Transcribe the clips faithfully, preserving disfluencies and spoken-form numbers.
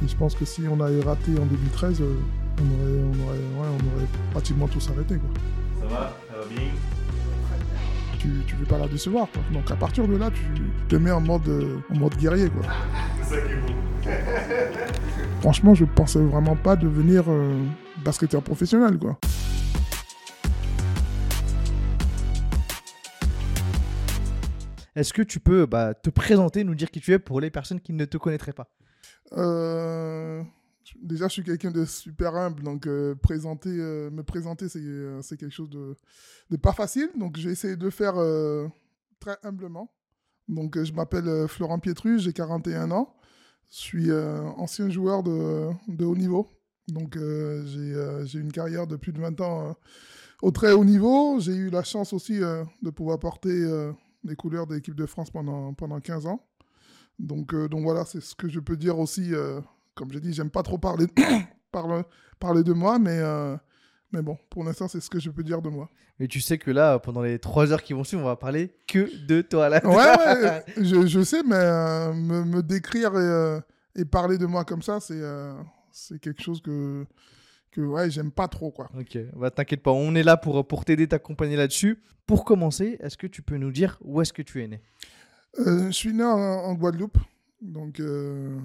Et je pense que si on avait raté en deux mille treize, euh, on, aurait, on, aurait, ouais, on aurait pratiquement tous arrêté, quoi. Ça va? Ça va bien? Tu ne veux pas la décevoir, quoi. Donc à partir de là, tu te mets en mode, euh, en mode guerrier, quoi. C'est ça qui est beau. Franchement, je pensais vraiment pas devenir euh, basketteur professionnel, quoi. Est-ce que tu peux bah, te présenter, nous dire qui tu es pour les personnes qui ne te connaîtraient pas? euh, Déjà, je suis quelqu'un de super humble, donc euh, présenter, euh, me présenter, c'est, euh, c'est quelque chose de, de pas facile. Donc, j'ai essayé de le faire euh, très humblement. Donc, euh, je m'appelle euh, Florent Pietru, j'ai quarante et un ans. Je suis euh, ancien joueur de, de haut niveau. Donc, euh, j'ai, euh, j'ai une carrière de plus de vingt ans euh, au très haut niveau. J'ai eu la chance aussi euh, de pouvoir porter euh, les couleurs de l'équipe de France pendant, pendant quinze ans. Donc, euh, donc voilà, c'est ce que je peux dire aussi. Euh, comme j'ai dit, j'aime pas trop parler, parler, parler de moi, mais, euh, mais bon, pour l'instant, c'est ce que je peux dire de moi. Mais tu sais que là, pendant les trois heures qui vont suivre, on va parler que de toi. Là. Ouais, ouais, je, je sais, mais euh, me, me décrire et, euh, et parler de moi comme ça, c'est, euh, c'est quelque chose que, que ouais, j'aime pas trop, quoi. Ok, bah, t'inquiète pas, on est là pour, pour t'aider, t'accompagner là-dessus. Pour commencer, est-ce que tu peux nous dire où est-ce que tu es né? euh, Je suis né en, en Guadeloupe, donc euh,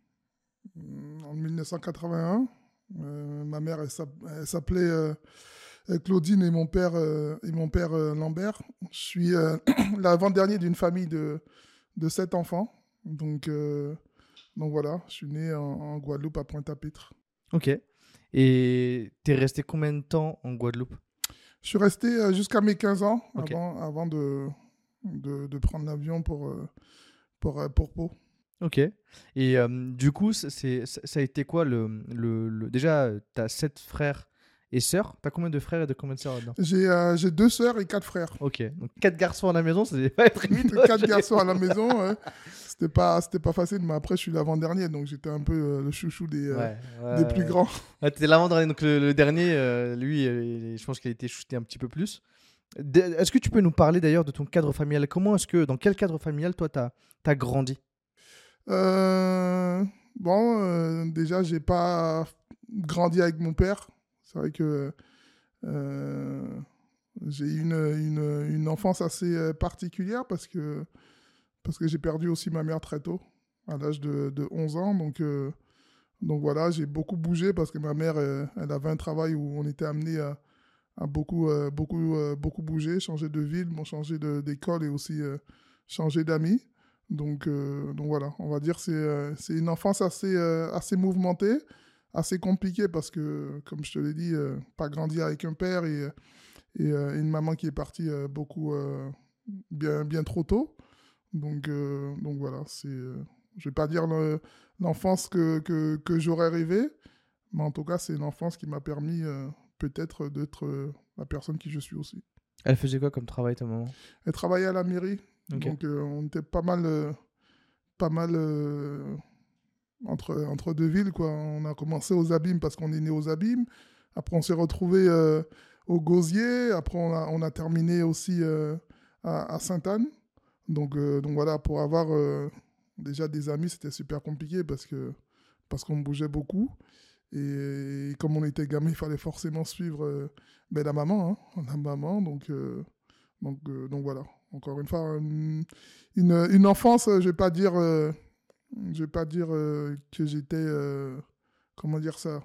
en dix-neuf cent quatre-vingt-un. Euh, ma mère, elle, s'app- elle s'appelait euh, Claudine et mon père, euh, et mon père euh, Lambert. Je suis euh, l'avant-dernier d'une famille de, de sept enfants. Donc, euh, donc voilà, je suis né en, en Guadeloupe à Pointe-à-Pitre. Ok. Et t'es resté combien de temps en Guadeloupe? Je suis resté euh, jusqu'à mes quinze ans Ok. avant, avant de, de, de prendre l'avion pour, euh, pour, euh, pour Pau. Ok. Et euh, du coup, c'est, c'est- ça a été quoi le, le, le- Déjà, t'as sept frères et sœurs. T'as combien de frères et de combien de sœurs là-dedans? J'ai euh, j'ai deux sœurs et quatre frères. Ok. Donc quatre garçons à la maison, ça devait pas être évident. Quatre garçons à la maison, ouais. C'était pas, c'était pas facile, mais après je suis l'avant-dernier, donc j'étais un peu euh, le chouchou des, euh, Ouais, ouais, des plus ouais. grands. Ah, t'étais l'avant-dernier, donc le, le dernier, euh, lui, euh, il- je pense qu'il a été shooté un petit peu plus. De- est-ce que tu peux nous parler d'ailleurs de ton cadre familial? Comment est-ce que, dans quel cadre familial, toi, t'as as grandi? Euh, bon, euh, déjà, j'ai pas grandi avec mon père. C'est vrai que euh, j'ai eu une, une, une enfance assez euh, particulière parce que, parce que j'ai perdu aussi ma mère très tôt, à l'âge de, de onze ans. Donc, euh, donc voilà, j'ai beaucoup bougé parce que ma mère, euh, elle avait un travail où on était amené à, à beaucoup, euh, beaucoup, euh, beaucoup bouger, changer de ville, bon, changer de- d'école et aussi euh, changer d'amis. Donc, euh, donc voilà, on va dire que c'est euh, c'est une enfance assez, euh, assez mouvementée, assez compliquée parce que, comme je te l'ai dit, euh, pas grandi avec un père et, et euh, une maman qui est partie euh, beaucoup, euh, bien, bien trop tôt. Donc, euh, donc voilà, c'est, euh, je vais pas dire le- l'enfance que, que, que j'aurais rêvé, mais en tout cas, c'est une enfance qui m'a permis euh, peut-être d'être euh, la personne qui je suis aussi. Elle faisait quoi comme travail, ta maman? Elle travaillait à la mairie, Ok. donc euh, on était pas mal, euh, pas mal euh, entre, entre deux villes, quoi. On a commencé aux Abîmes parce qu'on est né aux Abîmes. Après, on s'est retrouvé euh, au Gosier. Après, on a, on a terminé aussi euh, à, à Sainte-Anne. Donc, euh, donc voilà, pour avoir euh, déjà des amis, c'était super compliqué parce que parce qu'on bougeait beaucoup. Et, et comme on était gamin, il fallait forcément suivre euh, ben, la maman, hein, la maman. Donc, euh, donc, euh, donc voilà. Encore une fois, une, une, une enfance, je vais pas dire, euh, je vais pas dire euh, que j'étais, euh, comment dire ça,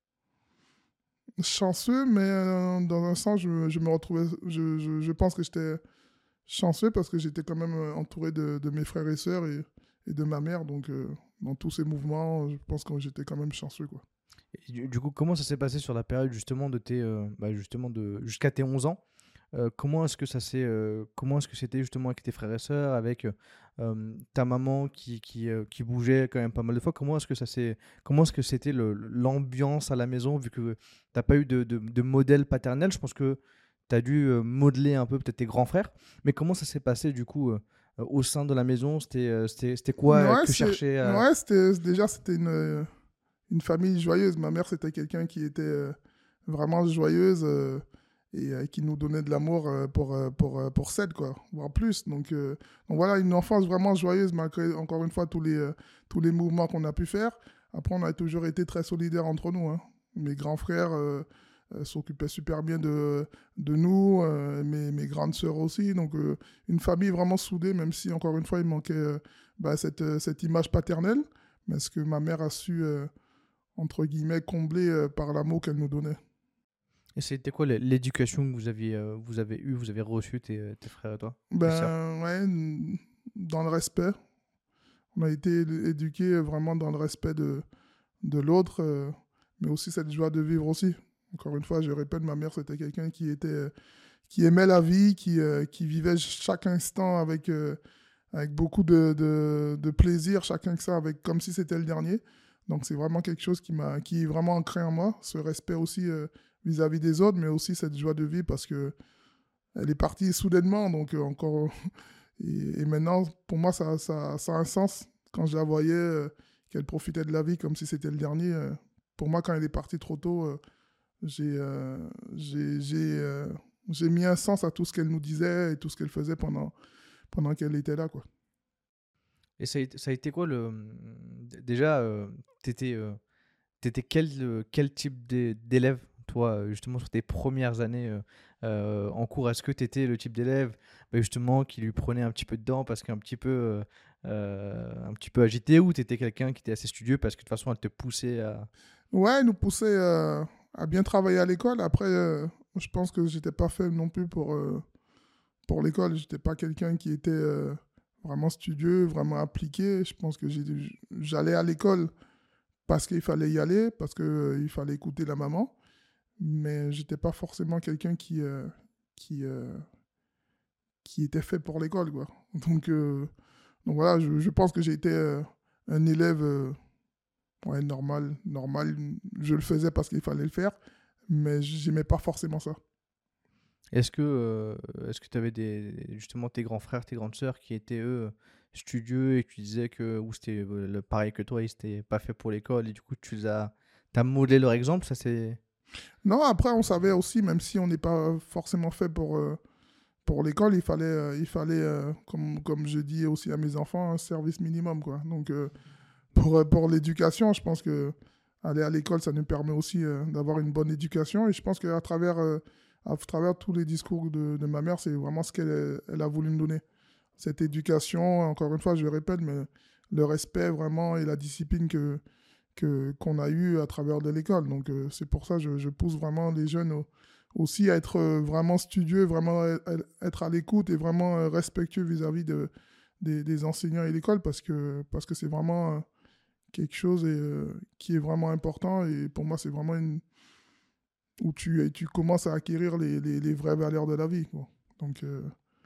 chanceux, mais euh, dans un sens, je, je me retrouvais, je, je, je pense que j'étais chanceux parce que j'étais quand même euh, entouré de, de mes frères et sœurs et, et de ma mère. Donc, euh, dans tous ces mouvements, je pense que j'étais quand même chanceux, quoi. Et du, du coup, comment ça s'est passé sur la période justement de tes, euh, bah, justement de jusqu'à tes onze ans? Euh, comment est-ce que ça s'est, euh, comment est-ce que c'était justement avec tes frères et sœurs, avec euh, ta maman qui qui, euh, qui bougeait quand même pas mal de fois? Comment est-ce que ça s'est, comment est-ce que c'était le- l'ambiance à la maison vu que t'as pas eu de, de, de modèle paternel? Je pense que tu as dû euh, modeler un peu peut-être tes grands frères, mais comment ça s'est passé du coup euh, euh, au sein de la maison? C'était euh, c'était c'était quoi euh, Ouais, que c'est- cherchait à... ouais, c'était, déjà, c'était une, euh, une famille joyeuse. Ma mère, c'était quelqu'un qui était euh, vraiment joyeuse euh, et euh, qui nous donnait de l'amour euh, pour, euh, pour, euh, pour sept, quoi, voire plus. Donc, euh, donc voilà, une enfance vraiment joyeuse, malgré, encore une fois, tous les, euh, tous les mouvements qu'on a pu faire. après, on a toujours été très solidaires entre nous. Hein. Mes grands frères euh, euh, s'occupaient super bien de, de nous, euh, mes, mes grandes sœurs aussi. Donc, euh, une famille vraiment soudée, même si, encore une fois, il manquait euh, bah, cette, euh, cette image paternelle. Mais ce que ma mère a su, euh, entre guillemets, combler euh, par l'amour qu'elle nous donnait. Et c'était quoi l'é- l'éducation que vous aviez, euh, vous avez eue, vous avez reçue, tes, tes frères et toi, tes sœurs? Ben, ouais, n- dans le respect. On a été é- éduqués vraiment dans le respect de, de l'autre, euh, mais aussi cette joie de vivre aussi. Encore une fois, je répète, ma mère, c'était quelqu'un qui était, euh, qui aimait la vie, qui, euh, qui vivait chaque instant avec, euh, avec beaucoup de, de, de plaisir, chaque instant avec, comme si c'était le dernier. Donc, c'est vraiment quelque chose qui, m'a, qui est vraiment ancré en moi, ce respect aussi euh, vis-à-vis des autres, mais aussi cette joie de vivre parce que elle est partie soudainement. Donc, euh, encore. Et, et maintenant, pour moi, ça, ça, ça a un sens. Quand je la voyais, euh, qu'elle profitait de la vie comme si c'était le dernier. euh, pour moi, quand elle est partie trop tôt, euh, j'ai, euh, j'ai, j'ai, euh, j'ai mis un sens à tout ce qu'elle nous disait et tout ce qu'elle faisait pendant, pendant qu'elle était là, quoi. Et ça a, été- ça a été quoi le. d- Déjà, euh, t'étais, euh, t'étais quel, euh, quel type d'é- d'élève, toi, euh, justement, sur tes premières années euh, euh, en cours? Est-ce que t'étais le type d'élève, bah, justement, qui lui prenait un petit peu de dents parce qu'un petit peu, euh, euh, un petit peu agité, ou t'étais quelqu'un qui était assez studieux parce que de toute façon, elle te poussait à. Ouais, elle nous poussait euh, à bien travailler à l'école. Après, euh, je pense que j'étais pas fait non plus pour, euh, pour l'école. J'étais pas quelqu'un qui était euh, vraiment studieux, vraiment appliqué. Je pense que j'ai- j'allais à l'école parce qu'il fallait y aller, parce qu'il fallait écouter la maman. Mais j'étais pas forcément quelqu'un qui, euh, qui, euh, qui était fait pour l'école, quoi. Donc, euh, donc voilà, je, je pense que j'ai été euh, un élève euh, ouais, normal, normal. Je le faisais parce qu'il fallait le faire, mais j'aimais pas forcément ça. Est-ce que euh, est-ce que tu avais des, justement tes grands frères, tes grandes sœurs qui étaient eux studieux et qui disaient que ou c'était euh, le pareil que toi, ils n'étaient pas faits pour l'école et du coup tu les as t'as modelé leur exemple, ça c'est. Non, après, on savait aussi, même si on n'est pas forcément fait pour, euh, pour l'école, il fallait, euh, il fallait euh, comme, comme je dis aussi à mes enfants, un service minimum, quoi. Donc, euh, pour, euh, pour l'éducation, je pense que aller à l'école, ça nous permet aussi euh, d'avoir une bonne éducation. Et je pense qu'à travers, euh, à travers tous les discours de, de ma mère, c'est vraiment ce qu'elle elle a voulu me donner. Cette éducation, encore une fois, je le répète, mais le respect vraiment et la discipline que, que, qu'on a eu à travers de l'école. Donc, euh, c'est pour ça que je, je pousse vraiment les jeunes au- aussi à être euh, vraiment studieux, vraiment euh, être à l'écoute et vraiment euh, respectueux vis-à-vis de, des, des enseignants et l'école parce que, parce que c'est vraiment... euh, quelque chose et, euh, qui est vraiment important. Et pour moi, c'est vraiment une... où tu, tu commences à acquérir les, les, les vraies valeurs de la vie, quoi. Donc, euh,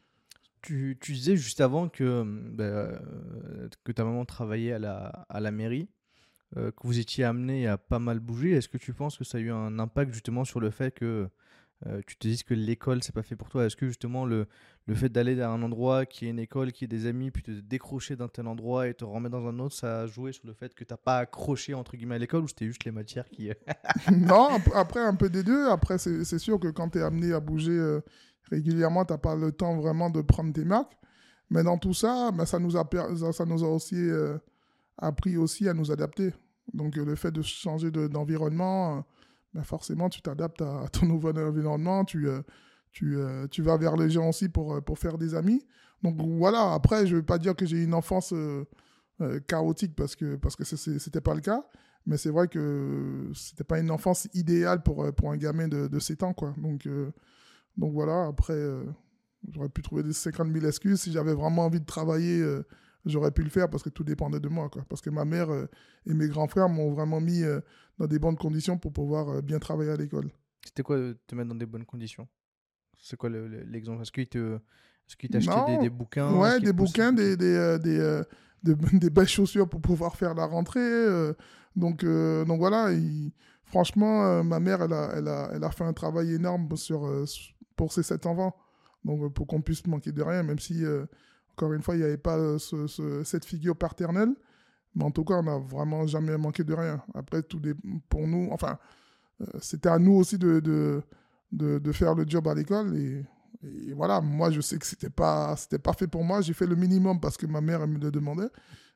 Tu, tu disais juste avant que, euh, bah, euh, que ta maman travaillait à la, à la mairie, euh, que vous étiez amené à pas mal bouger. Est-ce que tu penses que ça a eu un impact justement sur le fait que euh, tu te dises que l'école, c'est pas fait pour toi? Est-ce que justement le, le fait d'aller à un endroit qui est une école, qui est des amis, puis te décrocher d'un tel endroit et te remettre dans un autre, ça a joué sur le fait que t'as pas accroché entre guillemets à l'école, ou c'était juste les matières qui. non, ap- après, un peu des deux. Après, c'est c'est sûr que quand tu es amené à bouger euh, régulièrement, tu n'as pas le temps vraiment de prendre tes marques. Mais dans tout ça, ben, ça, nous a, per- ça, ça nous a aussi euh, appris aussi à nous adapter. Donc, euh, le fait de changer de- d'environnement, euh, ben, forcément, tu t'adaptes à, à ton nouveau environnement. Tu, euh, tu, euh, tu vas vers les gens aussi pour, euh, pour faire des amis. Donc, voilà. Après, je ne veux pas dire que j'ai eu une enfance euh, euh, chaotique parce que parce que ce n'était pas le cas. Mais c'est vrai que c'était pas une enfance idéale pour, euh, pour un gamin de, de sept ans, quoi. Donc, euh, donc voilà, après, euh, j'aurais pu trouver des cinquante mille excuses. Si j'avais vraiment envie de travailler, euh, j'aurais pu le faire parce que tout dépendait de moi, quoi. Parce que ma mère euh, et mes grands frères m'ont vraiment mis euh, dans des bonnes conditions pour pouvoir euh, bien travailler à l'école. C'était quoi euh, te mettre dans des bonnes conditions? C'est quoi le- le- l'exemple? Est-ce qu'il te, est-ce qu'il t'achetait des, Non, des bouquins? Est-ce ouais, qu'il des te poussait? bouquins, Ok. des, des, euh, des, euh, de- des belles chaussures pour pouvoir faire la rentrée. euh, donc, euh, donc voilà, il- franchement, euh, ma mère, elle a, elle, a, elle a fait un travail énorme sur, euh, s- pour ses sept enfants. Donc, euh, pour qu'on puisse manquer de rien, même si, euh, encore une fois, il n'y avait pas euh, ce- ce- cette figure paternelle. Mais en tout cas, on n'a vraiment jamais manqué de rien. Après, tout des, pour nous, enfin, euh, c'était à nous aussi de, de, de, de faire le job à l'école. Et, et voilà, moi, je sais que c'était pas, c'était pas fait pour moi. J'ai fait le minimum parce que ma mère, elle me le demandait.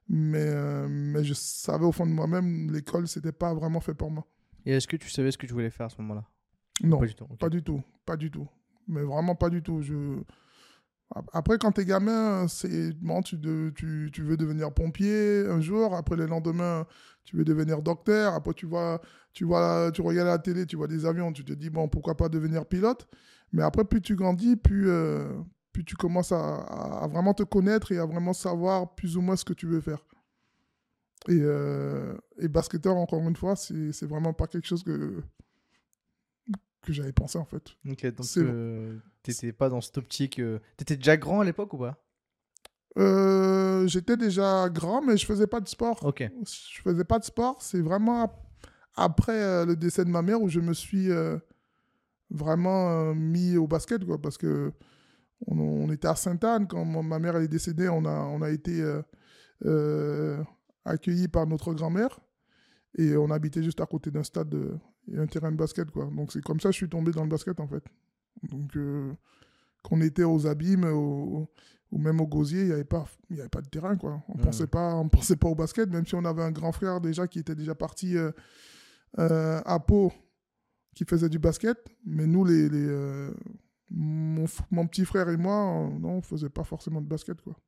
Mais, euh, mais je savais au fond de moi-même, l'école, c'était pas vraiment fait pour moi. Et est-ce que tu savais ce que tu voulais faire à ce moment-là? Non, Pas du tout. ok. pas du tout, pas du tout. Mais vraiment pas du tout. Je... Après, quand t'es gamin, c'est bon, tu, de- tu, tu veux devenir pompier un jour. Après, le lendemain, tu veux devenir docteur. Après, tu vois, tu vois, tu regardes la télé, tu vois des avions. Tu te dis, bon, pourquoi pas devenir pilote? Mais après, plus tu grandis, plus, euh, plus tu commences à, à- à vraiment te connaître et à vraiment savoir plus ou moins ce que tu veux faire. Et, euh, et basketteur, encore une fois, c'est c'est vraiment pas quelque chose que, que j'avais pensé, en fait. Ok, donc C'est- euh, t'étais pas dans cette optique. euh, T'étais déjà grand à l'époque ou pas? Euh, j'étais déjà grand, mais je faisais pas de sport. Ok. Je faisais pas de sport. C'est vraiment ap- après euh, le décès de ma mère où je me suis euh, vraiment euh, mis au basket, quoi, parce que on, on était à Sainte-Anne quand mon- ma mère elle est décédée. On a, on a été euh, euh, accueillis par notre grand-mère et on habitait juste à côté d'un stade de- et un terrain de basket, quoi. Donc c'est comme ça que je suis tombé dans le basket, en fait. Donc euh, qu'on était aux Abîmes, au- ou même au Gosier, il n'y avait pas, il y avait pas de terrain, quoi. On Mhm. pensait pas, on pensait pas au basket, même si on avait un grand frère déjà qui était déjà parti euh, euh, à Pau, qui faisait du basket. Mais nous, les, les, euh, mon, f- mon petit frère et moi, on- non, on faisait pas forcément de basket, quoi.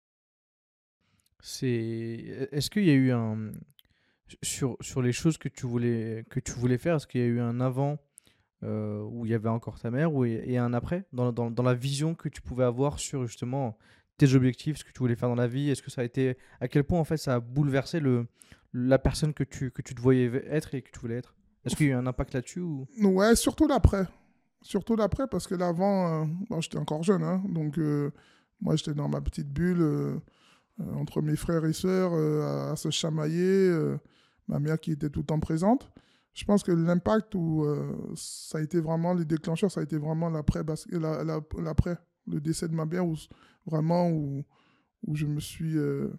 C'est. Est-ce qu'il y a eu un sur sur les choses que tu voulais que tu voulais faire? Est-ce qu'il y a eu un avant euh, où il y avait encore ta mère ou et un après dans, dans, dans la vision que tu pouvais avoir sur justement tes objectifs, ce que tu voulais faire dans la vie? Est-ce que ça a été à quel point en fait ça a bouleversé le la personne que tu que tu te voyais être et que tu voulais être? Est-ce qu'il y a eu un impact là-dessus ou... Ouais, surtout l'après. Surtout l'après, parce que l'avant, euh, bon, j'étais encore jeune, hein, donc euh, moi j'étais dans ma petite bulle, euh, euh, entre mes frères et sœurs, euh, à, à se chamailler, euh, ma mère qui était tout le temps présente. Je pense que l'impact où euh, ça a été vraiment, les déclencheurs, ça a été vraiment l'après, bas- la- la- l'après, le décès de ma mère, où, vraiment où, où je me suis, euh,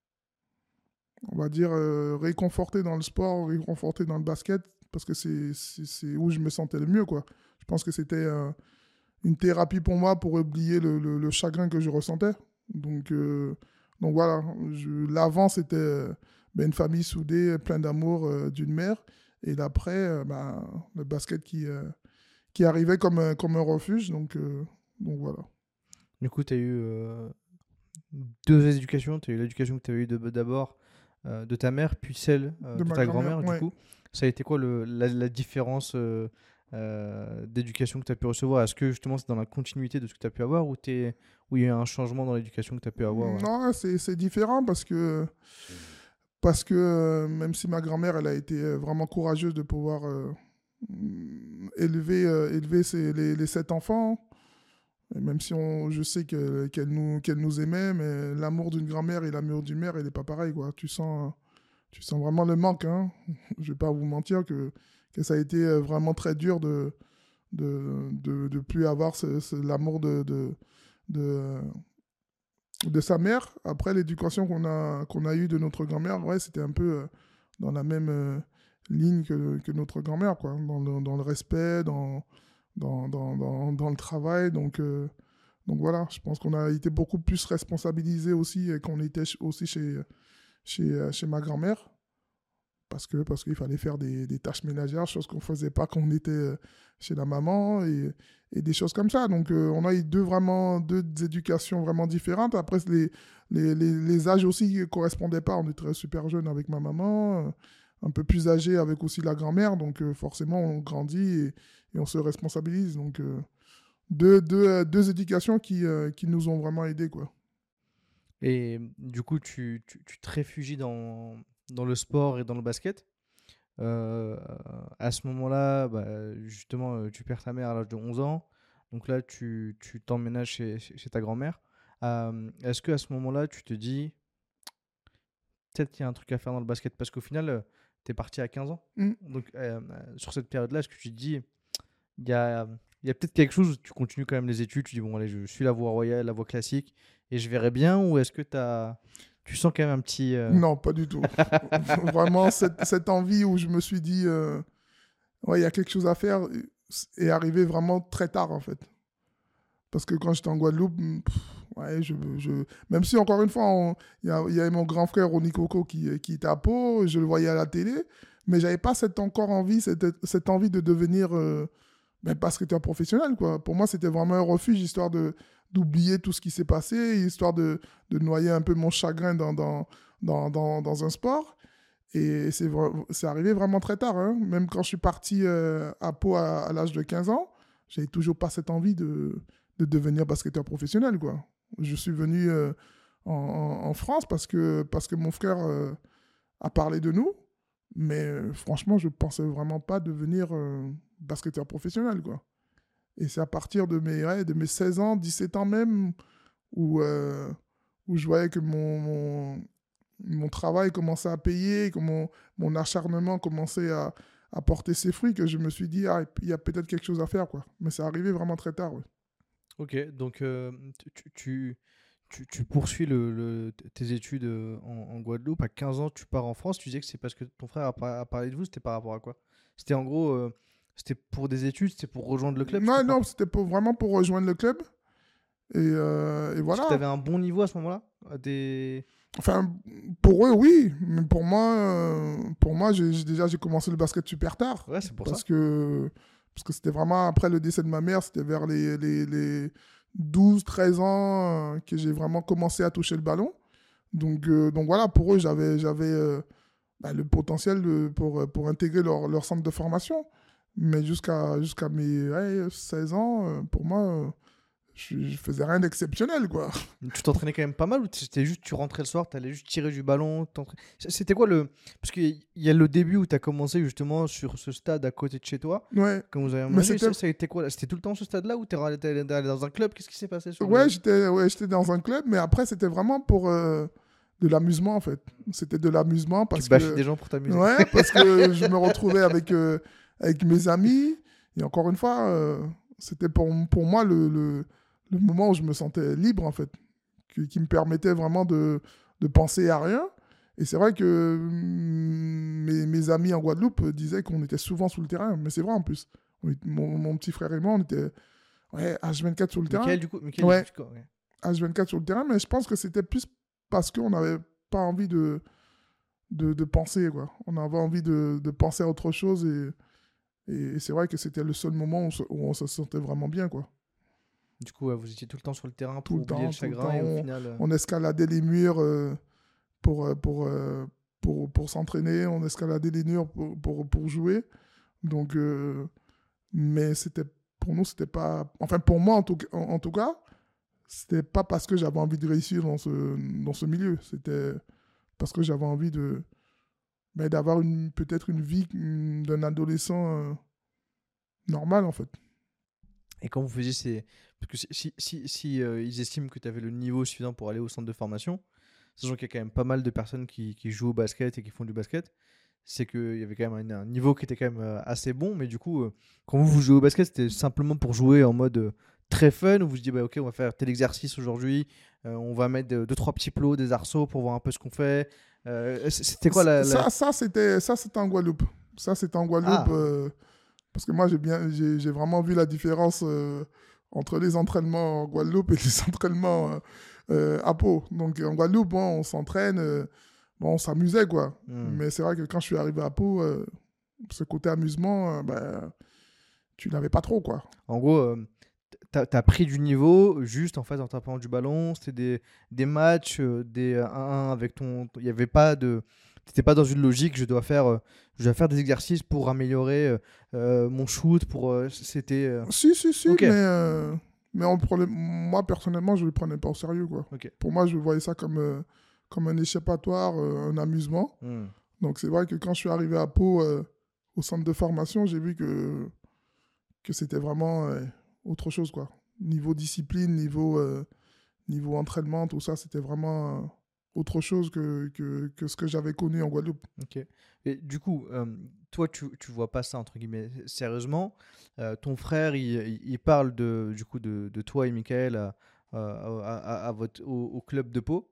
on va dire, euh, réconforté dans le sport, réconforté dans le basket, parce que c'est, c'est, c'est où je me sentais le mieux, quoi. Je pense que c'était euh, une thérapie pour moi pour oublier le, le- le chagrin que je ressentais. Donc, euh, donc voilà, je- l'avant, c'était euh, ben, une famille soudée, plein d'amour euh, d'une mère. Et l'après, euh, ben, le basket qui, euh, qui arrivait comme, un- comme un refuge. Donc, euh, donc voilà. Du coup, tu as eu euh, deux éducations. Tu as eu l'éducation que tu as eue de- d'abord euh, de ta mère, puis celle euh, De de ma ta grand-mère, grand-mère. Du ouais. coup, ça a été quoi le, la, la différence euh, euh, d'éducation que tu as pu recevoir? Est-ce que justement c'est dans la continuité de ce que tu as pu avoir ou, t'es- ou il y a eu un changement dans l'éducation que tu as pu avoir? euh Non, c'est, c'est différent parce que, parce que euh, même si ma grand-mère, elle a été euh, vraiment courageuse de pouvoir euh, mm, élever, euh, élever ses- les, les sept enfants. Et même si on, je sais que, qu'elle nous, qu'elle nous aimait, mais l'amour d'une grand-mère et l'amour d'une mère, il n'est pas pareil, quoi. Tu sens, tu sens vraiment le manque, hein. Je vais pas vous mentir que, que ça a été euh, vraiment très dur de de, de, de plus avoir ce, ce- l'amour de, de, de, de sa mère. Après, l'éducation qu'on a, qu'on a eue de notre grand-mère, ouais, c'était un peu euh, dans la même euh, ligne que, que notre grand-mère, quoi. Dans le, dans le respect, dans, dans, dans, dans, dans le travail. Donc, euh, donc voilà, je pense qu'on a été beaucoup plus responsabilisés aussi et qu'on était ch- aussi chez, chez, euh, chez ma grand-mère. Parce que parce qu'il fallait faire des, des tâches ménagères, chose qu'on ne faisait pas quand on était euh, chez la maman, et, et des choses comme ça. Donc euh, on a eu deux, vraiment, deux éducations vraiment différentes. Après, les, les, les, les âges aussi ne correspondaient pas. On était super jeunes avec ma maman, euh, un peu plus âgés avec aussi la grand-mère. Donc euh, forcément, on grandit et, et on se responsabilise. Donc euh, deux, deux, euh, deux éducations qui, euh, qui nous ont vraiment aidés, quoi. Et du coup, tu, tu, tu te réfugies dans, dans le sport et dans le basket. Euh, à ce moment-là, bah, justement, euh, tu perds ta mère à l'âge de onze ans. Donc là, tu tu t'emménages chez, chez, chez ta grand-mère. Euh, est-ce que à ce moment-là, tu te dis, peut-être qu'il y a un truc à faire dans le basket? Parce qu'au final, tu es parti à quinze ans. Mm. Donc euh, euh, sur cette période-là, est-ce que tu te dis, il y a, il y a peut-être quelque chose, tu continues quand même les études, tu dis, bon, allez, je suis la voie royale, la voie classique, et je verrai bien, ou est-ce que t'as, tu sens quand même un petit... euh, Non, pas du tout. Vraiment, cette, cette envie où je me suis dit, euh, ouais, il y a quelque chose à faire, est arrivé vraiment très tard, en fait. Parce que quand j'étais en Guadeloupe, pff, Ouais, je, je... Même si, encore une fois, on- il y, a- il y avait mon grand frère Ronnie Coco qui, qui était à Pau, je le voyais à la télé, mais j'avais pas cette encore envie, cette, cette envie de devenir euh, ben, basketteur professionnel, quoi. Pour moi, c'était vraiment un refuge, histoire de, d'oublier tout ce qui s'est passé, histoire de, de noyer un peu mon chagrin dans, dans, dans, dans, dans un sport. Et c'est, vra- c'est arrivé vraiment très tard, hein. Même quand je suis parti euh, à Pau à, à l'âge de quinze ans, j'avais toujours pas cette envie de, de devenir basketteur professionnel, quoi. Je suis venu euh, en, en- en France parce que, parce que mon frère euh, a parlé de nous, mais euh, franchement, je pensais vraiment pas devenir euh, basketteur professionnel, quoi. Et c'est à partir de mes, ouais, de mes seize ans, dix-sept ans même, où, euh, où je voyais que mon, mon, mon travail commençait à payer, que mon, mon acharnement commençait à, à porter ses fruits, que je me suis dit, ah, il y a peut-être quelque chose à faire, quoi. Mais c'est arrivé vraiment très tard, ouais. Ok, donc euh, tu, tu, tu, tu poursuis le, le- tes études euh, en, en Guadeloupe. À quinze ans, tu pars en France. Tu disais que c'est parce que ton frère a, par- a parlé de vous. C'était par rapport à quoi? C'était en gros, euh, c'était pour des études, c'était pour rejoindre le club, je Non, comprends non, pas. c'était pour, vraiment pour rejoindre le club. Et, euh, et Parce que tu voilà. avais un bon niveau à ce moment-là? À des... Enfin, pour eux, oui. Mais pour moi, euh, pour moi j'ai, j'ai- déjà, j'ai commencé le basket super tard. Ouais, c'est pour Parce ça. que, parce que c'était vraiment après le décès de ma mère, c'était vers les, les, les douze treize ans euh, que j'ai vraiment commencé à toucher le ballon. Donc, euh, donc voilà, pour eux, j'avais, j'avais euh, bah, le potentiel de- pour, pour intégrer leur, leur centre de formation. Mais jusqu'à, jusqu'à mes ouais, seize ans, euh, pour moi, euh, je, je faisais rien d'exceptionnel, quoi. Tu t'entraînais quand même pas mal ou c'était juste, tu rentrais le soir, tu allais juste tirer du ballon? t'entra- C'était quoi le. Parce qu'il y a le début où tu as commencé justement sur ce stade à côté de chez toi, Ouais. quand vous avez Mais emménagé. c'était, Ça, ça a été quoi là? C'était tout le temps ce stade-là ou t'es allé allé dans un club? Qu'est-ce qui s'est passé sur ouais, le. j'étais, ouais, j'étais dans un club, mais après, c'était vraiment pour euh, de l'amusement, en fait. C'était de l'amusement Tu parce bâchais que, des gens pour t'amuser? ouais, parce que je me retrouvais avec, euh, avec mes amis. Et encore une fois, euh, c'était pour, pour moi le, le, le moment où je me sentais libre, en fait, qui, qui me permettait vraiment de, de penser à rien. Et c'est vrai que hum, mes, mes amis en Guadeloupe disaient qu'on était souvent sous le terrain, mais c'est vrai en plus. On est- Mon, mon petit frère et moi, on était ouais, H vingt-quatre sur le terrain. Michael, du coup, Michael, Ouais. du coup, ouais. H vingt-quatre sur le terrain, mais je pense que c'était plus parce qu'on n'avait pas envie de, de, de penser, quoi. On avait envie de, de penser à autre chose et, et c'est vrai que c'était le seul moment où on se, où on se sentait vraiment bien, quoi. Du coup, ouais, vous étiez tout le temps sur le terrain Tout pour le oublier temps, le tout le chagrin temps, et au on, final. euh, on escaladait les murs euh, pour, euh, pour, euh, pour, pour s'entraîner, on escaladait les murs pour, pour, pour jouer. Donc, euh, mais c'était, pour nous, c'était pas... Enfin, pour moi, en tout, en, en tout cas, c'était pas parce que j'avais envie de réussir dans ce, dans ce milieu. C'était parce que j'avais envie de ben, d'avoir une, peut-être une vie une- d'un adolescent euh, normal, en fait. Et quand vous faisiez ces. Parce que si, si, si, si, euh, ils estiment que tu avais le niveau suffisant pour aller au centre de formation, sachant qu'il y a quand même pas mal de personnes qui, qui jouent au basket et qui font du basket, c'est qu'il y avait quand même un, un niveau qui était quand même euh, assez bon. Mais du coup, euh, quand vous, vous jouez au basket, c'était simplement pour jouer en mode euh, très fun, où vous vous dites, bah, ok, on va faire tel exercice aujourd'hui, euh, on va mettre deux, deux, trois petits plots, des arceaux pour voir un peu ce qu'on fait. Euh, c- c'était quoi la. la- Ça, ça, c'était, ça, c'était en Guadeloupe. Ça, c'était en Guadeloupe. Ah. euh, parce que moi, j'ai, bien, j'ai, j'ai vraiment vu la différence euh, entre les entraînements en Guadeloupe et les entraînements euh, euh, à Pau. Donc, en Guadeloupe, bon, on s'entraîne, euh, bon, on s'amusait, quoi. Hmm. Mais c'est vrai que quand je suis arrivé à Pau, euh, ce côté amusement, euh, ben, tu l'avais pas trop, quoi. En gros, euh, t'as, t'as pris du niveau juste en fait en tapant du ballon. C'était des, des matchs, euh, des un à un avec ton. Il n'y avait pas de. T'étais pas dans une logique, je dois faire, euh, je dois faire des exercices pour améliorer euh, euh, mon shoot. Pour, euh, c'était. euh, Si, si, si, Ok. mais, euh, mais on prenait, moi, personnellement, je ne le prenais pas au sérieux, quoi. Ok. Pour moi, je voyais ça comme, euh, comme un échappatoire, euh, un amusement. Hmm. Donc, c'est vrai que quand je suis arrivé à Pau, euh, au centre de formation, j'ai vu que, que c'était vraiment euh, autre chose, quoi. Niveau discipline, niveau, euh, niveau entraînement, tout ça, c'était vraiment euh, autre chose que, que, que ce que j'avais connu en Guadeloupe. Ok. Et du coup, euh, toi, tu, tu vois pas ça entre guillemets sérieusement. Euh, ton frère, il, il- il parle de, du coup de, de toi et Michael à, à, à- à votre, au, au club de Pau.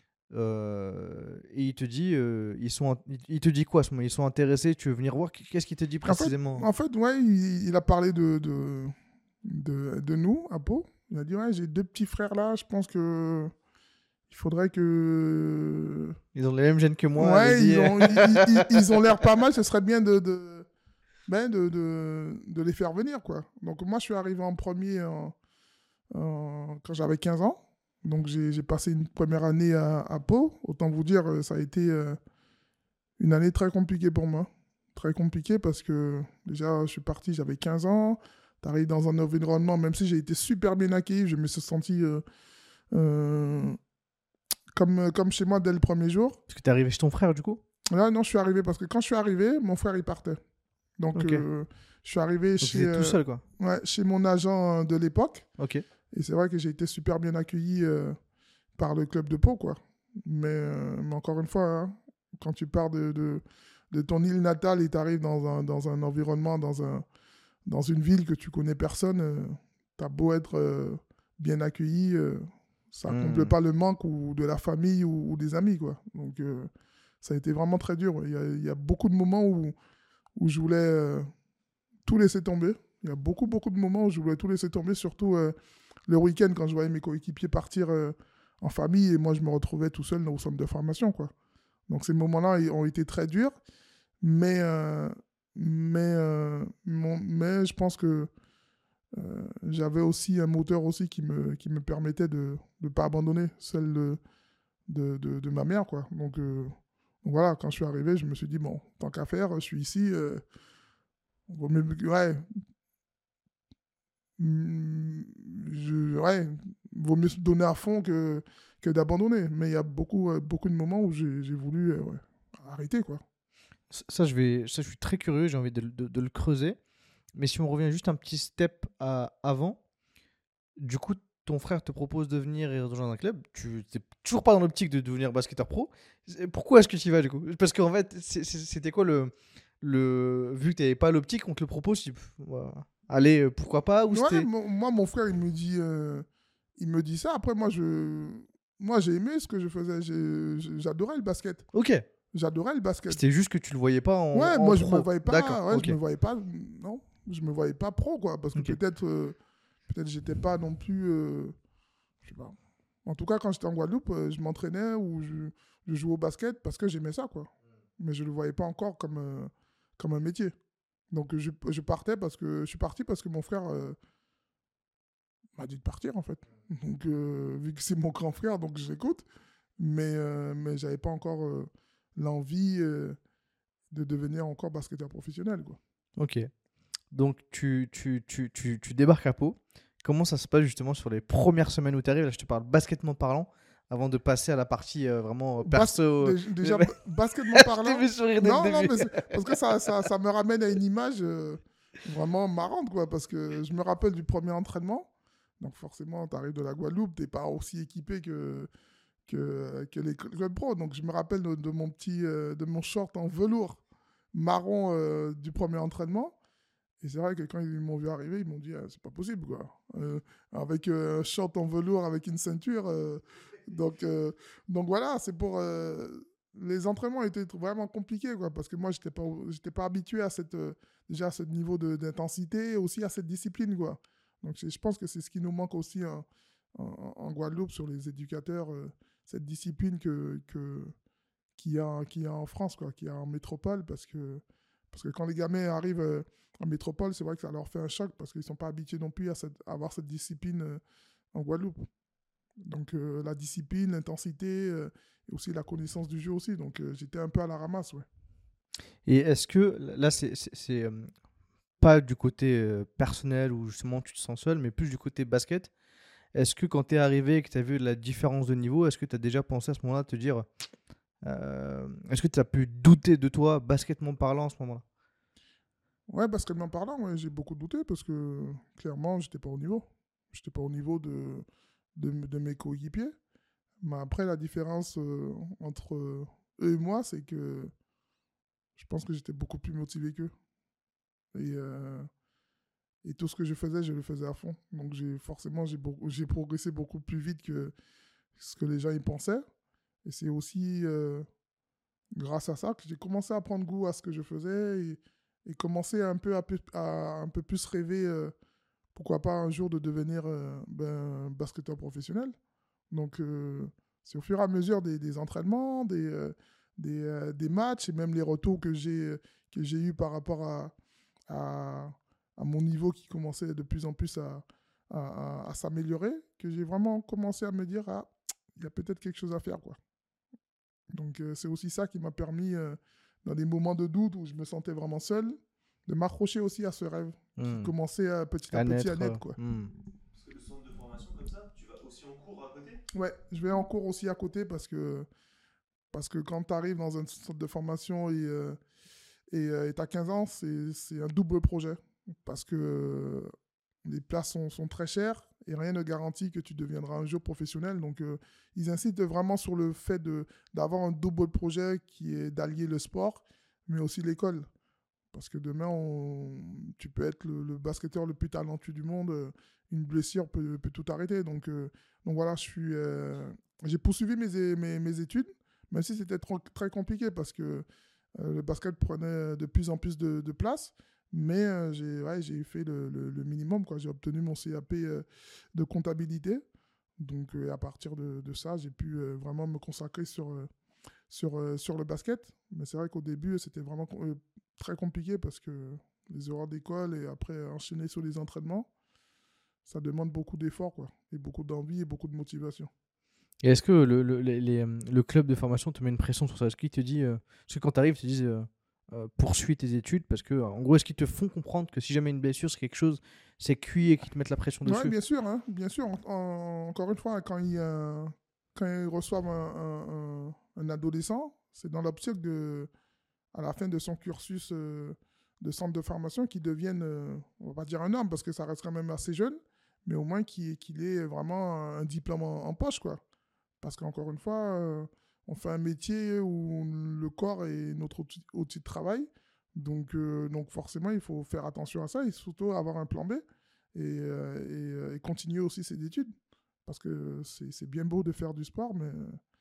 Euh, et il te dit, euh, ils sont, il il te dit quoi à ce moment? Ils sont intéressés, tu veux venir voir? Qu'est-ce qu'il te dit En fait, précisément? en fait, ouais, il, il a parlé de, de, de, de nous à Pau. Il m'a dit, ouais, j'ai deux petits frères là, je pense que il faudrait que... Ils ont les mêmes gènes que moi. ouais, allez-y. ils ont, ils, ils- ils ont l'air pas mal, ce serait bien de, de, ben, de, de, de les faire venir, quoi. Donc moi, je suis arrivé en premier en- en- quand j'avais quinze ans. Donc j'ai j'ai passé une première année à, à Pau. Autant vous dire, euh, ça a été euh, une année très compliquée pour moi. Très compliquée parce que déjà, je suis parti, j'avais quinze ans. T'arrives dans un environnement, même si j'ai été super bien accueilli, je me suis senti euh, euh, comme, comme chez moi dès le premier jour. Parce que t'es arrivé chez ton frère, du coup. Là, non, je suis arrivé parce que quand je suis arrivé, mon frère, il partait. Donc, Ok. euh, je suis arrivé Donc chez, t'étais tout euh, seul, quoi. ouais, chez mon agent euh, de l'époque. Ok. Et c'est vrai que j'ai été super bien accueilli euh, par le club de Pau, quoi. Mais, euh, mais encore une fois, hein, quand tu pars de, de, de ton île natale et tu arrives dans un, dans un environnement, dans, un, dans une ville que tu connais personne, euh, tu as beau être euh, bien accueilli, euh, ça Hmm. comble pas le manque ou de la famille ou, ou des amis, quoi. Donc, euh, ça a été vraiment très dur. Ouais. Il y a, il y a beaucoup de moments où, où je voulais euh, tout laisser tomber. Il y a beaucoup, beaucoup de moments où je voulais tout laisser tomber, surtout euh, le week-end quand je voyais mes coéquipiers partir euh, en famille et moi je me retrouvais tout seul au centre de formation, quoi. Donc ces moments-là ils ont été très durs, mais, euh, mais, euh, mon- mais je pense que euh, j'avais aussi un moteur aussi qui me, qui me permettait de ne pas abandonner, celle de, de, de, de ma mère, quoi. Donc, euh, donc voilà, quand je suis arrivé, je me suis dit, bon, tant qu'à faire, je suis ici. Euh, vaut mieux- ouais, Mm, je, ouais, vaut mieux se donner à fond que, que d'abandonner. Mais il y a beaucoup, euh, beaucoup de moments où j'ai j'ai voulu euh, ouais, arrêter, quoi. Ça, ça, je vais, ça, je suis très curieux, j'ai envie de, de- de le creuser. Mais si on revient juste un petit step à avant, du coup, ton frère te propose de venir et rejoindre un club. Tu n'es toujours pas dans l'optique de devenir basketteur pro. C'est- Pourquoi est-ce que tu y vas, du coup? Parce qu'en fait, c'est- c'est- c'était quoi le, le. Vu que tu n'avais pas l'optique, on te le propose, tu dis, pff, ouais, allez, euh, pourquoi pas? Ou Ouais, c'était. mo- moi, mon frère, il me dit, euh, il me dit ça. Après, moi, je, moi, j'ai aimé ce que je faisais. J'ai- j'ai- J'adorais le basket. Ok. J'adorais le basket. C'était juste que tu le voyais pas en, Ouais, en moi, je pro. me voyais pas. D'accord, Ouais, ok. je me voyais pas. Non, je me voyais pas pro, quoi. Parce que Ok. peut-être, euh, peut-être, j'étais pas non plus. Euh, je sais pas. En tout cas, quand j'étais en Guadeloupe, euh, je m'entraînais ou je, je jouais au basket parce que j'aimais ça, quoi. Mais je le voyais pas encore comme, euh, comme un métier. Donc je, je partais parce que je suis parti parce que mon frère euh, m'a dit de partir, en fait. Donc euh, vu que c'est mon grand frère, donc j'écoute. Mais euh, mais j'avais pas encore euh, l'envie euh, de devenir encore basketteur professionnel, quoi. Ok. Donc, tu, tu, tu, tu, tu débarques à Pau. Comment ça se passe justement sur les premières semaines où tu arrives? Là, je te parle basketement parlant, avant de passer à la partie euh, vraiment euh, Bas- perso. dé- déjà, Mais- ba- basketement Je parlant. t'ai vu sourire dès le Non, non, début. mais c'est- parce que ça, ça, ça me ramène à une image euh, vraiment marrante, quoi. Parce que je me rappelle du premier entraînement. Donc, forcément, tu arrives de la Guadeloupe, tu n'es pas aussi équipé que, que, que les clubs pro. Donc, je me rappelle de, de mon petit, euh, de mon short en velours marron euh, du premier entraînement. Et c'est vrai que quand ils m'ont vu arriver, ils m'ont dit, ah, c'est pas possible, quoi. Euh, avec euh, un short en velours, avec une ceinture. euh, donc, euh, donc voilà, c'est pour. euh, les entraînements étaient vraiment compliqués, quoi, parce que moi, j'étais pas, j'étais pas habitué à cette, euh, déjà à ce niveau de- d'intensité, aussi à cette discipline, quoi. Donc, c'est- je pense que c'est ce qui nous manque aussi en, en- en Guadeloupe sur les éducateurs, euh, cette discipline que, que, qu'il y a, qu'il y a en France, quoi, qu'il y a en métropole, parce que, parce que quand les gamins arrivent euh, en métropole, c'est vrai que ça leur fait un choc, parce qu'ils ne sont pas habitués non plus à, cette- à avoir cette discipline euh, en Guadeloupe. Donc euh, la discipline, l'intensité, euh, et aussi la connaissance du jeu aussi. Donc euh, j'étais un peu à la ramasse, ouais. Et est-ce que là, c'est c'est- c'est, euh, pas du côté euh, personnel où justement tu te sens seul, mais plus du côté basket? Est-ce que quand tu es arrivé et que tu as vu la différence de niveau, est-ce que tu as déjà pensé à ce moment-là de te dire, euh, est-ce que tu as pu douter de toi, basketement parlant, à ce moment-là? Ouais, basketball parlant, ouais, j'ai beaucoup douté, parce que clairement, j'étais pas au niveau. J'étais pas au niveau de, de, de mes coéquipiers. Mais après, la différence euh, entre eux et moi, c'est que je pense que j'étais beaucoup plus motivé qu'eux. Et, euh, et tout ce que je faisais, je le faisais à fond. Donc j'ai forcément, j'ai, beaucoup, j'ai progressé beaucoup plus vite que ce que les gens y pensaient. Et c'est aussi euh, grâce à ça que j'ai commencé à prendre goût à ce que je faisais et, et commencer un peu à, pu- à un peu plus rêver euh, pourquoi pas un jour de devenir euh, ben, basketteur professionnel. Donc, euh, c'est au fur et à mesure des, des entraînements, des, euh, des, euh, des matchs et même les retours que j'ai que j'ai eu par rapport à, à, à mon niveau qui commençait de plus en plus à, à, à- à s'améliorer, que j'ai vraiment commencé à me dire, ah, il y a peut-être quelque chose à faire, quoi. Donc, euh, c'est aussi ça qui m'a permis, euh, dans des moments de doute où je me sentais vraiment seul, de m'accrocher aussi à ce rêve qui Hmm. commençait euh, petit à À petit à naître. euh, naître, quoi. hmm. Parce que le centre de formation comme ça, tu vas aussi en cours à côté? Ouais, je vais en cours aussi à côté parce que, parce que quand tu arrives dans un centre de formation et euh, et euh, tu as quinze ans, c'est c'est un double projet. Parce que euh, les places sont, sont très chères et rien ne garantit que tu deviendras un jour professionnel. Donc, euh, ils incitent vraiment sur le fait de- d'avoir un double projet qui est d'allier le sport, mais aussi l'école. Parce que demain, on- tu peux être le, le basketteur le plus talentueux du monde, euh, une blessure peut, peut tout arrêter. Donc, euh, donc voilà, je suis, euh, j'ai poursuivi mes, mes, mes études, même si c'était trop- très compliqué parce que euh, le basket prenait de plus en plus de, de place. Mais euh, j'ai ouais, j'ai fait le, le- le minimum, quoi. J'ai obtenu mon C A P euh, de comptabilité. Donc, euh, à partir de, de ça, j'ai pu euh, vraiment me consacrer sur, euh, sur, euh, sur le basket. Mais c'est vrai qu'au début, c'était vraiment euh, très compliqué parce que les horaires d'école et après enchaîner sur les entraînements, ça demande beaucoup d'efforts, quoi. Et beaucoup d'envie et beaucoup de motivation. Et est-ce que le, le, les- les, euh, le club de formation te met une pression sur ça? Est-ce qu'il te dit. euh, Parce que quand tu arrives, ils te disent euh, euh, poursuis tes études parce que, en gros, est-ce qu'ils te font comprendre que si jamais une blessure, c'est quelque chose, c'est cuit et qu'ils te mettent la pression Oui, dessus? bien sûr, hein, bien sûr. En- en- encore une fois, quand ils, euh, quand ils reçoivent un, un- un- un adolescent, c'est dans l'optique de, à la fin de son cursus euh, de centre de formation, qu'il devienne, euh, on va pas dire un homme, parce que ça reste quand même assez jeune, mais au moins qu'il qu'il ait vraiment un diplôme en, en poche, quoi. Parce qu'encore une fois, euh, on fait un métier où le corps est notre outil, outil de travail. Donc, euh, donc forcément, il faut faire attention à ça et surtout avoir un plan B et, euh, et, euh, et continuer aussi ses études. Parce que c'est c'est bien beau de faire du sport, mais,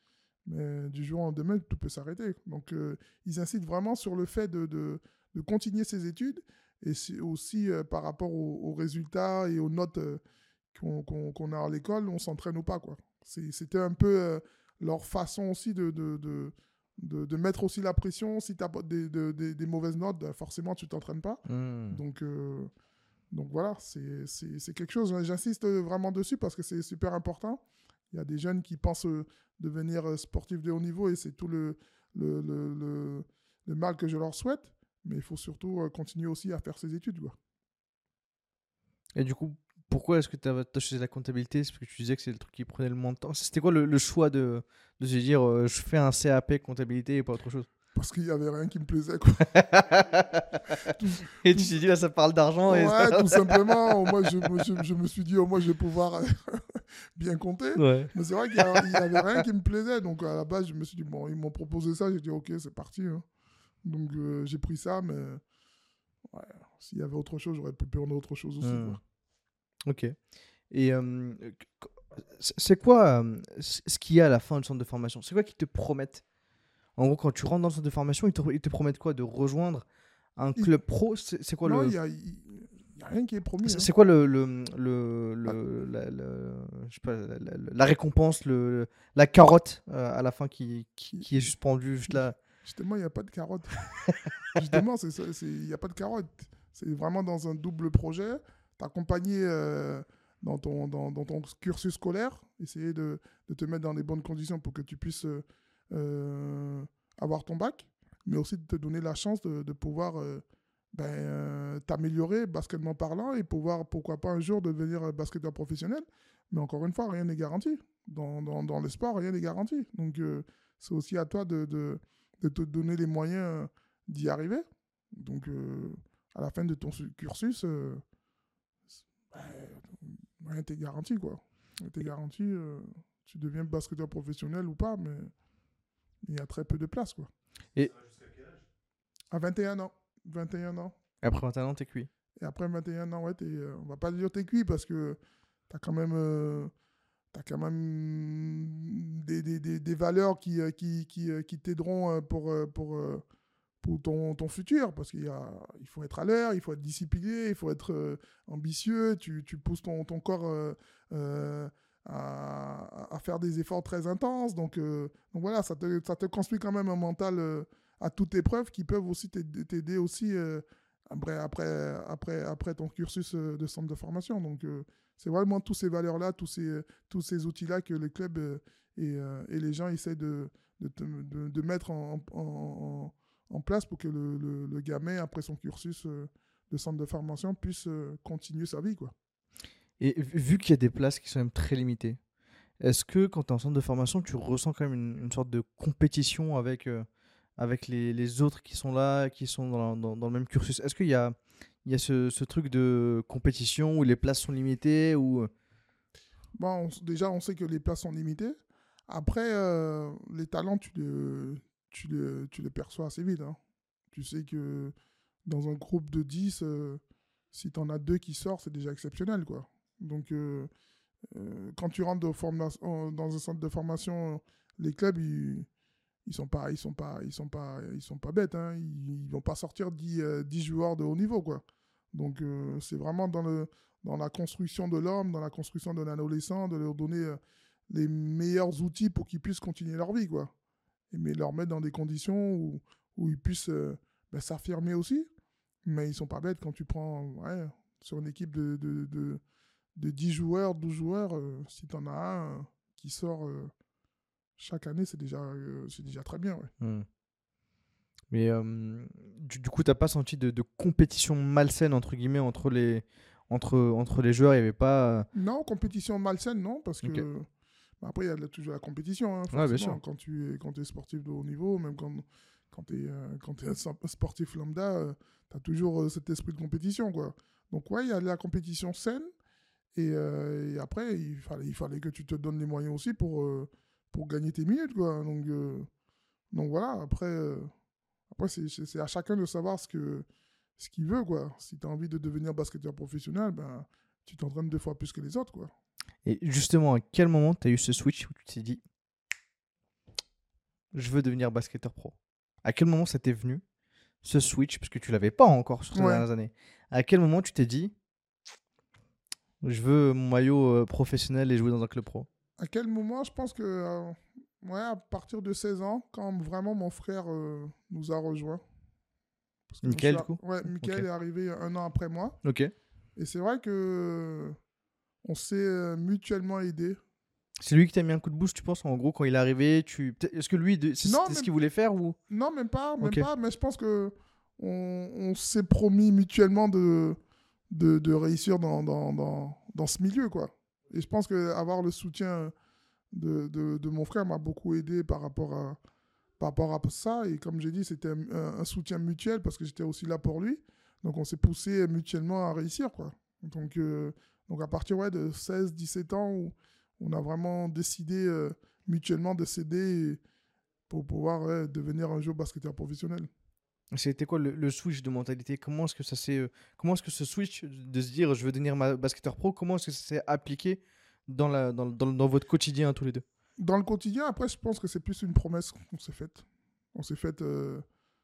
mais du jour au lendemain, tout peut s'arrêter. Donc, euh, ils incitent vraiment sur le fait de, de, de continuer ses études et c'est aussi euh, par rapport aux, aux résultats et aux notes euh, qu'on qu'on- qu'on a à l'école, on s'entraîne ou pas, quoi. C'est- C'était un peu euh, leur façon aussi de, de, de, de, de mettre aussi la pression. Si tu as des, de- des- des mauvaises notes, ben forcément, tu t'entraînes pas. Hmm. Donc, euh, donc voilà, c'est c'est- c'est quelque chose, hein, j'insiste vraiment dessus parce que c'est super important. Il y a des jeunes qui pensent euh, devenir euh, sportifs de haut niveau et c'est tout le, le, le, le- le mal que je leur souhaite. Mais il faut surtout euh, continuer aussi à faire ses études, quoi. Et du coup, pourquoi est-ce que tu as choisi la comptabilité? C'est parce que tu disais que c'est le truc qui prenait le moins de temps. C'était quoi le, le choix de, de se dire euh, je fais un C A P comptabilité et pas autre chose? Parce qu'il n'y avait rien qui me plaisait, quoi. Tout, Et tout, tu t'es dit là, ça parle d'argent et ouais, ça. tout simplement. Moi, je, me- je, je me suis dit, au moins, je vais pouvoir bien compter. Ouais. Mais c'est vrai qu'il n'y avait rien qui me plaisait. Donc, à la base, je me suis dit, bon, ils m'ont proposé ça. J'ai dit, ok, c'est parti, hein. Donc, euh, j'ai pris ça. Mais ouais, s'il y avait autre chose, j'aurais pu prendre autre chose aussi, Hmm. quoi. Ok. Et euh, c'est c'est quoi euh, c- ce qu'il y a à la fin du centre de formation? C'est quoi qu'ils te promettent? En gros, quand tu rentres dans le centre de formation, ils te, ils te promettent quoi? De rejoindre un Il- club pro? C'est c'est quoi Non, il le. n'y a, il y a rien qui est promis, C'est hein. c'est quoi le, le, le, Ah, le- la, le- je sais pas, la, la- la récompense, le, la carotte euh, à la fin qui, qui, il- qui est suspendue juste là? Justement, il n'y a pas de carotte. Justement, c'est ça, c'est- il n'y a pas de carotte. C'est vraiment dans un double projet, t'accompagner euh, dans, ton, dans, dans ton cursus scolaire, essayer de, de te mettre dans les bonnes conditions pour que tu puisses euh, euh, avoir ton bac, mais aussi de te donner la chance de, de pouvoir euh, ben, euh, t'améliorer baskettement parlant et pouvoir, pourquoi pas un jour, devenir euh, basketteur professionnel. Mais encore une fois, rien n'est garanti. Dans, dans, dans le sport, rien n'est garanti. Donc, euh, c'est aussi à toi de, de, de te donner les moyens euh, d'y arriver. Donc, euh, à la fin de ton su- cursus, euh, ben, rien t'est garanti, quoi. Rien t'est garanti, euh, tu deviens basketteur professionnel ou pas, mais il y a très peu de place, quoi. Et Ça va jusqu'à quel âge? À vingt et un ans. vingt et un ans. après vingt et un ans, t'es cuit. Et après vingt et un ans, ouais, t'es, euh, on va pas dire t'es cuit parce que t'as quand même, euh, t'as quand même des, des, des, des valeurs qui, euh, qui, qui, euh, qui t'aideront euh, pour, euh, pour, euh, pour ton, ton futur, parce qu'il y a, il faut être à l'heure, il faut être discipliné, il faut être euh, ambitieux, tu, tu pousses ton, ton corps euh, euh, à, à faire des efforts très intenses, donc, euh, donc voilà, ça te, ça te construit quand même un mental euh, à toute épreuve qui peuvent aussi t'aider, t'aider aussi euh, après, après, après, après ton cursus euh, de centre de formation, donc euh, c'est vraiment tous ces valeurs-là, tous ces, tous ces outils-là que les clubs euh, et, euh, et les gens essayent de, de, te- de, de mettre en, en, en- en place pour que le, le, le gamin, après son cursus euh, de centre de formation, puisse euh, continuer sa vie, quoi. Et vu vu qu'il y a des places qui sont même très limitées, est-ce que quand tu es en centre de formation, tu ressens quand même une, une sorte de compétition avec, euh, avec les, les autres qui sont là, qui sont dans, dans- dans le même cursus? Est-ce qu'il y a, il y a ce, ce truc de compétition où les places sont limitées ou... Bon, on déjà, on sait que les places sont limitées. Après, euh, les talents, tu les, tu les, tu les perçois assez vite, hein. Tu sais que dans un groupe de dix, euh, si tu en as deux qui sortent, c'est déjà exceptionnel, quoi. Donc, euh, euh, quand tu rentres de forma- dans un centre de formation, les clubs, ils, ils sont pas, ils sont pas, ils sont pas, ils sont pas bêtes, hein. Ils, ils vont pas sortir dix euh, dix joueurs de haut niveau, quoi. Donc, euh, c'est vraiment dans le, dans la construction de l'homme, dans la construction d'un adolescent, de leur donner euh, les meilleurs outils pour qu'ils puissent continuer leur vie, quoi. Et mais leur mettre dans des conditions où, où ils puissent euh, ben, s'affirmer aussi. Mais ils sont pas bêtes quand tu prends ouais, sur une équipe de, de, de, de dix joueurs, douze joueurs, euh, si tu en as un euh, qui sort euh, chaque année, c'est déjà, euh, c'est déjà très bien. Ouais. Hmm. Mais euh, du, du coup, t'as pas senti de, de compétition malsaine entre guillemets entre les, entre, entre les joueurs? Il y avait pas... Non, compétition malsaine, non, parce Ok. que bah, après, il y a toujours la compétition, hein, Ouais, bien sûr. forcément. Quand tu es, quand tu es sportif de haut niveau, même quand, quand tu es, euh, quand tu es un sim- sportif lambda, tu as toujours euh, cet esprit de compétition, quoi. Donc, ouais, il y a de la compétition saine. Et, euh, et après, il fallait, il fallait que tu te donnes les moyens aussi pour, euh, pour gagner tes minutes, quoi. Donc, euh, donc voilà, après, euh, après c'est, c'est- c'est à chacun de savoir ce que, ce qu'il veut, quoi. Si tu as envie de devenir basketteur professionnel, ben, tu t'entraînes deux fois plus que les autres, quoi. Et justement, à quel moment t'as eu ce switch où tu t'es dit, je veux devenir basketteur pro? À quel moment ça t'est venu, ce switch, parce que tu l'avais pas encore sur ces Ouais. dernières années? À quel moment tu t'es dit, je veux mon maillot euh, professionnel et jouer dans un club pro? À quel moment? Je pense que euh, ouais, à partir de seize ans, quand vraiment mon frère euh, nous a rejoints. Parce que moi, je suis Nickel, du ar- coup? ouais, Ok. Mickaël est arrivé un an après moi. Ok. Et c'est vrai que on s'est euh, mutuellement aidés. C'est lui qui t'a mis un coup de boost, tu penses? En gros, quand il est arrivé, tu... peut-être- est-ce que lui, de- c'est- Non, c'était ce même, qu'il voulait faire ou... non, même pas, même Ok. pas. Mais je pense que on, on s'est promis mutuellement de, de, de réussir dans, dans, dans, dans ce milieu, quoi. Et je pense qu'avoir le soutien de, de, de mon frère m'a beaucoup aidé par rapport à, par rapport à ça. Et comme j'ai dit, c'était un, un soutien mutuel parce que j'étais aussi là pour lui. Donc on s'est poussé mutuellement à réussir, quoi. Donc, euh, donc à partir ouais, de seize dix-sept ans, où on a vraiment décidé euh, mutuellement de s'aider pour pouvoir ouais, devenir un jour basketteur professionnel. C'était quoi le, le switch de mentalité? Comment est-ce que ça s'est, euh, comment est-ce que ce switch de se dire je veux devenir ma basketteur pro, comment est-ce que ça s'est appliqué dans, la, dans, dans, dans votre quotidien tous les deux? Dans le quotidien, après, je pense que c'est plus une promesse qu'on s'est faite. On s'est faite, euh,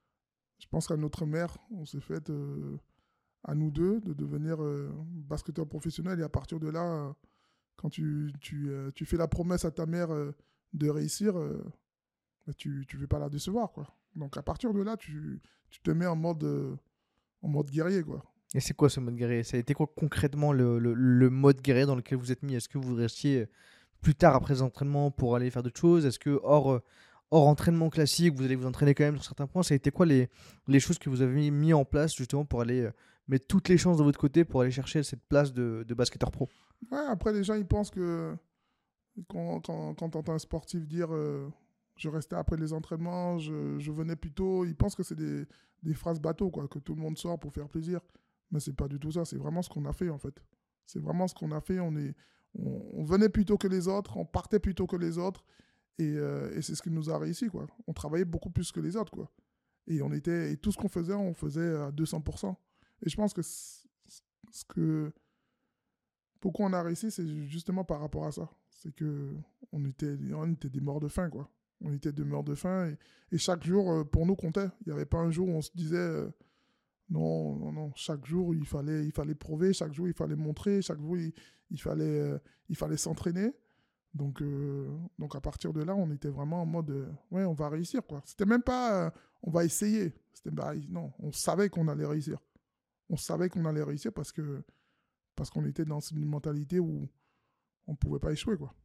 je pense à notre mère, on s'est faite euh, à nous deux de devenir euh, basketteur professionnel. Et à partir de là, euh, quand tu, tu, euh, tu fais la promesse à ta mère euh, de réussir, euh, bah, tu ne veux pas la décevoir, quoi. Donc à partir de là, tu, tu te mets en mode, euh, en mode guerrier, quoi. Et c'est quoi ce mode guerrier? Ça a été quoi concrètement le, le, le mode guerrier dans lequel vous êtes mis? Est-ce que vous restiez plus tard après les entraînements pour aller faire d'autres choses? Est-ce que hors, euh, hors entraînement classique, vous allez vous entraîner quand même sur certains points? Ça a été quoi les, les choses que vous avez mis, mis en place justement pour aller euh, mettre toutes les chances de votre côté pour aller chercher cette place de, de basketteur pro? Ouais, après, les gens, ils pensent que quand, quand, quand tu entends un sportif dire euh, je restais après les entraînements, je, je venais plus tôt, ils pensent que c'est des, des phrases bateau, quoi, que tout le monde sort pour faire plaisir. Mais c'est pas du tout ça, c'est vraiment ce qu'on a fait, en fait. C'est vraiment ce qu'on a fait. On, est, on, on venait plus tôt que les autres, on partait plus tôt que les autres, et, euh, et c'est ce qui nous a réussi, quoi. On travaillait beaucoup plus que les autres, quoi. Et, on était, et tout ce qu'on faisait, on faisait à deux cents pour cent. Et je pense que c- ce que pourquoi on a réussi, c'est justement par rapport à ça. C'est que on était, on était des morts de faim, quoi. On était de meurtre de faim. Et, et chaque jour, euh, pour nous, comptait. Il n'y avait pas un jour où on se disait... euh, non, non, non. Chaque jour, il fallait, il fallait prouver. Chaque jour, il fallait montrer. Chaque jour, il, il fallait, euh, il fallait s'entraîner. Donc, euh, donc, à partir de là, on était vraiment en mode... euh, ouais, on va réussir, quoi. C'était même pas... euh, on va essayer. C'était, bah, non, on savait qu'on allait réussir. On savait qu'on allait réussir parce que parce qu'on était dans une mentalité où on ne pouvait pas échouer, quoi.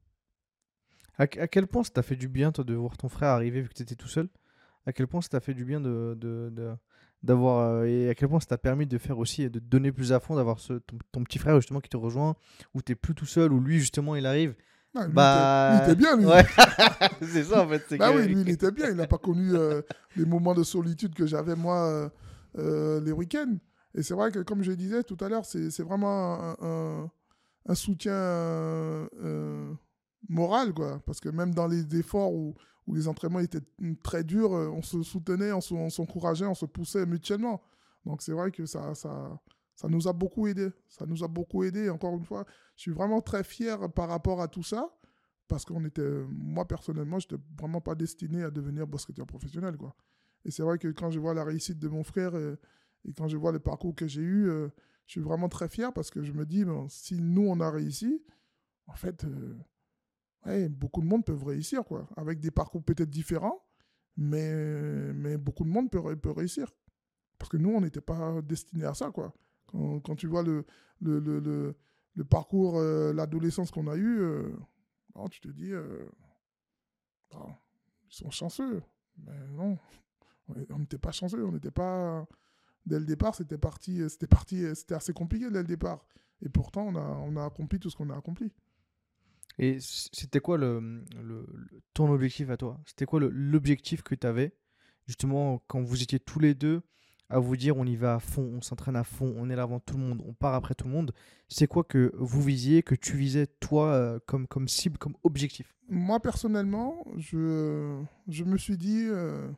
À, à quel point ça t'a fait du bien, toi, de voir ton frère arriver vu que tu étais tout seul? À quel point ça t'a fait du bien de, de, de- d'avoir. Euh, et à quel point ça t'a permis de faire aussi, de te donner plus à fond, d'avoir ce, ton, ton petit frère justement qui te rejoint, où t'es plus tout seul, où lui justement il arrive. Ah, lui, il était, lui, il Bah. était bien, lui. Ouais, c'est ça en fait. C'est Bah que... oui, lui, il était bien. Il n'a pas connu euh, les moments de solitude que j'avais, moi, euh, euh, les week-ends. Et c'est vrai que, comme je disais tout à l'heure, c'est, c'est vraiment un, un- un soutien euh, euh, moral, quoi. Parce que même dans les efforts où, où les entraînements étaient très durs, euh, on se soutenait, on, se- on s'encourageait, on se poussait mutuellement. Donc c'est vrai que ça, ça, ça nous a beaucoup aidé. Ça nous a beaucoup aidé. Et encore une fois, je suis vraiment très fier par rapport à tout ça. Parce qu'on était, moi personnellement, je n'étais vraiment pas destiné à devenir basketteur professionnel, quoi. Et c'est vrai que quand je vois la réussite de mon frère et, et quand je vois le parcours que j'ai eu, euh, je suis vraiment très fier parce que je me dis, ben, si nous on a réussi, en fait, euh, ouais, beaucoup de monde peuvent réussir, quoi. Avec des parcours peut-être différents, mais, mais beaucoup de monde peut, ré- peut réussir. Parce que nous, on n'était pas destiné à ça, quoi. Quand, quand tu vois le, le, le, le, le parcours, euh, l'adolescence qu'on a eu, euh, bon, tu te dis, euh, bon, ils sont chanceux. Mais non, on n'était pas chanceux, on n'était pas... Dès le départ, c'était parti, c'était parti, c'était assez compliqué dès le départ. Et pourtant, on a, on a accompli tout ce qu'on a accompli. Et c- c'était quoi le, le- le- ton objectif à toi? C'était quoi le- l'objectif que tu avais, justement, quand vous étiez tous les deux à vous dire on y va à fond, on s'entraîne à fond, on est là avant tout le monde, on part après tout le monde. C'est quoi que vous visiez, que tu visais toi euh, comme, comme cible, comme objectif? Moi, personnellement, je, je me suis dit, euh,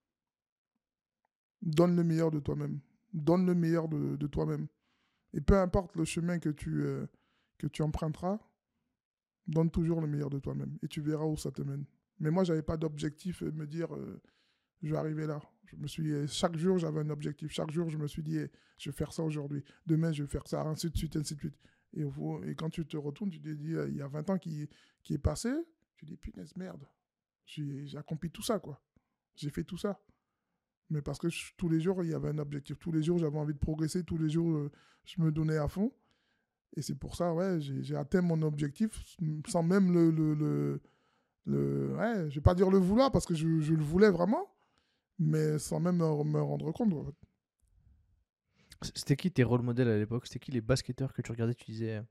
donne le meilleur de toi-même. Donne le meilleur de, de toi-même. Et peu importe le chemin que tu, euh, que tu emprunteras, donne toujours le meilleur de toi-même. Et tu verras où ça te mène. Mais moi, je n'avais pas d'objectif de me dire, euh, je vais arriver là. Je me suis, eh, chaque jour, j'avais un objectif. Chaque jour, je me suis dit, eh, je vais faire ça aujourd'hui. Demain, je vais faire ça, ainsi de suite, ainsi de suite. Et, au fond- et quand tu te retournes, tu te dis, eh, il y a vingt ans qui, qui est passé, tu te dis, punaise, merde. J'ai j'ai accompli tout ça, quoi. J'ai fait tout ça. Mais parce que je- tous les jours, il y avait un objectif. Tous les jours, j'avais envie de progresser. Tous les jours, euh, je me donnais à fond. Et c'est pour ça, ouais, j'ai j'ai atteint mon objectif sans même le... le, le, le ouais, je vais pas dire le vouloir parce que je, je le voulais vraiment, mais sans même me, me rendre compte, en fait. C- C'était qui tes rôles modèles à l'époque? C'était qui les basketteurs que tu regardais, tu disais...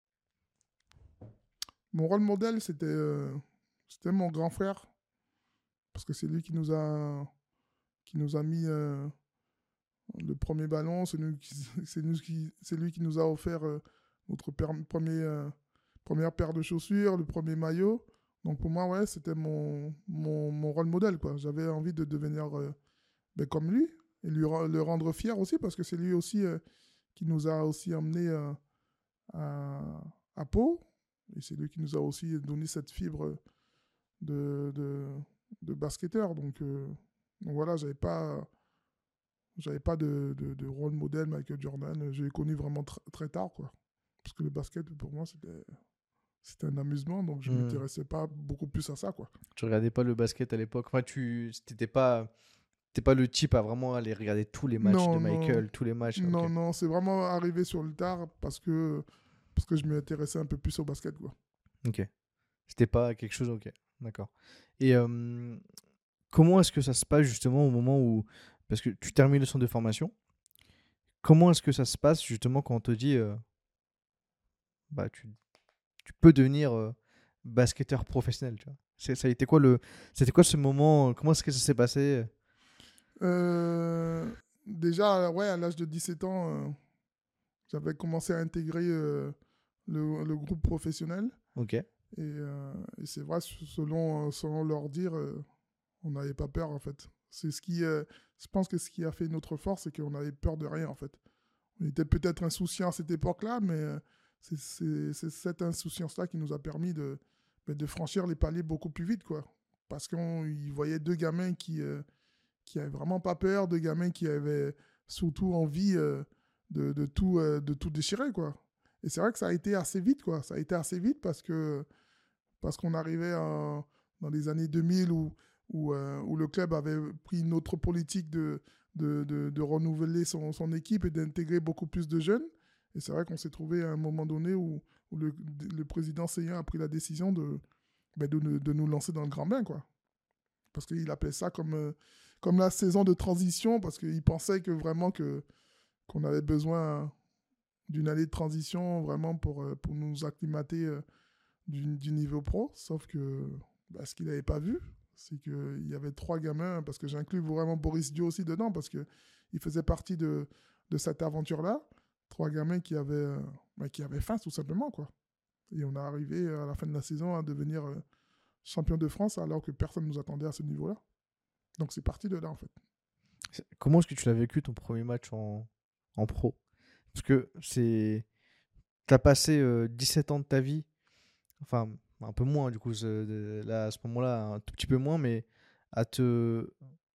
Mon rôle modèle, c'était euh, c'était mon grand frère, parce que c'est lui qui nous a, qui nous a mis euh, le premier ballon, c'est nous qui- c'est nous qui- c'est lui qui nous a offert euh, notre per- premier, euh, première paire de chaussures, le premier maillot. Donc pour moi, ouais, c'était mon, mon, mon rôle modèle, quoi. J'avais envie de devenir euh, ben, comme lui et lui re- le rendre fier aussi, parce que c'est lui aussi euh, qui nous a aussi emmenés euh, à, à Pau. Et c'est lui qui nous a aussi donné cette fibre de, de, de basketteur. Donc, euh, donc voilà, j'avais pas, j'avais pas de, de, de rôle modèle Michael Jordan. Je l'ai connu vraiment tr- très tard, quoi. Parce que le basket, pour moi, c'était, c'était un amusement, donc je ne Hmm. m'intéressais pas beaucoup plus à ça, quoi. Tu regardais pas le basket à l'époque. Enfin, tu t'étais pas, t'es pas le type à vraiment aller regarder tous les matchs de Non, non, Michael, tous les matchs. non, Ok. non, c'est vraiment arrivé sur le tard parce que, parce que je m'intéressais un peu plus au basket, quoi. Ok. C'était pas quelque chose. Ok. D'accord. Et euh, comment est-ce que ça se passe justement au moment où, parce que tu termines le centre de formation, comment est-ce que ça se passe justement quand on te dit, euh, bah tu, tu peux devenir euh, basketteur professionnel, tu vois? C'est, ça a été quoi le, c'était quoi ce moment? Comment est-ce que ça s'est passé? Euh, déjà, ouais, à l'âge de dix-sept ans, euh, j'avais commencé à intégrer euh, le, le groupe professionnel. Ok. Et, euh, et c'est vrai, selon, selon leur dire, euh, on n'avait pas peur, en fait. C'est ce qui, euh, je pense que ce qui a fait notre force, c'est qu'on avait peur de rien, en fait. On était peut-être insouciants à cette époque-là, mais euh, c'est, c'est, c'est cette insouciance-là qui nous a permis de, ben, de franchir les paliers beaucoup plus vite, quoi. parce qu'ils voyaient deux gamins qui, euh, qui avaient vraiment pas peur, deux gamins qui avaient surtout envie euh, de, de, tout, euh, de tout déchirer, quoi. Et c'est vrai que ça a été assez vite, quoi. Ça a été assez vite parce que parce qu'on arrivait en, dans les années deux mille où, où, euh, où le club avait pris une autre politique de, de, de, de renouveler son, son équipe et d'intégrer beaucoup plus de jeunes. Et c'est vrai qu'on s'est trouvé à un moment donné où, où le, le président Seyhan a pris la décision de, ben de, de nous lancer dans le grand bain, quoi. Parce qu'il appelait ça comme, euh, comme la saison de transition, parce qu'il pensait que vraiment que, qu'on avait besoin d'une année de transition vraiment pour, euh, pour nous acclimater euh, du, du niveau pro. Sauf que bah, ce qu'il n'avait pas vu, c'est qu'il y avait trois gamins, parce que j'inclus vraiment Boris Dio aussi dedans, parce qu'il faisait partie de, de cette aventure-là. Trois gamins qui avaient, euh, bah, qui avaient faim, tout simplement, quoi. Et on est arrivé à la fin de la saison à devenir euh, champion de France alors que personne ne nous attendait à ce niveau-là. Donc c'est parti de là, en fait. Comment est-ce que tu l'as vécu ton premier match en, en pro? Parce que c'est... tu as passé euh, dix-sept ans de ta vie, enfin un peu moins du coup, de, là, à ce moment-là, un tout petit peu moins, mais à te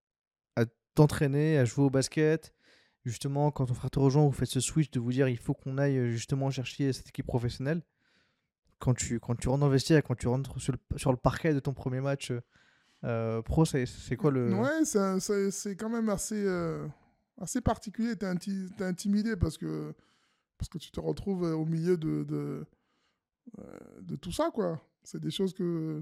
à t'entraîner, à jouer au basket. Justement, quand ton frère te rejoint, vous faites ce switch de vous dire il faut qu'on aille justement chercher cette équipe professionnelle. Quand tu, quand tu rentres dans le vestiaire, quand tu rentres sur le, sur le parquet de ton premier match euh, pro, c'est, c'est quoi le... Ouais, c'est, c'est, c'est quand même assez, euh, assez particulier. T'es, inti- t'es intimidé parce que, parce que tu te retrouves au milieu de, de, euh, de tout ça, quoi. C'est des choses que,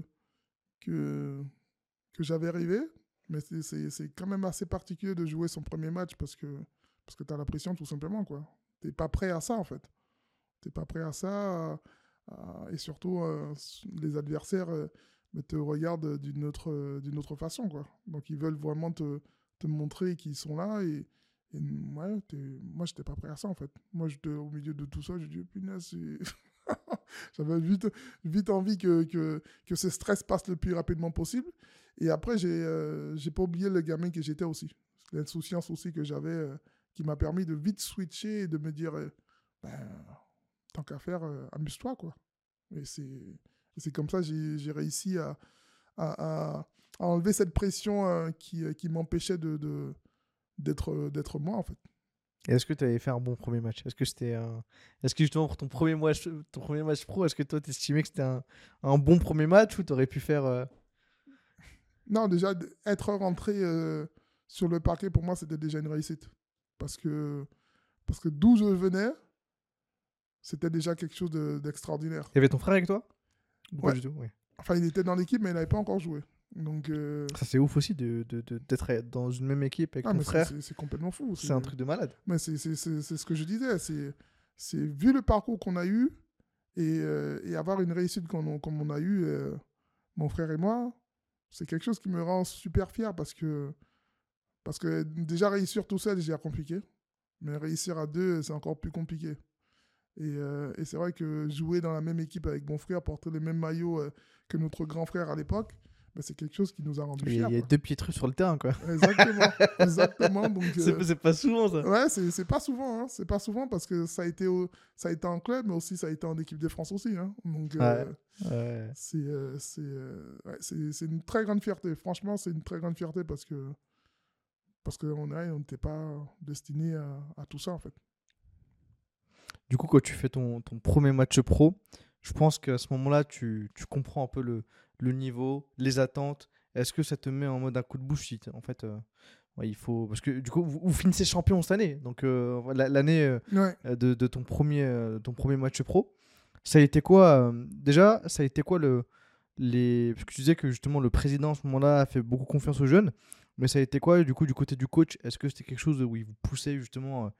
que, que j'avais rêvé, mais c'est, c'est, c'est quand même assez particulier de jouer son premier match parce que, parce que t'as la pression tout simplement, quoi. T'es pas prêt à ça, en fait. T'es pas prêt à ça, à- à- et surtout, euh, les adversaires euh, te regardent d'une autre, euh, d'une autre façon, quoi. Donc, ils veulent vraiment te, te montrer qu'ils sont là, et, et ouais, t'es- moi, j'étais pas prêt à ça, en fait. Moi, j'étais au milieu de tout ça, j'ai dit, punaise, c'est... J'avais vite, vite envie que, que, que ce stress passe le plus rapidement possible. Et après, j'ai euh, j'ai pas oublié le gamin que j'étais aussi. L'insouciance aussi que j'avais, euh, qui m'a permis de vite switcher et de me dire, euh, ben, tant qu'à faire, euh, amuse-toi, quoi. Et c'est, et c'est comme ça que j'ai, j'ai réussi à, à, à, à enlever cette pression euh, qui, euh, qui m'empêchait de, de, d'être, d'être moi, en fait. Et est-ce que tu avais fait un bon premier match? Est-ce que c'était un... Est-ce que justement pour ton premier match, ton premier match pro, est-ce que toi t'estimais que c'était un, un bon premier match ou t'aurais pu faire euh, Non, déjà, d- être rentré euh, sur le parquet, pour moi, c'était déjà une réussite. Parce que, parce que d'où je venais, c'était déjà quelque chose de- d'extraordinaire. Il y avait ton frère avec toi? Ou pas Ouais. du tout, ouais. Enfin, il était dans l'équipe, mais il n'avait pas encore joué. Donc, euh, Ça c'est ouf aussi de, de, de- d'être dans une même équipe avec ah, ton mais c'est- frère. c'est c'est complètement fou. C'est un truc de malade. Mais c'est c'est- c'est- c'est ce que je disais. C'est c'est vu le parcours qu'on a eu et, euh, et avoir une réussite qu'on a- comme on a eu, euh, mon frère et moi, c'est quelque chose qui me rend super fier parce que, parce que déjà réussir tout seul, c'est déjà compliqué. Mais réussir à deux, c'est encore plus compliqué. Et, euh, et c'est vrai que jouer dans la même équipe avec mon frère, porter les mêmes maillots euh, que notre grand frère à l'époque, ben, c'est quelque chose qui nous a rendu Il y a, fiers. il y a quoi. deux pieds sur le terrain, quoi. Exactement, exactement. Donc, C'est, euh, c'est pas souvent ça. ouais, c'est c'est pas souvent, hein. C'est pas souvent parce que ça a été au- ça a été en club, mais aussi ça a été en équipe de France aussi, hein. Donc euh, Ouais. Ouais. c'est euh, c'est euh, ouais, c'est c'est une très grande fierté. Franchement, c'est une très grande fierté parce que parce qu'on on n'était pas destiné à, à tout ça en fait. Du coup, quand tu fais ton, ton premier match pro, je pense qu'à ce moment-là, tu, tu comprends un peu le, le niveau, les attentes. Est-ce que ça te met en mode un coup de bouche si t'es- en fait, euh, ouais, il faut parce que du coup, vous, vous finissez champion cette année, donc euh, la- l'année euh, Ouais. de, de ton premier euh, ton premier match pro. Ça a été quoi euh, déjà? Ça a été quoi le les parce que tu disais que justement le président à ce moment-là a fait beaucoup confiance aux jeunes, mais ça a été quoi du coup du côté du coach? Est-ce que c'était quelque chose où il vous poussait justement euh,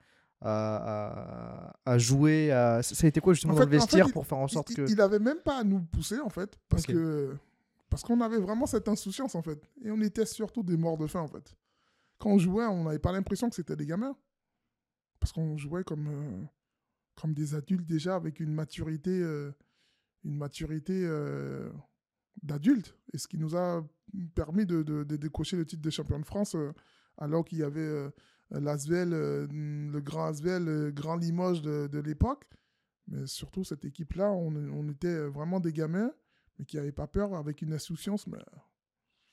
à, à, à jouer à... Ça a été quoi justement En dans fait, le en fait, vestiaire il, pour faire en sorte il, que... il avait même pas à nous pousser en fait parce Ok. que parce qu'on avait vraiment cette insouciance en fait et on était surtout des morts de faim en fait. Quand on jouait, on n'avait pas l'impression que c'était des gamins parce qu'on jouait comme euh, comme des adultes déjà avec une maturité euh, une maturité euh, d'adulte et ce qui nous a permis de, de, de décocher le titre de champion de France euh, alors qu'il y avait euh, l'Asvel, euh, le grand Asvel, le grand Limoges de, de l'époque. Mais surtout, cette équipe-là, on, on était vraiment des gamins, mais qui n'avaient pas peur, avec une insouciance. Mais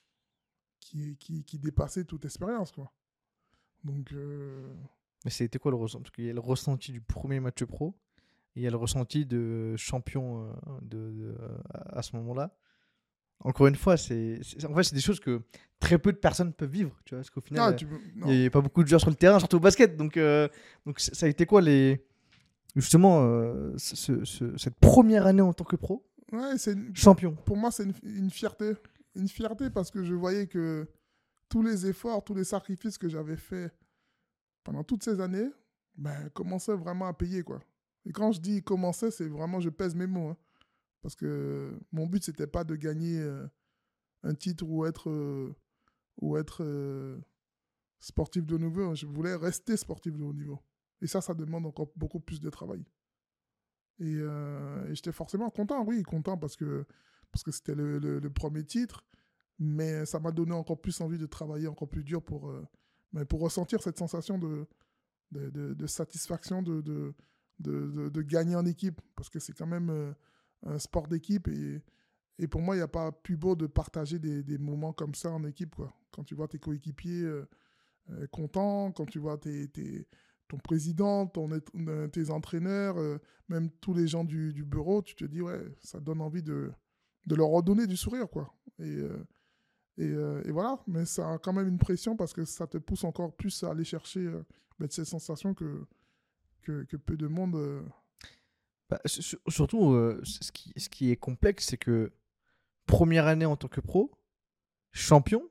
qui, qui, qui dépassait toute expérience, quoi. Donc, euh, Mais c'était quoi le ressenti? Parce qu'il y a le ressenti du premier match pro et il y a le ressenti de champion euh, de, de- à à ce moment-là. Encore une fois, c'est, c'est- en fait, c'est des choses que très peu de personnes peuvent vivre, tu vois, parce qu'au final, ah, euh, tu peux- il non. n'y a pas beaucoup de joueurs sur le terrain, surtout au basket. Donc, euh, donc c- ça a été quoi les, justement, euh, ce- ce- ce- cette première année en tant que pro, Ouais, c'est une- pour, champion. pour moi, c'est une, une fierté. Une fierté parce que je voyais que tous les efforts, tous les sacrifices que j'avais faits pendant toutes ces années, ben, commençaient vraiment à payer, quoi. Et quand je dis commencer, c'est vraiment, je pèse mes mots, hein. Parce que mon but, c'était pas de gagner euh, un titre ou être, euh, ou être euh, sportif de haut niveau. Je voulais rester sportif de haut niveau. Et ça, ça demande encore beaucoup plus de travail. Et, euh, et j'étais forcément content, oui, content parce que parce que c'était le, le- le premier titre, mais ça m'a donné encore plus envie de travailler encore plus dur pour, euh, mais pour ressentir cette sensation de, de, de- de satisfaction de, de, de, de- de gagner en équipe, parce que c'est quand même euh, un sport d'équipe, et, et pour moi, il n'y a pas plus beau de partager des, des moments comme ça en équipe, quoi. Quand tu vois tes coéquipiers euh, euh, contents, quand tu vois tes, tes- ton président, ton, euh, tes entraîneurs, euh, même tous les gens du, du bureau, tu te dis, ouais, ça donne envie de, de leur redonner du sourire, quoi. Et, euh, et, euh, et voilà, mais ça a quand même une pression parce que ça te pousse encore plus à aller chercher euh, ben, ces sensations que, que, que peu de monde. euh, Bah, su- su- surtout, euh, c- ce qui, ce qui est complexe, c'est que première année en tant que pro, champion,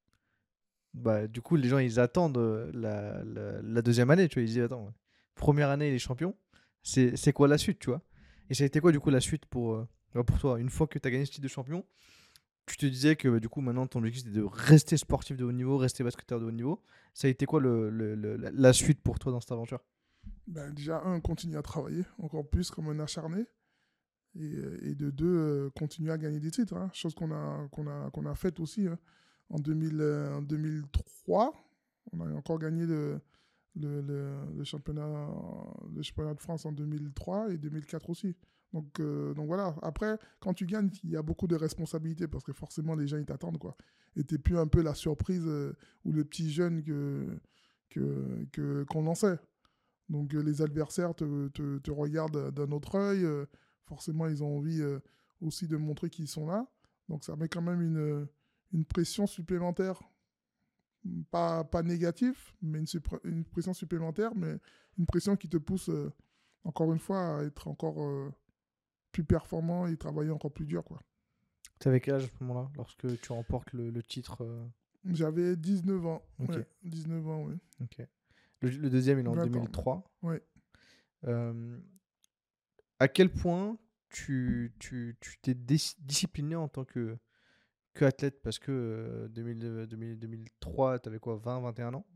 bah, du coup, les gens, ils attendent euh, la, la, la deuxième année, tu vois. Ils disent, attends, ouais, première année, il est champion, c'est c'est quoi la suite, tu vois? Et ça a été quoi, du coup, la suite pour, euh, bah, pour toi? Une fois que tu as gagné ce titre de champion, tu te disais que bah, du coup, maintenant, ton objectif, c'était de rester sportif de haut niveau, rester basketteur de haut niveau. Ça a été quoi le, le- le- la la suite pour toi dans cette aventure? ben, déjà, un, continuer à travailler encore plus comme un acharné. Et, euh, et de deux, euh, continuer à gagner des titres, hein, chose qu'on a, qu'on a, qu'on a faite aussi. Hein. En, deux mille, euh, en deux mille trois, on a encore gagné le, le, le, le championnat, le championnat de France en deux mille trois et deux mille quatre aussi. Donc, euh, donc voilà, après, quand tu gagnes, il y a beaucoup de responsabilités parce que forcément, les gens, ils t'attendent, quoi. Et t'es plus un peu la surprise euh, ou le petit jeune que, que, que, qu'on lançait. Donc, euh, les adversaires te, te, te regardent d'un autre œil. euh, forcément, ils ont envie euh, aussi de montrer qu'ils sont là. Donc, ça met quand même une, une pression supplémentaire. Pas, pas négative, mais une, supr- une pression supplémentaire, mais une pression qui te pousse, euh, encore une fois, à être encore euh, plus performant et travailler encore plus dur, quoi. T'avais quel âge à ce moment-là, lorsque tu remportes le, le titre euh, J'avais dix-neuf ans. Ok, Ouais, dix-neuf ans, oui. ok. Le, le deuxième, il est en vingt ans. deux mille trois. Ouais. Euh, à quel point tu tu, tu t'es dis- discipliné en tant que, que athlète? Parce que euh, deux mille, euh, deux mille, deux mille trois, t'avais quoi, vingt, vingt et un ans?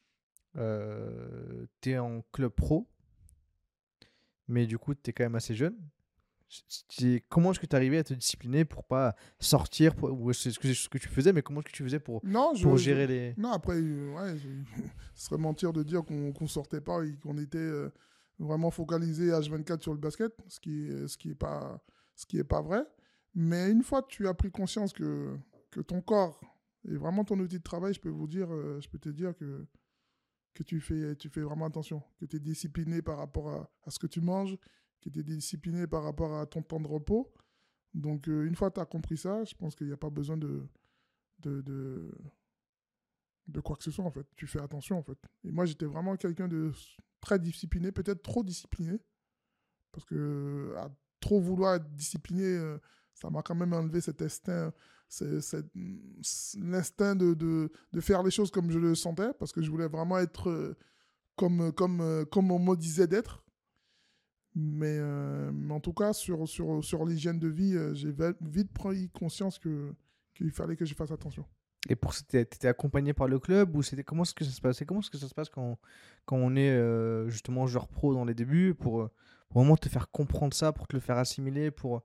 Euh, t'es en club pro, mais du coup, t'es quand même assez jeune. C'est- Comment est-ce que tu arrivais à te discipliner pour pas sortir pour- ou c'est ce que, ce que tu faisais, mais comment est-ce que tu faisais pour, Non, je, pour je- gérer les... non, après, euh, ouais, je- ce serait mentir de dire qu'on qu'on sortait pas et qu'on était euh, vraiment focalisé H vingt-quatre sur le basket, ce qui est, ce qui est pas, ce qui est pas vrai. Mais une fois que tu as pris conscience que, que ton corps est vraiment ton outil de travail, je peux vous dire, euh, je peux te dire que, que tu fais, tu fais vraiment attention, que tu es discipliné par rapport à, à ce que tu manges, que tu es discipliné par rapport à ton temps de repos. Donc, euh, une fois que tu as compris ça, je pense qu'il n'y a pas besoin de, de, de, de quoi que ce soit, en fait. Tu fais attention, en fait. Et moi, j'étais vraiment quelqu'un de très discipliné, peut-être trop discipliné, parce que à trop vouloir être discipliné, euh, ça m'a quand même enlevé cet instinct, c'est- c'est- l'instinct de, de, de faire les choses comme je le sentais, parce que je voulais vraiment être euh, comme, comme, euh, comme on me disait d'être. Mais, euh, mais en tout cas, sur, sur, sur l'hygiène de vie, euh, j'ai ve- vite pris conscience que, qu'il fallait que je fasse attention. Et pour ça, t'étais t'étais accompagné par le club ou c'était comment est-ce que ça se passait? Comment est-ce que ça se passe quand, quand on est euh, justement joueur pro dans les débuts pour, euh, pour vraiment te faire comprendre ça, pour te le faire assimiler, pour...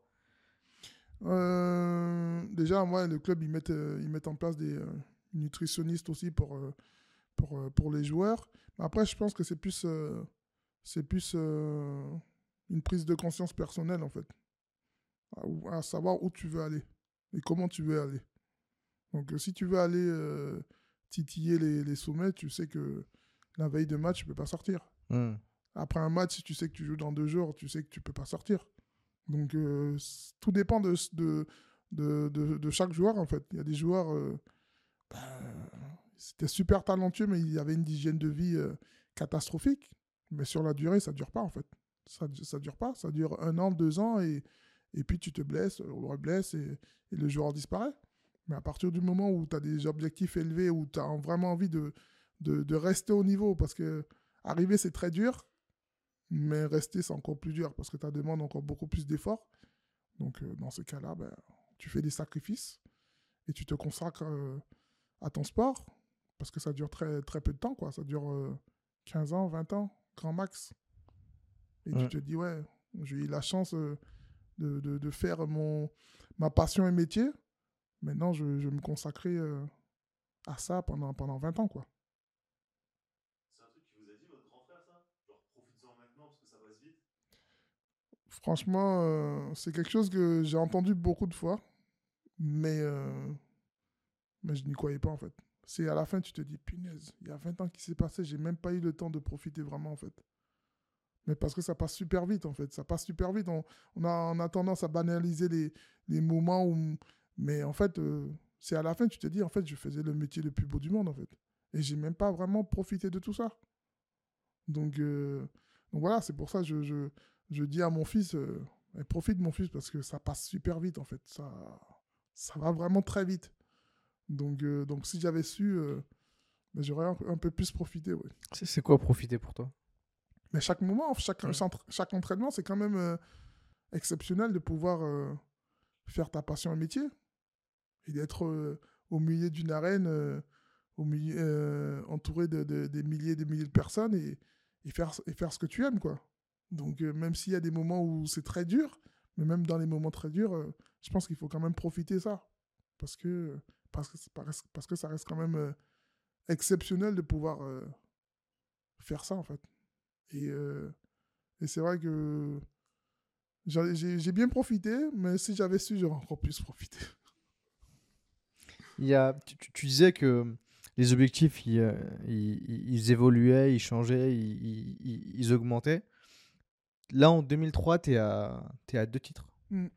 Euh, déjà, moi, le club, ils mettent, euh, ils mettent en place des euh, nutritionnistes aussi pour, euh, pour, euh, pour les joueurs. Mais après, je pense que c'est plus, euh, c'est plus euh, une prise de conscience personnelle, en fait. À, à savoir où tu veux aller et comment tu veux aller. Donc, euh, si tu veux aller euh, titiller les, les sommets, tu sais que la veille de match, tu peux pas sortir. Hmm. Après un match, si tu sais que tu joues dans deux jours, tu sais que tu peux pas sortir. Donc, euh, c- tout dépend de, de, de, de, de chaque joueur, en fait. Il y a des joueurs, euh, ben, c'était super talentueux, mais il y avait une hygiène de vie euh, catastrophique. Mais sur la durée, ça dure pas, en fait. Ça, ça dure pas. Ça dure un an, deux ans, et, et puis tu te blesses, on le reblesse, et, et le joueur disparaît. Mais à partir du moment où tu as des objectifs élevés, où tu as vraiment envie de, de, de rester au niveau, parce que arriver, c'est très dur, mais rester, c'est encore plus dur, parce que ça demande encore beaucoup plus d'efforts. Donc, euh, dans ce cas-là, ben, tu fais des sacrifices et tu te consacres euh, à ton sport, parce que ça dure très, très peu de temps, quoi. Ça dure euh, quinze ans, vingt ans, grand max. Et tu Ouais. te dis, ouais, j'ai eu la chance euh, de, de, de faire mon, ma passion et métier. Maintenant, je, je vais me consacrer euh, à ça pendant, pendant vingt ans, quoi. C'est un truc qui vous a dit, votre grand frère, ça? Genre, profites-en maintenant parce que ça passe vite. Franchement, euh, c'est quelque chose que j'ai entendu beaucoup de fois, mais, euh, mais je n'y croyais pas, en fait. C'est à la fin, tu te dis, punaise, il y a vingt ans qui s'est passé, j'ai même pas eu le temps de profiter vraiment, en fait. Mais parce que ça passe super vite, en fait. Ça passe super vite. On, on a, on a tendance à banaliser les, les moments où... Mais en fait, euh, c'est à la fin, tu te dis, en fait, je faisais le métier le plus beau du monde, en fait. Et j'ai même pas vraiment profité de tout ça. Donc, euh, donc voilà, c'est pour ça que je, je, je dis à mon fils, euh, eh, profite mon fils, parce que ça passe super vite, en fait. Ça, ça va vraiment très vite. Donc, euh, donc si j'avais su, euh, ben, j'aurais un, un peu plus profité, ouais. C'est c'est quoi profiter pour toi? Mais chaque moment, chaque, Ouais. chaque, chaque entraînement, c'est quand même euh, exceptionnel de pouvoir euh, faire ta passion un métier et d'être euh, au milieu d'une arène, euh, au milieu, euh, entouré de, de- des milliers et des milliers de personnes et, et faire, et faire ce que tu aimes, quoi. Donc, euh, même s'il y a des moments où c'est très dur, mais même dans les moments très durs, euh, je pense qu'il faut quand même profiter ça. Parce que, parce que, parce que- parce que ça reste quand même euh, exceptionnel de pouvoir euh, faire ça, en fait. Et, euh, et c'est vrai que j'ai j'ai- j'ai bien profité, mais si j'avais su, j'aurais encore plus profité. Il y a, tu, tu- tu disais que les objectifs, ils, euh, ils- ils évoluaient, ils changeaient, ils, ils- ils- ils augmentaient. Là, en deux mille trois, tu es à, t'es à deux titres. Mm.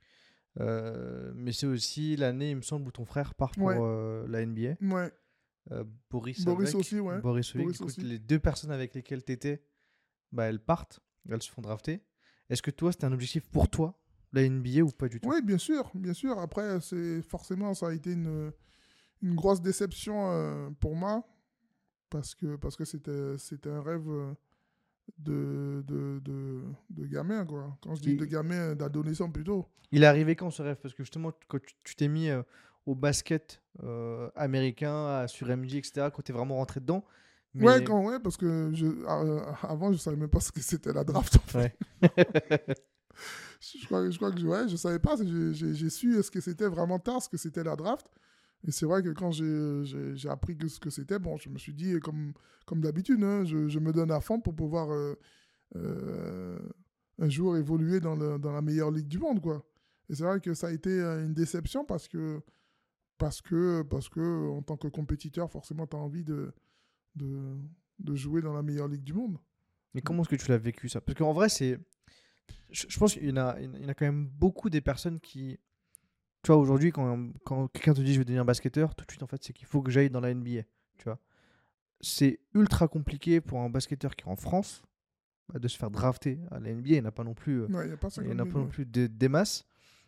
Euh, mais c'est aussi l'année, il me semble, où ton frère part Ouais, pour euh, la N B A. ouais. Euh, Boris Boris avec. aussi, ouais. Boris avec. Du Boris coup, aussi. les deux personnes avec lesquelles tu étais, bah, elles partent. Elles se font drafter. Est-ce que toi, c'était un objectif pour toi, la N B A, ou pas du tout? Oui, bien sûr, bien sûr. Après, c'est forcément, ça a été une, une grosse déception euh, pour moi parce que parce que c'était c'était un rêve euh, de, de, de, de gamin, quoi. Quand je dis de Il, gamin, d'adolescent plutôt. il est arrivé quand ce rêve? Parce que justement, quand tu tu t'es mis euh, au basket euh, américain, à- sur M J, et cetera, quand tu es vraiment rentré dedans. Ouais, Mais. quand, ouais, parce que je, euh, avant, je savais même pas ce que c'était la draft, en fait. Ouais. Je crois, je crois que je, ouais, je savais pas. J'ai j'ai- j'ai su ce que c'était vraiment tard, ce que c'était la draft. Et c'est vrai que quand j'ai j'ai- j'ai appris que ce que c'était, bon, je me suis dit, comme, comme d'habitude, hein, je, je me donne à fond pour pouvoir euh, euh, un jour évoluer dans, le- dans la meilleure ligue du monde, quoi. Et c'est vrai que ça a été euh, une déception parce que, parce que, parce que en tant que compétiteur, forcément, tu as envie de, de, de jouer dans la meilleure ligue du monde. Mais comment est-ce que tu l'as vécu ça? Parce qu'en vrai, c'est. Je, je pense qu'il y en a, il y en a quand même beaucoup des personnes qui. Tu vois, aujourd'hui, quand, quand quelqu'un te dit je vais devenir basketteur, tout de suite, en fait, c'est qu'il faut que j'aille dans la N B A. Tu vois. C'est ultra compliqué pour un basketteur qui est en France bah, de se faire drafter à la N B A. Il n'y en a pas non plus, euh, Ouais, il n'y a pas il y en cinquante a pas mille. non Ouais. plus des, des masses.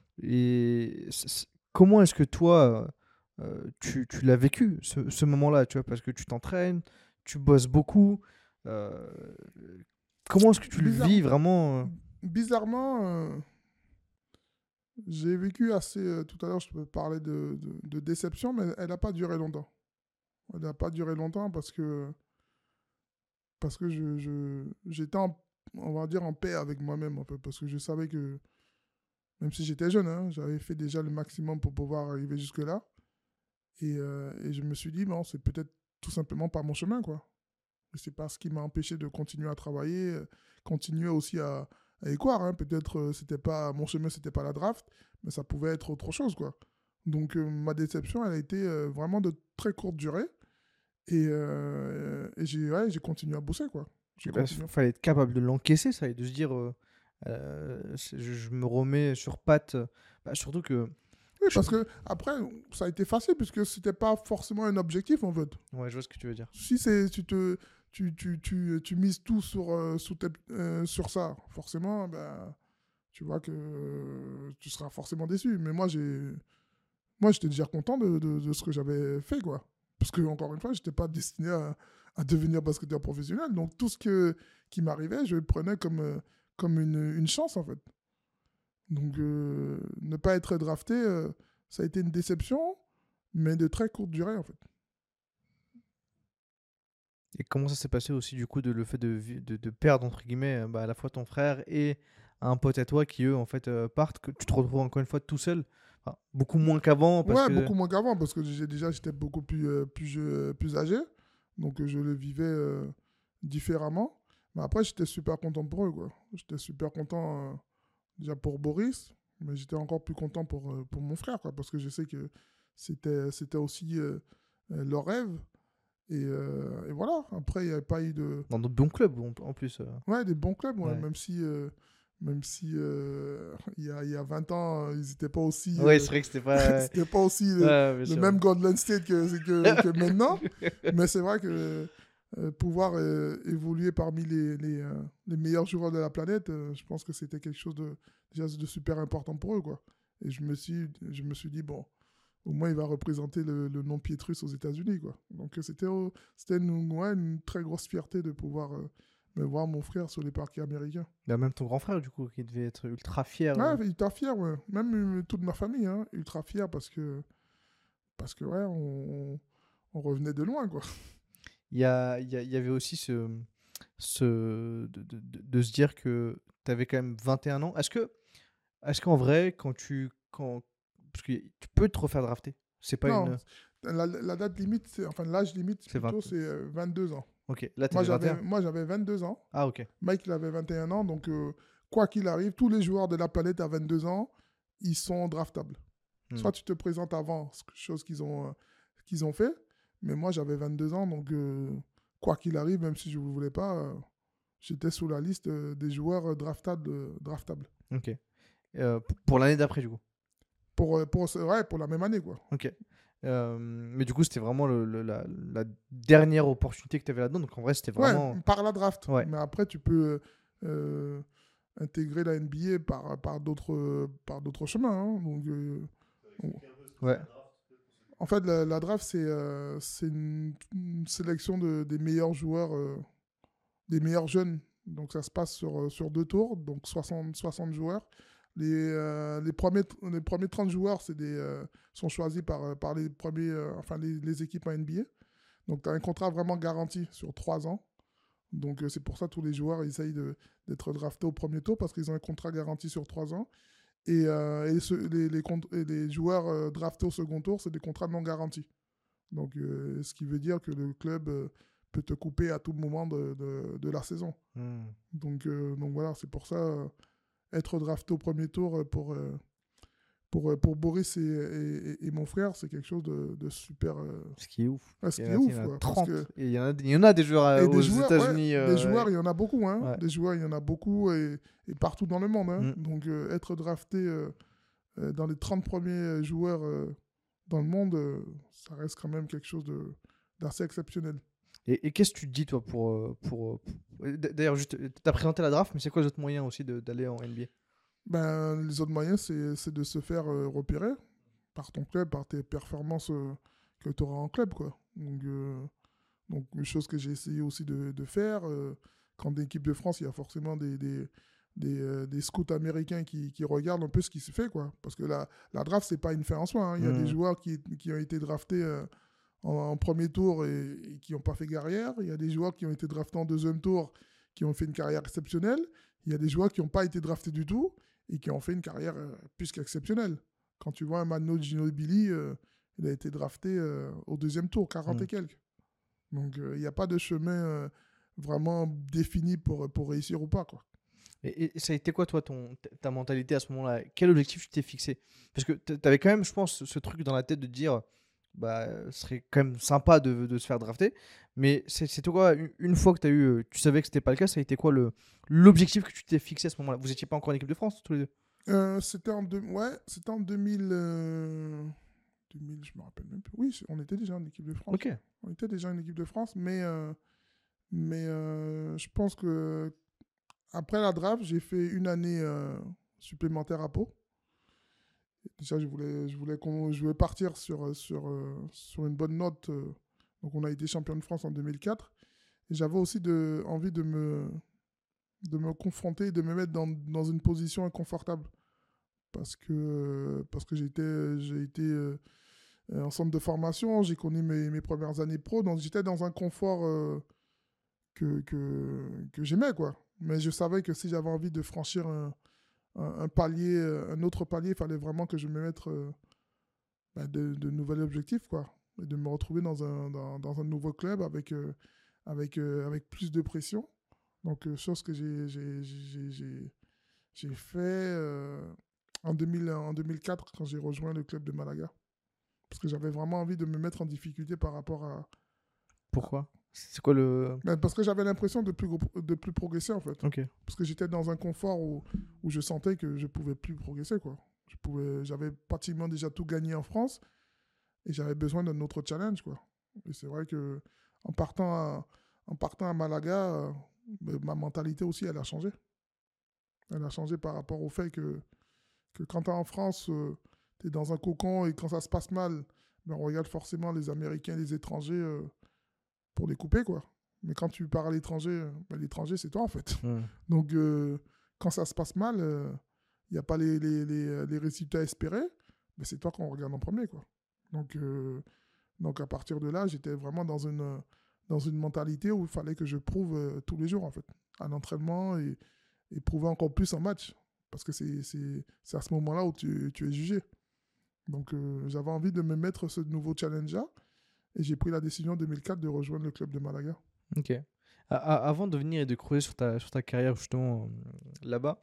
Et c'est- c'est- comment est-ce que toi, euh, tu, tu l'as vécu, ce, ce moment-là, tu vois, parce que tu t'entraînes, tu bosses beaucoup. euh, comment est-ce que tu le Bizarre- vis vraiment euh bizarrement, euh, j'ai vécu assez. euh, tout à l'heure, je peux parler de, de, de déception, mais elle n'a pas duré longtemps. Elle n'a pas duré longtemps parce que, parce que je, je- j'étais, en- on va dire, en paix avec moi-même, un peu. Parce que je savais que, même si j'étais jeune, hein, j'avais fait déjà le maximum pour pouvoir arriver jusque-là. Et, euh, et je me suis dit, non, c'est peut-être tout simplement pas mon chemin, quoi. Et c'est pas ce qui m'a empêché de continuer à travailler, euh, continuer aussi à, à y croire, hein. Peut-être euh, c'était pas mon chemin, c'était pas la draft, mais ça pouvait être autre chose, quoi. Donc, euh, ma déception, elle a été euh, vraiment de très courte durée. Et, euh, et j'ai ouais, j'ai continué à bosser, quoi. J'ai Il bah, continué. fallait être capable de l'encaisser, ça, et de se dire, euh, euh, c'est- je, je me remets sur pattes. euh, bah, surtout que. Oui, je- parce que après, ça a été facile, puisque c'était pas forcément un objectif, en fait. Ouais, je vois ce que tu veux dire. Si c'est, tu, te, tu, tu, tu, tu mises tout sur, euh, sous tes- euh, sur ça, forcément, ben, tu vois que euh, tu seras forcément déçu. Mais moi, j'ai, moi j'étais déjà content de, de, de ce que j'avais fait, quoi. Parce que, encore une fois, je n'étais pas destiné à, à devenir basketteur professionnel. Donc, tout ce que, qui m'arrivait, je le prenais comme, euh, comme une, une chance, en fait. Donc, euh, ne pas être drafté, euh, ça a été une déception, mais de très courte durée, en fait. Et comment ça s'est passé aussi, du coup, de, le fait de, vi- de, de perdre, entre guillemets, euh, bah, à la fois ton frère et un pote à toi qui, eux, en fait, euh, partent, que tu te retrouves encore une fois tout seul. Enfin, beaucoup moins qu'avant, parce Ouais, que. beaucoup moins qu'avant, parce que j'ai- déjà, j'étais beaucoup plus, euh, plus, je- plus âgé. Donc, euh, je le vivais euh, différemment. Mais après, j'étais super content pour eux, quoi. J'étais super content, euh, déjà pour Boris, mais j'étais encore plus content pour, euh, pour mon frère, quoi, parce que je sais que c'était, c'était aussi euh, euh, leur rêve. Et, euh, et voilà, après, il n'y avait pas eu de... Dans d'autres bons clubs, en, en plus. euh. Ouais, des bons clubs, ouais, Ouais. même si, euh, même si euh, il y a, il y a vingt ans, euh, ils n'étaient pas aussi... Ouais, euh, c'est vrai que c'était pas. c'était pas aussi le, Ouais, bien le sûr. même Golden State que, que, que maintenant. Mais c'est vrai que euh, pouvoir euh, évoluer parmi les, les, euh, les meilleurs joueurs de la planète, euh, je pense que c'était quelque chose de, déjà de super important pour eux, quoi. Et je me suis, je me suis dit, bon, au moins il va représenter le, le nom Pietrus aux États-Unis, quoi. Donc euh, c'était, euh, c'était une, ouais, une très grosse fierté de pouvoir euh, me voir mon frère sur les parquets américains. Bah, même ton grand frère, du coup, qui devait être ultra fier. euh. Ouais, ultra fier, ouais. Même euh, toute ma famille, hein, ultra fier parce que, parce que ouais, on, on revenait de loin, quoi. Il y, a, il y, a- il y avait aussi ce. ce de, de- de- de se dire que tu avais quand même vingt et un ans. Est-ce que. Est-ce qu'en vrai, quand tu. Quand, parce que tu peux te refaire drafter. C'est pas Non, une. la, la date limite, c'est, enfin l'âge limite C'est vingt. plutôt, c'est euh, vingt-deux ans. Ok, là, Moi t'avais vingt et j'avais, un. moi, j'avais vingt-deux ans. Ah, ok. Mike, il avait vingt et un ans. Donc, euh, quoi qu'il arrive, tous les joueurs de la planète à vingt-deux ans, ils sont draftables. Hmm. Soit tu te présentes avant, ce- chose qu'ils ont, euh, qu'ils ont fait. Mais moi, j'avais vingt-deux ans. Donc, euh, quoi qu'il arrive, même si je ne voulais pas, euh, j'étais sous la liste euh, des joueurs euh, draftables. euh, draftables. Ok. Euh, p- pour l'année d'après, du coup. Pour, euh, pour, ouais, pour la même année, quoi. Ok. Euh, mais du coup, c'était vraiment le, le- la, la dernière opportunité que tu avais là-dedans. Donc en vrai, c'était vraiment. Ouais, par la draft. Ouais. Mais après, tu peux euh, intégrer la N B A par, par d'autres par d'autres chemins. hein. Donc, euh, on- Expliquez un peu ce que Ouais. c'est la draft, peut-être, pour ceux qui- en fait, la, la draft, c'est euh, c'est une, une sélection de, des meilleurs joueurs, euh, des meilleurs jeunes. Donc, ça se passe sur, euh, sur deux tours, donc soixante, soixante joueurs. Les, euh, les, premiers, les premiers trente joueurs c'est des, euh, sont choisis par, euh, par les, premiers, euh, enfin, les, les équipes en N B A. Donc, tu as un contrat vraiment garanti sur trois ans. Donc, euh, c'est pour ça que tous les joueurs essayent de- d'être draftés au premier tour parce qu'ils ont un contrat garanti sur trois ans. Et, euh, et, ce- les, les, cont- et les joueurs euh, draftés au second tour, c'est des contrats non garantis. Donc, euh, ce qui veut dire que le club euh, peut te couper à tout moment de, de, de la saison. Hmm. Donc, euh, donc voilà, c'est pour ça, euh, être drafté au premier tour euh, pour, euh, pour, euh, pour Boris et, et- et mon frère, c'est quelque chose de, de super. euh, Ce qui est ouf. ouais, ce Il qui y est en a- il ouf. y en a quoi, parce trente. que- Et il y en a, il y en a des joueurs euh, et aux des joueurs, ouais, États-Unis. des euh, joueurs, il y en a beaucoup. Hein. Ouais. Des joueurs, il y en a beaucoup et, et partout dans le monde. Hein. Mm. Donc, euh, être drafté euh, euh, dans les trente premiers joueurs euh, dans le monde, euh, ça reste quand même quelque chose de- d'assez exceptionnel. Et, et qu'est-ce que tu te dis, toi, pour. euh, pour, euh, pour- D- D'ailleurs, juste, tu as présenté la draft, mais c'est quoi les autres moyens aussi de- d'aller en N B A? Ben, les autres moyens, c'est c'est de se faire euh, repérer par ton club, par tes performances euh, que tu auras en club. Quoi. Donc, euh, donc, une chose que j'ai essayé aussi de, de faire, euh, quand dans l'équipe de France, il y a forcément des, des, des, euh, des scouts américains qui, qui regardent un peu ce qui se fait. Quoi. Parce que la, la draft, c'est pas une fin en soi. hein. Il y a Mhm. des joueurs qui, qui ont été draftés euh, en, en premier tour et, et qui n'ont pas fait carrière. Il y a des joueurs qui ont été draftés en deuxième tour qui ont fait une carrière exceptionnelle. Il y a des joueurs qui n'ont pas été draftés du tout et qui ont fait une carrière euh, plus qu'exceptionnelle. Quand tu vois un Manu Ginobili, euh, il a été drafté euh, au deuxième tour, quarante Mhm. et quelques. Donc, il n'y a pas de chemin euh, vraiment défini pour, pour réussir ou pas. Quoi. Et, et ça a été quoi, toi, ton, ta ta mentalité à ce moment-là? Quel objectif tu t'es fixé? Parce que tu avais quand même, je pense, ce truc dans la tête de te dire, bah, euh, ce serait quand même sympa de, de se faire drafter. Mais c'est- c'était quoi, une, une fois que tu as eu, euh, tu savais que c'était pas le cas, ça a été quoi le, l'objectif que tu t'es fixé à ce moment-là? Vous étiez pas encore en équipe de France, tous les deux? Euh, c'était en, deux- ouais, c'était en deux mille, euh, deux mille, je me rappelle même plus. Oui, c'est- on était déjà en équipe de France. Ok. On était déjà en équipe de France, mais, euh, mais euh, je pense que après la draft, j'ai fait une année euh, supplémentaire à Pau. Déjà, je voulais, je voulais, qu'on, je voulais partir sur, sur, euh, sur une bonne note. euh. Donc, on a été champion de France en deux mille quatre. Et j'avais aussi de, envie de me, de me confronter, de me mettre dans, dans une position inconfortable. Parce que, parce que j'ai été, j'ai été euh, en centre de formation, j'ai connu mes, mes premières années pro. Donc, j'étais dans un confort euh, que, que, que j'aimais, quoi. Mais je savais que si j'avais envie de franchir un, un, un palier, euh, un autre palier, il fallait vraiment que je me mette euh, bah, de, de nouveaux objectifs, quoi. Et de me retrouver dans un, dans, dans un nouveau club avec, euh, avec, euh, avec plus de pression. Donc, euh, chose que j'ai, j'ai, j'ai, j'ai, j'ai fait euh, en, deux mille, en deux mille quatre quand j'ai rejoint le club de Malaga. Parce que j'avais vraiment envie de me mettre en difficulté par rapport à... Pourquoi? C'est quoi le. Ben, parce que j'avais l'impression de plus, gros- de plus progresser, en fait. Ok. Parce que j'étais dans un confort où, où je sentais que je pouvais plus progresser, quoi. Je pouvais, j'avais pratiquement déjà tout gagné en France et j'avais besoin d'un autre challenge, quoi. Et c'est vrai que en partant à, en partant à Malaga, euh, ben, ma mentalité aussi, elle a changé. Elle a changé par rapport au fait que, que quand tu es en France, tu es dans un cocon et quand ça se passe mal, ben, on regarde forcément les Américains, les étrangers euh, pour les couper, quoi. Mais quand tu pars à l'étranger, euh, ben, l'étranger, c'est toi, en fait. Hmm. Donc, euh, quand ça se passe mal, il n'y a pas les, les, les, les résultats espérés, mais c'est toi qu'on regarde en premier, quoi. Donc, euh, donc, à partir de là, j'étais vraiment dans une, dans une mentalité où il fallait que je prouve euh, tous les jours, en fait, à l'entraînement et, et prouver encore plus en match. Parce que c'est, c'est, c'est à ce moment-là où tu, tu es jugé. Donc, euh, j'avais envie de me mettre ce nouveau challenge-là. Et j'ai pris la décision en deux mille quatre de rejoindre le club de Malaga. Ok. A- a- avant de venir et de creuser sur ta, sur ta carrière justement euh, là-bas,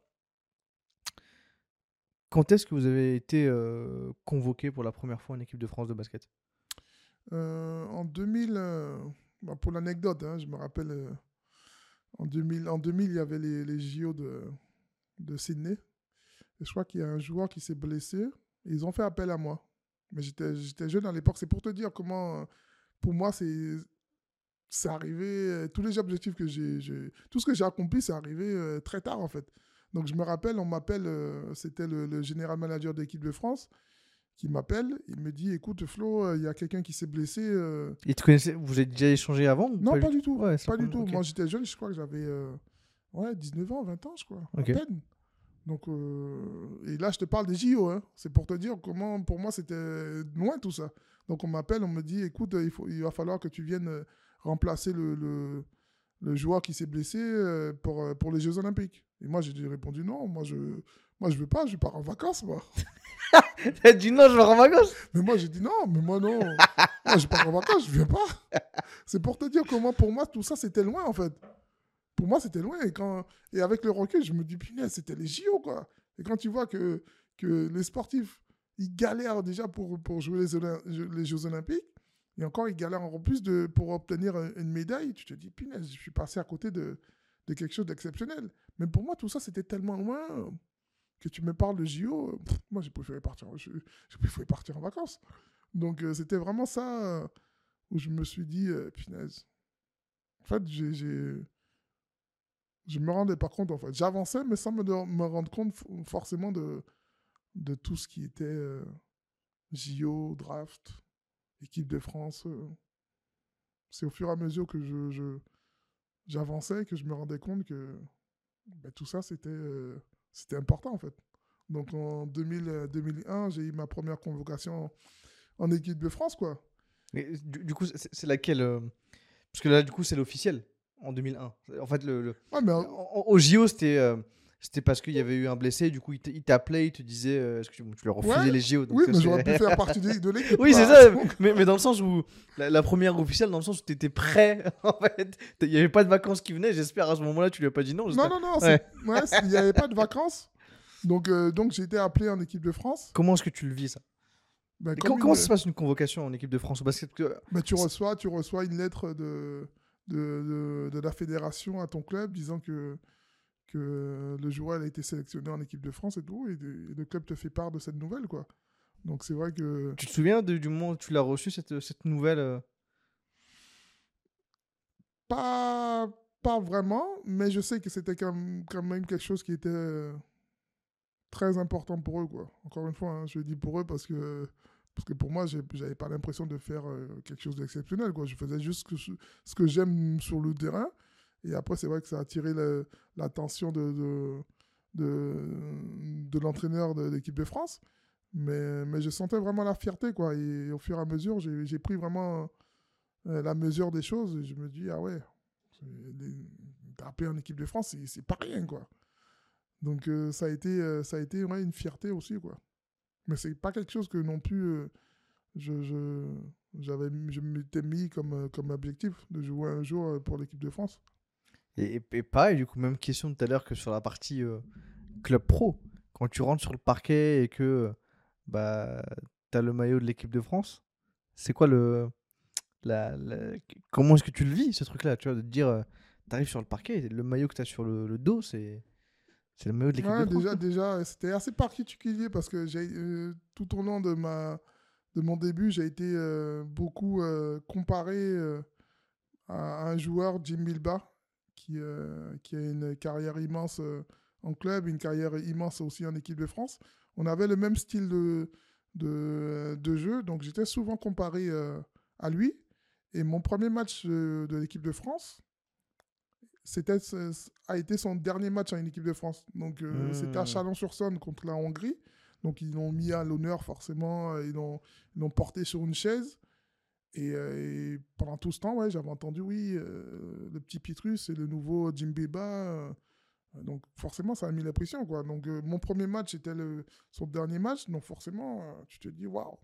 quand est-ce que vous avez été euh, convoqué pour la première fois en équipe de France de basket? Euh, en deux mille, euh, bah, pour l'anecdote, hein, je me rappelle, euh, en, deux mille, en deux mille, il y avait les, les J O de, de Sydney. Et je crois qu'il y a un joueur qui s'est blessé. Et ils ont fait appel à moi. Mais j'étais, j'étais jeune à l'époque. C'est pour te dire comment, euh, pour moi, c'est, c'est arrivé. euh, tous les objectifs que j'ai, j'ai- tout ce que j'ai accompli, c'est arrivé euh, très tard, en fait. Donc je me rappelle, on m'appelle, euh, c'était le, le général manager de l'équipe de France qui m'appelle. Il me dit, écoute, Flo, euh, il y a quelqu'un qui s'est blessé. euh, Et tu connaissais, vous avez déjà échangé avant ou Non, pas du tout. Ouais, c'est Pas la du tout. première- ok. Moi, j'étais jeune, je crois que j'avais euh, ouais, dix-neuf ans, vingt ans, je crois, Ok. à peine. Donc, euh, et là, je te parle des J O. Hein. C'est pour te dire comment, pour moi, c'était loin tout ça. Donc, on m'appelle, on me dit, écoute, il, faut, il va falloir que tu viennes euh, remplacer le, le, le joueur qui s'est blessé euh, pour, euh, pour les Jeux Olympiques. Et moi, j'ai répondu non, moi, je moi, je veux pas, je pars en vacances, moi. T'as dit non, je vais en vacances. Mais moi, j'ai dit non, mais moi, non. Moi, je pars en vacances, je viens pas. C'est pour te dire comment, pour moi, tout ça, c'était loin, en fait. Pour moi, c'était loin. Et, quand... et avec le recul, je me dis, punaise, c'était les J O, quoi. Et quand tu vois que, que les sportifs, ils galèrent déjà pour, pour jouer les, Olymp... les Jeux Olympiques, et encore, ils galèrent encore plus de... pour obtenir une médaille, tu te dis, punaise, je suis passé à côté de, de quelque chose d'exceptionnel. Mais pour moi, tout ça, c'était tellement loin que tu me parles de J O. Pff, moi, j'ai préféré partir, je... j'ai préféré partir en vacances. Donc, euh, c'était vraiment ça euh, où je me suis dit, euh, punaise. En fait, j'ai... j'ai... Je me rendais pas compte, en fait. J'avançais, mais sans me, de- me rendre compte f- forcément de, de tout ce qui était euh, J O, draft, équipe de France. euh. C'est au fur et à mesure que je, je- j'avançais que je me rendais compte que ben, tout ça, c'était, euh, c'était important, en fait. Donc, en deux mille, euh, deux mille un, j'ai eu ma première convocation en équipe de France, quoi. Mais du, du coup, c'est c'est laquelle euh, Parce que là, du coup, c'est l'officiel en deux mille un. En fait, le, le- Ouais, mais en- en- au J O, c'était euh, C'était parce qu'il y avait eu un blessé, du coup, il t- il t'appelait, il te disait. Euh, est-ce que tu, tu lui as refusé Ouais, les J O. Donc oui, ça, mais c'est- j'aurais pu faire partie de, de l'équipe. Oui, c'est quoi. ça. Donc, Mais, mais dans le sens où. La, la première officielle, dans le sens où tu étais prêt, en fait. Il n'y avait pas de vacances qui venaient, j'espère. À ce moment-là, tu lui as pas dit non. non, j'espère. non, non, Ouais. c'est- ouais, c'est- il n'y avait pas de vacances. Donc, euh, donc j'ai été appelé en équipe de France. Comment est-ce que tu le vis, ça? Ben, Et comme com- comment une- ça se passe une convocation en équipe de France au basket? Que- ben, tu, c'est- reçois, tu reçois une lettre de, de, de, de la fédération à ton club disant que, que le joueur a été sélectionné en équipe de France et tout. Et, de- et le club te fait part de cette nouvelle, quoi. Donc c'est vrai que Tu te souviens de- du moment où tu l'as reçu, cette, cette nouvelle euh, pas, pas vraiment, mais je sais que c'était quand même, quand même quelque chose qui était euh, très important pour eux, quoi. Encore une fois, hein, je dis pour eux parce que, parce que pour moi, j'ai- j'avais pas l'impression de faire euh, quelque chose d'exceptionnel, quoi. Je faisais juste ce que, je- ce que j'aime sur le terrain. Et après, c'est vrai que ça a attiré le- l'attention de, de, de, de l'entraîneur de l'équipe de France. Mais, mais je sentais vraiment la fierté, quoi. Et au fur et à mesure, j'ai j'ai pris vraiment euh, la mesure des choses. Et je me dis, ah ouais, c'est- les- t'as appelé en équipe de France, c'est- c'est pas rien, quoi. Donc euh, ça a été, euh, ça a été ouais, une fierté aussi, quoi. Mais c'est pas quelque chose que non plus euh, je, je, j'avais, je m'étais mis comme, euh, comme objectif de jouer un jour euh, pour l'équipe de France. et, et, et pareil, du coup, même question tout à l'heure que sur la partie euh, club pro. Quand tu rentres sur le parquet et que bah, tu as le maillot de l'équipe de France, c'est quoi le. La, la- Comment est-ce que tu le vis, ce truc-là? Tu vois, de te dire, tu arrives sur le parquet, et le maillot que tu as sur le, le dos, c'est c'est le maillot de l'équipe de Ouais, France. déjà, quoi. déjà, c'était assez particulier parce que j'ai, euh, tout au long de, ma, de mon début, j'ai été euh, beaucoup euh, comparé euh, à un joueur, Jim Milba, qui, euh, qui a une carrière immense euh, en club, une carrière immense aussi en équipe de France. On avait le même style de, de, de jeu, donc j'étais souvent comparé euh, à lui. Et mon premier match euh, de l'équipe de France, c'était, a été son dernier match en équipe de France. Donc euh, c'était à Hmm. Chalon-sur-Saône contre la Hongrie. Donc ils l'ont mis à l'honneur forcément, euh, ils l'ont, ils l'ont porté sur une chaise. Et, euh, et pendant tout ce temps, ouais, j'avais entendu, oui, euh, le petit Pietrus, c'est le nouveau Jim Beba. euh, donc forcément, ça a mis la pression, quoi. Donc euh, mon premier match était le, son dernier match. Donc forcément, euh, tu te dis, waouh,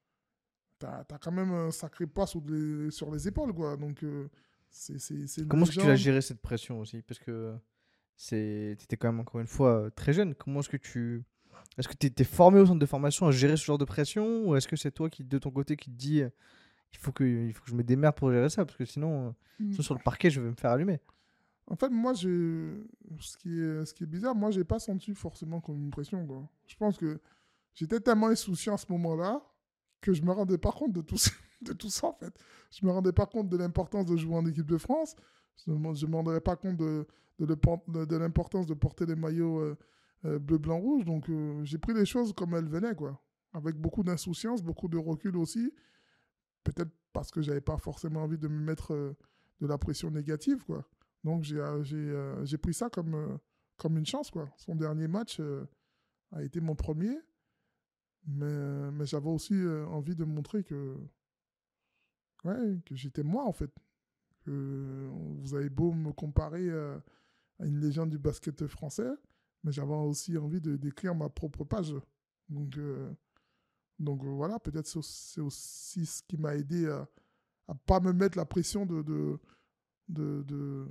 t'as, t'as quand même un sacré poids sur les, sur les épaules, quoi. Donc euh, c'est, c'est, c'est une Comment est-ce que tu as légende. géré cette pression aussi? Parce que tu étais quand même, encore une fois, euh, très jeune. Comment est-ce que tu. Est-ce que tu étais formé au centre de formation à gérer ce genre de pression? Ou est-ce que c'est toi qui, de ton côté, qui te dis euh, il faut que, il faut que je me démerde pour gérer ça? Parce que sinon, euh, sinon, sur le parquet, je vais me faire allumer. En fait, moi, je... ce, qui est... ce qui est bizarre, moi, j'ai pas senti forcément comme une pression, quoi. Je pense que j'étais tellement insouciant à ce moment-là que je me rendais pas compte de tout ça, de tout ça, en fait. Je me rendais pas compte de l'importance de jouer en équipe de France. Je ne me je me rendais pas compte de, de, le por- de- de l'importance de porter les maillots euh, euh, bleu, blanc, rouge. Donc, euh, j'ai pris les choses comme elles venaient, quoi. Avec beaucoup d'insouciance, beaucoup de recul aussi. Peut-être parce que j'avais pas forcément envie de me mettre euh, de la pression négative, quoi. Donc j'ai euh, j'ai euh, j'ai pris ça comme, euh, comme une chance, quoi. Son dernier match euh, a été mon premier, mais, euh, mais j'avais aussi euh, envie de montrer que, ouais, que j'étais moi, en fait. Que vous avez beau me comparer euh, à une légende du basket français, mais j'avais aussi envie de d'écrire ma propre page. Donc, euh, donc euh, voilà, peut-être c'est aussi, c'est aussi ce qui m'a aidé à, à pas me mettre la pression de, de, de, de,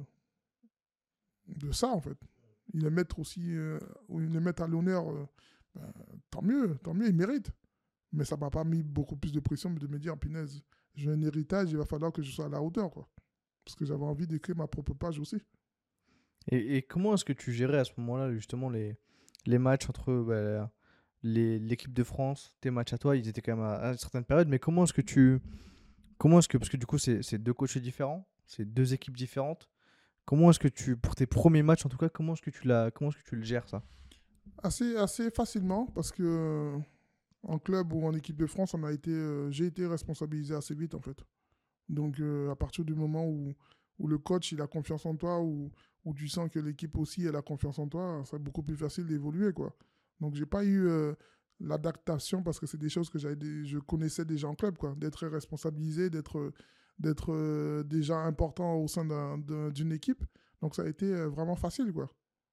de ça, en fait. Ils le mettent aussi, euh, ou ils le mettent à l'honneur, euh, ben, tant mieux, tant mieux, ils méritent. Mais ça m'a pas mis beaucoup plus de pression de me dire, punaise, j'ai un héritage, il va falloir que je sois à la hauteur, quoi. Parce que j'avais envie d'écrire ma propre page aussi. Et, et comment est-ce que tu gérais à ce moment-là, justement, les, les matchs entre bah, les- l'équipe de France, tes matchs à toi, ils étaient quand même à, à une certaine période, mais comment est-ce que tu. Comment est-ce que. Parce que du coup, c'est c'est deux coachs différents, c'est deux équipes différentes. Comment est-ce que tu. Pour tes premiers matchs, en tout cas, comment est-ce que tu l'as, comment est-ce que tu le gères, ça? Assez, assez facilement, parce que euh, en club ou en équipe de France, on a été, euh, j'ai été responsabilisé assez vite, en fait. Donc, euh, à partir du moment où, où le coach il a confiance en toi, ou où tu sens que l'équipe aussi elle a confiance en toi, c'est beaucoup plus facile d'évoluer, quoi. Donc, j'ai pas eu euh, l'adaptation parce que c'est des choses que j'avais des- je connaissais déjà en club, quoi. D'être responsabilisé, d'être d'être euh, déjà important au sein d'un- d'un- d'une équipe. Donc, ça a été euh, vraiment facile, quoi.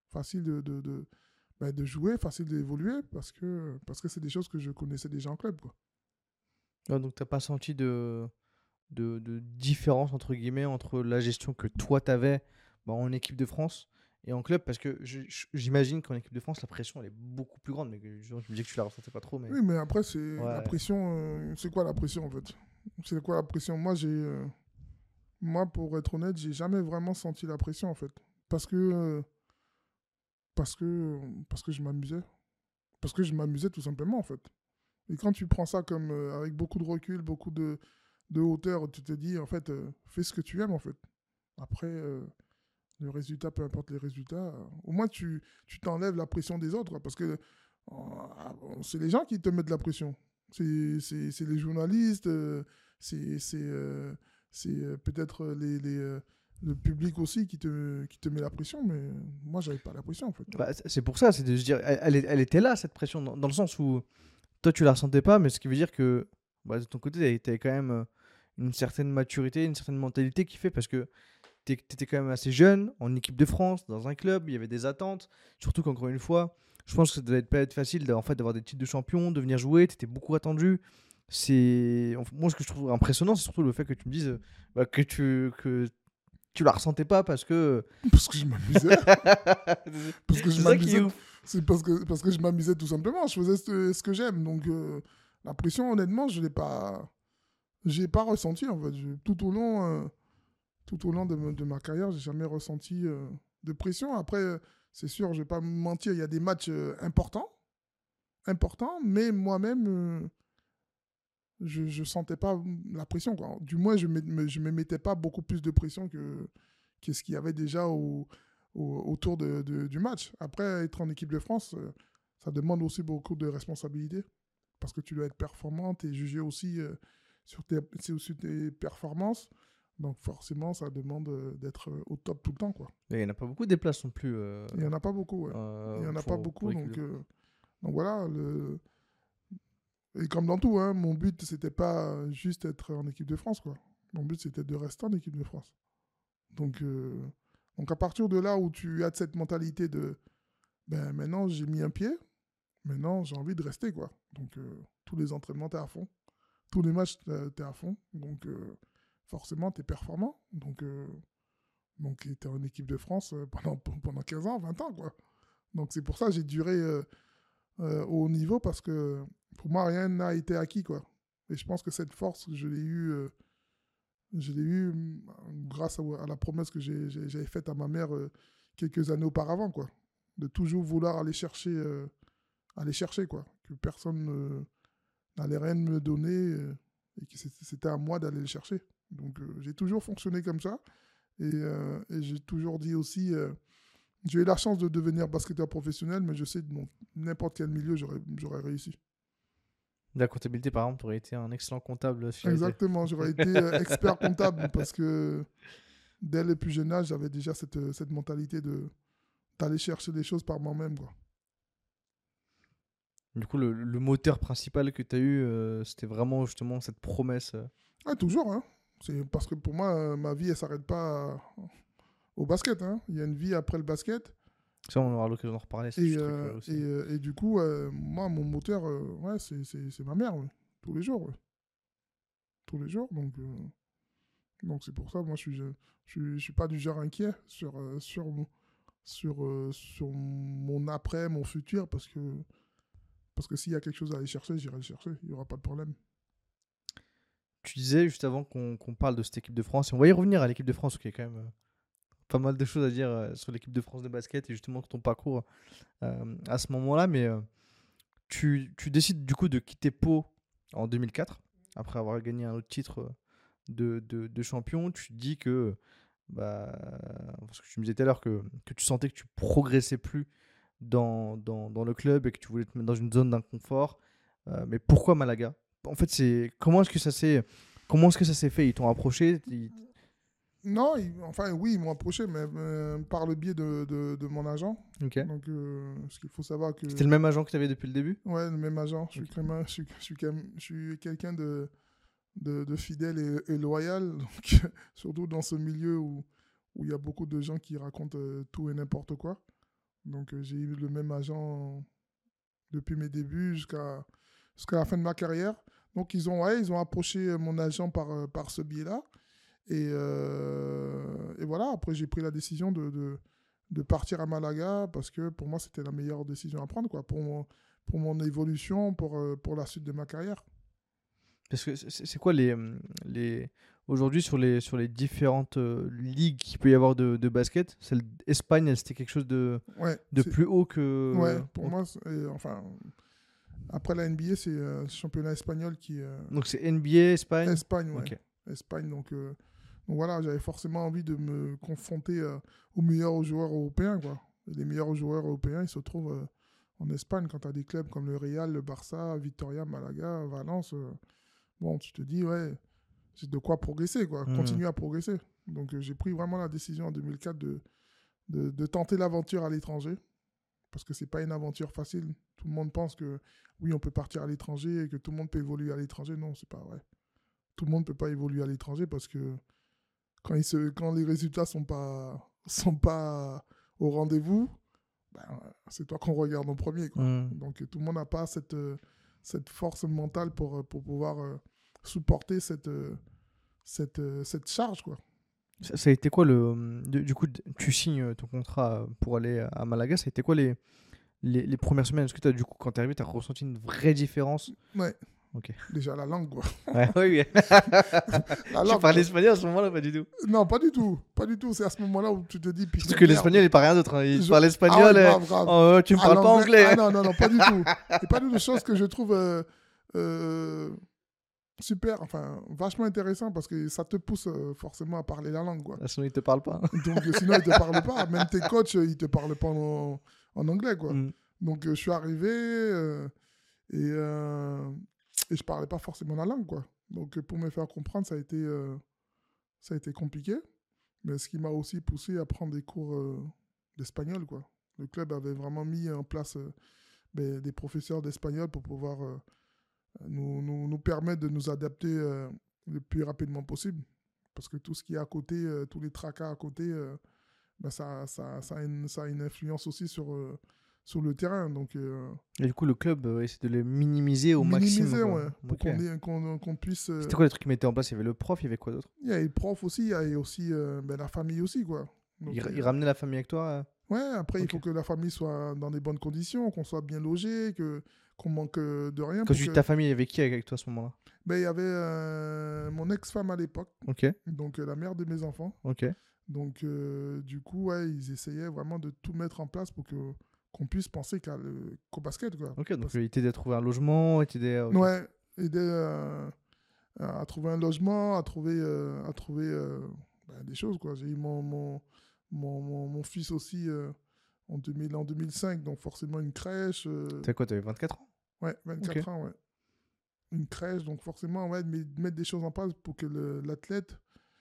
facile de, de, de, ben, de jouer, facile d'évoluer, parce que, parce que c'est des choses que je connaissais déjà en club, quoi. Ouais, donc t'as pas senti de, de, de différence entre guillemets entre la gestion que toi t'avais bah, en équipe de France et en club parce que je- je- j'imagine qu'en équipe de France la pression elle est beaucoup plus grande mais que, genre, je me disais que tu la ressentais pas trop mais Oui, mais après, c'est la ouais. pression. euh, c'est quoi la pression, en fait? C'est quoi la pression? Moi, j'ai, euh, moi, pour être honnête, j'ai jamais vraiment senti la pression, en fait. Parce que, euh, parce que, parce que je m'amusais. Parce que je m'amusais tout simplement, en fait. Et quand tu prends ça comme euh, avec beaucoup de recul, beaucoup de, de hauteur, tu te dis, en fait, euh, fais ce que tu aimes, en fait. Après, euh, le résultat, peu importe les résultats, euh, au moins tu tu t'enlèves la pression des autres, quoi, parce que euh, c'est les gens qui te mettent la pression. C'est c'est- c'est les journalistes, euh, c'est c'est, euh, c'est, euh, peut-être les, les, euh, le public aussi qui te, qui te met la pression, mais moi, j'avais pas la pression, en fait. Bah, c'est c'est pour ça c'est de se dire elle, elle est- elle était là cette pression dans, dans le sens où toi tu la ressentais pas mais ce qui veut dire que bah, de ton côté tu avais quand même euh, une certaine maturité une certaine mentalité qui fait parce que tu étais quand même assez jeune, en équipe de France, dans un club, il y avait des attentes. Surtout qu'encore une fois, je pense que ça devait pas être facile d'a- en fait, d'avoir des titres de champion, de venir jouer, tu étais beaucoup attendu. C'est... enfin, moi, ce que je trouve impressionnant, c'est surtout le fait que tu me dises euh, bah, que, tu, que tu la ressentais pas parce que. Parce que je m'amusais. Parce que je C'est ça qui est m'amusais. ouf. C'est parce que, parce que je m'amusais tout simplement. Je faisais ce, ce que j'aime. Donc, euh, la pression, honnêtement, je l'ai pas. J'ai pas ressenti, en fait. Je- tout au long, euh, tout au long de, me- de ma carrière, j'ai jamais ressenti euh, de pression. Après, euh, c'est sûr, je vais pas me mentir, il y a des matchs euh, importants, importants, mais moi-même, euh, je, je sentais pas la pression, quoi. Du moins, je me, me- je me mettais pas beaucoup plus de pression que, que ce qu'il y avait déjà au, au- autour de, de- du match. Après, être en équipe de France, euh, ça demande aussi beaucoup de responsabilités parce que tu dois être performant, tu es jugé aussi euh, sur tes, c'est aussi tes performances. Donc forcément, ça demande euh, d'être euh, au top tout le temps, quoi. Il n'y en a pas beaucoup des places non plus euh, Il n'y en a pas beaucoup, ouais. Il euh, n'y en a pas pour, pour beaucoup, l'équipe de donc, France. euh, donc voilà. Le... Et comme dans tout, hein, mon but, c'était pas juste être en équipe de France, quoi. Mon but, c'était de rester en équipe de France. Donc, euh, donc à partir de là où tu as cette mentalité de, ben maintenant, j'ai mis un pied, maintenant, j'ai envie de rester, quoi. Donc, euh, tous les entraînements, t'es à fond. Tous les matchs, t'es t'es à fond. Donc, euh, forcément, t'es performant. Donc, euh, donc t'es en équipe de France euh, pendant, pendant quinze ans, vingt ans, quoi. Donc, c'est pour ça que j'ai duré euh, euh, au haut niveau, parce que pour moi, rien n'a été acquis, quoi. Et je pense que cette force, je l'ai eue, euh, je l'ai eue mm, grâce à, à la promesse que j'ai- j'ai- j'avais faite à ma mère euh, quelques années auparavant, quoi. De toujours vouloir aller chercher, euh, aller chercher, quoi. Que personne euh, n'allait rien me donner euh, et que c'était c'était à moi d'aller le chercher. Donc, euh, j'ai toujours fonctionné comme ça. Et, euh, et j'ai toujours dit aussi, euh, j'ai eu la chance de devenir basketteur professionnel, mais je sais que dans n'importe quel milieu, j'aurais j'aurais réussi. La comptabilité, par exemple, tu aurais été un excellent comptable si j'avais été. Exactement, j'aurais été euh, expert comptable parce que dès le plus jeune âge, j'avais déjà cette, euh, cette mentalité de d'aller chercher des choses par moi-même, quoi. Du coup, le, le moteur principal que tu as eu, euh, c'était vraiment justement cette promesse. euh. Ah, toujours, hein. C'est parce que pour moi, euh, ma vie, elle s'arrête pas euh, au basket, hein. Il y a une vie après le basket. Ça, on aura l'occasion d'en reparler. Je Et, suis très euh, curieux aussi. et, euh, et du coup, euh, moi, mon moteur, euh, ouais, c'est c'est- c'est ma mère, ouais. Tous les jours, ouais. Tous les jours. Donc, euh, donc c'est pour ça, moi, je suis, je, je suis, je suis pas du genre inquiet sur, euh, sur, mon- sur, euh, sur mon après, mon futur, parce que, parce que s'il y a quelque chose à aller chercher, j'irai le chercher. Il n'y aura pas de problème. Tu disais juste avant qu'on qu'on parle de cette équipe de France, et on va y revenir à l'équipe de France, qui est quand même euh, pas mal de choses à dire euh, sur l'équipe de France de basket et justement ton parcours euh, à ce moment-là. Mais euh, tu, tu décides du coup de quitter Pau en deux mille quatre, après avoir gagné un autre titre euh, de, de, de champion. Tu te dis que, bah, parce que tu me disais tout à l'heure que, que tu sentais que tu progressais plus dans, dans, dans le club et que tu voulais te mettre dans une zone d'inconfort. Euh, mais pourquoi Malaga? En fait, c'est comment est-ce que ça s'est comment est-ce que ça s'est fait? Ils t'ont approché? Ils- Non, ils- enfin, oui, ils m'ont approché, mais euh, par le biais de, de, de mon agent. Ok. Donc, euh, ce qu'il faut savoir que... C'était le même agent que tu avais depuis le début? Ouais, le même agent. Je suis, Ok. quand même- je suis, je suis, quand même- je suis quelqu'un de, de, de fidèle et, et loyal, donc, surtout dans ce milieu où où il y a beaucoup de gens qui racontent euh, tout et n'importe quoi. Donc, euh, j'ai eu le même agent depuis mes débuts jusqu'à jusqu'à la fin de ma carrière. Donc, ils ont, ouais, ils ont approché mon agent par, euh, par ce biais-là. Et, euh, et voilà, après, j'ai pris la décision de, de, de partir à Malaga parce que pour moi, c'était la meilleure décision à prendre, quoi, pour mon, pour mon évolution, pour, euh, pour la suite de ma carrière. Parce que c'est c'est quoi les, hum, les... Aujourd'hui, sur les, sur les différentes euh, ligues qu'il peut y avoir de, de basket, celle d'Espagne, elle, c'était quelque chose de, Ouais, de c'est- plus haut que... ouais pour Ok. moi, c'est- et, enfin, après la N B A, c'est euh, le championnat espagnol qui. euh, Donc c'est N B A, Espagne. Espagne, ouais. Ok. Espagne, donc, euh, donc voilà, j'avais forcément envie de me confronter euh, aux meilleurs joueurs européens, quoi. Et les meilleurs joueurs européens, ils se trouvent euh, en Espagne quand tu as des clubs comme le Real, le Barça, Vitoria, Malaga, Valence. euh, bon, tu te dis, ouais, j'ai de quoi progresser, quoi, Mhm. continuer à progresser. Donc euh, j'ai pris vraiment la décision en deux mille quatre de, de, de tenter l'aventure à l'étranger, parce que c'est pas une aventure facile. Tout le monde pense que oui, on peut partir à l'étranger et que tout le monde peut évoluer à l'étranger. Non, c'est pas vrai. Tout le monde peut pas évoluer à l'étranger parce que quand, il se, quand les résultats sont pas, sont pas au rendez-vous, ben, c'est toi qu'on regarde en premier, quoi. Mhm. Donc tout le monde n'a pas cette, euh, cette force mentale pour, euh, pour pouvoir euh, supporter cette, euh, cette, euh, cette charge, quoi. Ça, ça a été quoi le... hum, Du, du coup, d- tu signes euh, ton contrat pour aller à Malaga. Ça a été quoi les, les, les premières semaines? Est-ce que t'as, du coup, quand t'es arrivé, tu as ressenti une vraie différence? Ouais, Ok. déjà la langue, quoi. Ouais, oui, oui. La Tu langue, parlais quoi. espagnol à ce moment-là, pas du tout. Non, pas du tout. Pas du tout. C'est à ce moment-là où tu te dis, putain, Surtout que l'espagnol, merde. il parle rien d'autre. Hein. Il Je- parle Ah espagnol. ouais, et- grave, grave. Oh, tu me À parles pas l'anglais- anglais. Ah non, non, non, pas du tout. Et pas du tout. Chose que je trouve euh, euh, super, enfin, vachement intéressant parce que ça te pousse euh, forcément à parler la langue, quoi. Ah, sinon, il te parle pas. Donc euh, sinon, ils te parlent pas. Même tes coachs, euh, ils te parlent pas en, en anglais, quoi. Mm. Donc euh, je suis arrivé euh, et, euh, et je parlais pas forcément la langue, quoi. Donc euh, pour me faire comprendre, ça a été, euh, ça a été compliqué. Mais ce qui m'a aussi poussé à prendre des cours euh, d'espagnol, quoi. Le club avait vraiment mis en place euh, ben, des professeurs d'espagnol pour pouvoir euh, nous, nous, nous permettre de nous adapter euh, le plus rapidement possible. Parce que tout ce qui est à côté, euh, tous les tracas à côté, euh, ben ça, ça, ça, a une, ça a une influence aussi sur, euh, sur le terrain. Donc, euh, Et du coup, le club euh, essaie de les minimiser au minimiser, maximum. quoi. ouais, pour Ok. qu'on ait- qu'on qu'on puisse. euh, C'était quoi les trucs qu'ils mettaient en place? Il y avait le prof, il y avait quoi d'autre? Il y a les profs aussi, il y a aussi euh, ben, la famille aussi, quoi. Donc, Il, ra- euh, il ramenait la famille avec toi euh Ouais, après, Ok. il faut que la famille soit dans des bonnes conditions, qu'on soit bien logé, que, qu'on manque euh, de rien. Quand pour tu dis que- ta famille, il y avait qui avec, avec toi à ce moment-là? Ben, il y avait euh, mon ex-femme à l'époque, Ok, donc euh, la mère de mes enfants. ok. Donc, euh, du coup, ouais, ils essayaient vraiment de tout mettre en place pour que, qu'on puisse penser qu'à le- qu'au basket, quoi. Ok, donc Parce- euh, il t'aidait à trouver un logement, il t'aidait à... ok. Ouais, aider euh, à trouver un logement, à trouver, euh, à trouver euh, ben, des choses, quoi. J'ai eu mon, mon, mon, mon, mon fils aussi euh, en, deux mille, en deux mille cinq, donc forcément une crèche. euh, T'as quoi, t'avais vingt-quatre ans? Ouais, vingt-quatre Ok. ans, ouais. Une crèche, donc forcément, ouais, mais mettre des choses en place pour que le- l'athlète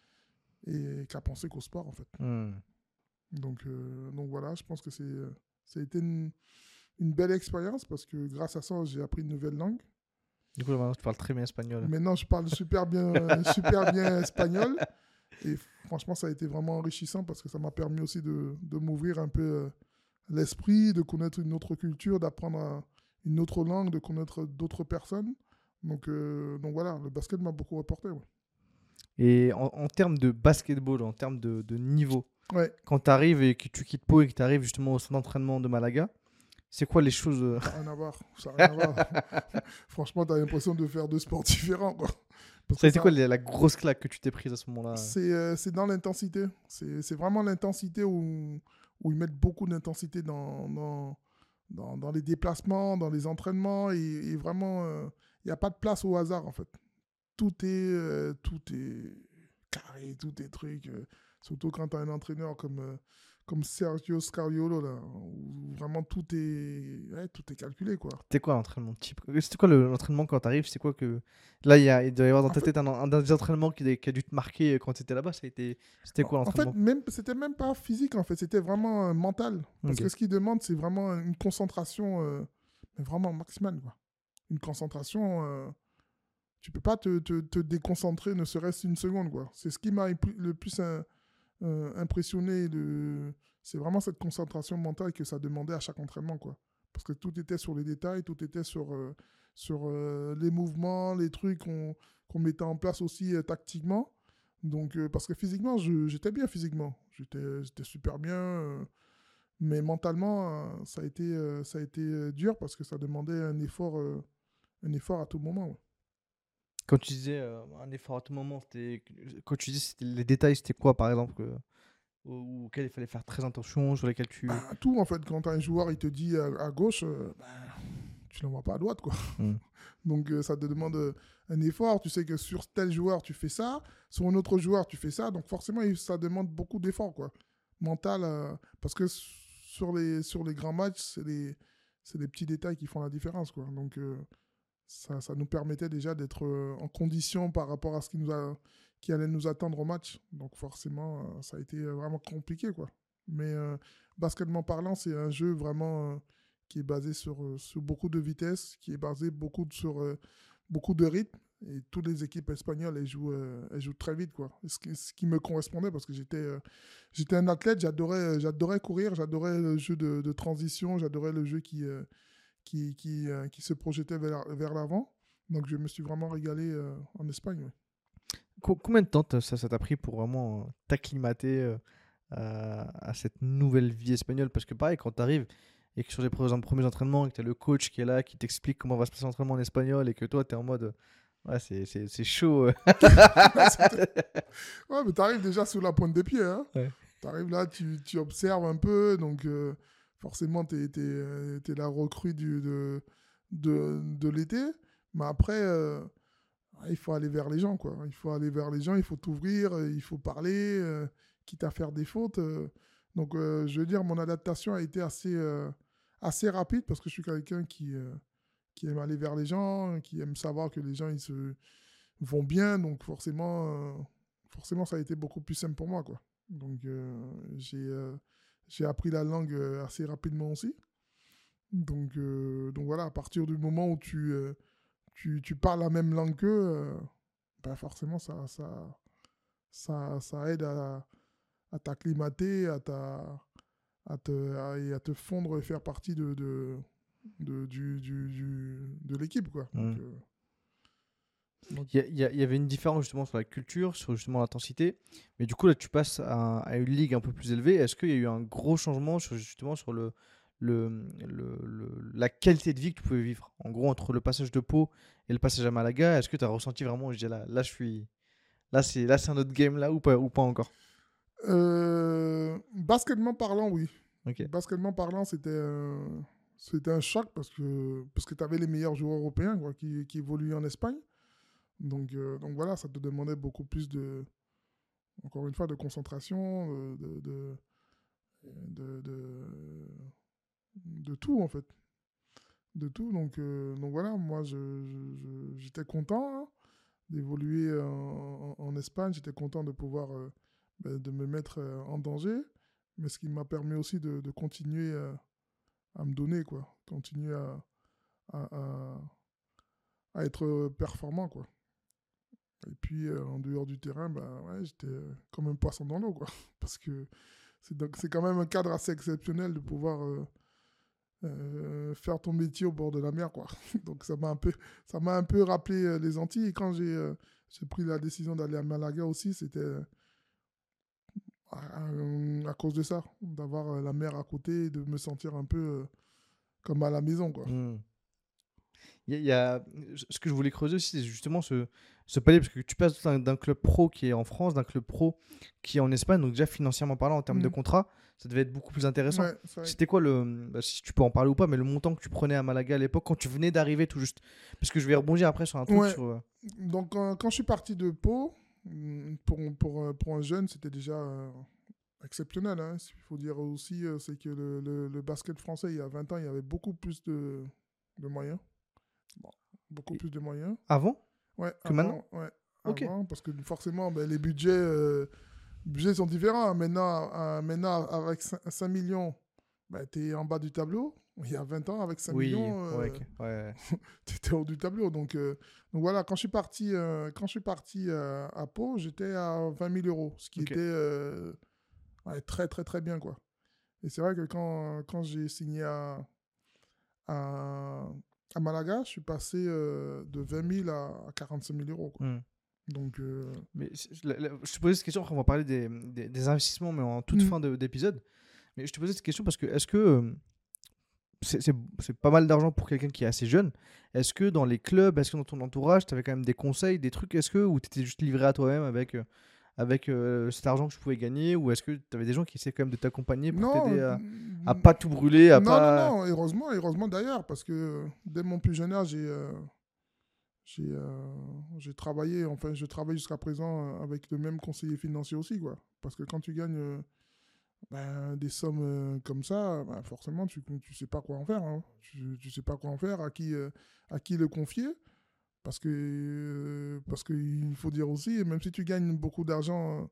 ait qu'à penser qu'au sport, en fait. Hmm. Donc, euh, donc voilà, je pense que c'est, euh, ça a été une, une belle expérience parce que grâce à ça, j'ai appris une nouvelle langue. Du coup, là, maintenant, tu parles très bien espagnol. Maintenant, je parle super bien, euh, super bien espagnol. Et franchement, ça a été vraiment enrichissant parce que ça m'a permis aussi de, de m'ouvrir un peu euh, l'esprit, de connaître une autre culture, d'apprendre un- une autre langue, de connaître d'autres personnes. Donc, euh, donc voilà, le basket m'a beaucoup apporté. Ouais. Et en, en termes de basketball, en termes de, de niveau, Ouais, quand tu arrives et que tu quittes Pau et que tu arrives justement au centre d'entraînement de Malaga, c'est quoi les choses euh, ça n'a rien à voir. Ça n'a rien à voir. Franchement, tu as l'impression de faire deux sports différents, quoi. Parce Ça a que été quoi la la grosse claque que tu t'es prise à ce moment-là? C'est euh, c'est dans l'intensité. C'est c'est vraiment l'intensité où, où ils mettent beaucoup d'intensité dans, dans, dans, dans les déplacements, dans les entraînements. Et, et vraiment, il n'y a pas de place au hasard, en fait. Tout est, euh, tout est carré, tout est truc. euh, surtout quand tu as un entraîneur comme, euh, comme Sergio Scariolo, là, où vraiment tout est, ouais, tout est calculé, quoi. C'était quoi l'entraînement type? C'était quoi le- l'entraînement quand t'arrives? C'est quoi que. Là, il, y a, il doit y avoir dans En ta fait- tête un, un des entraînements qui, qui a dû te marquer quand tu étais là-bas. Ça a été... C'était quoi En fait, l'entraînement? même, c'était même pas physique, en fait, c'était vraiment euh, mental. Parce Ok. que ce qu'ils demandent, c'est vraiment une concentration, euh, mais vraiment maximale, quoi. Une concentration, euh, tu peux pas te, te, te déconcentrer ne serait-ce une seconde, quoi. C'est ce qui m'a éplu- le plus euh, euh, impressionné de... C'est vraiment cette concentration mentale que ça demandait à chaque entraînement, quoi. Parce que tout était sur les détails, tout était sur, euh, sur euh, les mouvements, les trucs qu'on qu'on mettait en place aussi euh, tactiquement. Donc, euh, parce que physiquement, je- j'étais bien physiquement. J'étais j'étais super bien. euh, mais mentalement, euh, ça a été, euh, ça a été euh, dur parce que ça demandait un effort, euh, un effort à tout moment. Ouais. Quand tu disais euh, un effort à tout moment, c'était quand tu dis c'était les détails, c'était quoi par exemple euh, au- auxquels il fallait faire très attention, sur lesquels tu. Bah, tout, en fait, quand un joueur il te dit à, à gauche, euh, bah, tu l'envoies pas à droite, quoi. Hmm. Donc euh, ça te demande euh, un effort. Tu sais que sur tel joueur, tu fais ça. Sur un autre joueur, tu fais ça. Donc forcément, il- ça demande beaucoup d'efforts, quoi. Mental. euh, parce que sur les, sur les grands matchs, c'est les, c'est les petits détails qui font la différence, quoi. Donc euh, ça, ça nous permettait déjà d'être euh, en condition par rapport à ce qui, nous a, qui allait nous attendre au match. Donc forcément, euh, ça a été euh, vraiment compliqué, quoi. Mais euh, basketball parlant, c'est un jeu vraiment... euh, qui est basé sur, euh, sur beaucoup de vitesse, qui est basé beaucoup de- sur euh, beaucoup de rythme. Et toutes les équipes espagnoles, elles jouent, euh, elles jouent très vite, quoi. Ce qui, ce qui me correspondait parce que j'étais euh, j'étais un athlète, j'adorais euh, j'adorais courir, j'adorais le jeu de, de transition, j'adorais le jeu qui, euh, qui, qui, euh, qui se projetait vers, vers l'avant. Donc je me suis vraiment régalé euh, en Espagne. Ouais. Co- combien de temps t'as- ça ça t'a pris pour vraiment euh, t'acclimater euh, à, à cette nouvelle vie espagnole? Parce que pareil, quand tu arrives et que sur les premiers, premiers entraînements, et que tu as le coach qui est là, qui t'explique comment va se passer l'entraînement en espagnol, et que toi, tu es en mode, euh, ouais, c'est, c'est, c'est chaud. euh. Ouais, mais t'arrives déjà sur la pointe des pieds. Hein. Ouais. T'arrives là, tu, tu observes un peu, donc euh, forcément, t'es es, euh, t'es la recrue du, de, de, de l'été. Mais après, euh, il faut aller vers les gens, quoi. Il faut aller vers les gens, il faut t'ouvrir, euh, il faut parler, euh, quitte à faire des fautes. euh. Donc, euh, je veux dire, mon adaptation a été assez, euh, assez rapide parce que je suis quelqu'un qui, euh, qui aime aller vers les gens, qui aime savoir que les gens, ils se vont bien. Donc, forcément, euh, forcément, ça a été beaucoup plus simple pour moi, quoi. Donc, euh, j'ai euh, j'ai appris la langue euh, assez rapidement aussi. Donc, euh, donc voilà, à partir du moment où tu, euh, tu, tu parles la même langue qu'eux, euh, ben forcément, ça, ça, ça, ça aide à, à t'acclimater, à, ta, à, te, à, et à te fondre et faire partie de, de, de, du, du, du- de l'équipe, quoi. Donc, Mm. euh, donc, Il y, a- il y a- il y avait une différence justement sur la culture, sur justement l'intensité. Mais du coup, là, tu passes à, à une ligue un peu plus élevée. Est-ce qu'il y a eu un gros changement sur, justement sur le, le, le- le- la qualité de vie que tu pouvais vivre? En gros, entre le passage de Pau et le passage à Malaga, est-ce que tu as ressenti vraiment, je dis là, là, je suis. Là, c'est là, c'est un autre game là ou pas, ou pas encore? euh, baskettement parlant, oui. Ok. Baskettement parlant, c'était un, c'était un choc parce que, parce que tu avais les meilleurs joueurs européens, quoi, qui, qui évoluaient en Espagne. Donc, euh, donc voilà, ça te demandait beaucoup plus de, encore une fois, de concentration, euh, de, de, de, de, de tout en fait. De tout. Donc, euh, donc voilà, moi je, je- je- j'étais content hein, d'évoluer en, en- en Espagne, j'étais content de pouvoir euh, ben, de me mettre euh, en danger, mais ce qui m'a permis aussi de, de continuer euh, à me donner, quoi. Continuer à, à, à- à être performant, quoi. Et puis, euh, en dehors du terrain, bah, ouais, j'étais euh, comme un poisson dans l'eau, quoi. Parce que c'est, donc, c'est quand même un cadre assez exceptionnel de pouvoir euh, euh, faire ton métier au bord de la mer, quoi. Donc, ça m'a un peu, ça m'a un peu rappelé euh, les Antilles. Et quand j'ai, euh, j'ai pris la décision d'aller à Malaga aussi, c'était euh, à, à- à cause de ça, d'avoir euh, la mer à côté et de me sentir un peu euh, comme à la maison, quoi. Hmm. Il y a, il y a- Ce que je voulais creuser aussi, c'est justement ce, ce palier, parce que tu passes d'un d'un club pro qui est en France, d'un club pro qui est en Espagne, donc déjà financièrement parlant, en termes de Mm. contrat, ça devait être beaucoup plus intéressant. Ouais, ça- C'était quoi le, bah, si tu peux en parler ou pas, mais le montant que tu prenais à Malaga à l'époque quand tu venais d'arriver tout juste? Parce que je vais rebondir après sur un truc Ouais. sur. euh, Donc, quand, quand je suis parti de Pau, mm, pour, pour, euh, pour un jeune, c'était déjà euh, exceptionnel. Hein. Ce qu'il faut dire aussi, euh, c'est que le, le- le basket français, il y a vingt ans, il y avait beaucoup plus de, de moyens. Bon, beaucoup Et- plus de moyens. Avant? Ouais, Que maintenant avant, ouais, Ok. avant, parce que forcément, ben, les budgets, euh, budgets sont différents. Maintenant, euh, maintenant avec cinq millions, ben, tu es en bas du tableau. Il y a vingt ans, avec cinq Oui, millions, ouais, euh, ok, ouais. tu étais hors du tableau. Donc, euh, donc voilà, quand je suis parti, euh, quand je suis parti euh, à Pau, j'étais à vingt mille euros, ce qui Ok. était euh, Ouais, très, très, très bien, quoi. Et c'est vrai que quand, quand j'ai signé à, à, à Malaga, je suis passé euh, de vingt mille à, à quarante-cinq mille euros, quoi. Hmm. Donc, euh, Mais c'est- la- la- je te posais cette question, après on va parler des, des- des investissements, mais en toute mm, fin de- d'épisode. Mais je te posais cette question parce que est-ce que euh, c'est c'est- c'est pas mal d'argent pour quelqu'un qui est assez jeune? Est-ce que dans les clubs, est-ce que dans ton entourage, tu avais quand même des conseils, des trucs? Est-ce que ou tu étais juste livré à toi-même avec, euh, avec euh, cet argent que tu pouvais gagner? Ou est-ce que tu avais des gens qui essaient quand même de t'accompagner pour non, t'aider à, à mm, pas tout brûler, à non, non, pas. non, heureusement, heureusement d'ailleurs, parce que dès mon plus jeune âge, j'ai euh, j'ai euh, j'ai travaillé, enfin, je travaille jusqu'à présent euh, avec le même conseiller financier aussi, quoi. Parce que quand tu gagnes euh, ben, des sommes euh, comme ça, ben, forcément, tu tu sais pas quoi en faire, hein. Tu, tu sais pas quoi en faire, à qui, euh, à qui le confier. Parce que, euh, parce qu'il faut dire aussi, même si tu gagnes beaucoup d'argent,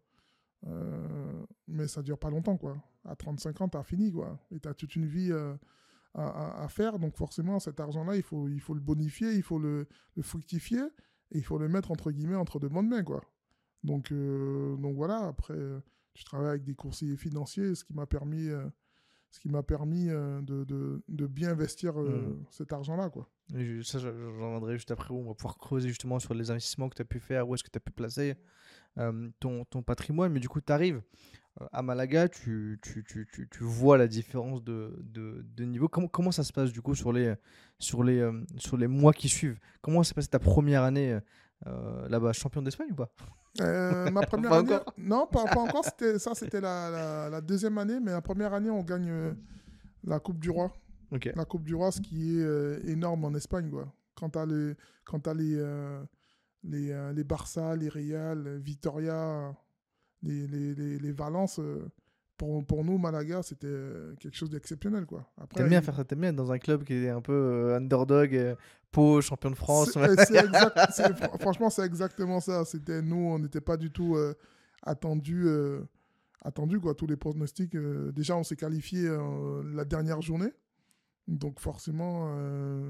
euh, mais ça dure pas longtemps, quoi. À trente-cinq ans, tu as fini, quoi. Et tu as toute une vie euh, à, à- à faire. Donc forcément, cet argent-là, il faut, il faut le bonifier, il faut le, le fructifier, et il faut le mettre, entre guillemets, entre de bonnes mains, quoi. Donc, euh, donc voilà, après, euh, je travaille avec des conseillers financiers, ce qui m'a permis, euh, ce qui m'a permis euh, de, de, de bien investir Hmm. euh, cet argent-là, quoi. Et je- Ça, je- j'en reviendrai juste après où on va pouvoir creuser justement sur les investissements que tu as pu faire, où est-ce que tu as pu placer euh, ton, ton patrimoine. Mais du coup, tu arrives à Malaga, tu, tu, tu, tu, tu vois la différence de, de, de niveau. Comment, comment ça se passe du coup sur les, sur les, euh, sur les mois qui suivent? Comment s'est passée ta première année euh, là-bas? Champion d'Espagne ou pas? Euh, ma première Pas année, encore. non, pas, pas encore, c'était, ça c'était la, la, la deuxième année, mais la première année, on gagne euh, la Coupe du Roi. Ok. La Coupe du Roi, ce qui est euh, énorme en Espagne, quoi. Quand tu as les, quand t'as les, euh, les, euh, les Barça, les Real, Vitoria, les, les, les, les Valence, euh, pour, pour nous, Malaga, c'était euh, quelque chose d'exceptionnel, quoi. T'aimes Après, bien il- faire ça, t'aimes bien être dans un club qui est un peu euh, underdog, euh, Pau, champion de France. c'est, euh, c'est exact, c'est- fr- franchement, c'est exactement ça. C'était, nous, on n'était pas du tout euh, attendus, euh, attendus, quoi. Tous les pronostics, euh, déjà, on s'est qualifié euh, la dernière journée. Donc forcément, euh,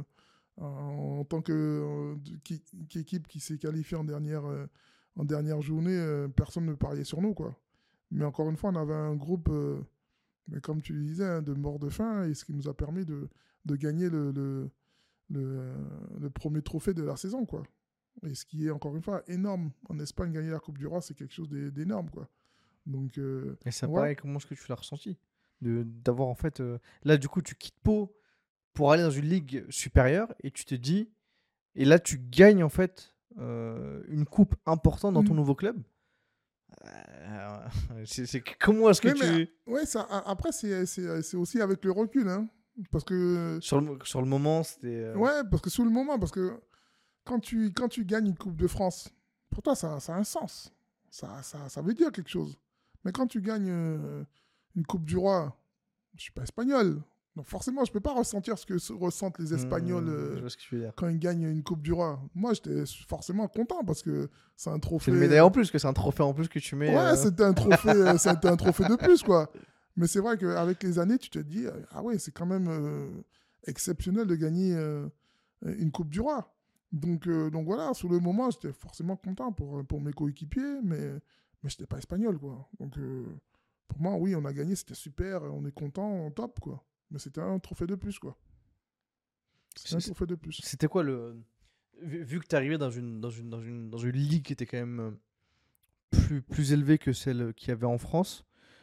en tant que euh, qui- qu'équipe qui s'est qualifiée en dernière, euh, en dernière journée, euh, personne ne pariait sur nous, quoi. Mais encore une fois, on avait un groupe, euh, mais comme tu le disais, hein, de mort de faim, et ce qui nous a permis de, de gagner le, le, le, euh, le premier trophée de la saison, quoi. Et ce qui est encore une fois énorme. En Espagne, gagner la Coupe du Roi, c'est quelque chose d'é- d'énorme, quoi. Donc, euh, Et ça, voilà. pareil, comment est-ce que tu l'as ressenti? De, d'avoir en fait. euh, Là, du coup, tu quittes Pau pour aller dans une ligue supérieure et tu te dis. Et là, tu gagnes en fait euh, une coupe importante dans ton Mm. nouveau club. Euh, c'est, c'est- Comment est-ce que Oui, mais tu. ouais, ça, a- après, c'est c'est- c'est aussi avec le recul, hein. Parce que, Sur le, sur le moment, c'était. euh, ouais, parce que sous le moment, parce que quand tu, quand tu gagnes une Coupe de France, pour toi, ça, ça a un sens. Ça, ça, ça veut dire quelque chose. Mais quand tu gagnes euh, une Coupe du Roi, je suis pas espagnol. Donc forcément, je peux pas ressentir ce que se- ressentent les Espagnols hmm, je euh, vois ce que tu veux dire. quand ils gagnent une Coupe du Roi. Moi, j'étais forcément content parce que c'est un trophée. C'est une médaille en plus, que c'est un trophée en plus que tu mets. Ouais, euh, c'était un trophée, euh, c'était un trophée de plus, quoi. Mais c'est vrai qu'avec les années, tu te dis, euh, ah ouais, c'est quand même euh, exceptionnel de gagner euh, une Coupe du Roi. Donc, euh, donc voilà, sur le moment, j'étais forcément content pour, pour mes coéquipiers, mais, mais je n'étais pas espagnol, quoi. Donc euh, pour moi, oui, on a gagné, c'était super, on est content, top, quoi. Mais c'était un trophée de plus, quoi. C'était un c'est- trophée de plus. C'était quoi le. Vu, vu que tu arrivais dans une, dans, une, dans, une, dans une ligue qui était quand même euh, plus, plus élevée que celle qu'il y avait en France,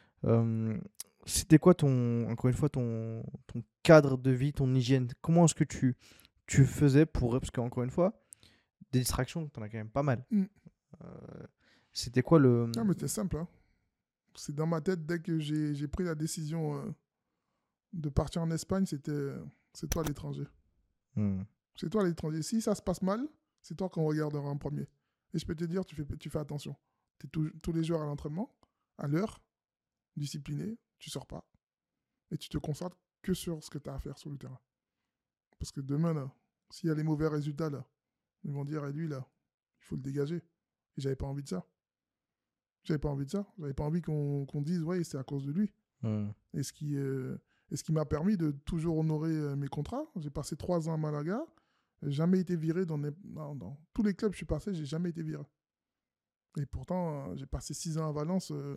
euh, c'était quoi ton, encore une fois, ton, ton cadre de vie, ton hygiène? Comment est-ce que tu, tu faisais pour. Parce qu'encore une fois, des distractions, t'en as quand même pas mal. Mm. Euh, C'était quoi le. Non, mais c'était simple, hein. C'est dans ma tête, dès que j'ai j'ai pris la décision euh, de partir en Espagne, c'était euh, c'est toi l'étranger. Hmm. C'est toi l'étranger. Si ça se passe mal, c'est toi qu'on regardera en premier. Et je peux te dire, tu fais, tu fais attention. Tu es tous les jours à l'entraînement, à l'heure, discipliné, tu sors pas. Et tu te concentres que sur ce que tu as à faire sur le terrain. Parce que demain, là, s'il y a les mauvais résultats, là, ils vont dire, à lui, là, il faut le dégager. Et j'avais pas envie de ça. J'avais pas envie de ça. J'avais pas envie qu'on qu'on dise, ouais, c'est à cause de lui. Hmm. Et ce qui, euh, et ce qui m'a permis de toujours honorer euh, mes contrats. J'ai passé trois ans à Malaga. J'ai jamais été viré dans, les- dans, dans tous les clubs où je suis passé, j'ai jamais été viré. Et pourtant, euh, j'ai passé six ans à Valence. euh,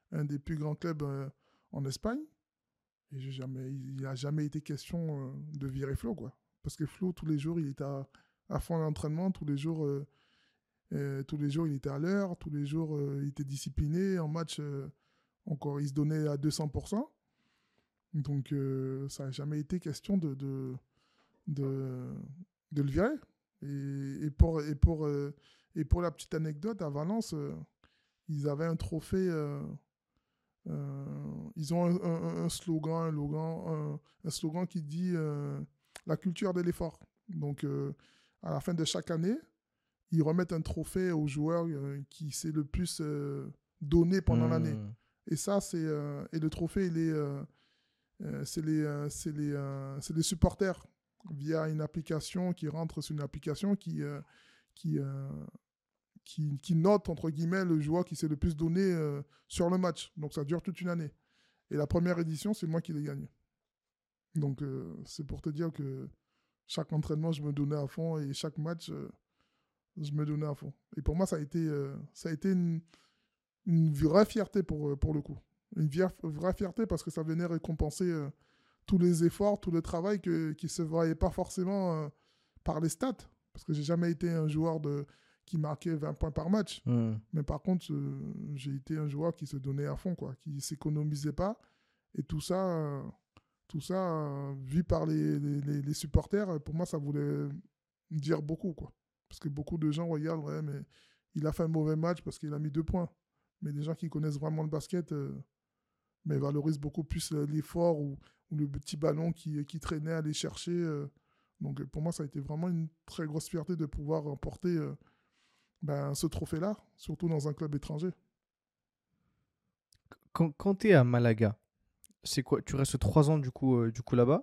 un des plus grands clubs euh, en Espagne. Et j'ai jamais, il n'a jamais été question euh, de virer Flo, quoi. Parce que Flo, tous les jours, il était à, à fond d'entraînement, tous les jours, euh, euh, tous les jours, il était à l'heure, tous les jours, euh, il était discipliné. En match, euh, encore, il se donnait à deux cents pour cent. Donc, euh, ça n'a jamais été question de, de, de, de le virer. Et, et, pour, et, pour, euh, et pour la petite anecdote, à Valence, euh, ils avaient un trophée. Euh, euh, ils ont un, un- un slogan, un, slogan, un, un slogan qui dit euh, la culture de l'effort. Donc, euh, à la fin de chaque année, ils remettent un trophée aux joueurs euh, qui s'est le plus euh, donné pendant l'année. Hmm. Et ça, c'est euh, et le trophée, il est, euh, euh, c'est les, euh, c'est les, euh, c'est les supporters via une application qui rentre sur une application qui, euh, qui, euh, qui, qui note, entre guillemets, le joueur qui s'est le plus donné euh, sur le match. Donc ça dure toute une année. Et la première édition, c'est moi qui l'ai gagné. Donc euh, c'est pour te dire que chaque entraînement, je me donnais à fond et chaque match, euh, je me donnais à fond. Et pour moi, ça a été, euh, ça a été une, une vraie fierté pour, euh, pour le coup. Une via- vraie fierté parce que ça venait récompenser euh, tous les efforts, tout le travail que, qui ne se voyait pas forcément euh, par les stats. Parce que j'ai jamais été un joueur de, qui marquait vingt points par match. Hmm. Mais par contre, euh, j'ai été un joueur qui se donnait à fond, quoi, qui ne s'économisait pas. Et tout ça, euh, tout ça euh, vu par les, les, les- les supporters, pour moi, ça voulait dire beaucoup, quoi. Parce que beaucoup de gens regardent, ouais, mais il a fait un mauvais match parce qu'il a mis deux points. Mais les gens qui connaissent vraiment le basket, euh, mais valorisent beaucoup plus euh, l'effort ou, ou le petit ballon qui, qui traînait à aller chercher. euh. Donc euh, pour moi, ça a été vraiment une très grosse fierté de pouvoir remporter euh, ben, ce trophée-là, surtout dans un club étranger. Quand, quand tu es à Malaga, c'est quoi? Tu restes trois ans du coup, euh, du coup là-bas.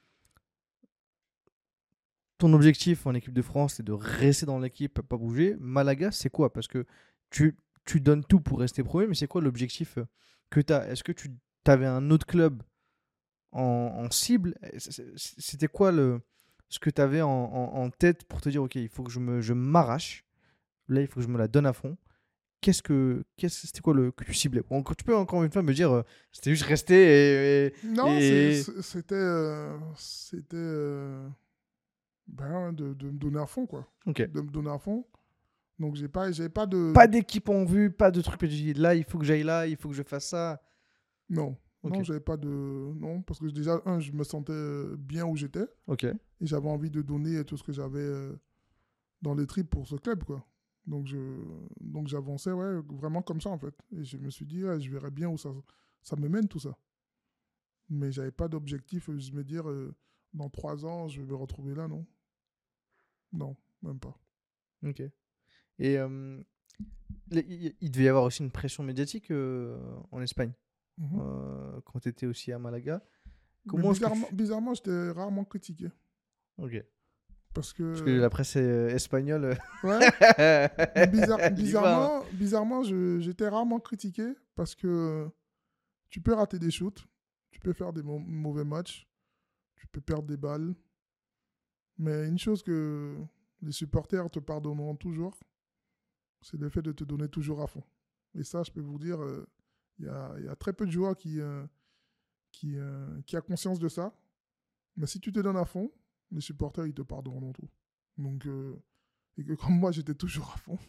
Ton objectif en équipe de France, c'est de rester dans l'équipe, pas bouger. Malaga, c'est quoi? Parce que tu, tu donnes tout pour rester premier, mais c'est quoi l'objectif euh, que tu as? Est-ce que tu avais un autre club en, en cible? C'est- c'est- C'était quoi le, ce que tu avais en, en- en tête pour te dire, OK, il faut que je me, je m'arrache. Là, il faut que je me la donne à fond. Qu'est-ce que, qu'est-ce, c'était quoi le que tu ciblais? Bon, tu peux encore une fois me dire, euh, c'était juste rester et, Non, c'est- et- et- c'est- c'était euh, c'était euh, ben, de, de me donner à fond, quoi. Ok. De me donner à fond. Donc, j'ai pas, j'ai pas de... Pas d'équipe en vue, pas de truc. que tu dis, là, il faut que j'aille là, il faut que je fasse ça. Non, Ok. non, j'avais pas de... Non, parce que déjà, un, je me sentais euh, bien où j'étais. Ok. Et j'avais envie de donner tout ce que j'avais euh, dans les tripes pour ce club, quoi. Donc, je, donc j'avançais, ouais, vraiment comme ça, en fait. Et je me suis dit, ouais, je verrai bien où ça, ça me mène, tout ça. Mais j'avais pas d'objectif, euh, je me dire, euh, dans trois ans, je vais me retrouver là, non. Non, même pas. Ok. Et euh, il il- il devait y avoir aussi une pression médiatique euh, en Espagne Mhm. euh, quand tu étais aussi à Malaga. Mais Comment est-ce que bizarrement, tu... bizarrement, j'étais rarement critiqué. Ok. Parce que... Parce que la presse euh, espagnole. euh, Ouais, mais bizarre- elle y va, hein. bizarrement, bizarrement je- j'étais rarement critiqué parce que tu peux rater des shoots, tu peux faire des mau- mauvais matchs, tu peux perdre des balles. Mais une chose que les supporters te pardonneront toujours, c'est le fait de te donner toujours à fond. Et ça, je peux vous dire, euh, il y, a, il y a très peu de joueurs qui, euh, qui, euh, qui a conscience de ça. Mais si tu te donnes à fond, les supporters, ils te pardonneront tout. Donc, euh, et que comme moi, j'étais toujours à fond,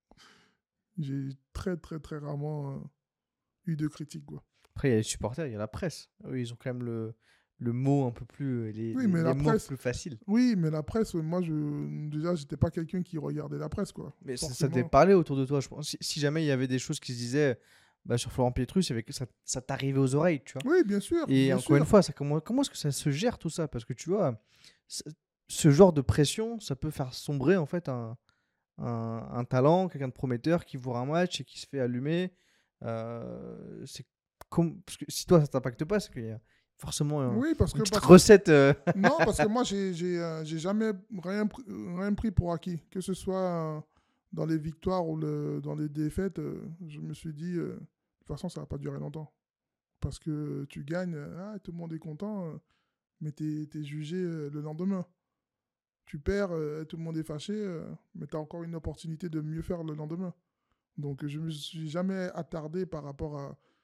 j'ai très, très, très rarement euh, eu de critiques, quoi. Après, il y a les supporters, il y a la presse. Eux, ils ont quand même le, le mot un peu plus. Les, Oui, les, mais les la mots presse, plus faciles. oui, mais la presse, moi, je, déjà, j'étais pas quelqu'un qui regardait la presse, quoi. Mais ça, ça Forcément. devait parler autour de toi, je pense. Si, si jamais il y avait des choses qui se disaient bah, sur Florent Pietrus, il y avait que ça, ça t'arrivait aux oreilles, tu vois. Oui, bien sûr. Et bien encore une sûr. fois, ça, comment, comment est-ce que ça se gère tout ça? Parce que tu vois, ce, ce genre de pression, ça peut faire sombrer en fait un, un, un talent, quelqu'un de prometteur qui voit un match et qui se fait allumer. Euh, c'est comme, parce que si toi ça t'impacte pas, c'est qu'il y a forcément un- Oui, parce une que, petite parce que- recette. euh, Non, parce que moi, j'ai j'ai euh, j'ai jamais rien, pr- rien pris pour acquis. Que ce soit euh, dans les victoires ou le, dans les défaites, euh, je me suis dit, euh, de toute façon, ça va pas durer longtemps. Parce que tu gagnes, euh, ah, tout le monde est content, euh, mais tu es jugé euh, le lendemain. Tu perds, euh, tout le monde est fâché, euh, mais tu as encore une opportunité de mieux faire le lendemain. Donc, je me suis jamais attardé par rapport à,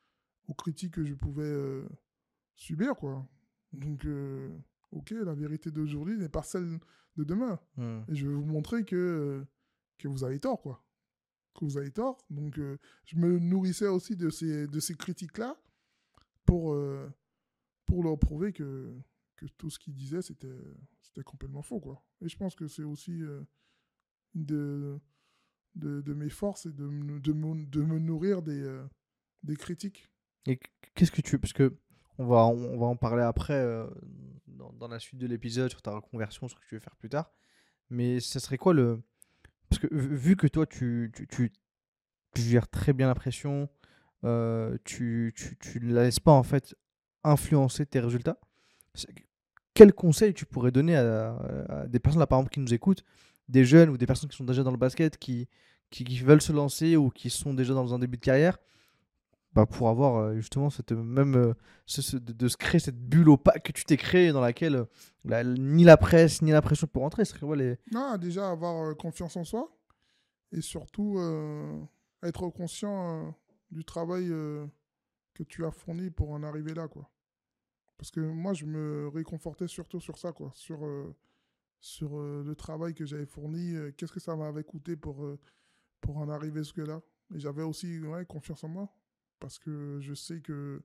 aux critiques que je pouvais euh, subir, quoi. Donc, euh, ok, la vérité d'aujourd'hui n'est pas celle de demain. Hmm. Et je vais vous montrer que, euh, que vous avez tort, quoi. Que vous avez tort. Donc, euh, je me nourrissais aussi de ces, de ces critiques-là pour, euh, pour leur prouver que, que tout ce qu'ils disaient, c'était, c'était complètement faux, quoi. Et je pense que c'est aussi euh, une de, de, de mes forces, et de, me- de, me, de me nourrir des, euh, des critiques. Et qu'est-ce que tu... Parce que on va, on va en parler après euh, dans, dans la suite de l'épisode sur ta reconversion, sur ce que tu veux faire plus tard. Mais ça serait quoi le... Parce que vu vu que toi, tu, tu, tu, tu gères très bien la pression, euh, tu, tu, tu ne la laisses pas en fait influencer tes résultats. c'est- Quel conseil tu pourrais donner à, à des personnes là, par exemple, qui nous écoutent, des jeunes ou des personnes qui sont déjà dans le basket, qui, qui, qui veulent se lancer ou qui sont déjà dans un début de carrière, bah, pour avoir euh, justement cette même euh, ce- ce- de, de se créer cette bulle opaque que tu t'es créée dans laquelle euh, la- ni la presse ni la pression pour rentrer. Ce serait quoi les... Non, déjà, avoir euh, confiance en soi et surtout euh, être conscient euh, du travail euh, que tu as fourni pour en arriver là, quoi. Parce que moi, je me réconfortais surtout sur ça, quoi. Sur, euh, sur euh, le travail que j'avais fourni, euh, qu'est-ce que ça m'avait coûté pour, euh, pour en arriver jusque-là. Et j'avais aussi ouais, confiance en moi. Parce que je sais que,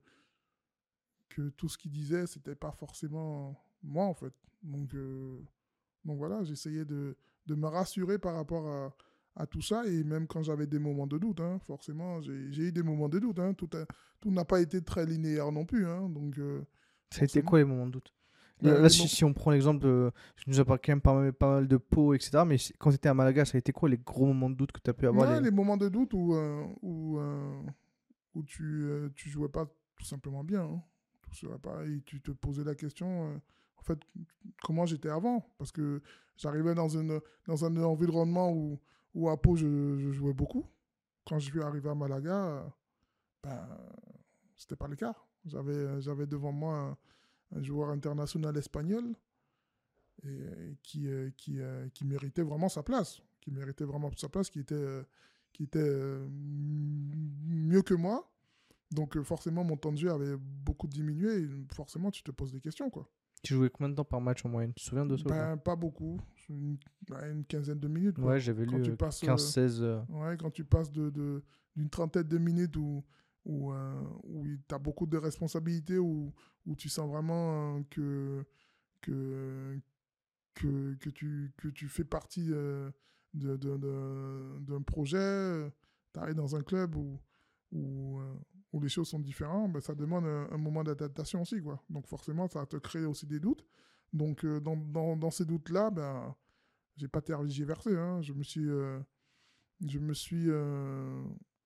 que tout ce qu'il disait, c'était pas forcément moi, en fait. Donc, euh, donc voilà, j'essayais de, de me rassurer par rapport à, à tout ça. Et même quand j'avais des moments de doute, hein, forcément, j'ai j'ai eu des moments de doute. Hein. Tout a- tout n'a pas été très linéaire non plus. Hein. Donc, euh, Ça a été forcément. quoi les moments de doute? Là, Ben, là, les si, mo- si on prend l'exemple de. Tu nous as parlé quand même pas mal, pas mal de pots, et cetera. Mais si- quand tu étais à Malaga, ça a été quoi les gros moments de doute que tu as pu avoir ouais, les... les moments de doute où, euh, où, euh, où tu, euh, tu jouais pas tout simplement bien. Hein. Tout serait pas, et tu te posais la question, euh, en fait, comment j'étais avant. Parce que j'arrivais dans, une, dans un environnement où, où à Pau, je, je jouais beaucoup. Quand je suis arrivé à Malaga, euh, ben, c'était pas le cas. J'avais, euh, j'avais devant moi un, un joueur international espagnol et, et qui, euh, qui, euh, qui méritait vraiment sa place. Qui méritait vraiment sa place, qui était, euh, qui était euh, mieux que moi. Donc euh, forcément, mon temps de jeu avait beaucoup diminué. Et forcément, tu te poses des questions, quoi. Tu jouais combien de temps par match en moyenne? Tu te souviens de ça ou pas? Ben, pas beaucoup. Une, ben, une quinzaine de minutes, quoi. Ouais, j'avais Quand lu tu euh, passes, euh, quinze seize. euh, ouais, quand tu passes de, de- d'une trentaine de minutes où, où, euh, où tu as beaucoup de responsabilités, où, où tu sens vraiment euh, que, que, que, que, tu, que tu fais partie euh, de, de- de- d'un projet, tu arrives dans un club où, où, euh, où les choses sont différentes, ben, ça demande un, un moment d'adaptation aussi, quoi. Donc forcément, ça te crée aussi des doutes. Donc euh, dans, dans, dans ces doutes-là, ben, j'ai pas tergiversé. Hein. Je me suis, euh, je me suis euh,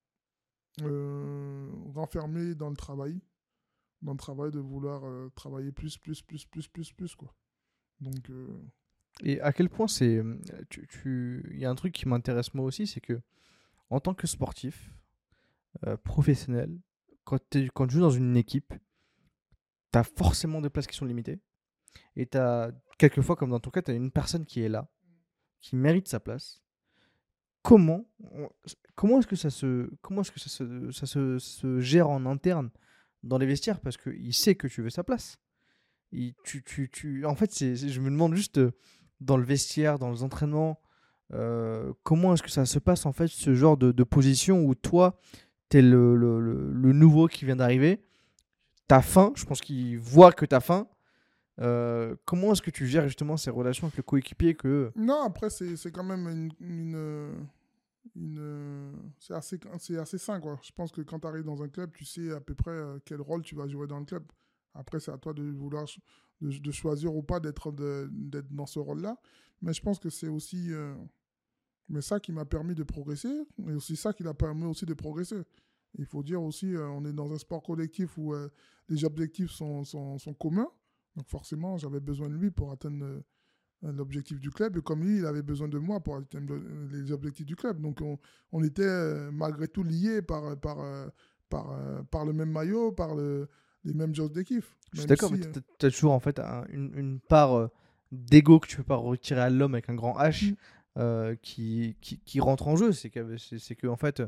euh, renfermé dans le travail, dans le travail de vouloir euh, travailler plus, plus, plus, plus, plus, plus, quoi. Donc, euh, Et à quel point c'est. euh, Tu, tu... Il y a un truc qui m'intéresse moi aussi, c'est que en tant que sportif, euh, professionnel, quand, t'es- quand tu joues dans une équipe, tu as forcément des places qui sont limitées. Et tu as, quelquefois, comme dans ton cas, tu as une personne qui est là, qui mérite sa place. Comment, on- comment est-ce que ça se, comment est-ce que ça se, ça se, se gère en interne dans les vestiaires? Parce qu'il sait que tu veux sa place. Il- tu, tu, tu, en fait, c'est, c'est- je me demande juste euh, dans le vestiaire, dans les entraînements, euh, comment est-ce que ça se passe en fait, ce genre de, de position où toi, tu es le, le, le- le nouveau qui vient d'arriver, tu as faim, je pense qu'il voit que tu as faim. Euh, comment est-ce que tu gères justement ces relations avec le coéquipier que... non, après, c'est c'est quand même une. une, euh, une, euh, c'est assez, c'est assez sain, quoi. Je pense que quand tu arrives dans un club, tu sais à peu près euh, quel rôle tu vas jouer dans le club. Après, c'est à toi de vouloir ch- de, de choisir ou pas d'être de- d'être dans ce rôle-là. Mais je pense que c'est aussi euh, mais ça qui m'a permis de progresser, et aussi ça qui l'a permis aussi de progresser. Il faut dire aussi, euh, on est dans un sport collectif où euh, les objectifs sont, sont, sont communs. Donc forcément, j'avais besoin de lui pour atteindre euh, l'objectif du club. Et comme lui, il avait besoin de moi pour atteindre le- les objectifs du club. Donc on, on était euh, malgré tout liés par, par, euh, par, euh, par le même maillot, par le, les mêmes objectifs. Je suis Même d'accord, mais si... euh, tu as toujours en fait un- une, une part euh, d'ego que tu peux pas retirer à l'homme avec un grand H Mm. euh, qui, qui, qui rentre en jeu. C'est que, c'est, c'est que en fait,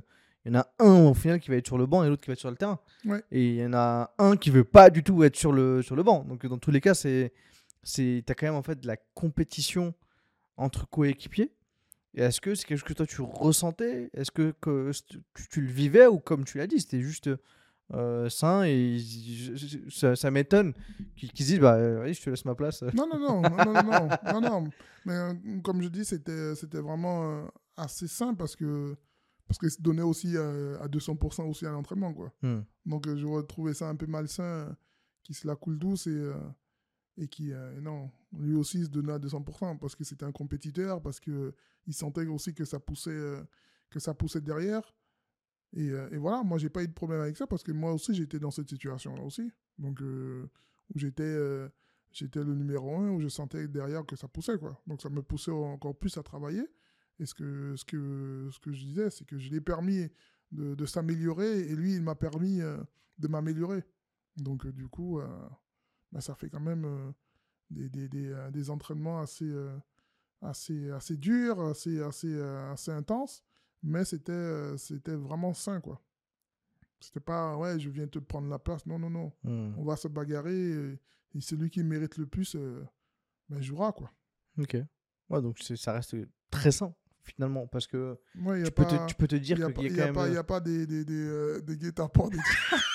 il y en a un au final qui va être sur le banc et l'autre qui va être sur le terrain. Ouais. Et il y en a un qui veut pas du tout être sur le, sur le banc. Donc dans tous les cas, c'est, c'est, t'as quand même en fait de la compétition entre coéquipiers. Et est-ce que c'est quelque chose que toi tu ressentais? Est-ce que, que tu, tu le vivais ou comme tu l'as dit, c'était juste euh, sain et je- je- ça, ça m'étonne qu'ils qu'ils se disent bah euh, allez, je te laisse ma place. Non, non, non, non, non, non, non, non. Mais euh, comme je dis, c'était, c'était vraiment euh, assez sain parce que parce que se donnait aussi euh, à deux cents pour cent aussi à l'entraînement, quoi. Hmm. Donc euh, j'aurais trouvé ça un peu malsain, euh, qui se la coule douce et euh, et qui euh, non, lui aussi se donnait à deux cents pour cent parce que c'était un compétiteur, parce que il sentait aussi que ça poussait euh, que ça poussait derrière. Et, euh, et voilà, moi j'ai pas eu de problème avec ça parce que moi aussi j'étais dans cette situation là aussi. Donc euh, où j'étais euh, j'étais le numéro un, où je sentais derrière que ça poussait, quoi. Donc ça me poussait encore plus à travailler. Et ce que, ce que, ce que je disais, c'est que je l'ai permis de, de s'améliorer et lui, il m'a permis euh, de m'améliorer. Donc euh, du coup, euh, bah, ça fait quand même euh, des, des, des, euh, des entraînements assez, euh, assez, assez durs, assez, assez, euh, assez intenses, mais c'était, euh, c'était vraiment sain, quoi. C'était pas, ouais, je viens te prendre la place. Non, non, non. Hmm. On va se bagarrer et, et celui qui mérite le plus, euh, ben, jouera, quoi. Ok. Ouais, donc c'est- ça reste très sain finalement parce que Ouais, y a tu peux te, pas, tu peux te dire y a qu'il pas, y a y quand a même. pas, y euh, a pas des, des, des, euh, des guet-apens. Des...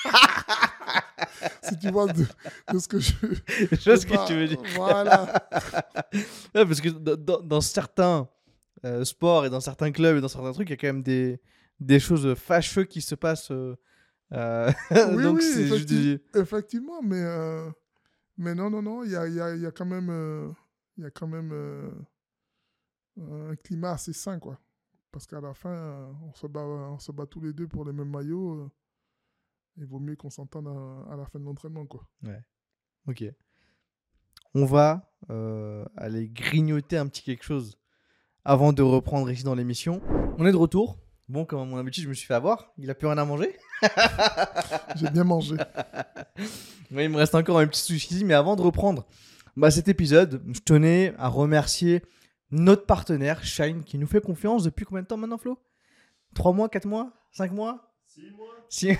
si tu vois de, de ce que je. Je vois ce pas- que tu veux dire. Voilà. Ouais, parce que dans, dans- dans certains euh, sports et dans certains clubs et dans certains trucs, il y a quand même des, des choses fâcheuses qui se passent. euh, euh, Oui, donc oui, c'est juste effecti- du- effectivement, mais, euh, mais non, non, non, il y a, y a- y a quand même, euh, y a quand même euh, un climat assez sain, quoi. Parce qu'à la fin, euh, on se bat, on se bat tous les deux pour les mêmes maillots. euh, il vaut mieux qu'on s'entende à, à la fin de l'entraînement, quoi. Ouais. Ok. On va euh, aller grignoter un petit quelque chose avant de reprendre ici dans l'émission. On est de retour. Bon, comme à mon habitude, je me suis fait avoir. Il a plus rien à manger. J'ai bien mangé. Oui, il me reste encore un petit sushi, mais avant de reprendre bah, cet épisode, je tenais à remercier notre partenaire Shine qui nous fait confiance depuis combien de temps maintenant, Flo? trois mois, quatre mois, cinq mois? six mois. Si.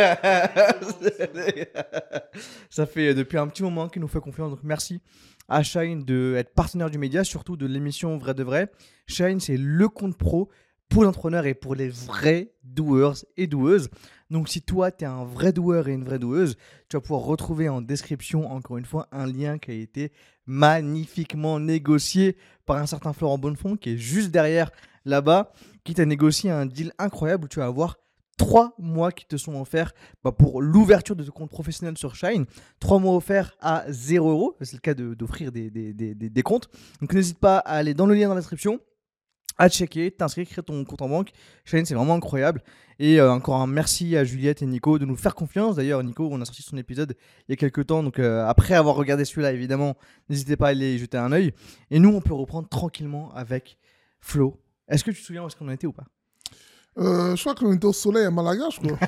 Ça fait depuis un petit moment qu'il nous fait confiance, donc merci à Shine d'être partenaire du média, surtout de l'émission Vrai de Vrai. Shine, c'est le compte pro pour l'entrepreneur et pour les vrais doueurs et doueuses. Donc si toi, tu es un vrai doueur et une vraie doueuse, tu vas pouvoir retrouver en description, encore une fois, un lien qui a été magnifiquement négocié par un certain Florent Bonnefond qui est juste derrière là-bas, qui t'a négocié un deal incroyable où tu vas avoir trois mois qui te sont offerts bah, pour l'ouverture de ton compte professionnel sur Shine. trois mois offerts à zéro euros. C'est le cas de, d'offrir des, des, des, des, des comptes. Donc n'hésite pas à aller dans le lien dans la description, à checker, t'inscrire, créer ton compte en banque. Shine, c'est vraiment incroyable. Et euh, encore un merci à Juliette et Nico de nous faire confiance. D'ailleurs, Nico, on a sorti son épisode il y a quelques temps. Donc euh, après avoir regardé celui-là, évidemment, n'hésitez pas à aller y jeter un œil. Et nous, on peut reprendre tranquillement avec Flo. Est-ce que tu te souviens où est-ce qu'on en était ou pas? Euh, je crois qu'on était au soleil à Malaga, je crois.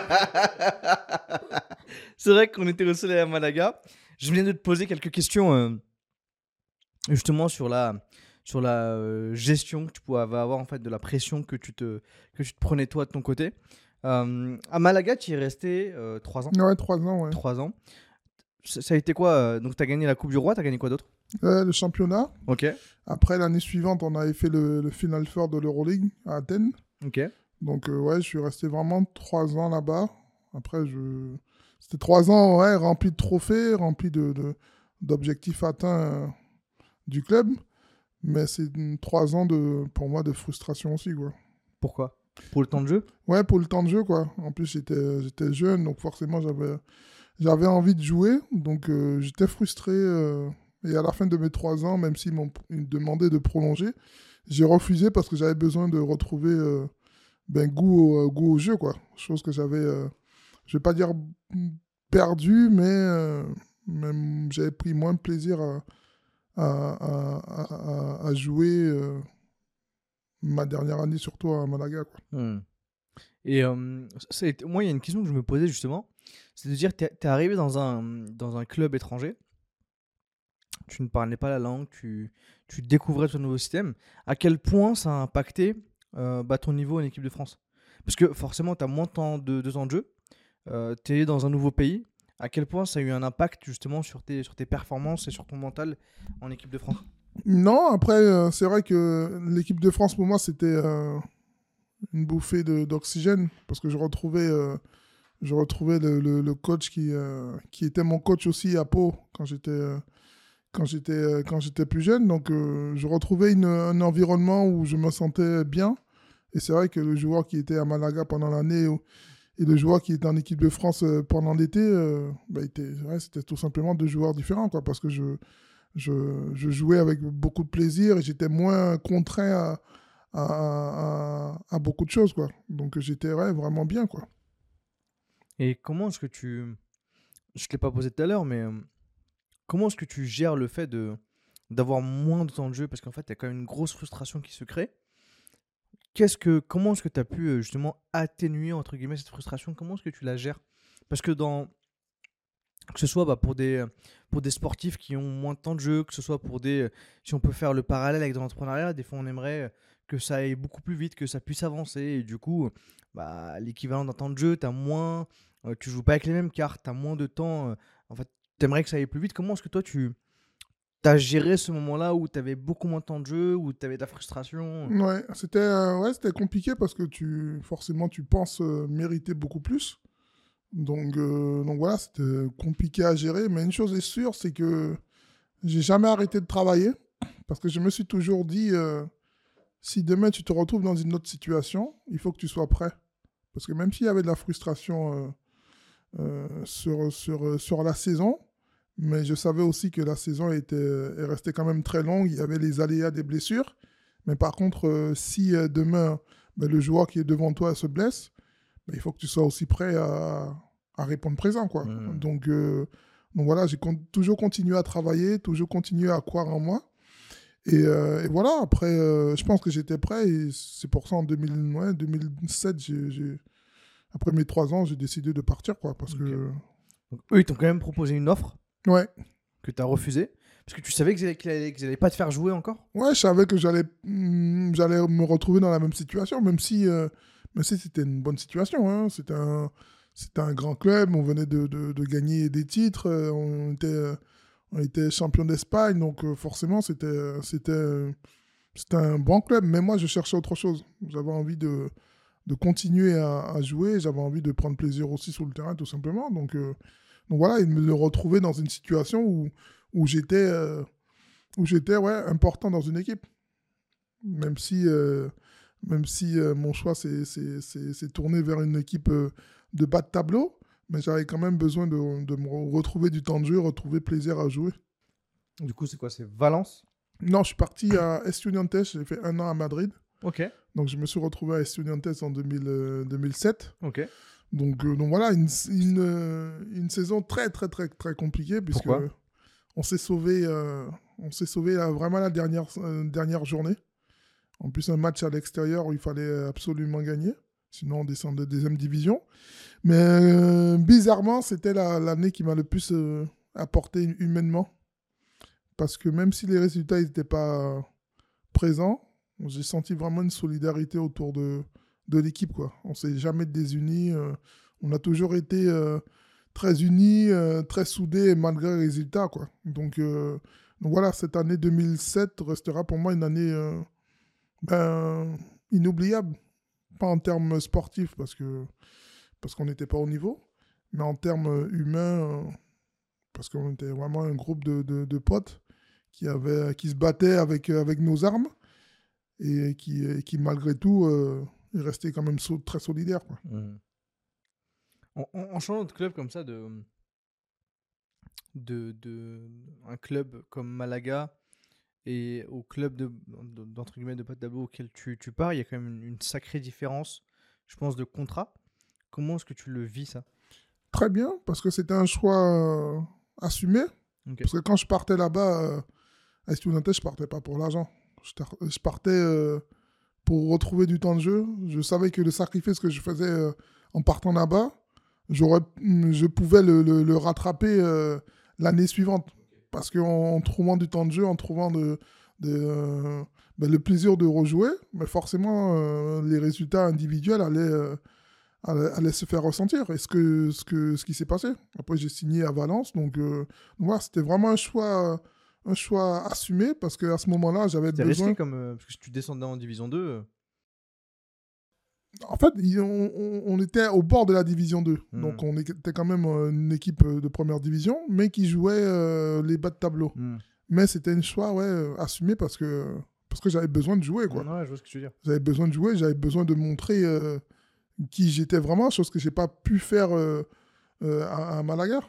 C'est vrai qu'on était au soleil à Malaga. Je viens de te poser quelques questions euh, justement sur la, sur la euh, gestion que tu pouvais avoir en fait de la pression que tu te, que tu te prenais toi de ton côté. Euh, à Malaga, tu y es resté euh, trois ans. Ouais, trois ans, ouais. Trois ans. Ça, ça a été quoi euh, Donc, tu as gagné la Coupe du Roi, tu as gagné quoi d'autre? Euh, le championnat. Ok, Après, l'année suivante, on avait fait le, le Final Four de l'Euroleague à Athènes. ok. Donc, euh, ouais, je suis resté vraiment trois ans là-bas. Après, je... c'était trois ans ouais, remplis de trophées, remplis de, de- d'objectifs atteints euh, du club. Mais c'est mm, trois ans de, pour moi de frustration aussi, quoi. Pourquoi? Pour le temps de jeu? Ouais, pour le temps de jeu, quoi. En plus, j'étais, j'étais jeune, donc forcément, j'avais, j'avais envie de jouer. Donc, euh, j'étais frustré. euh, et à la fin de mes trois ans, même s'ils m'ont ils me demandaient de prolonger, j'ai refusé parce que j'avais besoin de retrouver euh, ben, goût, au, goût au jeu, quoi. Chose que j'avais, euh, je vais pas dire perdu, mais, euh, même j'avais pris moins de plaisir à, à, à, à- à jouer euh, ma dernière année, surtout à Malaga, quoi. Hmm. Et euh, c'est- moi, il y a une question que je me posais justement. C'est de dire, tu es arrivé dans un, dans un club étranger, tu ne parlais pas la langue, tu, tu découvrais ton nouveau système. À quel point ça a impacté euh, bah, ton niveau en équipe de France? Parce que forcément, tu as moins de temps de, de temps de jeu, euh, tu es dans un nouveau pays. À quel point ça a eu un impact justement sur tes, sur tes performances et sur ton mental en équipe de France? Non, après, euh, c'est vrai que l'équipe de France, pour moi, c'était euh, une bouffée de- d'oxygène parce que je retrouvais, euh, je retrouvais le, le- le coach qui, euh, qui était mon coach aussi à Pau quand j'étais euh, quand j'étais euh, quand j'étais plus jeune. Donc, euh, je retrouvais une- un environnement où je me sentais bien. Et c'est vrai que le joueur qui était à Malaga pendant l'année ou- et le joueur qui était en équipe de France euh, pendant l'été, euh, bah, était- ouais, c'était tout simplement deux joueurs différents, quoi, parce que je, je, je jouais avec beaucoup de plaisir et j'étais moins contraint à, à, à- à beaucoup de choses, quoi. Donc j'étais ouais, vraiment bien, quoi. Et comment est-ce que tu... Je ne te l'ai pas posé tout à l'heure, mais euh, comment est-ce que tu gères le fait de d'avoir moins de temps de jeu? Parce qu'en fait, il y a quand même une grosse frustration qui se crée. Qu'est-ce que, comment est-ce que tu as pu euh, justement atténuer entre guillemets cette frustration? Comment est-ce que tu la gères? Parce que dans, que ce soit bah, pour des, pour des sportifs qui ont moins de temps de jeu, que ce soit pour des, si on peut faire le parallèle avec de l'entrepreneuriat, des fois on aimerait que ça aille beaucoup plus vite, que ça puisse avancer, et du coup, bah, l'équivalent d'un temps de jeu, t'as moins, euh, tu joues pas avec les mêmes cartes, t'as moins de temps, euh, en fait, t'aimerais que ça aille plus vite. Comment est-ce que toi tu as géré ce moment-là où t'avais beaucoup moins de temps de jeu, où t'avais de la frustration? Ouais, c'était euh, ouais, c'était compliqué parce que tu forcément tu penses euh, mériter beaucoup plus. Donc, euh, donc voilà, c'était compliqué à gérer. Mais une chose est sûre, c'est que j'ai jamais arrêté de travailler parce que je me suis toujours dit, euh, si demain tu te retrouves dans une autre situation, il faut que tu sois prêt. Parce que même s'il y avait de la frustration euh, euh, sur, sur, euh, sur la saison, mais je savais aussi que la saison était, est restée quand même très longue. Il y avait les aléas des blessures. Mais par contre, euh, si euh, demain, ben, le joueur qui est devant toi se blesse, ben, il faut que tu sois aussi prêt à, à répondre présent, quoi. Hmm. Donc, euh, donc voilà, j'ai con- toujours continué à travailler, toujours continué à croire en moi. Et, euh, et voilà, après, euh, je pense que j'étais prêt. Et c'est pour ça, en deux mille, ouais, deux mille sept, j'ai, j'ai- après mes trois ans, j'ai décidé de partir, quoi. Parce Ok. que, Donc, eux, ils t'ont quand même proposé une offre ouais, que tu as refusée, parce que tu savais qu'ils n'allaient qu'ils allaient pas te faire jouer encore? ouais, je savais que j'allais, hmm, j'allais me retrouver dans la même situation, même si, euh, même si c'était une bonne situation, hein. C'était un, c'était un grand club, on venait de, de, de gagner des titres, euh, on était, euh, on était champion d'Espagne, donc euh, forcément, c'était, euh, c'était, euh, c'était un bon club. Mais moi, je cherchais autre chose. J'avais envie de, de continuer à, à jouer, j'avais envie de prendre plaisir aussi sur le terrain, tout simplement. Donc, euh, donc voilà, et de me retrouver dans une situation où, où j'étais, euh, où j'étais ouais, important dans une équipe. Même si, euh, même si euh, mon choix s'est c'est, c'est, c'est tourné vers une équipe euh, de bas de tableau, mais j'avais quand même besoin de, de me retrouver du temps de jeu, retrouver plaisir à jouer. Du coup, c'est quoi? C'est Valence? Non, je suis parti à Estudiantes, j'ai fait un an à Madrid. Ok, Donc je me suis retrouvé à Estudiantes en deux mille, euh, deux mille sept. ok. Donc, euh, donc voilà, une, une, euh, une saison très très très très compliquée puisque Pourquoi? on s'est sauvé, euh, on s'est sauvé euh, vraiment la dernière, euh, dernière journée. En plus, un match à l'extérieur où il fallait absolument gagner. Sinon, on descend de deuxième division. Mais euh, bizarrement, c'était la- l'année qui m'a le plus euh, apporté humainement. Parce que même si les résultats n'étaient pas présents, j'ai senti vraiment une solidarité autour de, de l'équipe, quoi. On ne s'est jamais désunis. euh, on a toujours été euh, très unis, euh, très soudés malgré les résultats, quoi. Donc, euh, donc voilà, cette année deux mille sept restera pour moi une année euh, ben, inoubliable. Pas en termes sportifs, parce que parce qu'on n'était pas au niveau, mais en termes humains, euh, parce qu'on était vraiment un groupe de, de, de potes qui, avait, qui se battaient avec, avec nos armes et qui, et qui malgré tout, euh, est resté quand même so- très solidaire, quoi. Hmm. En, en- en changeant de club comme ça, de, de, de un club comme Malaga et au club de, de- d'entre guillemets de bas de tableau auquel tu, tu pars, il y a quand même une, une sacrée différence, je pense, de contrat. Comment est-ce que tu le vis, ça? Très bien, parce que c'était un choix euh, assumé. Ok. Parce que quand je partais là-bas, euh, à Estudiantes, je partais pas pour l'argent. Je, tar- je partais euh, pour retrouver du temps de jeu. Je savais que le sacrifice que je faisais euh, en partant là-bas, j'aurais, je pouvais le, le- le rattraper euh, l'année suivante. Parce qu'en en trouvant du temps de jeu, en trouvant de, de, euh, ben, le plaisir de rejouer, mais forcément, euh, les résultats individuels allaient, euh, allaient, allaient se faire ressentir. Et ce, que, ce, que, ce qui s'est passé. Après, j'ai signé à Valence. Donc, euh, voilà, c'était vraiment un choix, un choix assumé parce qu'à ce moment-là, j'avais C'était besoin... risqué comme. euh, parce que si tu descendais en division deux. euh, En fait, il- on, on- on était au bord de la division deux. Hmm. Donc, on était quand même euh, une équipe euh, de première division, mais qui jouait euh, les bas de tableau. hmm. Mais c'était un choix ouais, euh, assumé parce que, parce que j'avais besoin de jouer. Quoi. Ouais, je vois ce que tu veux dire. J'avais besoin de jouer, j'avais besoin de montrer euh, qui j'étais vraiment, chose que je n'ai pas pu faire euh, euh, à, à Malaga.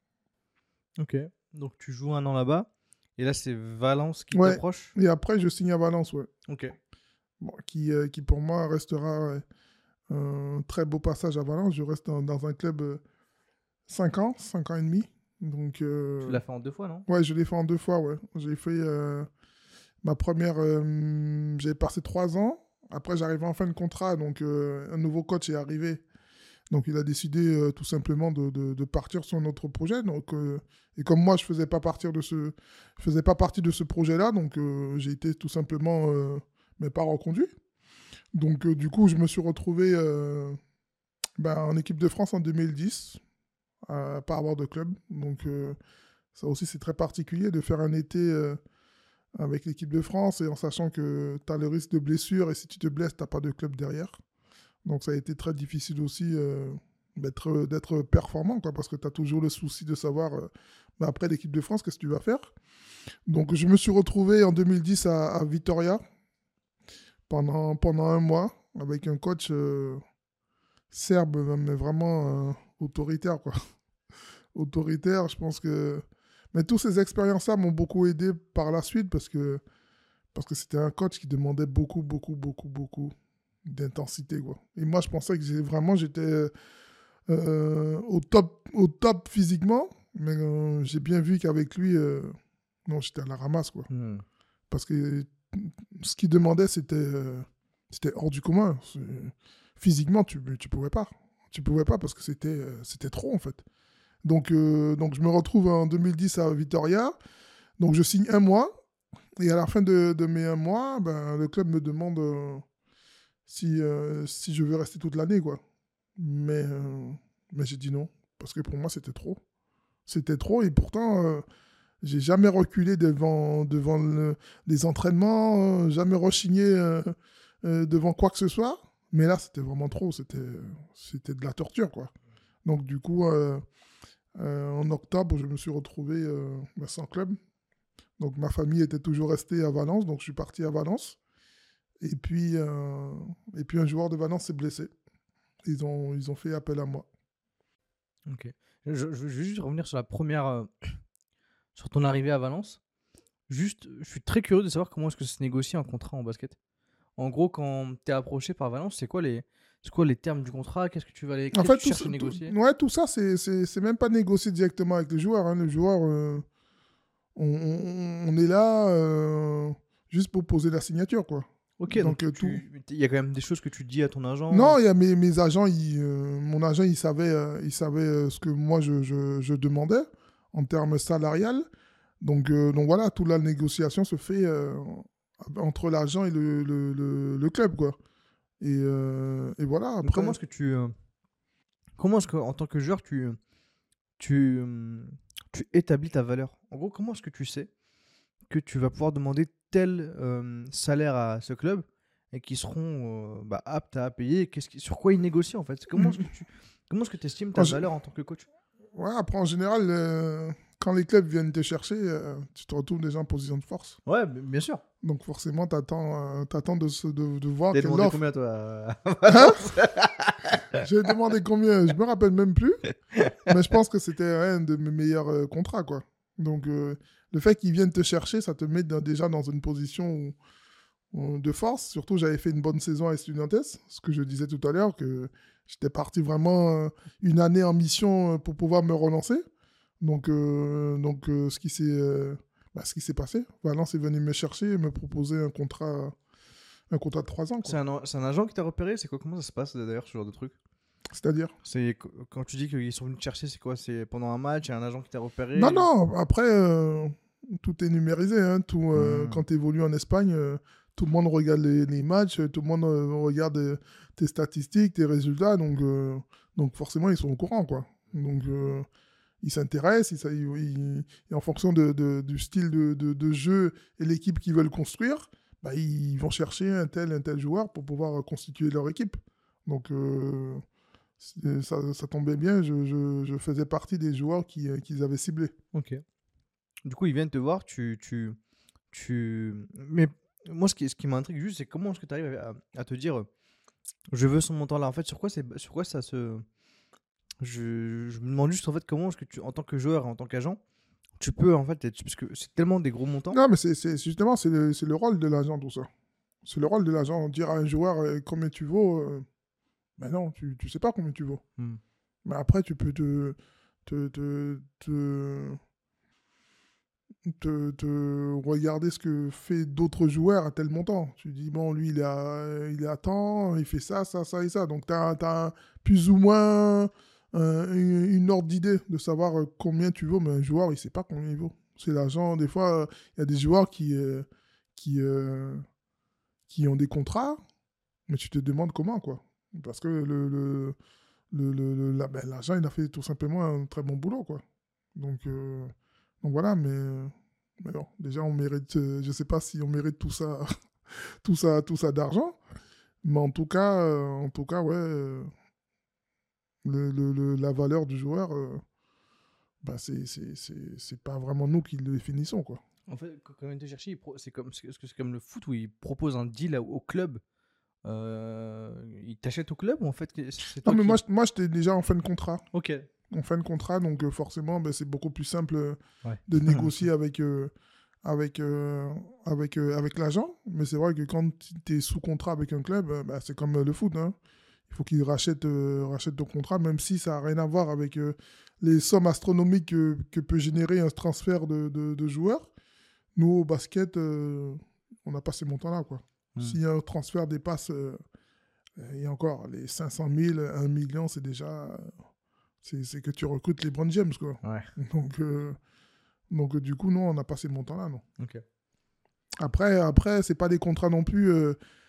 Ok. Donc tu joues un an là-bas. Et là, c'est Valence qui Ouais. t'approche. Et après, je signe à Valence, ouais. Ok. Bon, qui, euh, qui pour moi restera ouais, un très beau passage à Valence. Je reste dans, dans un club euh, cinq ans, cinq ans et demi. Donc, euh, Tu l'as fait en deux fois, non? ouais, je l'ai fait en deux fois, ouais. J'ai fait euh, ma première... euh, j'ai passé trois ans. Après, j'arrivais en fin de contrat, donc euh, un nouveau coach est arrivé. Donc, il a décidé euh, tout simplement de, de, de partir sur notre projet. Donc, euh, et comme moi, je ne faisais pas partir de ce, je faisais pas partie de ce projet-là, donc euh, j'ai été tout simplement euh, mes pas reconduit. Donc, euh, du coup, je me suis retrouvé euh, ben, en équipe de France en deux mille dix, à pas avoir de club. Donc, euh, ça aussi, c'est très particulier de faire un été euh, avec l'équipe de France et en sachant que tu as le risque de blessure et si tu te blesses, tu n'as pas de club derrière. Donc, ça a été très difficile aussi euh, d'être, d'être performant, quoi, parce que tu as toujours le souci de savoir, euh, ben, après l'équipe de France, qu'est-ce que tu vas faire. Donc, je me suis retrouvé en deux mille dix à, à Vitoria pendant, pendant un mois avec un coach euh, serbe, mais vraiment euh, autoritaire, quoi. Autoritaire, je pense que... Mais toutes ces expériences-là m'ont beaucoup aidé par la suite parce que, parce que c'était un coach qui demandait beaucoup, beaucoup, beaucoup, beaucoup d'intensité, quoi. Et moi, je pensais que j'ai, vraiment, j'étais euh, au, top, au top physiquement, mais euh, j'ai bien vu qu'avec lui, euh, non, j'étais à la ramasse, quoi. Hmm. Parce que ce qu'il demandait, c'était, euh, c'était hors du commun. C'est... Physiquement, tu ne pouvais pas. Tu pouvais pas parce que c'était, euh, c'était trop, en fait. Donc, euh, donc, je me retrouve en deux mille dix à Vitoria. Donc, je signe un mois. Et à la fin de, de mes un mois, ben, le club me demande euh, si, euh, si je veux rester toute l'année, quoi. Mais, euh, mais j'ai dit non. Parce que pour moi, c'était trop. C'était trop. Et pourtant, euh, j'ai jamais reculé devant, devant le, les entraînements, euh, jamais rechigné euh, euh, devant quoi que ce soit. Mais là, c'était vraiment trop. C'était, c'était de la torture, quoi. Donc, du coup... Euh, Euh, en octobre, je me suis retrouvé euh, sans club. Donc ma famille était toujours restée à Valence, donc je suis parti à Valence. Et puis, euh, et puis un joueur de Valence s'est blessé. Ils ont, ils ont fait appel à moi. Ok. Je, je, je vais juste revenir sur la première, euh, sur ton arrivée à Valence. Juste, je suis très curieux de savoir comment est-ce que ça se négocie un contrat en basket. En gros, quand tu es approché par Valence, c'est quoi les, c'est quoi les termes du contrat? Qu'est-ce que tu vas aller écrire? En fait, tu tout, cherches ça- à négocier? tout- ouais, tout ça, c'est, c'est, c'est même pas négocié directement avec les joueurs. Hein. Les joueurs, euh, on, on- on est là euh, juste pour poser la signature, quoi. Ok, donc Donc, euh, tu- il y a quand même des choses que tu dis à ton agent. Non, il y a mes, mes agents, ils, euh, mon agent, il savait, euh, il savait euh, ce que moi je, je, je demandais en termes salarial. Donc, euh, donc voilà, toute la négociation se fait euh, entre l'agent et le, le, le, le club, quoi. Et, euh, et voilà, Donc après... comment est-ce que tu, euh, comment est-ce que en tant que joueur tu, tu, euh, tu établis ta valeur? En gros, comment est-ce que tu sais que tu vas pouvoir demander tel euh, salaire à ce club et qu'ils seront euh, bah, aptes à payer? Qu'est-ce qui, sur quoi ils négocient en fait? Comment est-ce que tu, comment est-ce que tu estimes ta Quand je- valeur en tant que coach? Ouais, après, en général, euh, quand les clubs viennent te chercher, euh, tu te retrouves déjà en position de force. Ouais, b- bien sûr. Donc forcément, tu attends de, se- de, de voir T'as quelle demandé offre... combien toi? Hein? J'ai demandé combien, je me rappelle même plus, mais je pense que c'était un de mes meilleurs euh, contrats, quoi. Donc euh, le fait qu'ils viennent te chercher, ça te met dans- déjà dans une position où- où- de force. Surtout, j'avais fait une bonne saison à Estudiantes, ce que je disais tout à l'heure, que j'étais parti vraiment euh, une année en mission euh, pour pouvoir me relancer. Donc, euh, donc euh, ce qui s'est euh, bah, ce qui s'est passé, Valence est venu me chercher et me proposer un contrat, un contrat de trois ans, quoi. C'est un, c'est un agent qui t'a repéré? C'est quoi? Comment ça se passe d'ailleurs ce genre de truc? C'est-à-dire... C'est qu- quand tu dis qu'ils sont venus te chercher, c'est quoi? C'est pendant un match, il y a un agent qui t'a repéré? Non, non, après, euh, tout est numérisé. Hein, tout, euh, Hmm. Quand tu évolues en Espagne, tout le monde regarde les, les matchs, tout le monde euh, regarde euh, tes statistiques, tes résultats, donc, euh, donc forcément, ils sont au courant, quoi. Donc, euh, ils s'intéressent, ils, ils, ils- et en fonction de, de- du style de, de- de jeu et l'équipe qu'ils veulent construire, bah, ils vont chercher un tel, un tel joueur pour pouvoir constituer leur équipe. Donc, euh, c'est- ça, ça tombait bien, je, je- je faisais partie des joueurs qui, euh, qu'ils avaient ciblés. Ok. Du coup, ils viennent te voir, tu, tu, tu... Mais moi, ce qui, ce qui m'intrigue juste, c'est comment est-ce que tu arrives à, à te dire, euh, je veux ce montant-là. En fait, sur quoi, c'est, sur quoi ça se... Je, je me demande juste, en fait, comment est-ce que tu, en tant que joueur, en tant qu'agent, tu peux, en fait, être... Parce que c'est tellement des gros montants. Non, mais c'est c'est- justement, c'est le, c'est le rôle de l'agent, tout ça. C'est le rôle de l'agent. Dire à un joueur euh, combien tu vaux, euh, ben non, tu ne sais pas combien tu vaux. Hmm. Mais après, tu peux te, te, te, te, te- te regarder ce que fait d'autres joueurs à tel montant. Tu dis, bon, lui, il est à, il est à temps, il fait ça, ça, ça et ça. Donc, tu as, plus ou moins euh, une, une ordre d'idée de savoir euh, combien tu vaux, mais un joueur, il ne sait pas combien il vaut. C'est l'agent. Des fois, euh, il y a des joueurs qui, euh, qui, euh, qui ont des contrats, mais tu te demandes comment, quoi. Parce que le, le, le, le- le- la- ben, l'agent, il a fait tout simplement un très bon boulot, quoi. Donc, euh, donc voilà, mais, mais bon, déjà, on mérite, euh, je sais pas si on mérite tout ça, tout ça, tout ça d'argent, mais en tout cas, euh, en tout cas, ouais, euh, le, le- le- la valeur du joueur, euh, bah, c'est, c'est, c'est, c'est pas vraiment nous qui le définissons, quoi. En fait, quand quand ils viennent te chercher, ils pro- c'est comme, c'est, est-ce que c'est comme le foot où ils proposent un deal à- au club. Euh, ils t'achètent au club ou en fait, que- c'est Non, toi mais qui... moi, je- moi, j'étais déjà en fin de contrat. Ok. En fin de contrat, donc euh, forcément, ben, c'est beaucoup plus simple euh, Ouais. de négocier avec, euh, avec, euh, avec, euh, avec l'agent. Mais c'est vrai que quand tu es sous contrat avec un club, euh, bah, c'est comme euh, le foot, hein. Il faut qu'il rachète, euh, rachète ton contrat, même si ça n'a rien à voir avec euh, les sommes astronomiques que, que peut générer un transfert de, de, de joueurs. Nous, au basket, euh, on n'a pas ces montants-là, quoi. Hmm. Si un transfert dépasse, euh, et encore, les cinq cent mille, un million, c'est déjà... C'est c'est que tu recrutes les LeBron James, quoi. Ouais. Donc, euh, donc euh, du coup, non, on n'a pas ces montants-là, non. Ok. Après, après c'est pas des contrats non plus euh,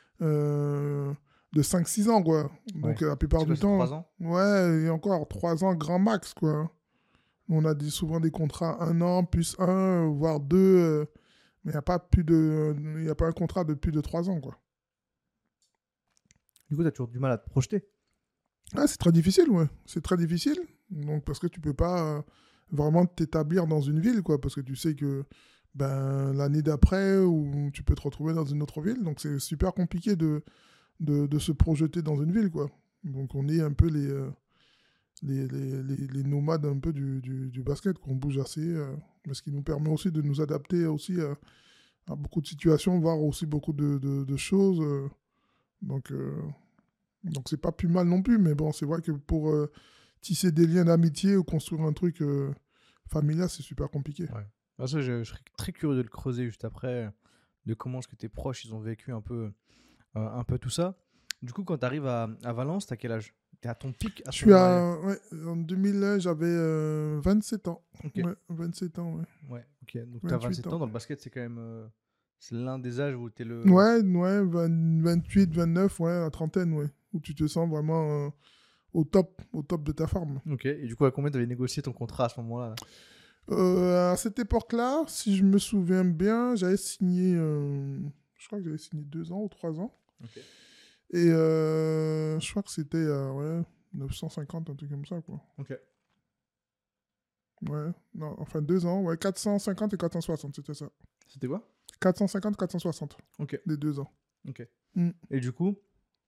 euh, de cinq six ans, quoi. Donc, Ouais. euh, la plupart C'est quoi, du c'est temps... trois ans Ouais, et encore, trois ans, grand max, quoi. On a des, souvent des contrats un an, plus un, voire deux. euh, mais il n'y a pas plus de... Il a pas un contrat de plus de trois ans, quoi. Du coup, t'as toujours du mal à te projeter. Ah, c'est très difficile, ouais. C'est très difficile. Donc, parce que tu peux pas euh, vraiment t'établir dans une ville, quoi. Parce que tu sais que ben, l'année d'après, ou tu peux te retrouver dans une autre ville. Donc, c'est super compliqué de, de, de se projeter dans une ville, quoi. Donc, on est un peu les, euh, les, les, les, les nomades un peu du, du, du basket, qu'on bouge assez. euh, mais ce qui nous permet aussi de nous adapter aussi à, à beaucoup de situations, voir aussi beaucoup de, de, de choses. euh. donc... euh, Donc c'est pas plus mal non plus, mais bon, c'est vrai que pour euh, tisser des liens d'amitié ou construire un truc euh, familial, c'est super compliqué. Ouais. Ah, ça, je, je serais très curieux de le creuser juste après, de comment est-ce que tes proches ils ont vécu un peu, euh, un peu tout ça. Du coup, quand tu arrives à, à Valence, t'as quel âge? T'es à ton pic à Je ce suis moment-là. à... Ouais, en deux mille un, j'avais euh, vingt-sept ans. Ok. Ouais, vingt-sept ans, ouais. Ouais, ok. Donc t'as vingt-huit vingt-sept ans. ans. Dans le basket, c'est quand même. euh, c'est l'un des âges où t'es le. Ouais, ouais, vingt, vingt-huit, vingt-neuf, ouais, la trentaine, ouais. Où tu te sens vraiment euh, au top, au top de ta forme. Ok. Et du coup, à combien t'avais négocié ton contrat à ce moment-là là Euh, à cette époque-là, si je me souviens bien, j'avais signé... euh, je crois que j'avais signé deux ans ou trois ans. Ok. Et euh, je crois que c'était euh, ouais, neuf cent cinquante, un truc comme ça, quoi. Ok. Ouais, non, enfin deux ans, ouais, quatre cent cinquante et quatre cent soixante, c'était ça. C'était quoi quatre cent cinquante, quatre cent soixante, Ok. les deux ans. Ok. Mm. Et du coup,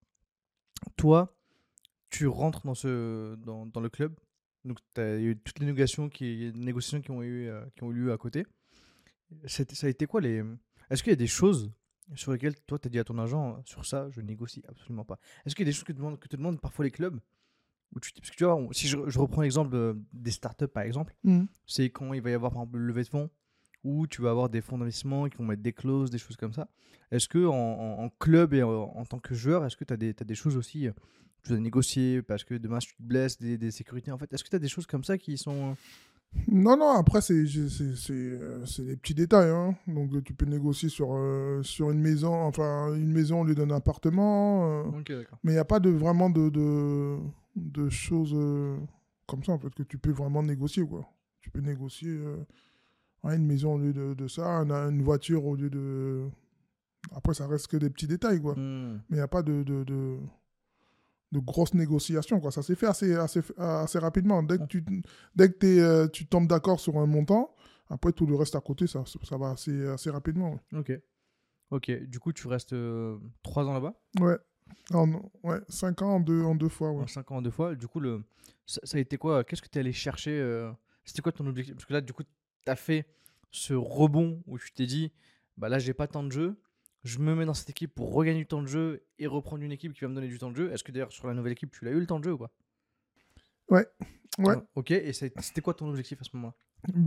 toi, tu rentres dans, ce, dans, dans le club. Donc, tu as eu toutes les négociations qui, négociations qui ont eu, euh, qui ont eu lieu à côté. C'était- Ça a été quoi les. Est-ce qu'il y a des choses sur lesquelles toi, tu as dit à ton agent, sur ça, je négocie absolument pas? Est-ce qu'il y a des choses que te demandent, que te demandent parfois les clubs où tu, parce que tu vois, on- si je, je reprends l'exemple euh, des startups par exemple, Mm. c'est quand il va y avoir par exemple le levée de fonds où tu vas avoir des fonds d'investissement qui vont mettre des clauses, des choses comme ça. Est-ce que en, en- en club et en, en tant que joueur, est-ce que tu as des, t'as des choses aussi euh, que tu dois négocier parce que demain si tu te blesses, des, des sécurités en fait? Est-ce que tu as des choses comme ça qui sont Non, non, après, c'est c'est- c'est- c'est, euh, c'est des petits détails, hein. Donc, euh, tu peux négocier sur, euh, sur une maison, enfin, une maison au lieu d'un appartement. euh, Ok, d'accord. mais il n'y a pas de, vraiment de, de, de choses euh, comme ça, en fait, que tu peux vraiment négocier, quoi. Tu peux négocier euh, ouais, une maison au lieu de, de ça, une, une voiture au lieu de... Après, ça reste que des petits détails, quoi. Hmm. Mais il n'y a pas de, de, de, de grosses négociations, quoi. Ça s'est fait assez, assez, assez rapidement. Dès que tu, dès que t'es, euh, tu tombes d'accord sur un montant, après, tout le reste à côté, ça, ça va assez, assez rapidement. Ok. Ok. Du coup, tu restes euh, trois ans là-bas, Ouais. En, ouais, cinq ans en deux, en deux fois, ouais. en cinq ans deux fois. Du coup, le... ça, ça a été quoi? Qu'est-ce que tu es allé chercher euh, C'était quoi ton objectif? Parce que là, du coup, tu as fait ce rebond où tu t'es dit, bah là, j'ai pas tant de jeu. Je me mets dans cette équipe pour regagner du temps de jeu et reprendre une équipe qui va me donner du temps de jeu. Est-ce que d'ailleurs, sur la nouvelle équipe, tu l'as eu le temps de jeu ou pas? Ouais, ouais. Ouais. Ok. Et ça- c'était quoi ton objectif à ce moment-là?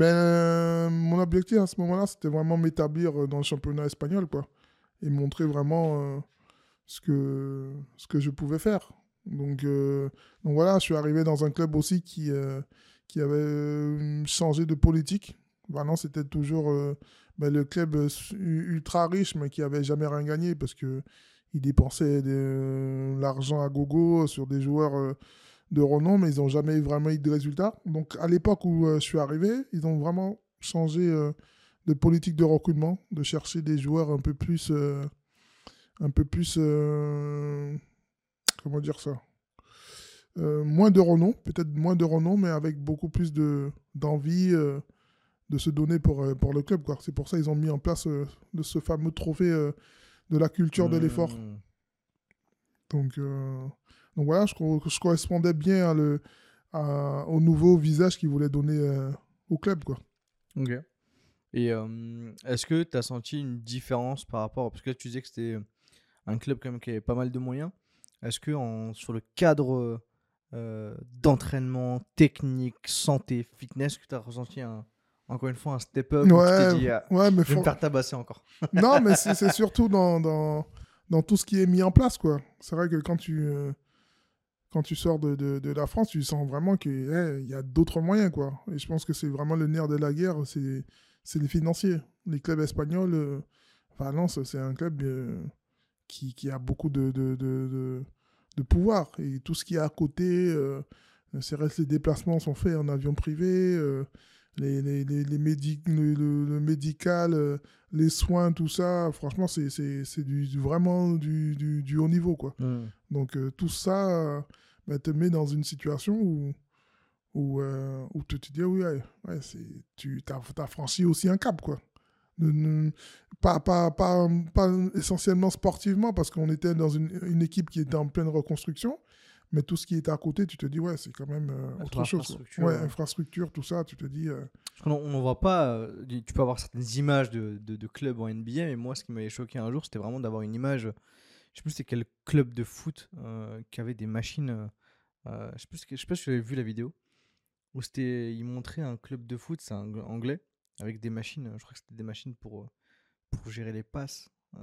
Ben, mon objectif à ce moment-là, c'était vraiment m'établir euh, dans le championnat espagnol, quoi. Et montrer vraiment euh, ce que, ce que je pouvais faire. Donc, euh, donc voilà, je suis arrivé dans un club aussi qui, euh, qui avait euh, changé de politique. Vraiment, c'était toujours euh, ben, le club euh, u- ultra riche, mais qui avait jamais rien gagné parce que il dépensait de l'argent à gogo sur des joueurs euh, de renom, mais ils n'ont jamais vraiment eu de résultats. Donc, à l'époque où euh, je suis arrivé, ils ont vraiment changé euh, de politique de recrutement, de chercher des joueurs un peu plus, euh, un peu plus, euh, comment dire ça, Euh, moins de renom, peut-être moins de renom, mais avec beaucoup plus de d'envie euh, de se donner pour, euh, pour le club, quoi. C'est pour ça qu'ils ont mis en place euh, de ce fameux trophée euh, de la culture de l'effort. Hmm. Donc, euh, donc voilà, je, co- je correspondais bien à le, à- au nouveau visage qu'ils voulaient donner euh, au club, quoi. Ok. Et euh, est-ce que tu as senti une différence par rapport. Parce que là, tu disais que c'était un club quand même qui avait pas mal de moyens. Est-ce que en- sur le cadre euh, d'entraînement, technique, santé, fitness, que tu as ressenti un, encore une fois un step-up où tu t'es Ouais, dit ah, ouais, mais je vais me for- faire tabasser encore? non, mais c'est c'est surtout dans, dans, dans tout ce qui est mis en place, quoi. C'est vrai que quand tu, euh, quand tu sors de, de, de la France, tu sens vraiment qu'il y a d'autres moyens, quoi. Et je pense que c'est vraiment le nerf de la guerre, c'est c'est les financiers. Les clubs espagnols, euh, Valence, c'est un club euh, qui, qui a beaucoup de, de, de, de, de pouvoir. Et tout ce qui est à côté, euh, c'est vrai que les déplacements sont faits en avion privé, euh, les, les, les, les médi- le, le- le médical, euh, les soins, tout ça, franchement, c'est c'est- c'est du, du- vraiment du, du, du haut niveau, quoi. Hmm. Donc euh, tout ça euh, bah, te met dans une situation où, où, euh, où tu te dis, ah oui, ouais, ouais, c'est, tu as, franchi aussi un cap, quoi. Ne- ne- pas, pas, pas, pas essentiellement sportivement, parce qu'on était dans une, une équipe qui était en pleine reconstruction, mais tout ce qui était à côté, tu te dis, ouais, c'est quand même euh, Sur autre chose, quoi. l'infrastructure, Ouais, euh. infrastructure, tout ça, tu te dis... euh, Parce qu'on on voit pas. euh, tu peux avoir certaines images de, de, de clubs en N B A, mais moi, ce qui m'avait choqué un jour, c'était vraiment d'avoir une image. Je sais plus c'est quel club de foot euh, qui avait des machines. euh, euh, je sais plus, ce que- je sais pas si vous avez vu la vidéo. Où c'était, ils montraient un club de foot, c'est un anglais, avec des machines. euh, Je crois que c'était des machines pour, euh, pour gérer les passes. Euh,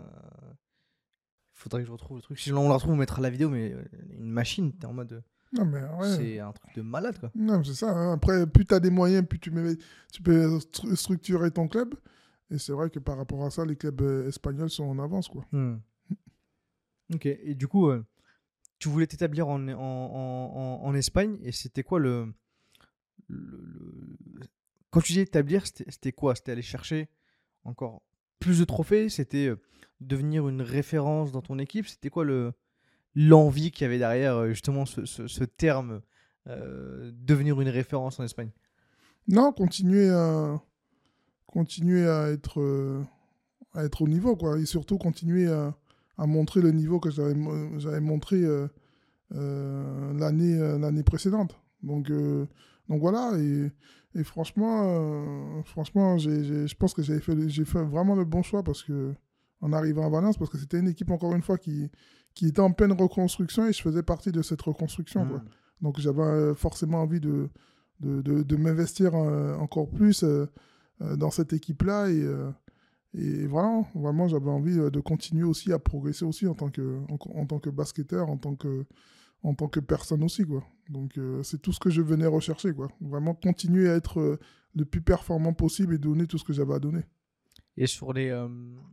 Il faudrait que je retrouve le truc. Si on le retrouve, on mettra la vidéo, mais euh, une machine, t'es en mode. euh, non, mais ouais. C'est un truc de malade, quoi. Non, c'est ça, hein. Après, plus tu as des moyens, plus tu, mets, tu peux stru- structurer ton club. Et c'est vrai que par rapport à ça, les clubs euh, espagnols sont en avance, quoi. Hmm. Ok, et du coup, euh, tu voulais t'établir en, en, en, en- en Espagne, et c'était quoi le, le- le- Quand tu dis établir, c'était c'était quoi? C'était aller chercher encore plus de trophées? C'était euh, devenir une référence dans ton équipe? C'était quoi le l'envie qu'il y avait derrière euh, justement ce, ce- ce terme euh, devenir une référence en Espagne? Non, continuer à, continuer à être, euh, à être au niveau, quoi. Et surtout continuer à, à montrer le niveau que j'avais mo- j'avais montré euh, euh, l'année euh, l'année précédente. Donc, euh, donc voilà, et, et franchement, euh, franchement j'ai, j'ai- je pense que j'ai fait, le- j'ai fait vraiment le bon choix parce que, en arrivant à Valence, parce que c'était une équipe, encore une fois, qui, qui était en pleine reconstruction et je faisais partie de cette reconstruction, quoi. Hmm. Donc j'avais euh, forcément envie de, de, de, de m'investir euh, encore plus euh, euh, dans cette équipe-là. Et, euh, et voilà, vraiment, j'avais envie euh, de continuer aussi à progresser aussi en tant que, en, en tant que basketteur, en tant que, en tant que personne aussi, quoi. Donc, euh, c'est tout ce que je venais rechercher, quoi. Vraiment continuer à être euh, le plus performant possible et donner tout ce que j'avais à donner. Et sur les, euh,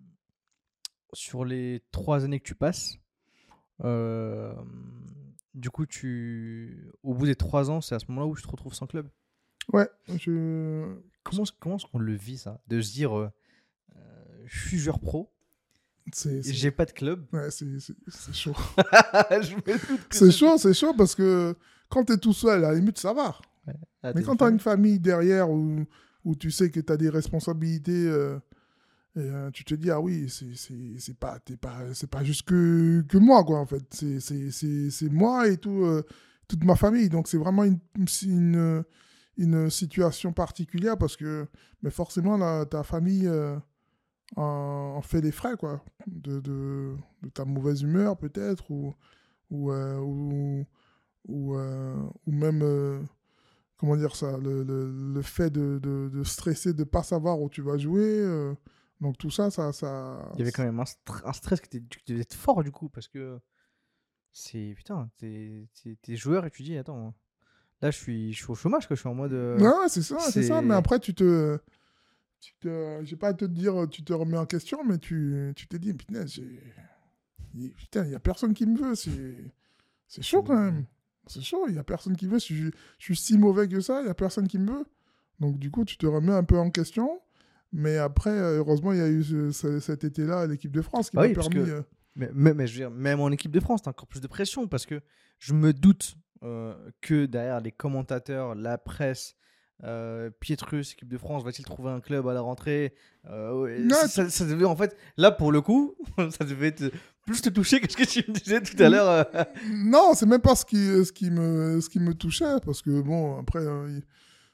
sur les trois années que tu passes, euh, du coup, tu... au bout des trois ans, c'est à ce moment-là où tu te retrouves sans club. Ouais, je... Comment, comment est-ce qu'on le vit, ça? De se dire, euh, euh, je suis joueur pro, c'est, et c'est... j'ai pas de club. Ouais, c'est, c'est, c'est chaud. Je me doute que C'est chaud, c'est chaud parce que quand t'es tout seul, à la limite, ça va. Ouais. Ah, Mais t'as quand une t'as une famille. famille derrière où, où tu sais que t'as des responsabilités, euh, et, euh, tu te dis, ah oui, c'est, c'est, c'est, pas, t'es pas, c'est pas juste que, que moi, quoi, en fait. C'est, c'est, c'est, c'est moi et tout, euh, toute ma famille. Donc, c'est vraiment une, une, une situation particulière parce que mais forcément, là, ta famille euh, en, en fait les frais, quoi. De, de, de ta mauvaise humeur, peut-être, ou, ou, euh, ou, ou, euh, ou même, euh, comment dire ça, le, le, le fait de, de, de stresser, de ne pas savoir où tu vas jouer. euh, donc tout ça, ça... ça Il y avait quand même un, stre- un stress qui, était, qui devait être fort, du coup, parce que c'est... Putain, t'es, t'es, t'es joueur et tu dis, attends, là, je suis, je suis au chômage, quoi. Je suis en mode... Ouais, euh, ouais, c'est ça, c'est ça. Mais c'est... après, tu te... Tu te j'ai pas à te dire, tu te remets en question, mais tu, tu te dis, putain, j'ai... Putain, il n'y a personne qui me veut. C'est, c'est chaud quand même. C'est chaud, il n'y a personne qui veut. Si je, je suis si mauvais que ça, il n'y a personne qui me veut. Donc du coup, tu te remets un peu en question. Mais après, euh, heureusement, il y a eu ce- ce- cet été-là à l'équipe de France qui Bah m'a oui, parce permis... que... euh, Mais, mais, mais je veux dire, même en équipe de France, t'as encore plus de pression, parce que je me doute euh, que derrière les commentateurs, la presse... Euh, Pietrus, équipe de France, va-t-il trouver un club à la rentrée? Euh, ouais, Ouais, ça, ça- ça devait en fait, là pour le coup, ça devait être plus te toucher que ce que tu me disais tout à l'heure. euh. non, c'est même pas ce qui, ce qui, me, ce qui me touchait, parce que bon, après, euh, il-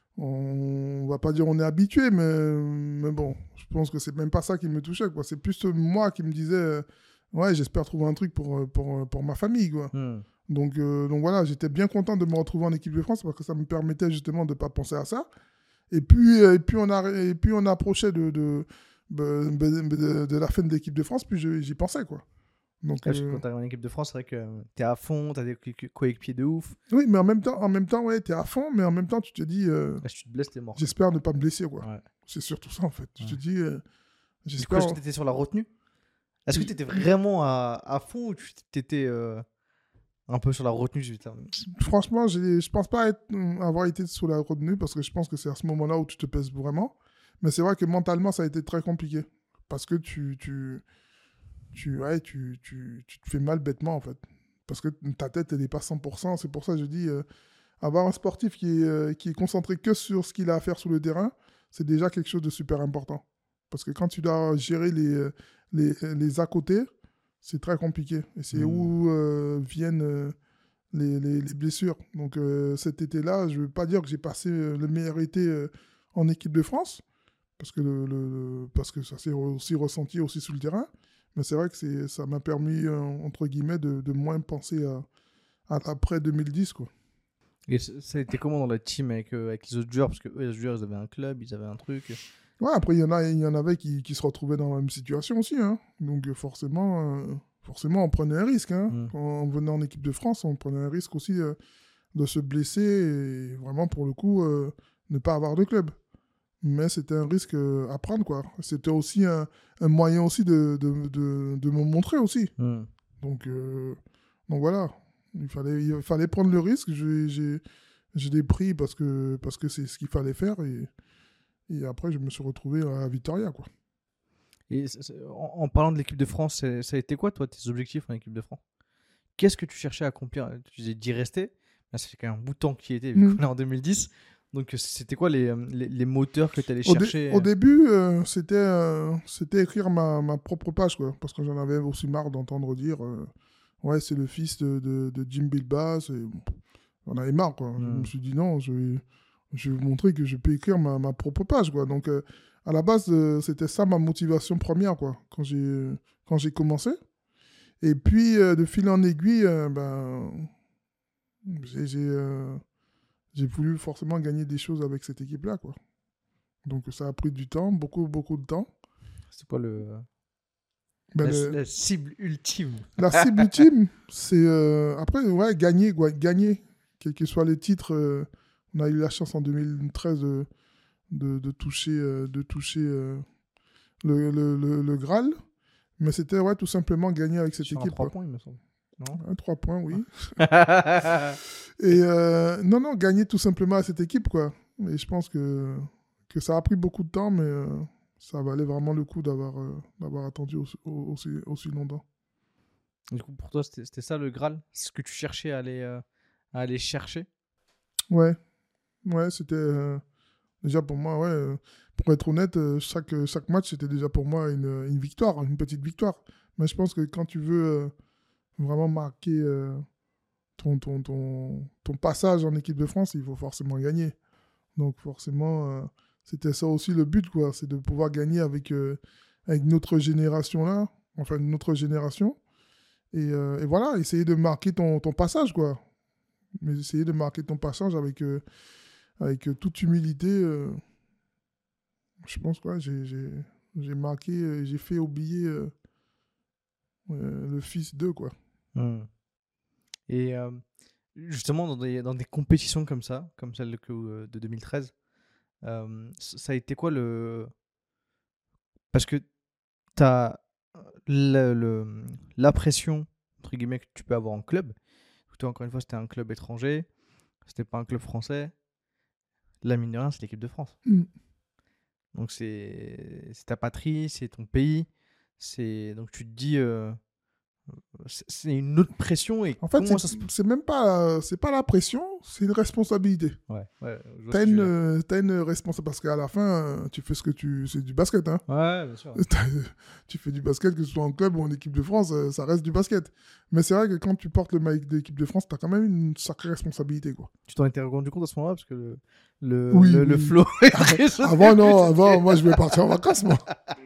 on va pas dire on est habitué, mais, mais bon, je pense que c'est même pas ça qui me touchait, quoi. C'est plus moi qui me disais, euh, ouais, j'espère trouver un truc pour, euh, pour, euh, pour ma famille, quoi. Hmm. Donc, euh, donc voilà, j'étais bien content de me retrouver en équipe de France parce que ça me permettait justement de ne pas penser à ça. Et puis, euh, et puis, on, a, et puis on approchait de, de, de, de- de la fin de l'équipe de France, puis je- j'y pensais, quoi. Donc, Parce que euh, quand t'arrives en équipe de France, c'est vrai que t'es à fond, t'as des co- co- coéquipiers de ouf. oui, mais en même temps, en même temps ouais, tu es à fond, mais en même temps, tu te dis, euh, Là, si tu te blesses, t'es mort. j'espère ne pas me blesser, quoi. Ouais. C'est surtout ça, en fait. Tu Ouais. te dis, euh, Du coup, j'espère... est-ce que t'étais sur la retenue? Est-ce que J- t'étais vraiment à, à fond ou tu t'étais euh, un peu sur la retenue? Je dis, putain, Franchement, j'ai- je pense pas être- avoir été sous la retenue parce que je pense que c'est à ce moment-là où tu te pèses vraiment. Mais c'est vrai que mentalement, ça a été très compliqué. Parce que tu, tu, tu, ouais, tu, tu, tu te fais mal bêtement, en fait. Parce que ta tête, elle n'est pas cent pour cent. C'est pour ça que je dis, euh, avoir un sportif qui est, euh, qui est concentré que sur ce qu'il a à faire sur le terrain, c'est déjà quelque chose de super important. Parce que quand tu dois gérer les, euh, les, les à côté, c'est très compliqué. Et c'est Hmm. où euh, viennent euh, les, les, les blessures. Donc euh, cet été-là, je ne veux pas dire que j'ai passé euh, le meilleur été euh, en équipe de France, parce que, le, le- parce que ça s'est aussi ressenti aussi sur le terrain. Mais c'est vrai que c'est, ça m'a permis, euh, entre guillemets, de, de moins penser à, à après deux mille dix, quoi. Et c- ça a été comment dans la team avec, euh, avec les autres joueurs? Parce que eux, les autres joueurs, ils avaient un club, ils avaient un truc. Ouais, après, il y en a, il y en avait qui, qui se retrouvaient dans la même situation aussi, hein. Donc euh, forcément, euh, forcément, on prenait un risque, hein. Mm. Quand on venait en équipe de France, on prenait un risque aussi euh, de se blesser et vraiment, pour le coup, euh, ne pas avoir de club. Mais c'était un risque euh, à prendre, quoi. C'était aussi un, un moyen aussi de, de, de, de me montrer aussi. Mm. Donc, euh, donc voilà, il fallait, il fallait prendre le risque. J'ai, j'ai, je l'ai pris parce que, parce que c'est ce qu'il fallait faire. Et, et après, je me suis retrouvé à Vitoria, quoi. Et c- c- en, en parlant de l'équipe de France, c'est- ça a été quoi, toi, tes objectifs en équipe de France? Qu'est-ce que tu cherchais à accomplir? Tu disais d'y rester. Là, ça fait quand même un bout de temps qu'il y était, vu Mm. qu'on est en deux mille dix. Donc, euh, c'était quoi les, euh, les, les moteurs que tu allais Au, dé- chercher? au début, euh, c'était, euh, c'était écrire ma, ma propre page, quoi. Parce que j'en avais aussi marre d'entendre dire euh, ouais, c'est le fils de, de, de Jim Bilbas. Et... On avait marre, quoi. Je Mm. me suis dit non, je vais, je vais vous montrer que je peux écrire ma, ma propre page, quoi. Donc, euh, à la base, euh, c'était ça ma motivation première, quoi, quand j'ai, quand j'ai commencé. Et puis, euh, de fil en aiguille, euh, ben, j'ai, j'ai, euh, j'ai voulu forcément gagner des choses avec cette équipe-là, quoi. Donc, ça a pris du temps, beaucoup, beaucoup de temps. C'est quoi le, Ben, La, le- la cible ultime. La cible ultime, c'est euh, après, ouais, gagner, quoi, gagner, quels que soient les titres. euh, on a eu la chance en deux mille treize de, de, de toucher, euh, de toucher euh, le, le, le, le Graal, mais c'était ouais, tout simplement gagner avec cette Sur un équipe. trois Quoi. points, il me semble. Non Un, trois points, oui. Et euh, non, non, gagner tout simplement à cette équipe, quoi. Et je pense que, que ça a pris beaucoup de temps, mais euh, ça valait vraiment le coup d'avoir euh, d'avoir attendu aussi, aussi, aussi longtemps. Du coup, pour toi, c'était c'était ça le Graal? C'est ce que tu cherchais à aller, euh, à aller chercher? Ouais, ouais, c'était euh, déjà pour moi, ouais, euh, pour être honnête, euh, chaque, euh, chaque match, c'était déjà pour moi une, une victoire, une petite victoire. Mais je pense que quand tu veux euh, vraiment marquer euh, ton, ton, ton, ton passage en équipe de France, il faut forcément gagner. Donc forcément, euh, c'était ça aussi le but, quoi. C'est de pouvoir gagner avec, euh, avec notre génération-là, enfin notre génération. Et, euh, et voilà, essayer de marquer ton, ton passage, quoi. Mais essayer de marquer ton passage avec, euh, avec euh, toute humilité. euh, je pense que ouais, j'ai, j'ai, j'ai marqué, euh, j'ai fait oublier euh, euh, le fils d'eux, quoi. Hmm. Et euh, justement, dans des, dans des compétitions comme ça, comme celle que, euh, de deux mille treize, euh, c- ça a été quoi le... Parce que tu as le, le- la pression, entre guillemets, que tu peux avoir en club. Toi, encore une fois, c'était un club étranger, c'était pas un club français. Là, mine de rien, c'est l'équipe de France. Mm. Donc, c'est c'est ta patrie, c'est ton pays. C'est donc, tu te dis, euh, c'est c'est une autre pression. Et En fait, comment c'est, ça se. c'est même pas, c'est pas la pression, c'est une responsabilité. Ouais, ouais, je vois ce T'as que tu une, veux dire. euh, t'as une responsabilité parce qu'à la fin, euh, tu fais ce que tu. C'est du basket, hein. Ouais, bien sûr. T'as- Tu fais du basket, que ce soit en club ou en équipe de France, euh, ça reste du basket. Mais c'est vrai que quand tu portes le maillot de l'équipe de France, t'as quand même une sacrée responsabilité, quoi. Tu t'en étais rendu compte à ce moment-là parce que le, le, Oui, le, le oui. flow est très chaud. Avant, non, avant, moi, je vais partir en vacances, moi.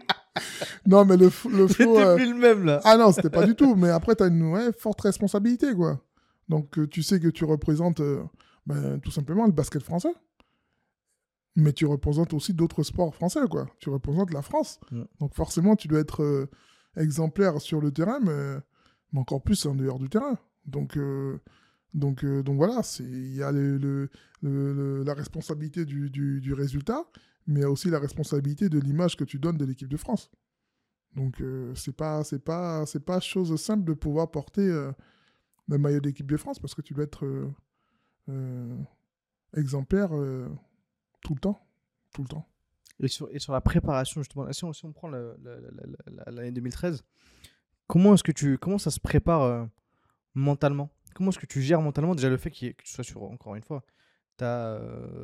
Non, mais le, f- le flow. C'était euh, plus le même là. Ah non, c'était pas du tout. Mais après, t'as une ouais, forte responsabilité, quoi. Donc, euh, tu sais que tu représentes euh, ben, tout simplement le basket français. Mais tu représentes aussi d'autres sports français, quoi. Tu représentes la France. Mm. Donc forcément, tu dois être euh, exemplaire sur le terrain, mais, mais encore plus en dehors du terrain. Donc, euh, donc, euh, donc voilà, c'est- il y a le, le- le- le- la responsabilité du, du- du résultat, mais il y a aussi la responsabilité de l'image que tu donnes de l'équipe de France. Donc euh, c'est pas, c'est pas, c'est pas chose simple de pouvoir porter euh, le maillot d'équipe de France parce que tu dois être euh, euh, exemplaire euh, tout le temps, tout le temps. Et sur, et sur la préparation, justement, si on, si on prend le- le- le- le- la- l'année deux mille treize, comment est-ce que tu, comment ça se prépare euh, mentalement? Comment est-ce que tu gères mentalement déjà le fait qu'il y ait- que tu sois sur, encore une fois, tu as,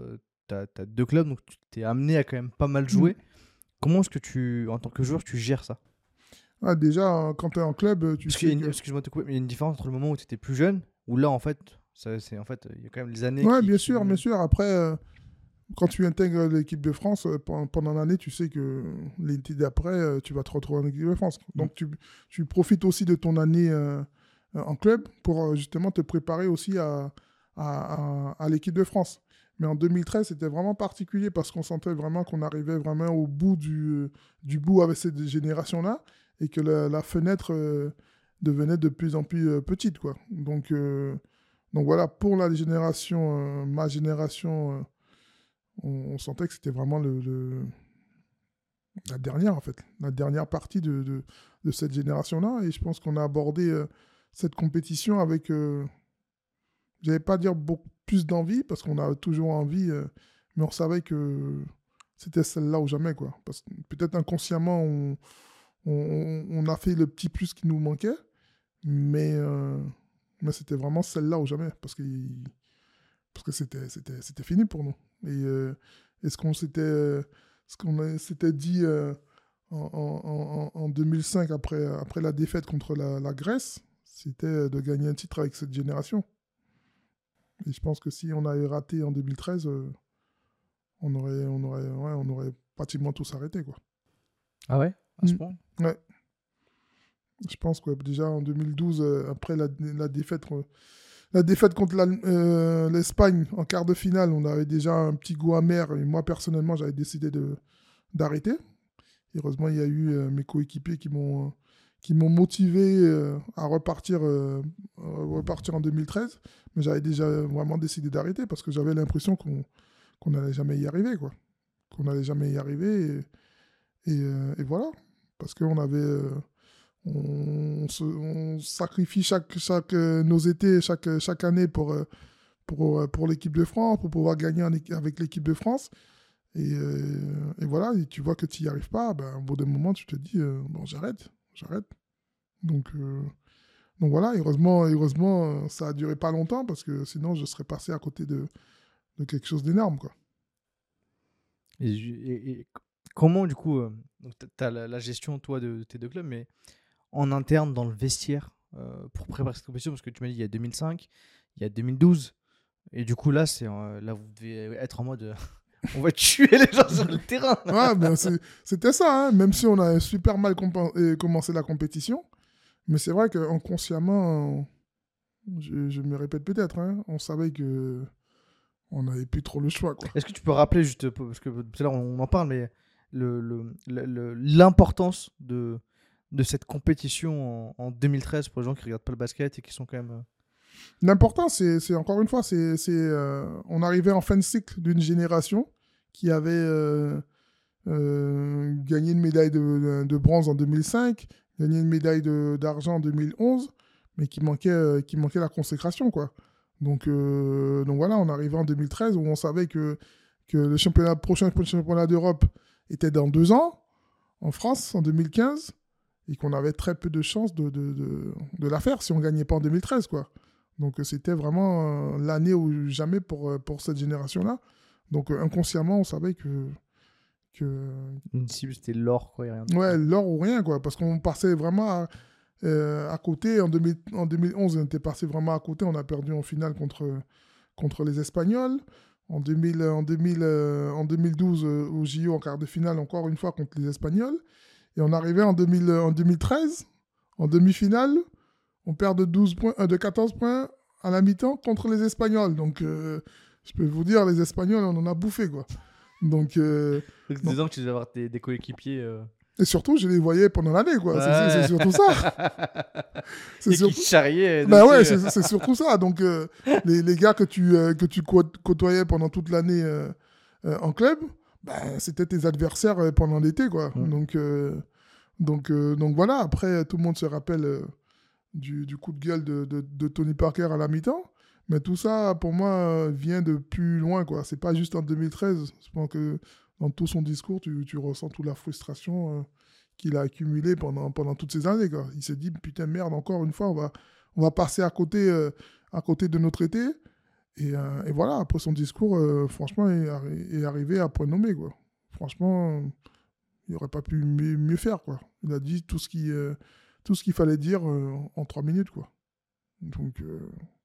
deux clubs, donc tu t'es amené à quand même pas mal jouer. Comment est-ce que tu, en tant que joueur, tu gères ça? Ah, déjà, euh, quand tu es en club, euh, tu Parce qu'il y sais a une, que... excuse-moi de te couper, mais il y a une différence entre le moment où tu étais plus jeune, où là, en fait, ça, c'est, en fait, il y a quand même les années Ouais, qui, bien qui sûr, vont- bien sûr. Après, euh, quand tu intègres l'équipe de France, euh, pen- pendant l'année, tu sais que l'été d'après, euh, tu vas te retrouver en équipe de France. Donc, tu, tu profites aussi de ton année euh, euh, en club pour euh, justement te préparer aussi à, à, à- à l'équipe de France. Mais en deux mille treize, c'était vraiment particulier parce qu'on sentait vraiment qu'on arrivait vraiment au bout du, du bout avec cette génération-là et que la, la fenêtre euh, devenait de plus en plus euh, petite, quoi. Donc, euh, donc voilà, pour la génération, euh, ma génération, euh, on, on sentait que c'était vraiment le, le- la dernière, en fait, la dernière partie de, de, de cette génération-là. Et je pense qu'on a abordé euh, cette compétition avec, euh, je n'allais pas dire beaucoup plus d'envie, parce qu'on a toujours envie, euh, mais on savait que c'était celle-là ou jamais, quoi. Parce que peut-être inconsciemment, on, on, on a fait le petit plus qui nous manquait, mais, euh, mais c'était vraiment celle-là ou jamais, parce que, parce que c'était, c'était, c'était fini pour nous. Et, euh, et ce qu'on s'était, ce qu'on a- s'était dit euh, en, en, en, en deux mille cinq, après, après la défaite contre la, la Grèce, c'était de gagner un titre avec cette génération. Et je pense que si on avait raté en deux mille treize, euh, on, aurait, on, aurait, ouais, on aurait pratiquement tous arrêté, quoi. Ah ouais, à ce Mm. point? Ouais. Je pense que déjà en deux mille douze, euh, après la, la, défaite, euh, la défaite contre la- euh, l'Espagne en quart de finale, on avait déjà un petit goût amer. Et moi, personnellement, j'avais décidé de, d'arrêter. Et heureusement, il y a eu euh, mes coéquipiers qui m'ont, qui m'ont motivé euh, à repartir, euh, repartir en deux mille treize. Mais j'avais déjà vraiment décidé d'arrêter parce que j'avais l'impression qu'on qu'on n'allait jamais y arriver, quoi. Qu'on n'allait jamais y arriver. Et, et, euh, et voilà. Parce qu'on avait... Euh, on, se, on sacrifie chaque, chaque, euh, nos étés chaque, chaque année pour, euh, pour, pour l'équipe de France, pour pouvoir gagner en, avec l'équipe de France. Et, euh, et voilà, et tu vois que tu n'y arrives pas, ben, au bout d'un moment, tu te dis, euh, bon, j'arrête, j'arrête. Donc, euh, donc voilà, heureusement, heureusement, ça a duré pas longtemps, parce que sinon, je serais passé à côté de, de quelque chose d'énorme, quoi. Et, et- et comment, du coup, euh, donc tu as la, la gestion, toi, de tes deux clubs, mais en interne, dans le vestiaire, euh, pour préparer cette compétition, parce que tu m'as dit, il y a deux mille cinq, il y a deux mille douze, et du coup, là, c'est, euh, là vous devez être en mode, euh, on va tuer les gens sur le terrain. Ouais, ben c'est- c'était ça, hein, même si on a super mal compen- euh, commencé la compétition. Mais c'est vrai qu'inconsciemment, je, je me répète peut-être, hein, on savait que on n'avait plus trop le choix, quoi. Est-ce que tu peux rappeler, juste, parce que tout à l'heure, on en parle, mais le, le- le- le- l'importance de, de cette compétition en, en deux mille treize pour les gens qui regardent pas le basket et qui sont quand même... euh, L'important, c'est c'est encore une fois, c'est c'est, euh, on arrivait en fin de cycle d'une génération qui avait euh, euh, gagné une médaille de, de bronze en deux mille cinq, gagné une médaille de- d'argent en deux mille onze, mais qui manquait, euh, qui manquait la consécration, quoi. Donc, euh, donc voilà, on arrivait en deux mille treize où on savait que, que le championnat, prochain championnat d'Europe était dans deux ans, en France, en deux mille quinze, et qu'on avait très peu de chances de, de, de, de la faire si on ne gagnait pas en deux mille treize, quoi. Donc euh, c'était vraiment euh, l'année ou jamais pour, euh, pour cette génération-là. Donc euh, inconsciemment, on savait que, que Une cible, c'était l'or, quoi, et rien d'autre. ouais, l'or ou rien, quoi. Parce qu'on passait vraiment à, euh, à côté. En, deux mille en deux mille onze, on était passé vraiment à côté. On a perdu en finale contre, contre les Espagnols. En, deux mille, en, deux mille, euh, en deux mille douze, euh, au J O, en quart de finale, encore une fois, contre les Espagnols. Et on arrivait en, deux mille, en deux mille treize, en demi-finale. On perd de, douze points, euh, de quatorze points à la mi-temps contre les Espagnols. Donc, euh, je peux vous dire, les Espagnols, on en a bouffé, quoi. Donc, euh, Donc, non. disons que tu devais avoir des, des coéquipiers. euh, Et surtout, je les voyais pendant l'année, quoi. C'est- C'est Ouais. c'est surtout ça. C'est Et surtout... qui charriaient. Bah dessus, ouais, euh. c'est c'est surtout ça. Donc, euh, les, les gars que tu, euh, que tu cô- côtoyais pendant toute l'année euh, euh, en club, bah, c'était tes adversaires euh, pendant l'été, quoi. Mm. Donc, euh, donc, euh, donc voilà. Après, tout le monde se rappelle euh, du, du coup de gueule de, de, de Tony Parker à la mi-temps. Mais tout ça, pour moi, euh, vient de plus loin, quoi. C'est pas juste en deux mille treize. Je pense que dans tout son discours, tu, tu ressens toute la frustration euh, qu'il a accumulée pendant, pendant toutes ces années, quoi. Il s'est dit, putain, merde, encore une fois, on va, on va passer à côté, euh, à côté de notre été. Et, euh, et voilà, après son discours, euh, franchement, est, arri- est arrivé à point nommé, quoi. Franchement, il n'aurait pas pu mieux, mieux faire, quoi. Il a dit tout ce qui, euh, tout ce qu'il fallait dire euh, en trois minutes, quoi. Donc, euh,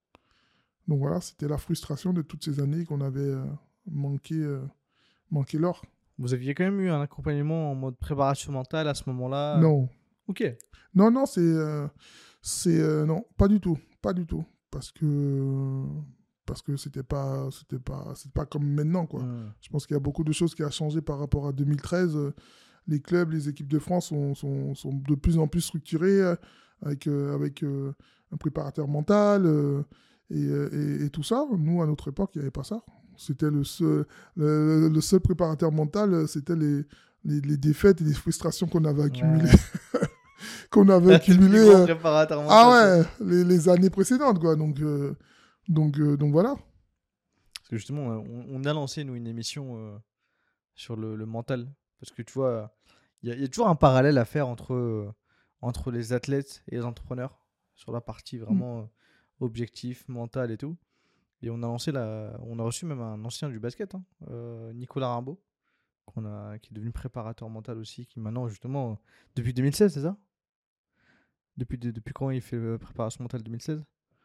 donc voilà, c'était la frustration de toutes ces années qu'on avait euh, manqué, euh, manqué l'or. Vous aviez quand même eu un accompagnement en mode préparation mentale à ce moment-là. Non, Ok. non, non, c'est, euh, c'est, euh, non, pas du tout, pas du tout, parce que, parce que c'était pas, c'était pas, c'est pas comme maintenant, quoi. Mm. Je pense qu'il y a beaucoup de choses qui ont changé par rapport à deux mille treize. Euh, Les clubs, les équipes de France sont, sont, sont de plus en plus structurés euh, avec, euh, avec euh, un préparateur mental euh, et, euh, et, et tout ça. Nous, à notre époque, il n'y avait pas ça. C'était le seul, le, le seul préparateur mental, euh, c'était les, les, les défaites et les frustrations qu'on avait accumulées. Ouais. qu'on avait T'es le plus accumulées. grand euh, préparateur mental, ah toi. ouais, les, les années précédentes, quoi. Donc, euh, donc, euh, donc voilà. Parce que justement, euh, on, on a lancé, nous, une émission euh, sur le, le mental. Parce que tu vois, il y, a- il y a toujours un parallèle à faire entre, euh, entre les athlètes et les entrepreneurs sur la partie vraiment euh, objectif, mental et tout. Et on a lancé la... on a reçu même un ancien du basket, hein, euh, Nicolas Rimbaud, qu'on a... qui est devenu préparateur mental aussi, qui maintenant, justement, euh, depuis deux mille seize, c'est ça? Depuis, de- depuis quand il fait euh, préparation mentale deux mille seize?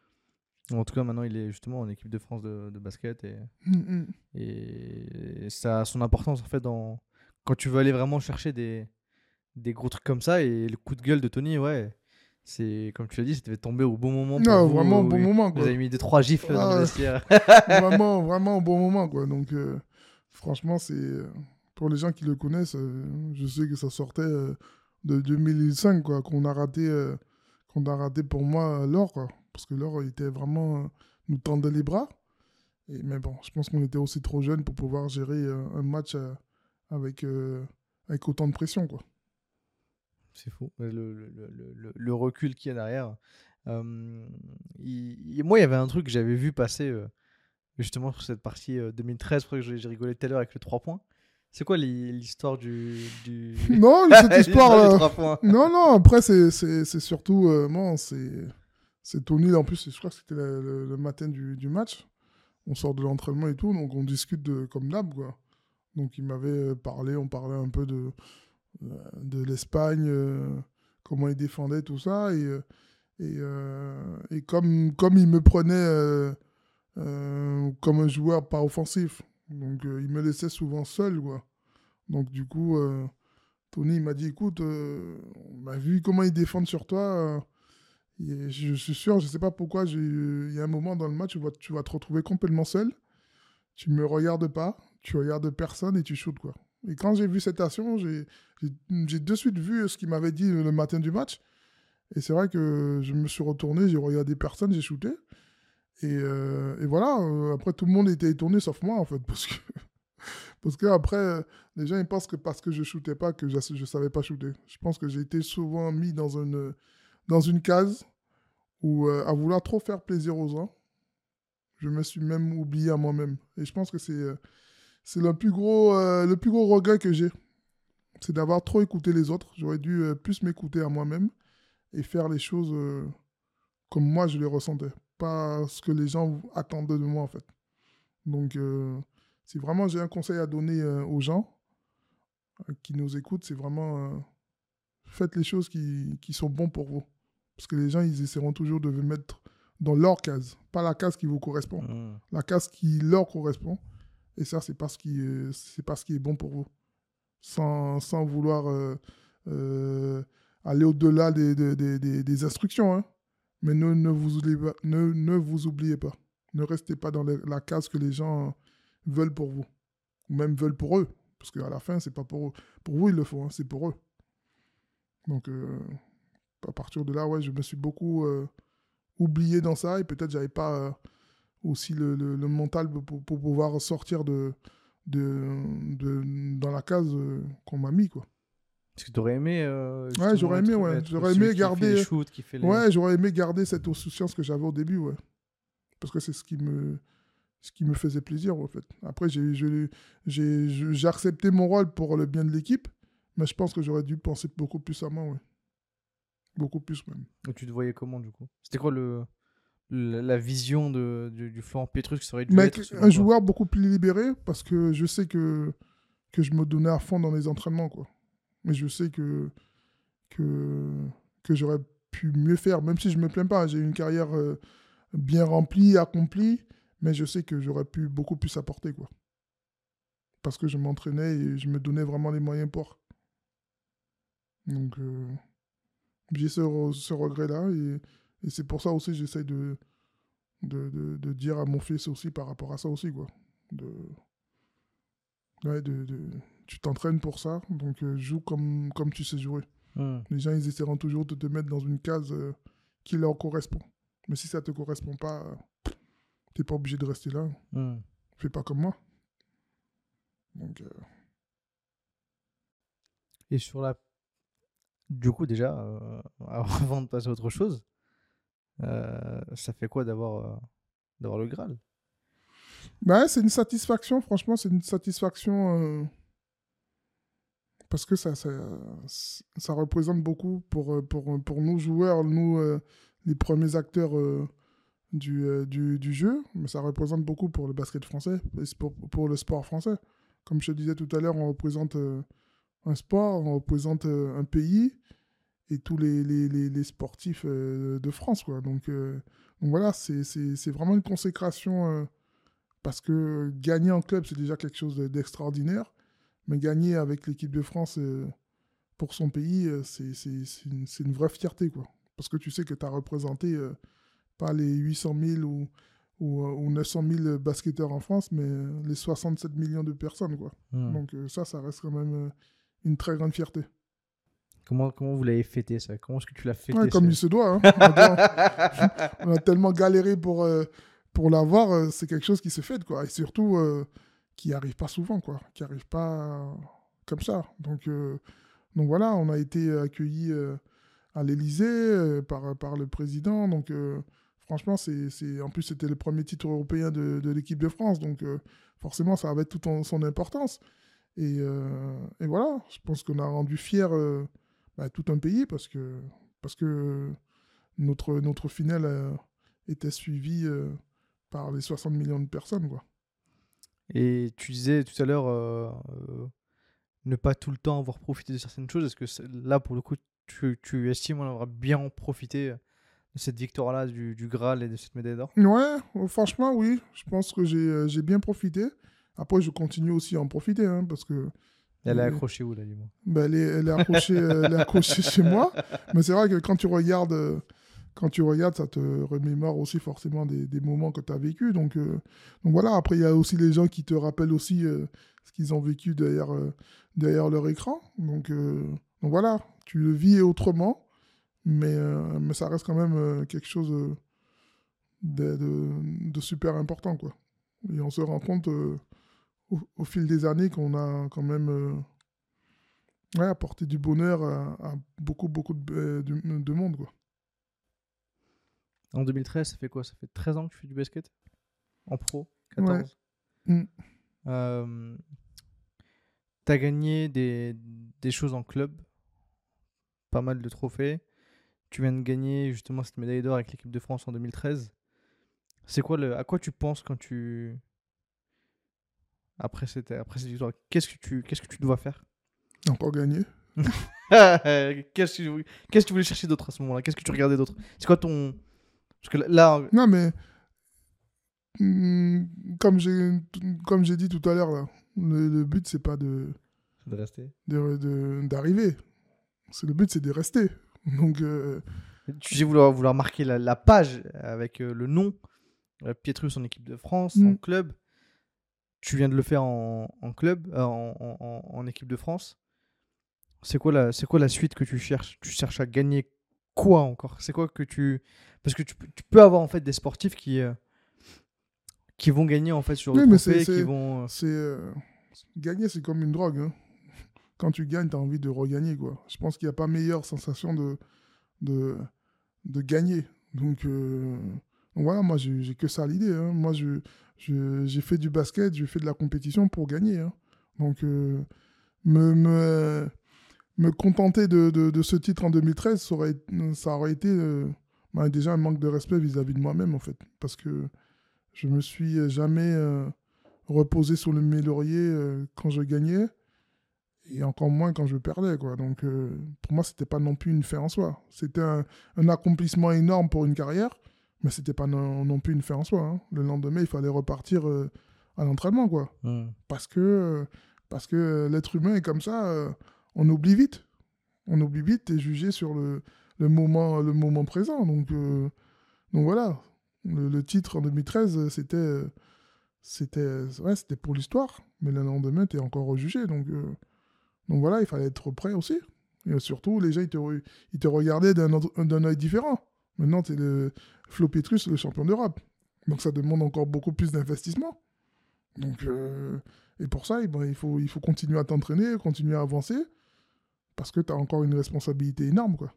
Ou en tout cas, maintenant, il est justement en équipe de France de, de basket. Et, Mm, mm. et ça a son importance, en fait, dans... quand tu veux aller vraiment chercher des, des gros trucs comme ça. Et le coup de gueule de Tony, ouais, c'est comme tu l'as dit, ça devait tomber au bon moment. Pour Non, vous, vraiment au euh, bon oui. moment, Vous quoi. avez mis deux, trois gifles dans Ah, le vestiaire. vraiment, vraiment au bon moment, quoi. Donc, euh, franchement, c'est euh, pour les gens qui le connaissent, euh, je sais que ça sortait euh, de deux mille cinq, quoi, qu'on a raté, euh, qu'on a raté pour moi l'or, quoi. Parce que l'or, il était vraiment... euh, nous tendait les bras. Et, mais bon, je pense qu'on était aussi trop jeunes pour pouvoir gérer euh, un match euh, avec, euh, avec autant de pression, quoi. C'est fou. Le, le, le, le- le- le recul qu'il y a derrière. Euh, il- il- moi, il y avait un truc que j'avais vu passer euh, justement sur cette partie euh, deux mille treize. Je crois que j'ai j'ai rigolé tout à l'heure avec le trois points. C'est quoi l'hi- l'histoire du, du... Non, cette histoire... l'histoire du euh, trois points? Non, non, après, c'est c'est- c'est surtout... euh, bon, c'est c'est Tony, en plus, je crois que c'était le, le- le matin du, du match. On sort de l'entraînement et tout, donc on discute de, comme d'hab, quoi. Donc il m'avait euh, parlé, on parlait un peu de, euh, de l'Espagne, euh, comment il défendait, tout ça. Et, euh, et, euh, et comme, comme il me prenait euh, euh, comme un joueur pas offensif, donc euh, il me laissait souvent seul, quoi. Donc du coup, euh, Tony il m'a dit, écoute, euh, on a vu comment ils défendent sur toi. euh, et je suis sûr, je sais pas pourquoi, j'ai eu- il y a un moment dans le match où tu vas, tu vas te retrouver complètement seul. Tu me regardes pas, tu regardes personne et tu shootes, quoi. Et quand j'ai vu cette action, j'ai j'ai- j'ai de suite vu ce qu'il m'avait dit le matin du match. Et c'est vrai que je me suis retourné, j'ai regardé personne, j'ai shooté. Et, euh, et voilà, euh, après tout le monde était étonné sauf moi, en fait. Parce que, parce que après, euh, les gens ils pensent que parce que je shootais pas, que je, je savais pas shooter. Je pense que j'ai été souvent mis dans une, dans une case où, euh, à vouloir trop faire plaisir aux gens, je me suis même oublié à moi-même. Et je pense que c'est euh, c'est le plus gros, euh, le plus gros regret que j'ai. C'est d'avoir trop écouté les autres. J'aurais dû euh, plus m'écouter à moi-même et faire les choses euh, comme moi je les ressentais. Pas ce que les gens attendaient de moi, en fait. Donc, euh, si vraiment j'ai un conseil à donner euh, aux gens euh, qui nous écoutent, c'est vraiment euh, faites les choses qui, qui sont bonnes pour vous. Parce que les gens, ils essaieront toujours de vous mettre dans leur case, pas la case qui vous correspond, Mmh. la case qui leur correspond. Et ça, c'est pas ce qui, est- c'est pas ce qui est bon pour vous. Sans, sans vouloir euh, euh, aller au-delà des, des, des- des- des instructions, hein. Mais ne, ne, vous oubliez pas, ne, ne vous oubliez pas. Ne restez pas dans le- la case que les gens veulent pour vous. Ou même veulent pour eux. Parce qu'à la fin, c'est pas pour eux. Pour vous, ils le font, hein, c'est pour eux. Donc, euh, à partir de là, ouais, je me suis beaucoup euh, oublié dans ça. Et peut-être j'avais pas euh, aussi le, le- le mental pour, pour- pour pouvoir sortir de, de, de- dans la case euh, qu'on m'a mis, quoi. Est-ce que tu aurais aimé euh, Ouais, justement j'aurais aimé, être, ouais. être J'aurais celui aimé qui fait garder. les shoots, qui fait les... Ouais, j'aurais aimé garder cette insouciance que j'avais au début, ouais. Parce que c'est ce qui me, ce qui me faisait plaisir, en fait. Après, j'ai, je- j'ai, je- j'ai accepté mon rôle pour le bien de l'équipe, mais je pense que j'aurais dû penser beaucoup plus à moi, ouais. Beaucoup plus, même. Et tu te voyais comment du coup? C'était quoi le, le- la vision de, du, du Florent Pietrus que ça aurait dû Mais être selon un toi? joueur beaucoup plus libéré, parce que je sais que, que je me donnais à fond dans mes entraînements, quoi. Mais je sais que, que, que j'aurais pu mieux faire, même si je me plains pas. J'ai une carrière euh, bien remplie, accomplie, mais je sais que j'aurais pu beaucoup plus apporter, quoi. Parce que je m'entraînais et je me donnais vraiment les moyens pour. Donc, euh, j'ai ce, re- ce regret-là et, et c'est pour ça aussi que j'essaye de, de, de, de dire à mon fils aussi par rapport à ça aussi, quoi. De, ouais, de, de- tu t'entraînes pour ça, donc euh, joue comme, comme tu sais jouer. Hmm. Les gens, ils essaieront toujours de te mettre dans une case euh, qui leur correspond. Mais si ça ne te correspond pas, tu n'es pas obligé de rester là. Hmm. Fais pas comme moi. Donc, euh, Et sur la... Du coup déjà, euh, avant de passer à autre chose, euh, ça fait quoi d'avoir euh, d'avoir le Graal? bah ouais, c'est une satisfaction, franchement, c'est une satisfaction euh, parce que ça, ça, ça représente beaucoup pour, euh, pour, pour nous joueurs, nous, euh, les premiers acteurs euh, du, euh, du, du jeu, mais ça représente beaucoup pour le basket français et c'est pour, pour le sport français. Comme je te disais tout à l'heure, on représente euh, un sport, on représente euh, un pays et tous les, les, les, les sportifs euh, de France, quoi. Donc, euh, donc voilà, c'est c'est- c'est vraiment une consécration. euh, Parce que gagner en club, c'est déjà quelque chose de- d'extraordinaire. Mais gagner avec l'équipe de France euh, pour son pays, euh, c'est c'est- c'est une, c'est une vraie fierté, quoi. Parce que tu sais que tu as représenté euh, pas les huit cent mille ou, ou, euh, ou neuf cent mille basketteurs en France, mais euh, les soixante-sept millions de personnes, quoi. Hmm. Donc euh, ça, ça reste quand même euh, une très grande fierté. Comment, comment vous l'avez fêté ça? Comment est-ce que tu l'as fêté Ouais, comme ce- il se doit. Hein. On, a, on a tellement galéré pour, euh, pour l'avoir, euh, c'est quelque chose qui se fête, quoi. Et surtout, euh, qui arrive pas souvent, quoi. Qui arrive pas euh, comme ça. Donc, euh, donc voilà, on a été accueillis euh, à l'Élysée euh, par, par le président. Donc, euh, franchement, c'est, c'est... en plus, c'était le premier titre européen de, de l'équipe de France. Donc, euh, forcément, ça avait toute en- son importance. Et, euh, et voilà, je pense qu'on a rendu fier euh, bah, tout un pays parce que, parce que notre, notre finale euh, était suivie euh, par les soixante millions de personnes, quoi. Et tu disais tout à l'heure euh, euh, ne pas tout le temps avoir profité de certaines choses. Est-ce que c'est- là, pour le coup, tu, tu estimes en avoir bien profité de cette victoire-là, du, du Graal et de cette médaille d'or? Ouais, euh, franchement, oui, je pense que j'ai euh, j'ai bien profité. Après, je continue aussi à en profiter, hein, parce que Elle est euh, accrochée où là, dis-moi? bah, elle, est, elle est accrochée, euh, elle est accrochée chez moi. Mais c'est vrai que quand tu regardes, euh, quand tu regardes, ça te remémore aussi forcément des, des moments que tu as vécu. Donc, euh, donc voilà, après, il y a aussi les gens qui te rappellent aussi euh, ce qu'ils ont vécu derrière, euh, derrière leur écran. Donc, euh, donc voilà, tu le vis autrement, mais, euh, mais ça reste quand même euh, quelque chose euh, de, de, de super important, quoi. Et on se rend compte euh, au, au fil des années qu'on a quand même euh, ouais, apporté du bonheur à, à beaucoup, beaucoup de, euh, de, de monde, quoi. En deux mille treize, ça fait quoi? Ça fait treize ans que tu fais du basket? En pro? Ouais. quatorze? Mm. Euh, T'as gagné des, des choses en club, pas mal de trophées. Tu viens de gagner justement cette médaille d'or avec l'équipe de France en deux mille treize. C'est quoi le, à quoi tu penses quand tu après cette après cette victoire? Qu'est-ce que tu qu'est-ce que tu dois faire? Encore gagné. Qu'est-ce que tu, qu'est-ce que tu voulais chercher d'autre à ce moment-là? Qu'est-ce que tu regardais d'autre? C'est quoi ton parce que là Non, mais mm, comme j'ai comme j'ai dit tout à l'heure, là, le, le but, c'est pas de, de rester. de, de- d'arriver. C'est, le but, c'est de rester. Donc, euh, Tu disais vouloir vouloir marquer la, la page avec euh, le nom euh, Pietrus en équipe de France, en mm, club. Tu viens de le faire en, en club, euh, en, en- en- en équipe de France. C'est quoi la, c'est quoi la suite que tu cherches? Tu cherches à gagner quoi encore? C'est quoi que tu... Parce que tu, peux- tu peux avoir en fait des sportifs qui, euh, qui vont gagner en fait sur le oui, mais c'est, trophée, qui c'est, vont... euh, c'est, euh, gagner, c'est comme une drogue, hein. Quand tu gagnes, tu as envie de regagner, quoi. Je pense qu'il n'y a pas meilleure sensation de, de, de gagner. Donc, euh, donc voilà, moi, j'ai, j'ai que ça à l'idée, hein. Moi, je, je- j'ai fait du basket, j'ai fait de la compétition pour gagner, hein. Donc, euh, me, me, me contenter de, de, de ce titre en deux mille treize, ça aurait, ça aurait été euh, bah, déjà un manque de respect vis-à-vis de moi-même, en fait. Parce que je me suis jamais euh, reposé sur le mes lauriers euh, quand je gagnais, et encore moins quand je perdais, quoi. Donc, euh, pour moi, c'était pas non plus une fin en soi. C'était un, un accomplissement énorme pour une carrière, mais c'était pas non, non plus une fin en soi, hein. Le lendemain, il fallait repartir euh, à l'entraînement, quoi. hmm. Parce que, euh, parce que euh, l'être humain est comme ça, euh, on oublie vite. On oublie vite et jugé sur le, le, moment, le moment présent. Donc, euh, donc voilà, le, le titre en deux mille treize, euh, c'était, euh, c'était, ouais, c'était pour l'histoire, mais le lendemain, tu es encore rejugé. Donc, euh, donc voilà, il fallait être prêt aussi. Et surtout, les gens, ils te, re- ils te regardaient d'un autre- d'un œil différent. Maintenant, tu es le Flo Pietrus, le champion d'Europe. Donc ça demande encore beaucoup plus d'investissement. Donc, euh, et pour ça, eh ben, il, faut, il faut continuer à t'entraîner, continuer à avancer, parce que tu as encore une responsabilité énorme, quoi.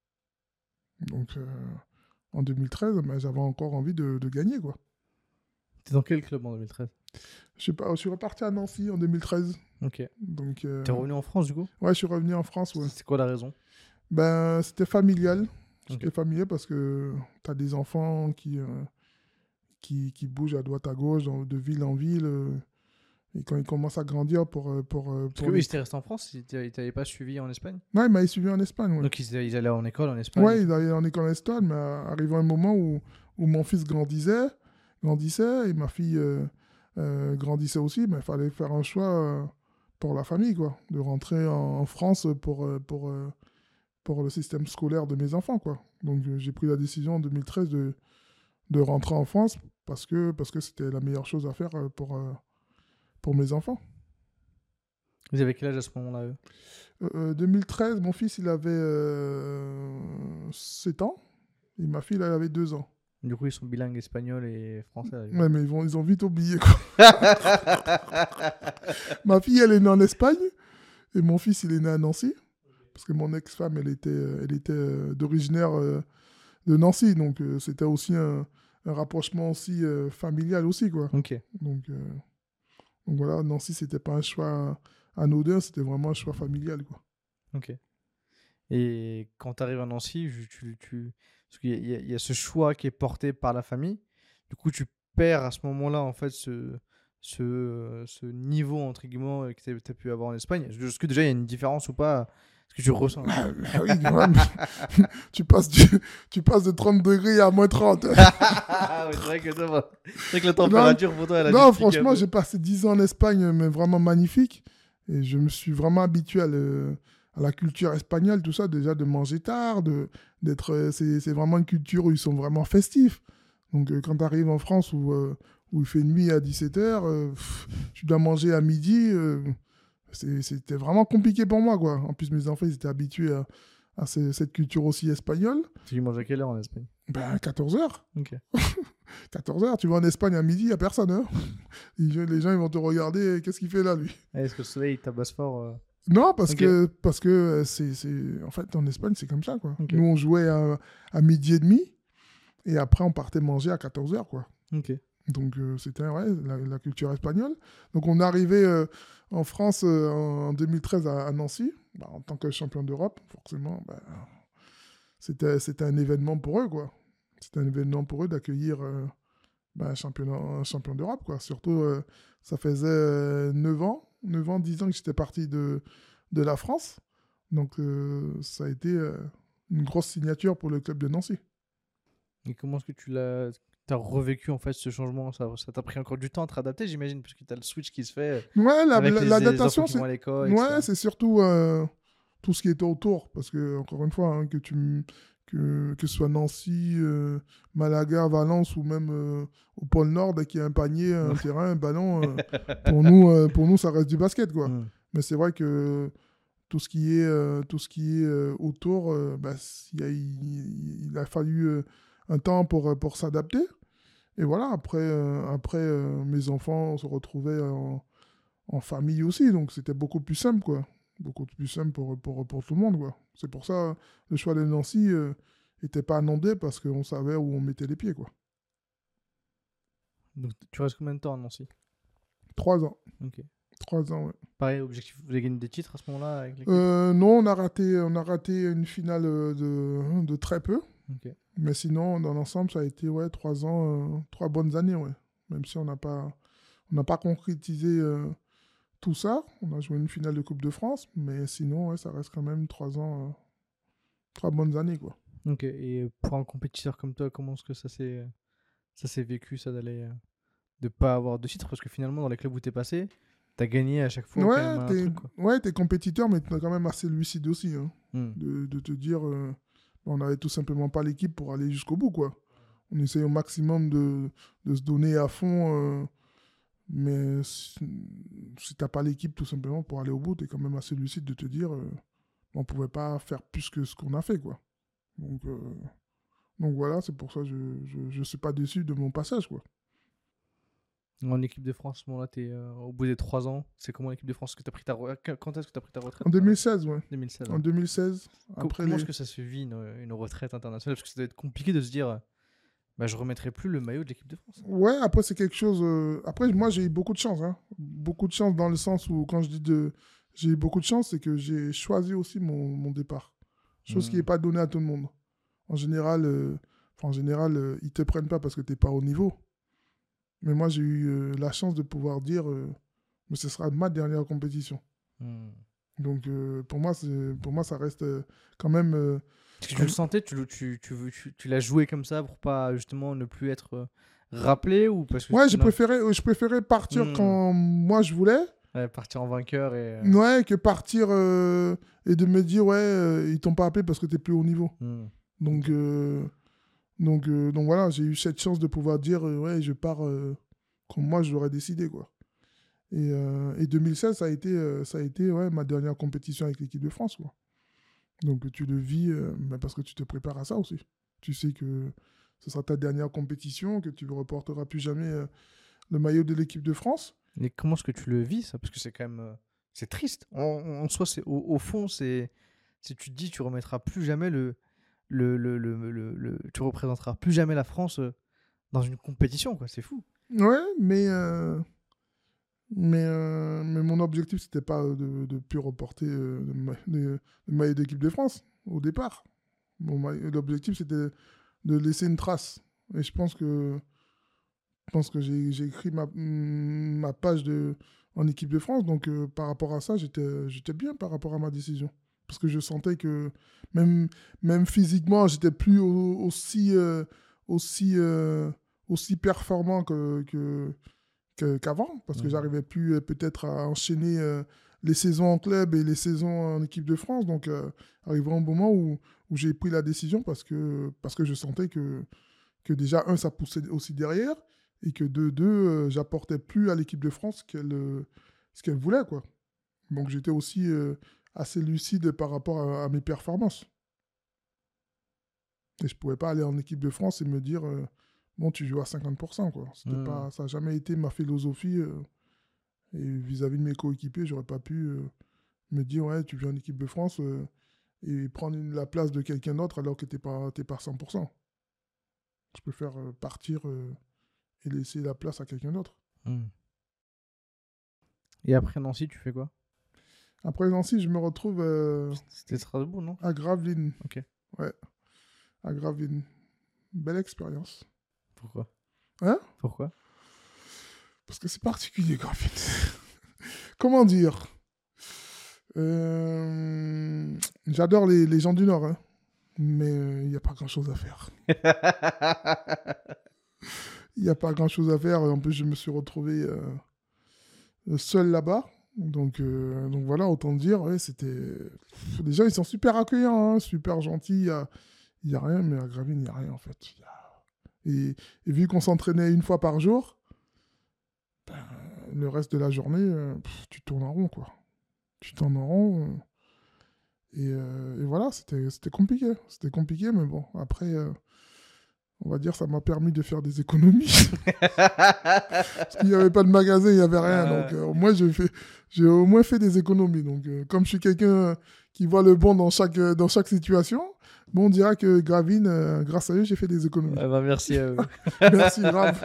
Donc, euh, en deux mille treize, ben, j'avais encore envie de, de gagner, quoi. T'es dans quel club en deux mille treize? Je sais pas, je suis reparti à Nancy en deux mille treize. Ok. Donc, euh, T'es revenu en France du coup? ouais, je suis revenu en France, ouais. C'est quoi la raison? Ben, c'était familial. C'était Ok. familial parce que tu as des enfants qui, euh, qui, qui bougent à droite à gauche, dans- de ville en ville. euh, et quand ils commencent à grandir pour... euh, pour, euh, Parce pour que eux, les- ils étaient restés en France, ils t'a- ils t'avaient pas suivi en Espagne? Ouais, il m'avait suivi en Espagne, ouais. Donc ils, ils allaient en école en Espagne? Ouais, il allait en école Eston, mais euh, arrivé un moment où, où mon fils grandissait, grandissait et ma fille euh, euh, grandissait aussi, mais il fallait faire un choix euh, pour la famille, quoi, de rentrer en, en France pour, euh, pour, euh, pour le système scolaire de mes enfants, quoi. Donc euh, j'ai pris la décision en deux mille treize de, de rentrer en France parce que, parce que c'était la meilleure chose à faire euh, pour, euh, pour mes enfants. Vous avez quel âge à ce moment-là, eux? Euh, deux mille treize, mon fils, il avait euh, sept ans. Et ma fille, elle avait deux ans. Du coup, ils sont bilingues espagnol et français. Là, Ouais, mais ils, vont, ils ont vite oublié, quoi. Ma fille, elle est née en Espagne. Et mon fils, il est né à Nancy. Parce que mon ex-femme, elle était, elle était euh, d'originaire euh, de Nancy. Donc, euh, c'était aussi un, un rapprochement aussi euh, familial aussi, quoi. Ok. Donc, euh, donc voilà, Nancy, c'était pas un choix anodin, c'était vraiment un choix familial, quoi. Ok. Et quand tu arrives à Nancy, tu, tu, tu... parce qu'il y, a- il y a- il y a ce choix qui est porté par la famille. Du coup, tu perds à ce moment-là, en fait, ce, ce, ce niveau, entre guillemets, que tu as pu avoir en Espagne. Est-ce que déjà, il y a une différence ou pas? Est-ce que tu ressens? Ah, bah oui, quand même. tu, passes du- tu passes de trente degrés à moins trente. Ah oui, c'est vrai que ça va. C'est vrai que la température pour toi, elle a dû Non, te piquer un franchement, peu. j'ai passé dix ans en Espagne, mais vraiment magnifique. Et je me suis vraiment habitué à, le- à la culture espagnole, tout ça, déjà de manger tard, de, d'être, euh, c'est, c'est vraiment une culture où ils sont vraiment festifs. Donc, euh, quand tu arrives en France où, euh, où il fait nuit à dix-sept heures, tu dois manger à midi. euh, c'est- c'était vraiment compliqué pour moi, quoi. En plus, mes enfants, ils étaient habitués à, à ce- cette culture aussi espagnole. Tu manges à quelle heure en Espagne? Ben, quatorze heures. Ok. quatorze heures, tu vas en Espagne à midi, il n'y a personne. Hein. Les les gens, ils vont te regarder, qu'est-ce qu'il fait là, lui? Ah, est-ce que le soleil il tabasse fort euh Non, parce Ok. que, parce que euh, c'est, c'est... En fait, en Espagne, c'est comme ça, quoi. Ok. Nous, on jouait à, à midi et demi, et après, on partait manger à quatorze heures, quoi. Ok. Donc, euh, c'était ouais, la, la culture espagnole. Donc, on est arrivé euh, en France euh, en deux mille treize à, à Nancy, bah, en tant que champion d'Europe, forcément. Bah, c'était, c'était un événement pour eux, quoi. C'était un événement pour eux d'accueillir euh, bah, un, championnat, un champion d'Europe, quoi. Surtout, euh, ça faisait euh, neuf ans, neuf ans, dix ans que j'étais parti de, de la France. Donc, euh, ça a été euh, une grosse signature pour le club de Nancy. Et comment est-ce que tu l'as t'as revécu en fait ce changement? Ça ça t'a pris encore du temps à te réadapter, j'imagine, parce que tu as le switch qui se fait Ouais, la- avec la- les, les l'adaptation, enfants qui c'est... vont à l'école, Ouais, et cetera. c'est surtout euh, tout ce qui était autour. Parce que, encore une fois, hein, que, tu, m- que, que ce soit Nancy, euh, Malaga, Valence ou même euh, au pôle Nord, dès qu'il y a un panier, un terrain, un ballon, euh, pour, nous, euh, pour nous, ça reste du basket, quoi. Hmm. Mais c'est vrai que tout ce qui est, euh, tout ce qui est euh, autour, euh, bah, il, y a, il, il a fallu euh, un temps pour, euh, pour s'adapter. Et voilà, après, euh, après euh, mes enfants se retrouvaient en, en famille aussi, donc c'était beaucoup plus simple, quoi. Beaucoup plus simple pour, pour, pour tout le monde, quoi. C'est pour ça le choix de Nancy n'était pas anodin parce qu'on savait où on mettait les pieds, quoi. Donc tu restes combien de temps à Nancy? Trois ans. Ok. Trois ans, ouais. Pareil, objectif, vous avez gagné des titres à ce moment-là avec l'équipe? Euh, non, on a raté, on a raté une finale euh, de, de très peu. Ok. Mais sinon, dans l'ensemble, ça a été ouais, trois ans, euh, trois bonnes années, ouais. Même si on n'a pas, on n'a pas concrétisé euh, tout ça. On a joué une finale de Coupe de France, mais sinon, ouais, ça reste quand même trois ans, euh, trois bonnes années, quoi. Ok. Et pour un compétiteur comme toi, comment est-ce que ça s'est ça s'est vécu, ça d'aller euh, de pas avoir de titre? Parce que finalement, dans les clubs où t'es passé, t'as gagné à chaque fois quand même Ouais, un t'es, truc, quoi. ouais, t'es compétiteur, mais t'es quand même assez lucide aussi, hein, Hmm. de, de te dire, euh, on n'avait tout simplement pas l'équipe pour aller jusqu'au bout, quoi. On essaye au maximum de, de se donner à fond, euh, mais si, si t'as pas l'équipe tout simplement pour aller au bout, t'es quand même assez lucide de te dire, euh, on pouvait pas faire plus que ce qu'on a fait, quoi. Donc, euh, donc voilà, c'est pour ça que je, je, je suis pas déçu de mon passage, quoi. En équipe de France, bon là, t'es euh, au bout des trois ans. C'est comment l'équipe de France? Est-ce que t'as pris ta re- Quand est-ce que tu as pris ta retraite? En deux mille seize, ouais. deux mille seize. En ouais. deux mille seize, Co- après comment les... est-ce que ça se vit une, une retraite internationale? Parce que ça doit être compliqué de se dire, euh, bah, je remettrai plus le maillot de l'équipe de France. Ouais, après, c'est quelque chose... euh, Après, moi, j'ai eu beaucoup de chance. Hein. Beaucoup de chance dans le sens où, quand je dis de... j'ai eu beaucoup de chance, c'est que j'ai choisi aussi mon, mon départ. Chose qui Hmm. n'est pas donnée à tout le monde. En général, euh, enfin, en général euh, ils te prennent pas parce que tu n'es pas au niveau. Mais moi, j'ai eu euh, la chance de pouvoir dire euh, mais ce sera ma dernière compétition. Hmm. Donc, euh, pour, moi, c'est- pour moi, ça reste euh, quand même... euh, Est-ce que tu le sentais? Tu, le- tu, tu, veux- tu, tu l'as joué comme ça pour pas justement ne plus être euh, rappelé ou parce que Ouais, tu j'ai n'as- préféré, euh, je préférais partir Hmm. quand moi, je voulais. Ouais, partir en vainqueur et. euh, Ouais, que partir euh, et de me dire, ouais, euh, ils t'ont pas appelé parce que t'es plus au niveau. hmm. Donc, euh, donc, euh, donc voilà, j'ai eu cette chance de pouvoir dire, euh, ouais, je pars euh, comme moi, je l'aurais décidé, quoi. Et, euh, et deux mille seize, ça a été, euh, ça a été ouais, ma dernière compétition avec l'équipe de France, quoi. Donc tu le vis euh, bah, parce que tu te prépares à ça aussi. Tu sais que ce sera ta dernière compétition, que tu ne reporteras plus jamais euh, le maillot de l'équipe de France. Et comment est-ce que tu le vis, ça? Parce que c'est quand même... euh, c'est triste. En, en soi, c'est, au, au fond, c'est... Si tu te dis, tu remettras plus jamais le... le, le, le, le- le- tu représenteras plus jamais la France euh, dans une compétition, quoi. C'est fou. Ouais, mais, euh, mais, euh, mais mon objectif, c'était pas de, de plus reporter euh, le, ma- le- le maillot d'équipe de France au départ. Mon maillot- L'objectif, c'était de laisser une trace. Et je pense que, je pense que j'ai j'ai écrit ma, ma page de, en équipe de France. Donc, euh, par rapport à ça, j'étais j'étais bien par rapport à ma décision. Parce que je sentais que, même, même physiquement, j'étais plus au- aussi, euh, aussi, euh, aussi performant que, que, que- qu'avant. Parce que Mhm. j'arrivais plus euh, peut-être à enchaîner euh, les saisons en club et les saisons en équipe de France. Donc, euh, arrivé un moment où, où j'ai pris la décision parce que, parce que je sentais que, que déjà, un, ça poussait aussi derrière, et que de deux, euh, j'apportais plus à l'équipe de France ce qu'elle euh, ce qu'elle voulait, quoi. Donc j'étais aussi euh, assez lucide par rapport à, à mes performances. Et je pouvais pas aller en équipe de France et me dire, euh, bon, tu joues à cinquante pour cent, quoi. C'était Mhm. pas, ça n'a jamais été ma philosophie. euh, et vis-à-vis de mes coéquipiers, j'aurais pas pu euh, me dire, ouais, tu viens en équipe de France euh, et prendre une- la place de quelqu'un d'autre alors que tu n'es pas, t'es pas cent pour cent. Je préfère euh, partir euh, et laisser la place à quelqu'un d'autre. Mhm. Et après Nancy, tu fais quoi? Après Nancy, je me retrouve euh, C'était Strasbourg, non? à Gravelines. Ok. Ouais, à Gravelines. Belle expérience. Pourquoi? Hein? Pourquoi? Parce que c'est particulier, Gravelines. Comment dire? Euh, J'adore les, les gens du Nord, hein, mais il n'y a pas grand-chose à faire. Il n'y a pas grand-chose à faire. En plus, je me suis retrouvé euh, seul là-bas. Donc, euh, donc voilà, autant dire, ouais, c'était... Pff, les gens, ils sont super accueillants, hein, super gentils. Il n'y a, il y a rien, mais à Gravelines, il n'y a rien, en fait. Il y a- Et, et vu qu'on s'entraînait une fois par jour, ben, le reste de la journée, euh, pff, tu tournes en rond, quoi. Tu tournes en rond. euh, Et, euh, et voilà, c'était c'était compliqué. C'était compliqué, mais bon, après, euh, on va dire, ça m'a permis de faire des économies. Parce qu'il n'y avait pas de magasin, il n'y avait rien. Euh, Donc, euh, au moins, j'ai fait, j'ai au moins fait des économies. Donc, euh, comme je suis quelqu'un qui voit le bon dans chaque, euh, dans chaque situation, bon, on dira que Gravine, euh, grâce à eux, j'ai fait des économies. Ouais, bah, merci à eux. Merci, grave.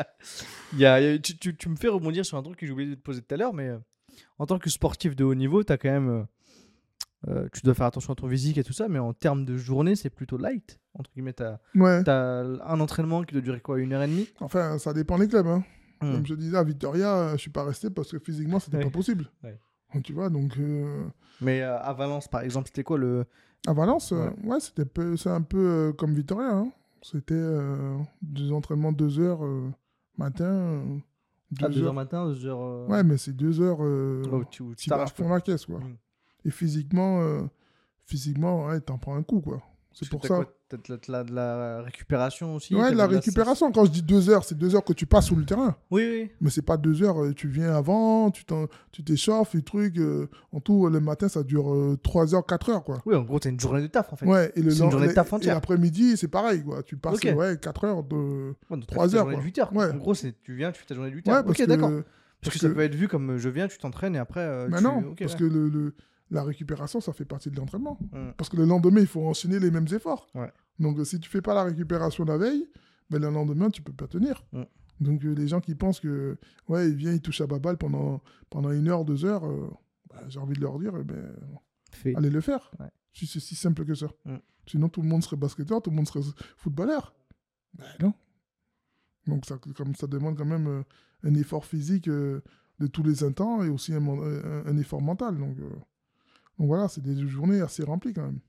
Il y a- il y a- tu, tu- tu me fais rebondir sur un truc que j'ai oublié de te poser tout à l'heure, mais euh, en tant que sportif de haut niveau, t'as quand même, euh, euh, tu dois faire attention à ton physique et tout ça, mais en termes de journée, c'est plutôt light. Entre guillemets, t'as Ouais. as un entraînement qui doit durer quoi, une heure et demie? Enfin, ça dépend des clubs, hein. Hmm. Comme je disais, à Victoria, euh, je suis pas resté parce que physiquement, c'était Ouais. pas possible. Ouais. Tu vois, donc... euh, Mais euh, à Valence, par exemple, c'était quoi le. À Valence, euh, Ouais. ouais, c'était peu- c'est un peu euh, comme Victoria, hein. C'était euh, des entraînements deux heures euh, matin, euh, À deux deux heures heures. matin, deux heures. euh, Ouais, mais c'est deux heures, euh, ouais, où tu, où tu tu vas à t'arraches, fond quoi. la caisse, quoi. Hmm. Et physiquement, euh, physiquement, ouais, t'en prends un coup, quoi. C'est Parce que pour t'as ça. quoi, t'as de la, de la- de la récupération aussi? Ouais, t'as de la de la- récupération. Quand je dis deux heures, c'est deux heures que tu passes sur le terrain. Oui, oui. Mais c'est pas deux heures, euh, tu viens avant, tu t'en- tu t'échauffes, et truc. euh, en tout, le matin, ça dure euh, trois heures, quatre heures, quoi. Oui, en gros, t'as une journée de taf en fait. Ouais, et le C'est une lan- journée de les- taf et entière. l'après-midi, c'est pareil, quoi. Tu passes Ok. ouais, quatre heures de. Ouais, donc t'as trois fait ta heures, journée de quoi. huit heures. Ouais. En gros, c'est, tu viens, tu fais ta journée de huit Ouais, heures. parce Ok, que, d'accord. Parce, parce que ça que- peut être vu comme euh, je viens, tu t'entraînes et après. euh, Mais tu... non, ok, parce ouais. que le, le- la récupération, ça fait partie de l'entraînement. Hmm. Parce que le lendemain, il faut enchaîner les mêmes efforts. Ouais. Donc, euh, si tu fais pas la récupération la veille, ben, le lendemain, tu peux pas tenir. Mm. Donc, euh, les gens qui pensent que, ouais, il vient, il touche à baballe pendant, pendant une heure, deux heures, euh, bah, j'ai envie de leur dire, eh ben, Fait. allez le faire. Ouais. Si c'est si simple que ça. Mm. Sinon, tout le monde serait basketteur, tout le monde serait footballeur. Ben non. Donc, ça, comme ça demande quand même euh, un effort physique euh, de tous les instants et aussi un, mon- un- un effort mental. Donc, euh, donc voilà, c'est des journées assez remplies quand même.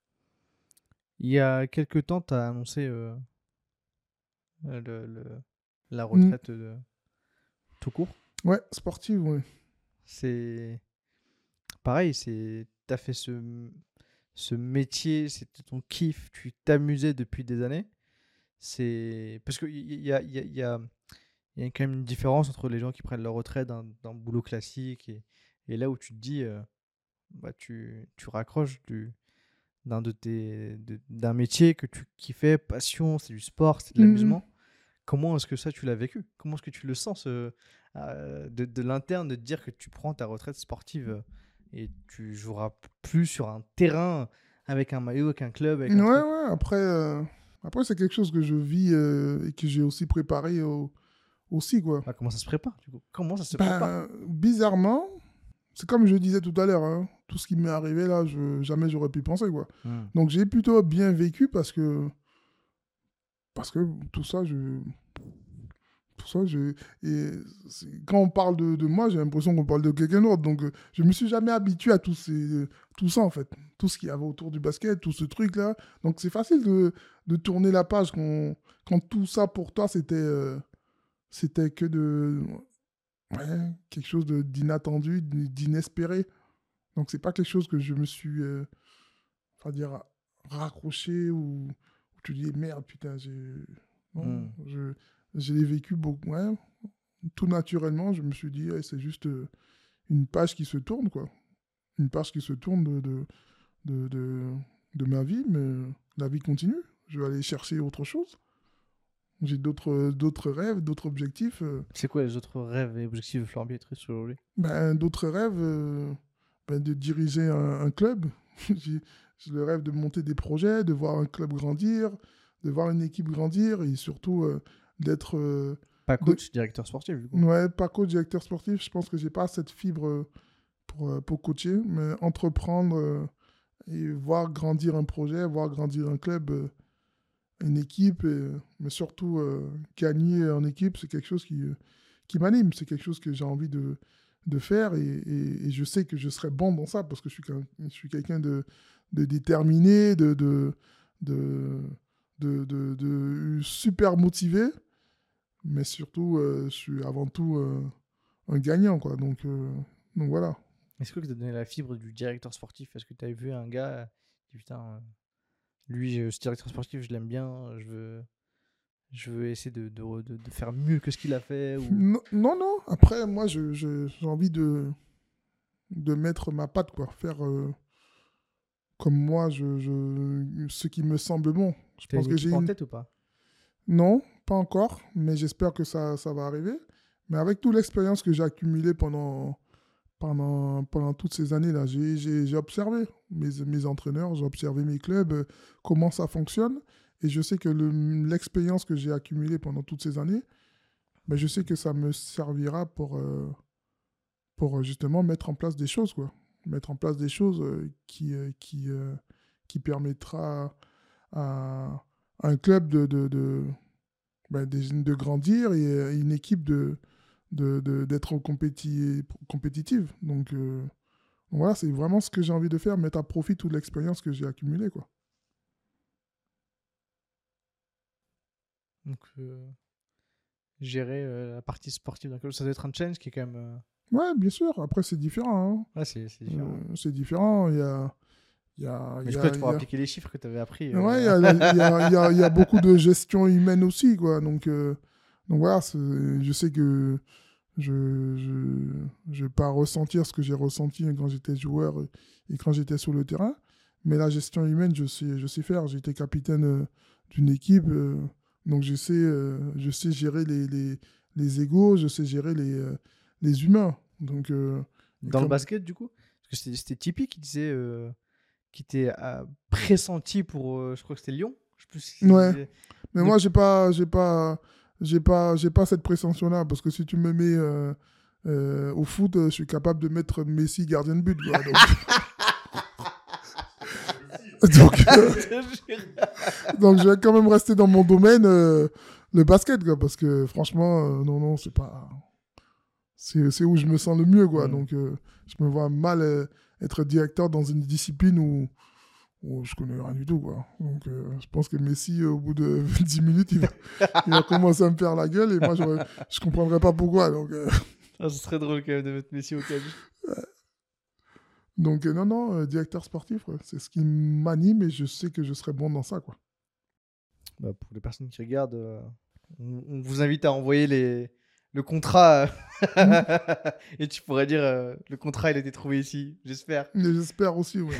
Il y a quelques temps, tu as annoncé euh, euh, le, le- la retraite de... tout court. Ouais, sportive, oui. C'est pareil, c'est t'as fait ce, ce métier, c'était ton kiff, tu t'amusais depuis des années. C'est parce que il y a, il y a, il y a, il y a quand même une différence entre les gens qui prennent leur retraite d'un d'un boulot classique et, et là où tu te dis, euh, bah, tu, tu raccroches du, d'un de tes, de- d'un métier que tu kiffais, passion, c'est du sport, c'est de Mhm. l'amusement. Comment est-ce que ça, tu l'as vécu? Comment est-ce que tu le sens ce- euh, de, de l'interne de te dire que tu prends ta retraite sportive euh, et tu joueras p- plus sur un terrain avec un maillot, avec un club, avec Ouais, un truc? ouais, après, euh, après c'est quelque chose que je vis euh, et que j'ai aussi préparé au- aussi, quoi. Bah, comment ça se prépare du coup? Comment ça se prépare? Ben, bizarrement, c'est comme je disais tout à l'heure, hein, tout ce qui m'est arrivé là, je, jamais j'aurais pu penser, quoi. Hmm. Donc j'ai plutôt bien vécu parce que, parce que tout ça, je, tout ça, je, et c'est- quand on parle de, de moi, j'ai l'impression qu'on parle de quelqu'un d'autre. Donc euh, je me suis jamais habitué à tout, ces, tout ça, en fait. Tout ce qu'il y avait autour du basket, tout ce truc-là. Donc c'est facile de, de tourner la page quand, quand tout ça pour toi, c'était euh, c'était que de, ouais, quelque chose de- d'inattendu, d'inespéré. Donc c'est pas quelque chose que je me suis, euh, on va dire, raccroché ou, ou tu dis merde, putain, j'ai. Non, Hmm. je, je l'ai vécu beaucoup. Ouais, tout naturellement, je me suis dit, ouais, c'est juste euh, une page qui se tourne, quoi. Une page qui se tourne de, de, de, de, de ma vie, mais la vie continue. Je vais aller chercher autre chose. J'ai d'autres d'autres rêves, d'autres objectifs. euh, C'est quoi les autres rêves et objectifs de Florent Pietrus aujourd'hui? ben, d'autres rêves, euh, ben, de diriger un, un club. J'ai j'ai le rêve de monter des projets, de voir un club grandir, de voir une équipe grandir et surtout euh, d'être. euh, Pas de... coach, directeur sportif du coup. Ouais, pas coach, directeur sportif. Je pense que j'ai pas cette fibre euh, pour, euh, pour coacher, mais entreprendre euh, et voir grandir un projet, voir grandir un club, euh, une équipe, et, mais surtout euh, gagner en équipe, c'est quelque chose qui, euh, qui m'anime, c'est quelque chose que j'ai envie de, de faire et, et- et je sais que je serai bon dans ça parce que je suis, qu'un- je suis quelqu'un de, de déterminé, de, de, de, de, de- de super motivé, mais surtout, euh, je suis avant tout euh, un gagnant, quoi. Donc, euh, donc voilà. Est-ce que tu as donné la fibre du directeur sportif? Est-ce que tu as vu un gars euh, qui dit, putain, euh, lui, euh, ce directeur sportif, je l'aime bien, je veux, je veux essayer de, de, de- de faire mieux que ce qu'il a fait ou... Non, non, non. Après, moi, je, je- j'ai envie de, de mettre ma patte, quoi. Faire euh, comme moi, je, je- ce qui me semble bon. Je T'as pense une que j'ai équipe en une. tête ou pas? Non, pas encore, mais j'espère que ça, ça va arriver. Mais avec toute l'expérience que j'ai accumulée pendant, pendant, pendant toutes ces années-là, j'ai, j'ai, j'ai observé mes, mes entraîneurs, j'ai observé mes clubs, euh, comment ça fonctionne. Et je sais que le- l'expérience que j'ai accumulée pendant toutes ces années, ben, je sais que ça me servira pour, euh, pour euh, justement mettre en place des choses, quoi. Mettre en place des choses euh, qui, euh, qui, euh, qui permettra à, à un club de, de, de, ben, de, de grandir et euh, une équipe de, de, de- d'être compéti- compétitive. Donc euh, voilà, c'est vraiment ce que j'ai envie de faire, mettre à profit toute l'expérience que j'ai accumulée, quoi. Donc, euh, gérer euh, la partie sportive d'un club, ça doit être un challenge qui est quand même... euh, Ouais, bien sûr. Après, c'est différent, Ouais, c'est c'est hein. différent. Euh, c'est différent. Il y a, il y a, Mais il y du coup, là, a, tu il pourras y a- appliquer les chiffres que tu avais appris. Ouais, il y euh, a, la- il y a, il y a- il y a beaucoup de gestion humaine aussi, quoi. Donc, euh, donc voilà, c'est- je sais que je je, je vais pas ressentir ce que j'ai ressenti quand j'étais joueur et, et quand j'étais sur le terrain. Mais la gestion humaine, je sais, je sais faire. J'ai été capitaine euh, d'une équipe, euh, donc je sais, euh, je sais gérer les, les, les égos, je sais gérer les, euh, les humains. Donc, euh, et Dans le comme, basket, du coup? Parce que c'était c'était Tipeee qui disait... euh, qui était euh, pressenti pour... euh, je crois que c'était Lyon. Je sais plus si... ouais. Mais De... moi, j'ai pas, j'ai pas, j'ai pas, j'ai pas cette prétention-là parce que si tu me mets euh, euh, au foot, euh, je suis capable de mettre Messi gardien de but, quoi. Donc, donc, euh, donc, je vais quand même rester dans mon domaine, euh, le basket, quoi, parce que franchement, euh, non, non, c'est pas, c'est, c'est où je me sens le mieux, quoi. Mm. Donc, euh, je me vois mal euh, être directeur dans une discipline où où je connais rien du tout, quoi. Donc, euh, je pense que Messi, euh, au bout de dix minutes, il va, il va commencer à me faire la gueule et moi, j'aurais- je comprendrais pas pourquoi. Donc, euh, Ah, ce serait drôle quand même de mettre Messi au catch. donc euh, non, non, euh, directeur sportif, ouais, c'est ce qui m'anime et je sais que je serai bon dans ça, quoi. Bah, pour les personnes qui regardent, euh, on, on vous invite à envoyer les, le contrat. Mhm. Et tu pourrais dire euh, le contrat, il a été trouvé ici, j'espère. Mais j'espère aussi, ouais.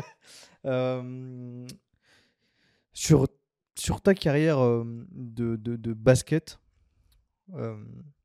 Euh, sur, sur ta carrière euh, de, de, de basket, euh,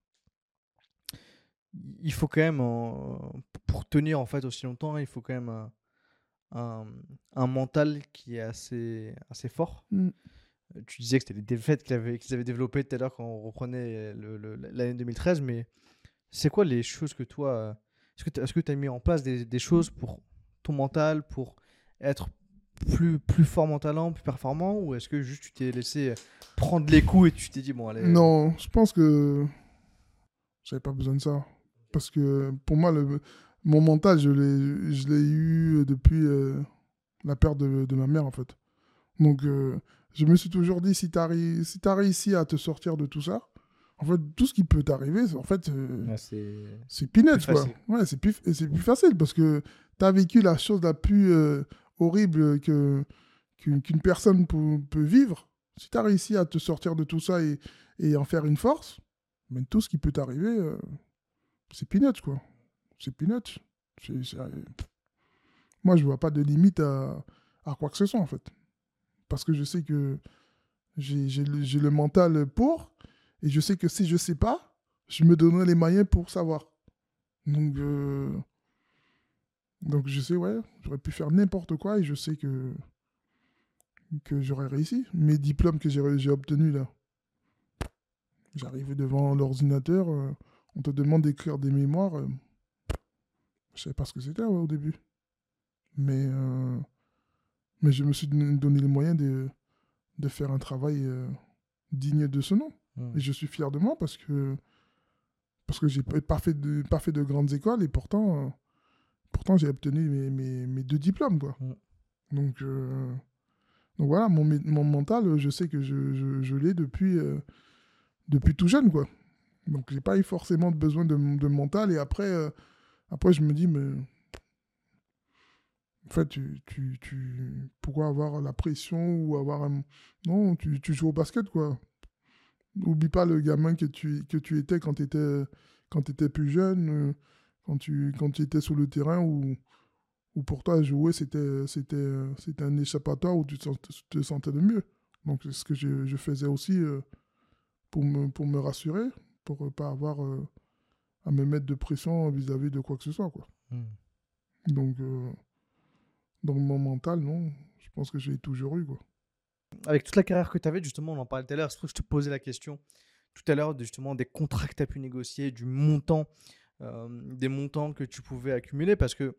il faut quand même, euh, pour tenir en fait aussi longtemps, il faut quand même un, un, un mental qui est assez, assez fort. Mm. Euh, Tu disais que c'était les défaites qu'ils avaient, qu'ils avaient développées tout à l'heure quand on reprenait le- le- l'année deux mille treize, mais c'est quoi les choses que toi, euh, est-ce que tu as mis en place des, des choses pour ton mental, pour être plus, plus fort mentalement, plus performant, ou est-ce que juste tu t'es laissé prendre les coups et tu t'es dit, bon, allez. Non, je pense que j'avais pas besoin de ça. Parce que pour moi, le, mon mental, je l'ai, je l'ai eu depuis euh, la perte de, de ma mère, en fait. Donc, euh, je me suis toujours dit, si tu as si t'as réussi à te sortir de tout ça, en fait, tout ce qui peut t'arriver, c'est- en fait, euh, Ouais, c'est c'est plus peanuts, quoi. facile. Ouais, c'est plus, et c'est plus facile parce que tu as vécu la chose la plus euh, horrible que, qu'une, qu'une personne peut, peut vivre. Si tu as réussi à te sortir de tout ça et, et en faire une force, mais tout ce qui peut t'arriver, euh, c'est peanuts, quoi. C'est peanuts. C'est- c'est- Moi, je vois pas de limite à, à quoi que ce soit, en fait. Parce que je sais que j'ai, j'ai le, j'ai le mental pour, et je sais que si je sais pas, je me donnerai les moyens pour savoir. Donc, euh, donc je sais, ouais, j'aurais pu faire n'importe quoi, et je sais que, que j'aurais réussi. Mes diplômes que j'ai, j'ai obtenus, là, j'arrive devant l'ordinateur, euh, on te demande d'écrire des mémoires, euh, je savais pas ce que c'était, ouais, au début. Mais, euh, mais je me suis don- donné les moyens de, de faire un travail euh, digne de ce nom. Mm. Et je suis fier de moi parce que, parce que j'ai pas fait de, pas fait de grandes écoles et pourtant, euh, pourtant j'ai obtenu mes, mes, mes deux diplômes, quoi. Mm. Donc, euh, donc voilà, mon, mé- mon mental, je sais que je, je, je l'ai depuis, euh, depuis tout jeune, quoi. Donc j'ai pas eu forcément besoin de, de mental. Et après, euh, après, je me dis, mais en fait, tu, tu, tu, pourquoi avoir la pression ou avoir un... Non, tu, tu joues au basket, quoi. N'oublie pas le gamin que tu, que tu étais quand tu étais, quand tu étais plus jeune, euh, quand tu, quand tu étais sur le terrain, où, où pour toi, jouer, c'était, c'était, euh, c'était un échappatoire où tu te, sent- te sentais le mieux. Donc, c'est ce que je, je faisais aussi euh, pour, me, pour me rassurer, pour ne pas avoir euh, à me mettre de pression vis-à-vis de quoi que ce soit, quoi. Mm. Donc, euh, dans mon mental, non, je pense que j'ai toujours eu, quoi. Avec toute la carrière que tu avais, justement, on en parlait tout à l'heure, c'est pour ça que je te posais la question tout à l'heure, de, justement, des contrats que tu as pu négocier, du montant, euh, des montants que tu pouvais accumuler, parce que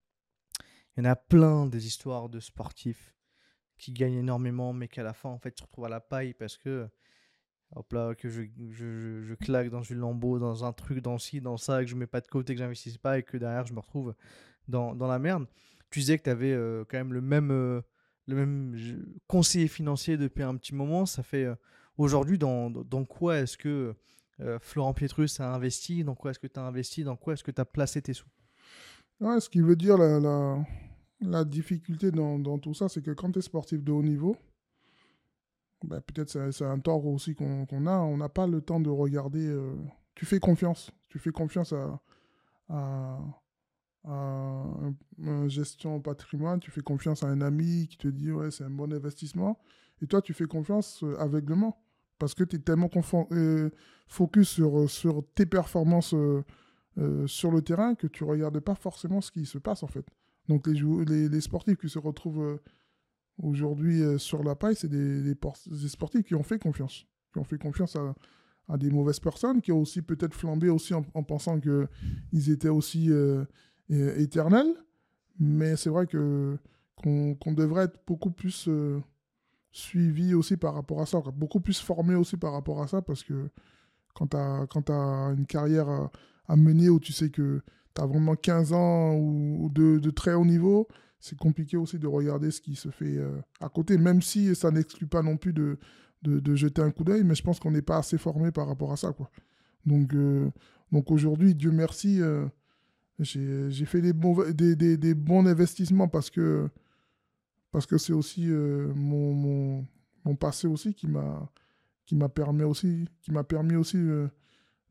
il y en a plein des histoires de sportifs qui gagnent énormément, mais qu'à la fin, en fait, tu te retrouves à la paille parce que, hop là, que je, je, je, je claque dans une lambeau, dans un truc, dans ci, dans ça, et que je mets pas de côté, que j'investisse pas, et que derrière, je me retrouve dans, dans la merde. Tu disais que tu avais euh, quand même le même, euh, le même je- conseiller financier depuis un petit moment. Ça fait euh, aujourd'hui, dans, dans dans quoi est-ce que euh, Florent Pietrus a investi? Dans quoi est-ce que tu as investi? Dans quoi est-ce que tu as placé tes sous? Ouais, ce qui veut dire la, la, la difficulté dans, dans tout ça, c'est que quand tu es sportif de haut niveau, ben, peut-être c'est c'est un tort aussi qu'on qu'on a, on n'a pas le temps de regarder. euh, tu fais confiance, tu fais confiance à, à, à un, un gestion patrimoine, tu fais confiance à un ami qui te dit ouais, c'est un bon investissement, et toi tu fais confiance euh, aveuglement parce que tu es tellement confo- euh, focus sur, euh, sur tes performances euh, euh, sur le terrain que tu regardes pas forcément ce qui se passe en fait. Donc les, jou- les, les sportifs qui se retrouvent euh, aujourd'hui euh, sur la paille, c'est des, des, por- des sportifs qui ont fait confiance, qui ont fait confiance à, à des mauvaises personnes, qui ont aussi peut-être flambé aussi en, en pensant qu'ils étaient aussi euh, é- éternels. Mais c'est vrai que qu'on qu'on devrait être beaucoup plus euh, suivi aussi par rapport à ça, quoi. Beaucoup plus formé aussi par rapport à ça, parce que quand tu as, quand t'as une carrière à, à mener où tu sais que tu as vraiment quinze ans ou, ou de, de très haut niveau, c'est compliqué aussi de regarder ce qui se fait euh, à côté, même si ça n'exclut pas non plus de, de, de jeter un coup d'œil, mais je pense qu'on n'est pas assez formé par rapport à ça, quoi. Donc, euh, donc aujourd'hui, Dieu merci, euh, j'ai j'ai fait des bons, des, des, des bons investissements parce que parce que c'est aussi euh, mon, mon, mon passé aussi qui m'a qui m'a permis aussi qui m'a permis aussi euh,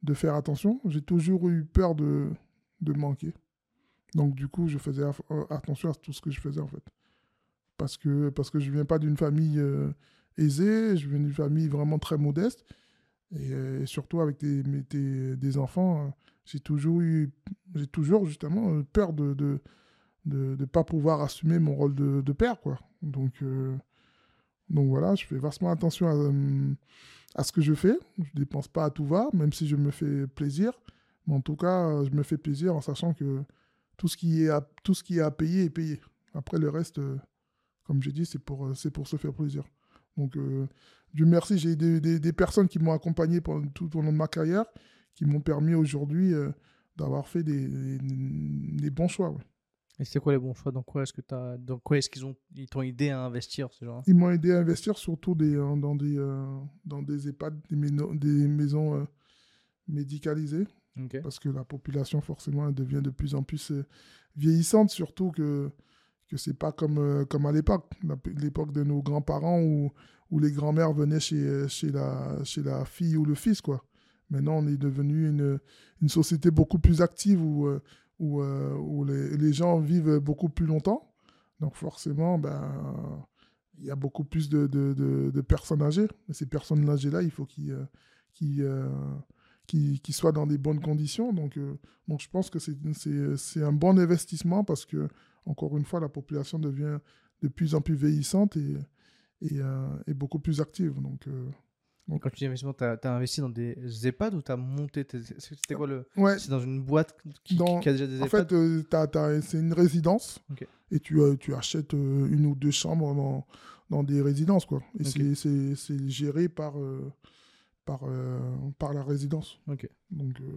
de faire attention. J'ai toujours eu peur de, de manquer. Donc, du coup, je faisais aff- euh, attention à tout ce que je faisais, en fait. Parce que, parce que je ne viens pas d'une famille euh, aisée, je viens d'une famille vraiment très modeste. Et, euh, et surtout, avec tes, mes- tes- des enfants, euh, j'ai toujours eu, j'ai toujours, justement, euh, peur de de, de, de pas pouvoir assumer mon rôle de, de père, quoi. Donc, euh, donc voilà, je fais vachement attention à, euh, à ce que je fais. Je dépense pas à tout va, même si je me fais plaisir. Mais en tout cas, euh, je me fais plaisir en sachant que tout ce qui est à, tout ce qui est à payer est payé. Après, le reste, euh, comme j'ai dit, c'est pour, euh, c'est pour se faire plaisir. Donc, euh, Dieu merci, j'ai des, des, des personnes qui m'ont accompagné pendant, tout au long de ma carrière, qui m'ont permis aujourd'hui euh, d'avoir fait des, des, des bons choix. Ouais. Et c'est quoi les bons choix? Dans quoi est-ce que t'as... Dans quoi est-ce qu'ils ont... ils t'ont aidé à investir, ces gens-là? Ils m'ont aidé à investir surtout des, euh, dans, des, euh, dans des EHPAD, des, méno- des maisons euh, médicalisées, Ok. parce que la population, forcément, elle devient de plus en plus euh, vieillissante, surtout que que c'est pas comme, euh, comme à l'époque, la- l'époque de nos grands-parents où, où les grands-mères venaient chez, chez, la, chez la fille ou le fils, quoi. Maintenant, on est devenu une, une société beaucoup plus active où, euh, où, euh, où les, les gens vivent beaucoup plus longtemps. Donc forcément, ben, il y a beaucoup plus de, de, de, de personnes âgées. Et ces personnes âgées-là, il faut qu'ils euh, qu'ils, euh, qu'ils- qu'ils soient dans des bonnes conditions. Donc, euh, donc je pense que c'est c'est- c'est un bon investissement parce que, encore une fois, la population devient de plus en plus vieillissante et, et, euh, et beaucoup plus active. Donc, euh, Et donc, quand tu dis investissement, t'as, t'as investi dans des EHPAD ou t'as monté tes... C'était quoi le... ouais, C'est dans une boîte qui, qui, dans, qui a déjà des en EHPAD? fait, euh, t'as- t'as- c'est une résidence Ok. et tu, euh, tu achètes euh, une ou deux chambres dans, dans des résidences, quoi. Et Ok. c'est- c'est c'est géré par, euh, par, euh, par la résidence. Ok. Donc, euh,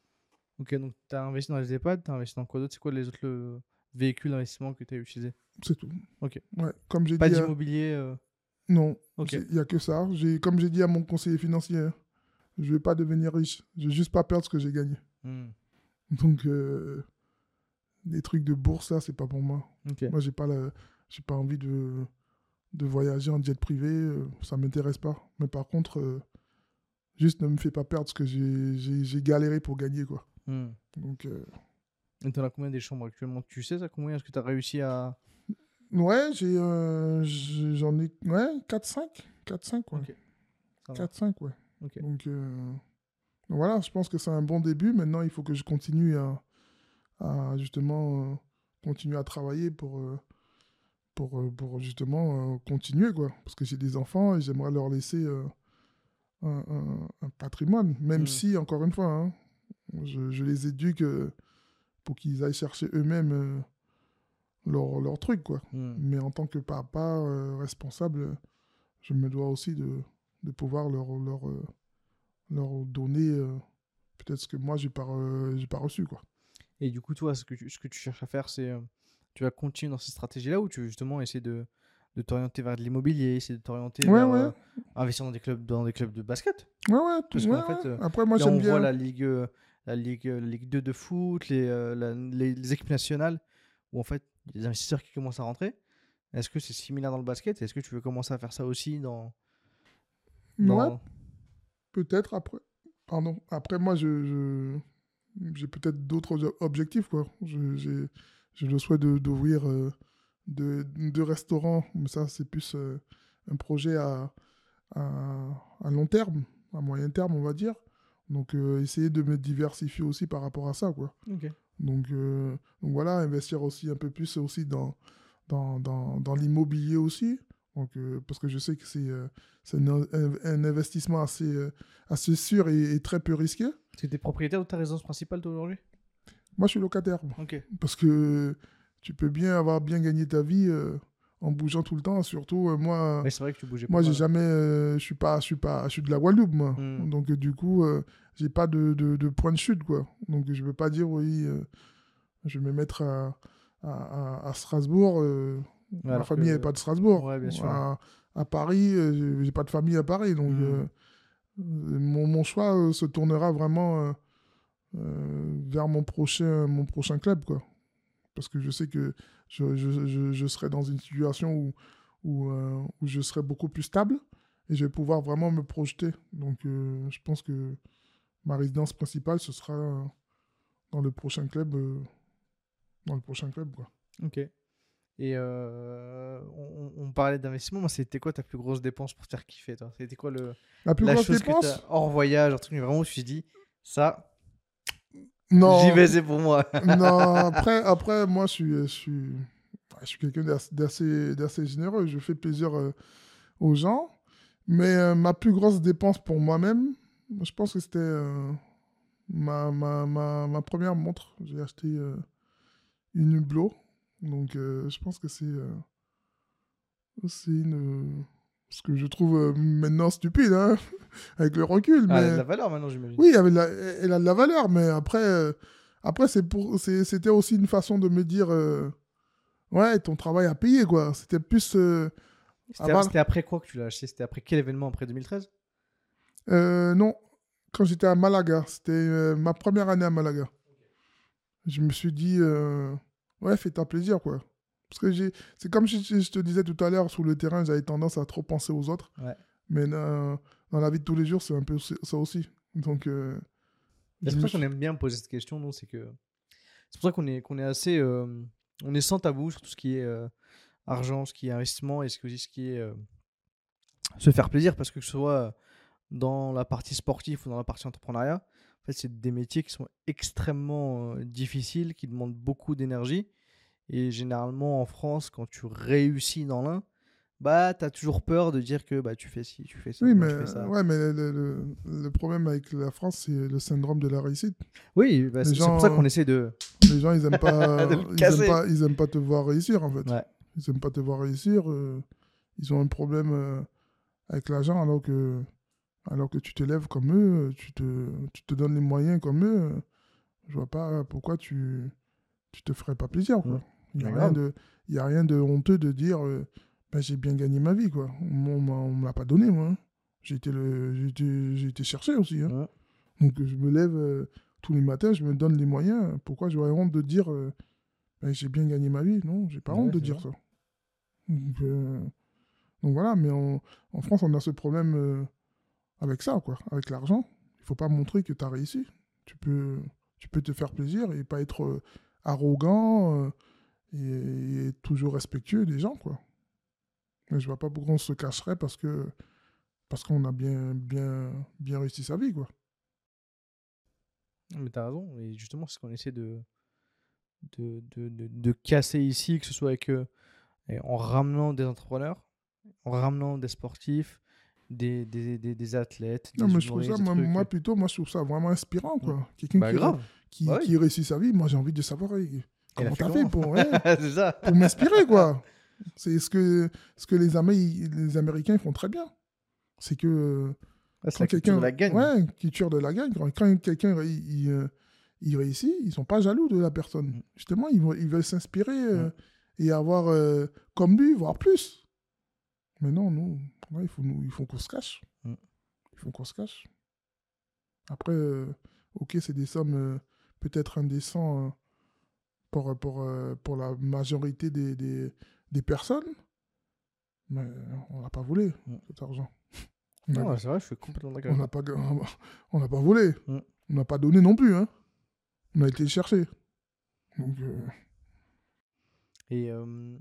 Ok, donc t'as investi dans les EHPAD, t'as investi dans quoi d'autre? C'est quoi les autres le... véhicules d'investissement que t'as utilisés? c'est tout. Ok. Ouais, comme j'ai Pas dit, à- d'immobilier euh, non, Ok. il n'y a que ça. J'ai, comme j'ai dit à mon conseiller financier, hein, je ne vais pas devenir riche. Je ne vais juste pas perdre ce que j'ai gagné. Hmm. Donc, euh, les trucs de bourse, là, c'est pas pour moi. Ok. Moi, j'ai pas, la- j'ai pas envie de, de voyager en jet privé. euh, ça m'intéresse pas. Mais par contre, euh, juste ne me fais pas perdre ce que j'ai, j'ai, j'ai galéré pour gagner, quoi. Hmm. Donc, euh, Et t'en as combien des chambres actuellement? Tu sais ça combien? Est-ce que t'as réussi à... ouais, j'ai, euh, j'ai- j'en ai ouais, quatre cinq. quatre cinq, ouais. Ok. Ça va. quatre cinq, ouais. Ok. Donc, euh, voilà, je pense que c'est un bon début. Maintenant, il faut que je continue à, à justement euh, continuer à travailler pour, euh, pour, euh, pour justement euh, continuer, quoi. Parce que j'ai des enfants et j'aimerais leur laisser euh, un, un- un patrimoine. Même Mm. si, encore une fois, hein, je, je les éduque euh, pour qu'ils aillent chercher eux-mêmes euh, leur, leur truc, quoi. Mm. Mais en tant que papa euh, responsable, je me dois aussi de, de pouvoir leur, leur, euh, leur donner euh, peut-être ce que moi, j'ai pas, re- j'ai pas reçu, quoi. Et du coup, toi, ce que tu, ce que tu cherches à faire, c'est... euh, tu vas continuer dans cette stratégie-là ou tu veux justement essayer de, de t'orienter vers de l'immobilier, essayer de t'orienter Ouais, vers ouais. euh, investir dans des clubs, dans des clubs de basket? Ouais, ouais, tout, Parce ouais, qu'en fait, ouais. euh, Après, moi, là, j'aime on voit bien. la Ligue, euh, la Ligue, euh, la Ligue deux de foot, les, euh, la- les, les équipes nationales, où en fait, il y a des investisseurs qui commencent à rentrer. Est-ce que c'est similaire dans le basket? Est-ce que tu veux commencer à faire ça aussi dans... Ouais, dans... peut-être après. Pardon. Après, moi, je, je- j'ai peut-être d'autres o- objectifs, quoi. Je, j'ai, j'ai le souhait de, d'ouvrir euh, deux, deux restaurants, mais ça, c'est plus euh, un projet à, à, à long terme, à moyen terme, on va dire. Donc, euh, essayer de me diversifier aussi par rapport à ça, quoi. Ok. Donc, euh, donc voilà, investir aussi un peu plus aussi dans, dans, dans, dans l'immobilier aussi. Donc, euh, parce que je sais que c'est euh, c'est un, un- un investissement assez, euh, assez sûr et, et très peu risqué. Tu es propriétaire de ta résidence principale, toi, aujourd'hui? Moi, je suis locataire. moi. Ok. Parce que tu peux bien avoir bien gagné ta vie euh, en bougeant tout le temps. Surtout, euh, moi, Mais c'est vrai que tu bougeais pas moi j'ai mal. jamais, euh, je suis pas, je suis pas, je suis de la Guadeloupe, moi. Hmm. Donc, euh, du coup, euh, j'ai pas de, de, de point de chute, quoi. Donc, je veux pas dire, oui, euh, je vais me mettre à, à, à- à Strasbourg. euh, Ouais, ma alors famille que- n'est pas de Strasbourg. Ouais, bien sûr. À, à Paris, euh, j'ai- j'ai pas de famille à Paris. Donc, Hmm. euh, euh, mon, mon choix euh, se tournera vraiment euh, euh, vers mon prochain, mon prochain club, quoi. Parce que je sais que je, je, je, je serai dans une situation où, où, euh, où je serai beaucoup plus stable et je vais pouvoir vraiment me projeter. Donc, euh, je pense que ma résidence principale, ce sera euh, dans le prochain club. euh, dans le prochain club, quoi. Ok. Et euh, on, on parlait d'investissement. Moi, c'était quoi ta plus grosse dépense pour te faire kiffer, toi? C'était quoi le, La plus la grosse chose que dépense? t'as hors voyage, un truc mais vraiment où tu te dis, ça, j'y Non, vais, c'est pour moi. non. Après, après, moi, je suis, je suis, je suis quelqu'un d'ass- d'assez, d'assez généreux. Je fais plaisir euh, aux gens. Mais euh, ma plus grosse dépense pour moi-même, je pense que c'était euh, ma, ma, ma, ma première montre. J'ai acheté euh, une Hublot. Donc, euh, je pense que c'est euh, c'est une. Ce que je trouve euh, maintenant stupide, hein, avec le recul. Ah, elle a de Mais la valeur maintenant, j'imagine. oui, elle, avait de la- elle a de la valeur. Mais après, euh, après c'est pour, c'est- c'était aussi une façon de me dire euh, ouais, ton travail a payé, quoi. C'était plus. euh, C'était avant- c'était après quoi que tu l'as acheté? C'était après quel événement? Après deux mille treize? Euh, non, quand j'étais à Malaga, c'était euh, ma première année à Malaga. Je me suis dit, euh, ouais, fais-toi plaisir, quoi. Parce que j'ai, c'est comme je, je te disais tout à l'heure, sur le terrain, j'avais tendance à trop penser aux autres. Ouais. Mais euh, dans la vie de tous les jours, c'est un peu c- ça aussi. Donc, euh, C'est je pour me ça qu'on suis- aime bien poser cette question, nous, c'est que c'est pour ça qu'on est, qu'on est assez, euh, on est sans tabou sur tout ce qui est euh, argent, ce qui est investissement et ce qui, aussi ce qui est euh, se faire plaisir, parce que que ce soit dans la partie sportive ou dans la partie entrepreneuriat, en fait, c'est des métiers qui sont extrêmement euh, difficiles, qui demandent beaucoup d'énergie. Et généralement, en France, quand tu réussis dans l'un, bah, tu as toujours peur de dire que bah, tu fais ci, tu fais ça, Oui, non, mais, tu fais ça. ouais, mais le, le- le problème avec la France, c'est le syndrome de la réussite. Oui, bah, Les c'est c'est gens- pour ça qu'on essaie de. Les gens, ils aiment pas, De le ils aiment casser. pas, ils aiment pas te voir réussir, en fait. Ouais. Ils aiment pas te voir réussir. euh, ils ont un problème euh, avec l'argent, alors que, alors que tu te lèves comme eux, euh, tu te, tu te donnes les moyens comme eux. euh, Je vois pas pourquoi tu, tu te ferais pas plaisir, quoi. Ouais. Il n'y a, Mais rien grave. de- il y a rien de honteux de dire euh, ben, j'ai bien gagné ma vie, quoi. On, on, m'a- on me l'a pas donné, moi. hein. J'ai été, le, j'ai été, j'ai été chercher aussi. hein. Ouais. Donc euh, je me lève euh, tous les matins, je me donne les moyens. Pourquoi j'aurais honte de dire euh, ben, j'ai bien gagné ma vie? Non, j'ai pas Ouais, honte de c'est dire ça. ça. Donc, euh, donc voilà, mais en, en France, on a ce problème euh, avec ça, quoi. Avec l'argent. Il faut pas montrer que tu as réussi. Tu peux, tu peux te faire plaisir et pas être euh, arrogant euh, et, et toujours respectueux des gens, quoi. Mais je vois pas pourquoi on se cacherait parce que parce qu'on a bien, bien, bien réussi sa vie, quoi. Non, mais t'as raison. Et justement, c'est ce qu'on essaie de, de, de, de, de casser ici, que ce soit avec, euh, et en ramenant des entrepreneurs, en ramenant des sportifs, des, des, des, des athlètes, Non, des mais je trouve ça, humoristes, des moi, trucs. moi, plutôt, moi, je trouve ça vraiment inspirant, quoi. Quelqu'un Bah qui, grave. qui, Bah oui. qui réussit sa vie, moi, j'ai envie de savoir euh, comment fait t'as fait comment pour, ouais, c'est ça. pour m'inspirer, quoi. C'est ce que, ce que les, Amé- les Américains font très bien. C'est que euh, Ouais, c'est quand la culture quelqu'un, de la gagne. ouais, culture de la gagne, quand, quand quelqu'un ré- il, euh, il réussit, ils sont pas jaloux de la personne. Mm. Justement, ils, vont- ils veulent s'inspirer euh, Mm. et avoir euh, comme lui, voire plus. Mais non, nous, ouais, il faut, nous, il faut qu'on se cache. Mm. Il faut qu'on se cache. Après, euh, ok, c'est des sommes euh, peut-être indécentes euh, pour, pour, euh, pour la majorité des, des, des personnes, mais on n'a pas volé Mm. cet argent. On n'a Non, c'est vrai, je suis complètement d'accord. on n'a pas, on n'a pas volé. Mm. On n'a pas donné non plus. Hein. On a été le chercher. Donc, euh, Et euh,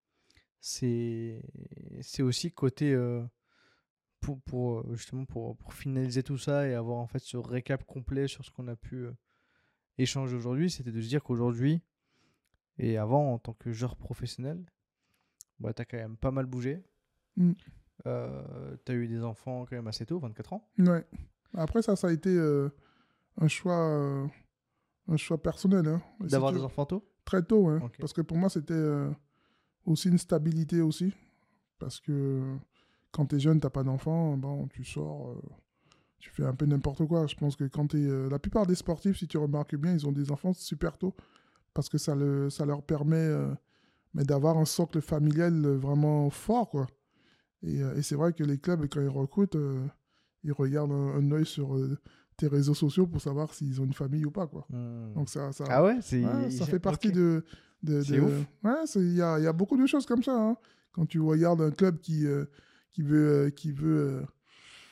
c'est c'est aussi côté euh, pour, pour euh, justement pour, pour finaliser tout ça et avoir en fait ce récap complet sur ce qu'on a pu euh, échanger aujourd'hui, c'était de se dire qu'aujourd'hui et avant en tant que joueur professionnel, bah, tu as quand même pas mal bougé. Mm. Euh, tu as eu des enfants quand même assez tôt, vingt-quatre ans. ouais. Après, ça, ça a été euh, un choix, euh, un choix personnel. Hein. Et D'avoir c'est des tout- enfants tôt. Très tôt, hein. Ok. Parce que pour moi, c'était euh, aussi une stabilité aussi. Parce que quand tu es jeune, tu n'as pas d'enfant, bon, tu sors, euh, tu fais un peu n'importe quoi. Je pense que quand tu es... la plupart des sportifs, si tu remarques bien, ils ont des enfants super tôt. Parce que ça, le, ça leur permet euh, mais d'avoir un socle familial euh, vraiment fort, quoi. Et, euh, et c'est vrai que les clubs, quand ils recrutent, euh, ils regardent un, un œil sur euh, tes réseaux sociaux pour savoir s'ils ont une famille ou pas, quoi. Hmm. Donc ça, ça, Ah ouais, c'est ouais, ça fait partie ok. de... de, C'est de- ouf. Ouais, c'est- il y a, il y a beaucoup de choses comme ça. hein. Quand tu regardes un club qui, euh, qui veut, euh, qui veut, euh,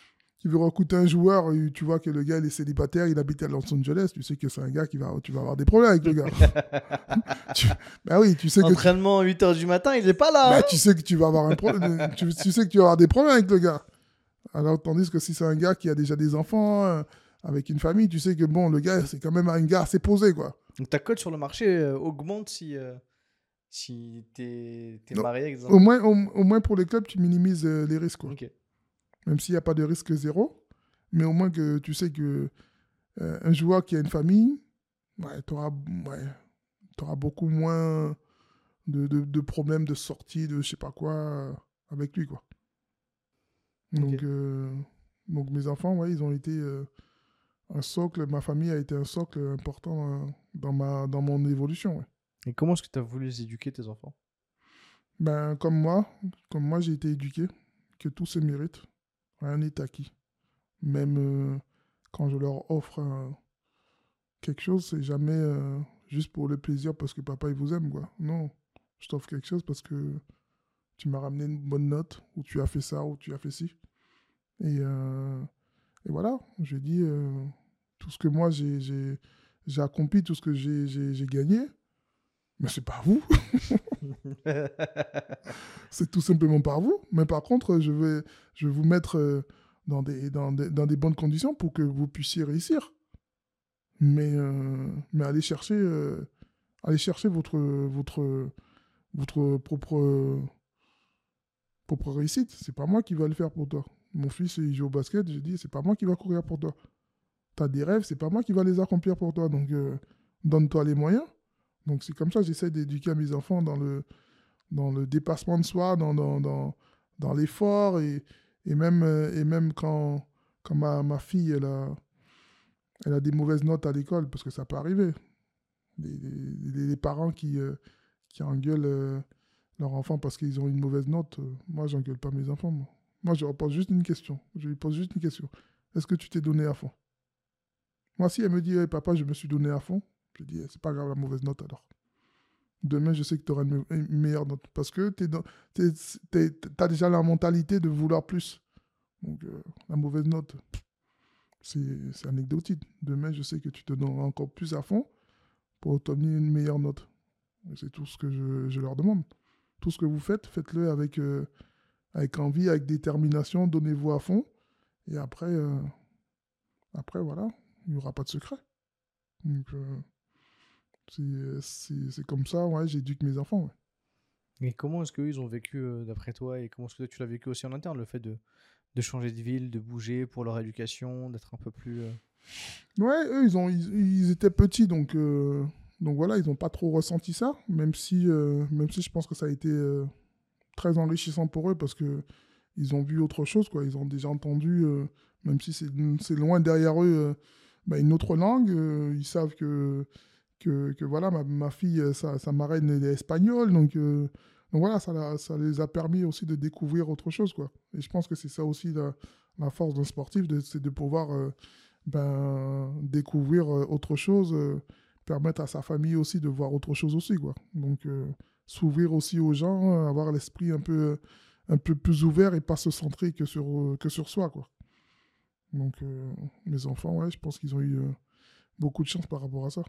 qui veut recruter un joueur, et tu vois que le gars il est célibataire, il habite à Los Angeles, tu sais que c'est un gars qui va, tu vas avoir des problèmes avec le gars. tu, bah oui, tu sais que tu, Entraînement à huit heures du matin, il est pas là. bah, hein. tu sais que tu vas avoir un problème, tu, tu sais que tu vas avoir des problèmes avec le gars. Alors tandis que si c'est un gars qui a déjà des enfants, euh, avec une famille, tu sais que bon, le gars c'est quand même un gars assez posé, quoi. Donc ta cote sur le marché euh, augmente si, euh, si t'es t'es Non. marié avec des Au enfants. moins, au, au moins pour les clubs, tu minimises euh, les risques, quoi. Ok. Même s'il n'y a pas de risque zéro, mais au moins que tu sais que euh, un joueur qui a une famille, ouais, tu auras ouais, beaucoup moins de, de, de problèmes de sortie, de je sais pas quoi, euh, avec lui, quoi. Donc, Ok. euh, donc mes enfants, ouais, ils ont été euh, un socle, ma famille a été un socle important euh, dans, ma, dans mon évolution, ouais. Et comment est-ce que tu as voulu les éduquer, tes enfants? Ben, comme moi, comme moi j'ai été éduqué, que tout se mérite, rien n'est acquis. Même euh, quand je leur offre euh, quelque chose, c'est jamais euh, juste pour le plaisir parce que papa il vous aime, quoi. Non, je t'offre quelque chose parce que tu m'as ramené une bonne note, ou tu as fait ça, ou tu as fait ci. Et, euh, et voilà, je dis euh, tout ce que moi j'ai, j'ai, j'ai accompli, tout ce que j'ai, j'ai, j'ai gagné, mais c'est pas vous, c'est tout simplement par vous. Mais par contre, je vais, je vais vous mettre euh, dans, des, dans, des, dans des bonnes conditions pour que vous puissiez réussir. Mais, euh, mais allez chercher, euh, allez chercher votre, votre, votre propre, propre réussite. C'est pas moi qui va le faire pour toi. Mon fils, il joue au basket, je dis, c'est pas moi qui va courir pour toi. T'as des rêves, c'est pas moi qui va les accomplir pour toi. Donc, euh, donne-toi les moyens. Donc, c'est comme ça que j'essaie d'éduquer mes enfants dans le, dans le dépassement de soi, dans, dans, dans, dans l'effort. Et, et, même, euh, et même quand, quand ma, ma fille, elle a, elle a des mauvaises notes à l'école, parce que ça peut arriver. Les, les, les parents qui, euh, qui engueulent euh, leurs enfants parce qu'ils ont une mauvaise note, euh, moi, j'engueule pas mes enfants. Moi, moi je leur pose juste une question. Je lui pose juste une question. Est-ce que tu t'es donné à fond? Moi, si elle me dit, hey, papa, je me suis donné à fond, je dis, hey, c'est pas grave la mauvaise note alors. Demain, je sais que tu auras une, me- une meilleure note. Parce que tu as déjà la mentalité de vouloir plus. Donc, euh, la mauvaise note, c'est anecdotique. Demain, je sais que tu te donneras encore plus à fond pour obtenir une meilleure note. C'est tout ce que je, je leur demande. Tout ce que vous faites, faites-le avec, euh, avec envie, avec détermination, donnez-vous à fond. Et après, euh, après voilà, il n'y aura pas de secret. Donc, euh, c'est comme ça, ouais, j'éduque mes enfants. Ouais. Et comment est-ce qu'eux, ils ont vécu euh, d'après toi, et comment est-ce que tu l'as vécu aussi en interne, le fait de, de changer de ville, de bouger pour leur éducation, d'être un peu plus... euh, Ouais, eux, ils, ont, ils, ils étaient petits, donc, euh, donc voilà, ils n'ont pas trop ressenti ça, même si, euh, même si je pense que ça a été euh, très enrichissant pour eux, parce que ils ont vu autre chose, quoi. Ils ont déjà entendu, euh, même si c'est c'est loin derrière eux, euh, bah, une autre langue. Euh, ils savent que, que, que voilà, ma, ma fille, euh, sa, sa marraine, elle est espagnole, donc, euh, donc voilà, ça, la- ça les a permis aussi de découvrir autre chose, quoi. Et je pense que c'est ça aussi la, la force d'un sportif, de- c'est de pouvoir euh, ben, découvrir euh, autre chose, euh, permettre à sa famille aussi de voir autre chose aussi, quoi. Donc, euh, s'ouvrir aussi aux gens, euh, avoir l'esprit un peu, un peu plus ouvert et pas se centrer que sur, euh, que sur soi, quoi. Donc, euh, mes enfants, ouais, je pense qu'ils ont eu euh, beaucoup de chance par rapport à ça.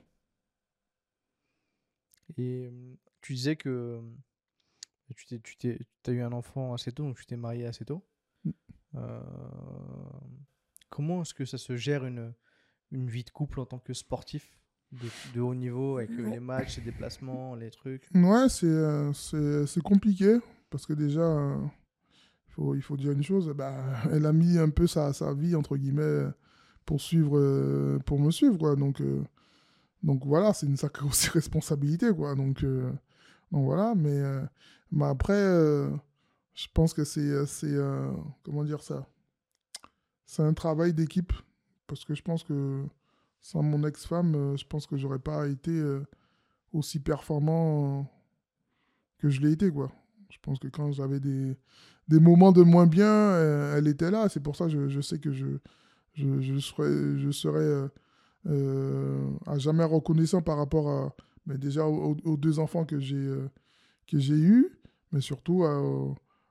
Et euh, tu disais que euh, tu t'es, tu t'es, t'as eu un enfant assez tôt, donc tu t'es marié assez tôt. Euh, comment est-ce que ça se gère une, une vie de couple en tant que sportif de, de haut niveau, avec euh, les matchs, les déplacements, les trucs? Ouais, c'est euh, c'est c'est compliqué parce que déjà, euh, il faut, il faut dire une chose, bah, elle a mis un peu sa, sa vie, entre guillemets, pour suivre, euh, pour me suivre, quoi. Donc, euh, donc voilà, c'est une sacrée aussi responsabilité, quoi. Donc, euh, donc voilà, mais, euh, mais après, euh, je pense que c'est, euh, c'est euh, comment dire ça? C'est un travail d'équipe parce que je pense que sans mon ex-femme, euh, je pense que j'aurais pas été euh, aussi performant euh, que je l'ai été, quoi. Je pense que quand j'avais des, des moments de moins bien, euh, elle était là. C'est pour ça que je, je sais que je, je, je serai, je serai euh, euh, à jamais reconnaissant par rapport à, mais déjà aux, aux deux enfants que j'ai euh, que j'ai eus, mais surtout à,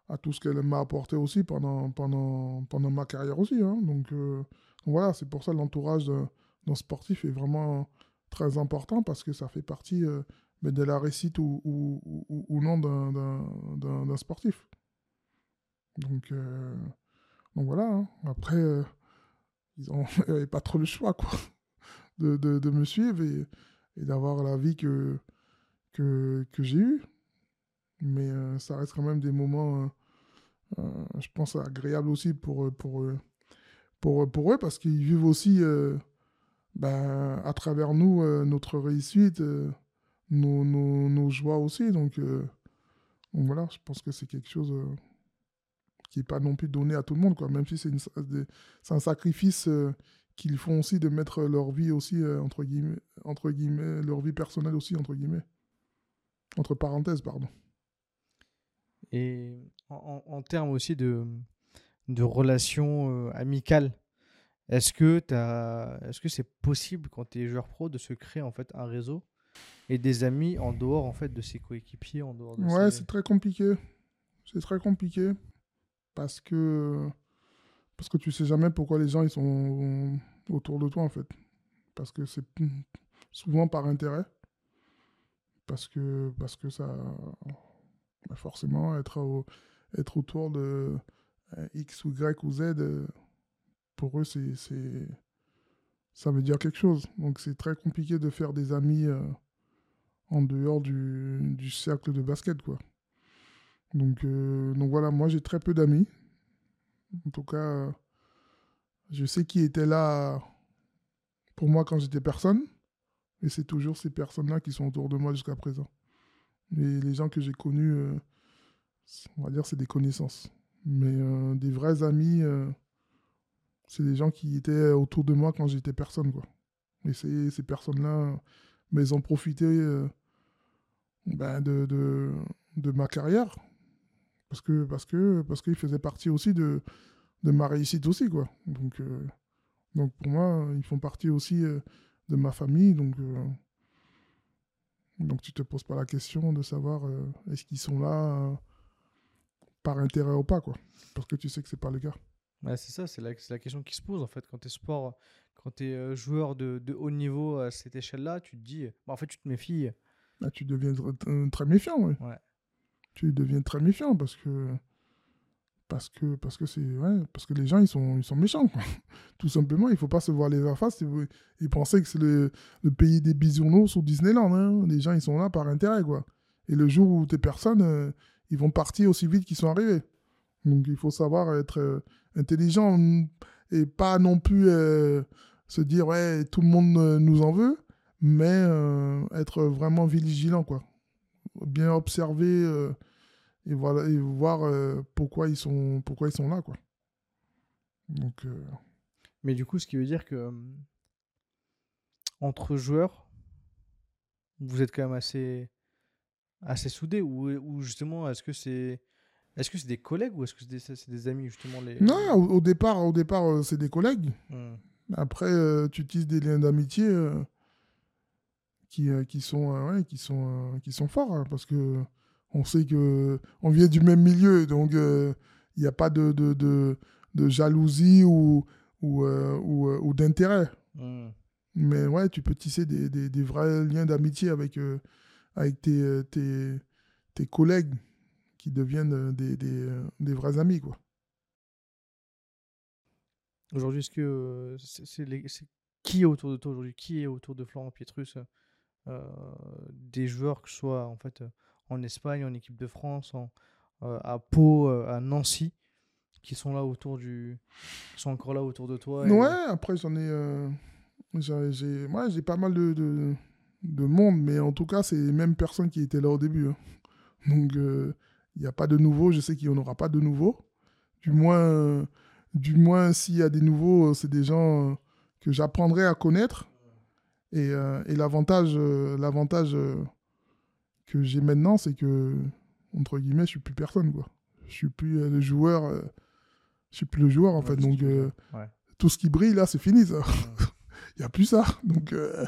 à tout ce qu'elle m'a apporté aussi pendant, pendant, pendant ma carrière aussi. Hein. Donc, euh, donc voilà, c'est pour ça que l'entourage d'un, d'un sportif est vraiment très important parce que ça fait partie euh, mais de la réussite ou, ou, ou, ou non d'un, d'un, d'un, d'un sportif. Donc, euh, donc voilà, hein. Après, euh, ils n'avaient pas trop le choix quoi, de, de, de me suivre et, et d'avoir la vie que, que, que j'ai eue. Mais euh, ça reste quand même des moments, euh, euh, je pense, agréables aussi pour, pour, euh, pour, pour eux parce qu'ils vivent aussi euh, ben, à travers nous euh, notre réussite, euh, nos, nos, nos joies aussi. Donc, euh, donc voilà, je pense que c'est quelque chose euh, qui n'est pas non plus donné à tout le monde, quoi. Même si c'est, une, des- c'est un sacrifice euh, qu'ils font aussi de mettre leur vie aussi, euh, entre guillemets, entre guillemets, leur vie personnelle aussi, entre guillemets, entre parenthèses, pardon. Et en, en- en termes aussi de, de relations euh, amicales, est-ce que t'as, est-ce que c'est possible quand tu es joueur pro de se créer en fait un réseau et des amis en dehors en fait de ses coéquipiers, en dehors de Ouais, ses... c'est très compliqué. C'est très compliqué parce que, parce que tu sais jamais pourquoi les gens ils sont autour de toi, en fait. Parce que c'est souvent par intérêt. Parce que, parce que ça, bah forcément, être, au- être autour de euh, X ou Y ou Z, euh, pour eux, c'est, c'est, ça veut dire quelque chose. Donc c'est très compliqué de faire des amis euh, en dehors du, du cercle de basket, quoi. Donc, euh, donc voilà, moi j'ai très peu d'amis. En tout cas, euh, je sais qui était là pour moi quand j'étais personne. Et c'est toujours ces personnes-là qui sont autour de moi jusqu'à présent. Et les gens que j'ai connus, euh, on va dire, c'est des connaissances. Mais euh, des vrais amis, euh, c'est des gens qui étaient autour de moi quand j'étais personne, quoi. Et ces, ces personnes-là, mais ils ont profité euh, ben, de, de, de ma carrière. Parce que parce que parce qu'ils faisaient partie aussi de, de ma réussite aussi, quoi. Donc, euh, donc pour moi, ils font partie aussi euh, de ma famille. Donc, euh, donc tu te poses pas la question de savoir euh, est-ce qu'ils sont là euh, par intérêt ou pas, quoi. Parce que tu sais que c'est pas le cas. Ouais, c'est ça, c'est la, c'est la question qui se pose en fait quand tu es sport, quand tu es joueur de, de haut niveau à cette échelle-là, tu te dis, bah, en fait tu te méfies. Là, tu deviens tr- très méfiant, ouais. Ouais. Tu deviens très méfiant parce que parce que parce que c'est ouais, parce que les gens ils sont ils sont méchants, quoi. Tout simplement, il faut pas se voir les en face et, et penser que c'est le, le pays des bisounours ou Disneyland, hein. Les gens ils sont là par intérêt, quoi. Et le jour où tes personnes euh, ils vont partir aussi vite qu'ils sont arrivés. Donc il faut savoir être euh, intelligent et pas non plus euh, se dire ouais tout le monde euh, nous en veut, mais euh, être vraiment vigilant, quoi. Bien observer euh, et voilà et voir euh, pourquoi ils sont pourquoi ils sont là, quoi. Donc euh, Mais du coup, ce qui veut dire que euh, entre joueurs, vous êtes quand même assez, assez soudés ou, ou justement, est-ce que c'est est-ce que c'est des collègues ou est-ce que c'est des, c'est des amis justement les... non, au, au départ au départ euh, c'est des collègues. Hmm. Après euh, tu utilises des liens d'amitié euh, qui, euh, qui sont euh, ouais, qui sont euh, qui sont forts, hein, parce que on sait que on vient du même milieu, donc il euh, n'y a pas de, de, de, de jalousie ou ou, euh, ou, euh, ou d'intérêt. Hmm. Mais ouais, tu peux tisser des, des, des vrais liens d'amitié avec, euh, avec tes, euh, tes, tes collègues qui deviennent euh, des, des, euh, des vrais amis, quoi. Aujourd'hui, est-ce que euh, c'est, c'est les- c'est- qui est autour de toi aujourd'hui? Qui est autour de Florent Pietrus euh, des joueurs que ce soit en fait euh, en Espagne, en équipe de France, en, euh, à Pau, euh, à Nancy, qui sont là autour du, qui sont encore là autour de toi Ouais, et après j'en ai, euh, j'ai, j'ai, ouais, j'ai pas mal de, de, de monde, mais en tout cas, c'est les mêmes personnes qui étaient là au début, hein. Donc, il n'y a pas de nouveaux. Je sais qu'il n'y en aura pas de nouveaux. Du moins, euh, du moins s'il y a des nouveaux, euh, c'est des gens euh, que j'apprendrai à connaître. Et, euh, et l'avantage, euh, l'avantage euh, que j'ai maintenant, c'est que, entre guillemets, je suis plus personne, quoi. Je suis plus euh, le joueur. euh, je suis plus le joueur, en ouais, fait. je sais ce que Donc, tu veux euh, dire. Ouais. tout ce qui brille, là, c'est fini, ça. Mm. Il n'y a plus ça. Donc, euh,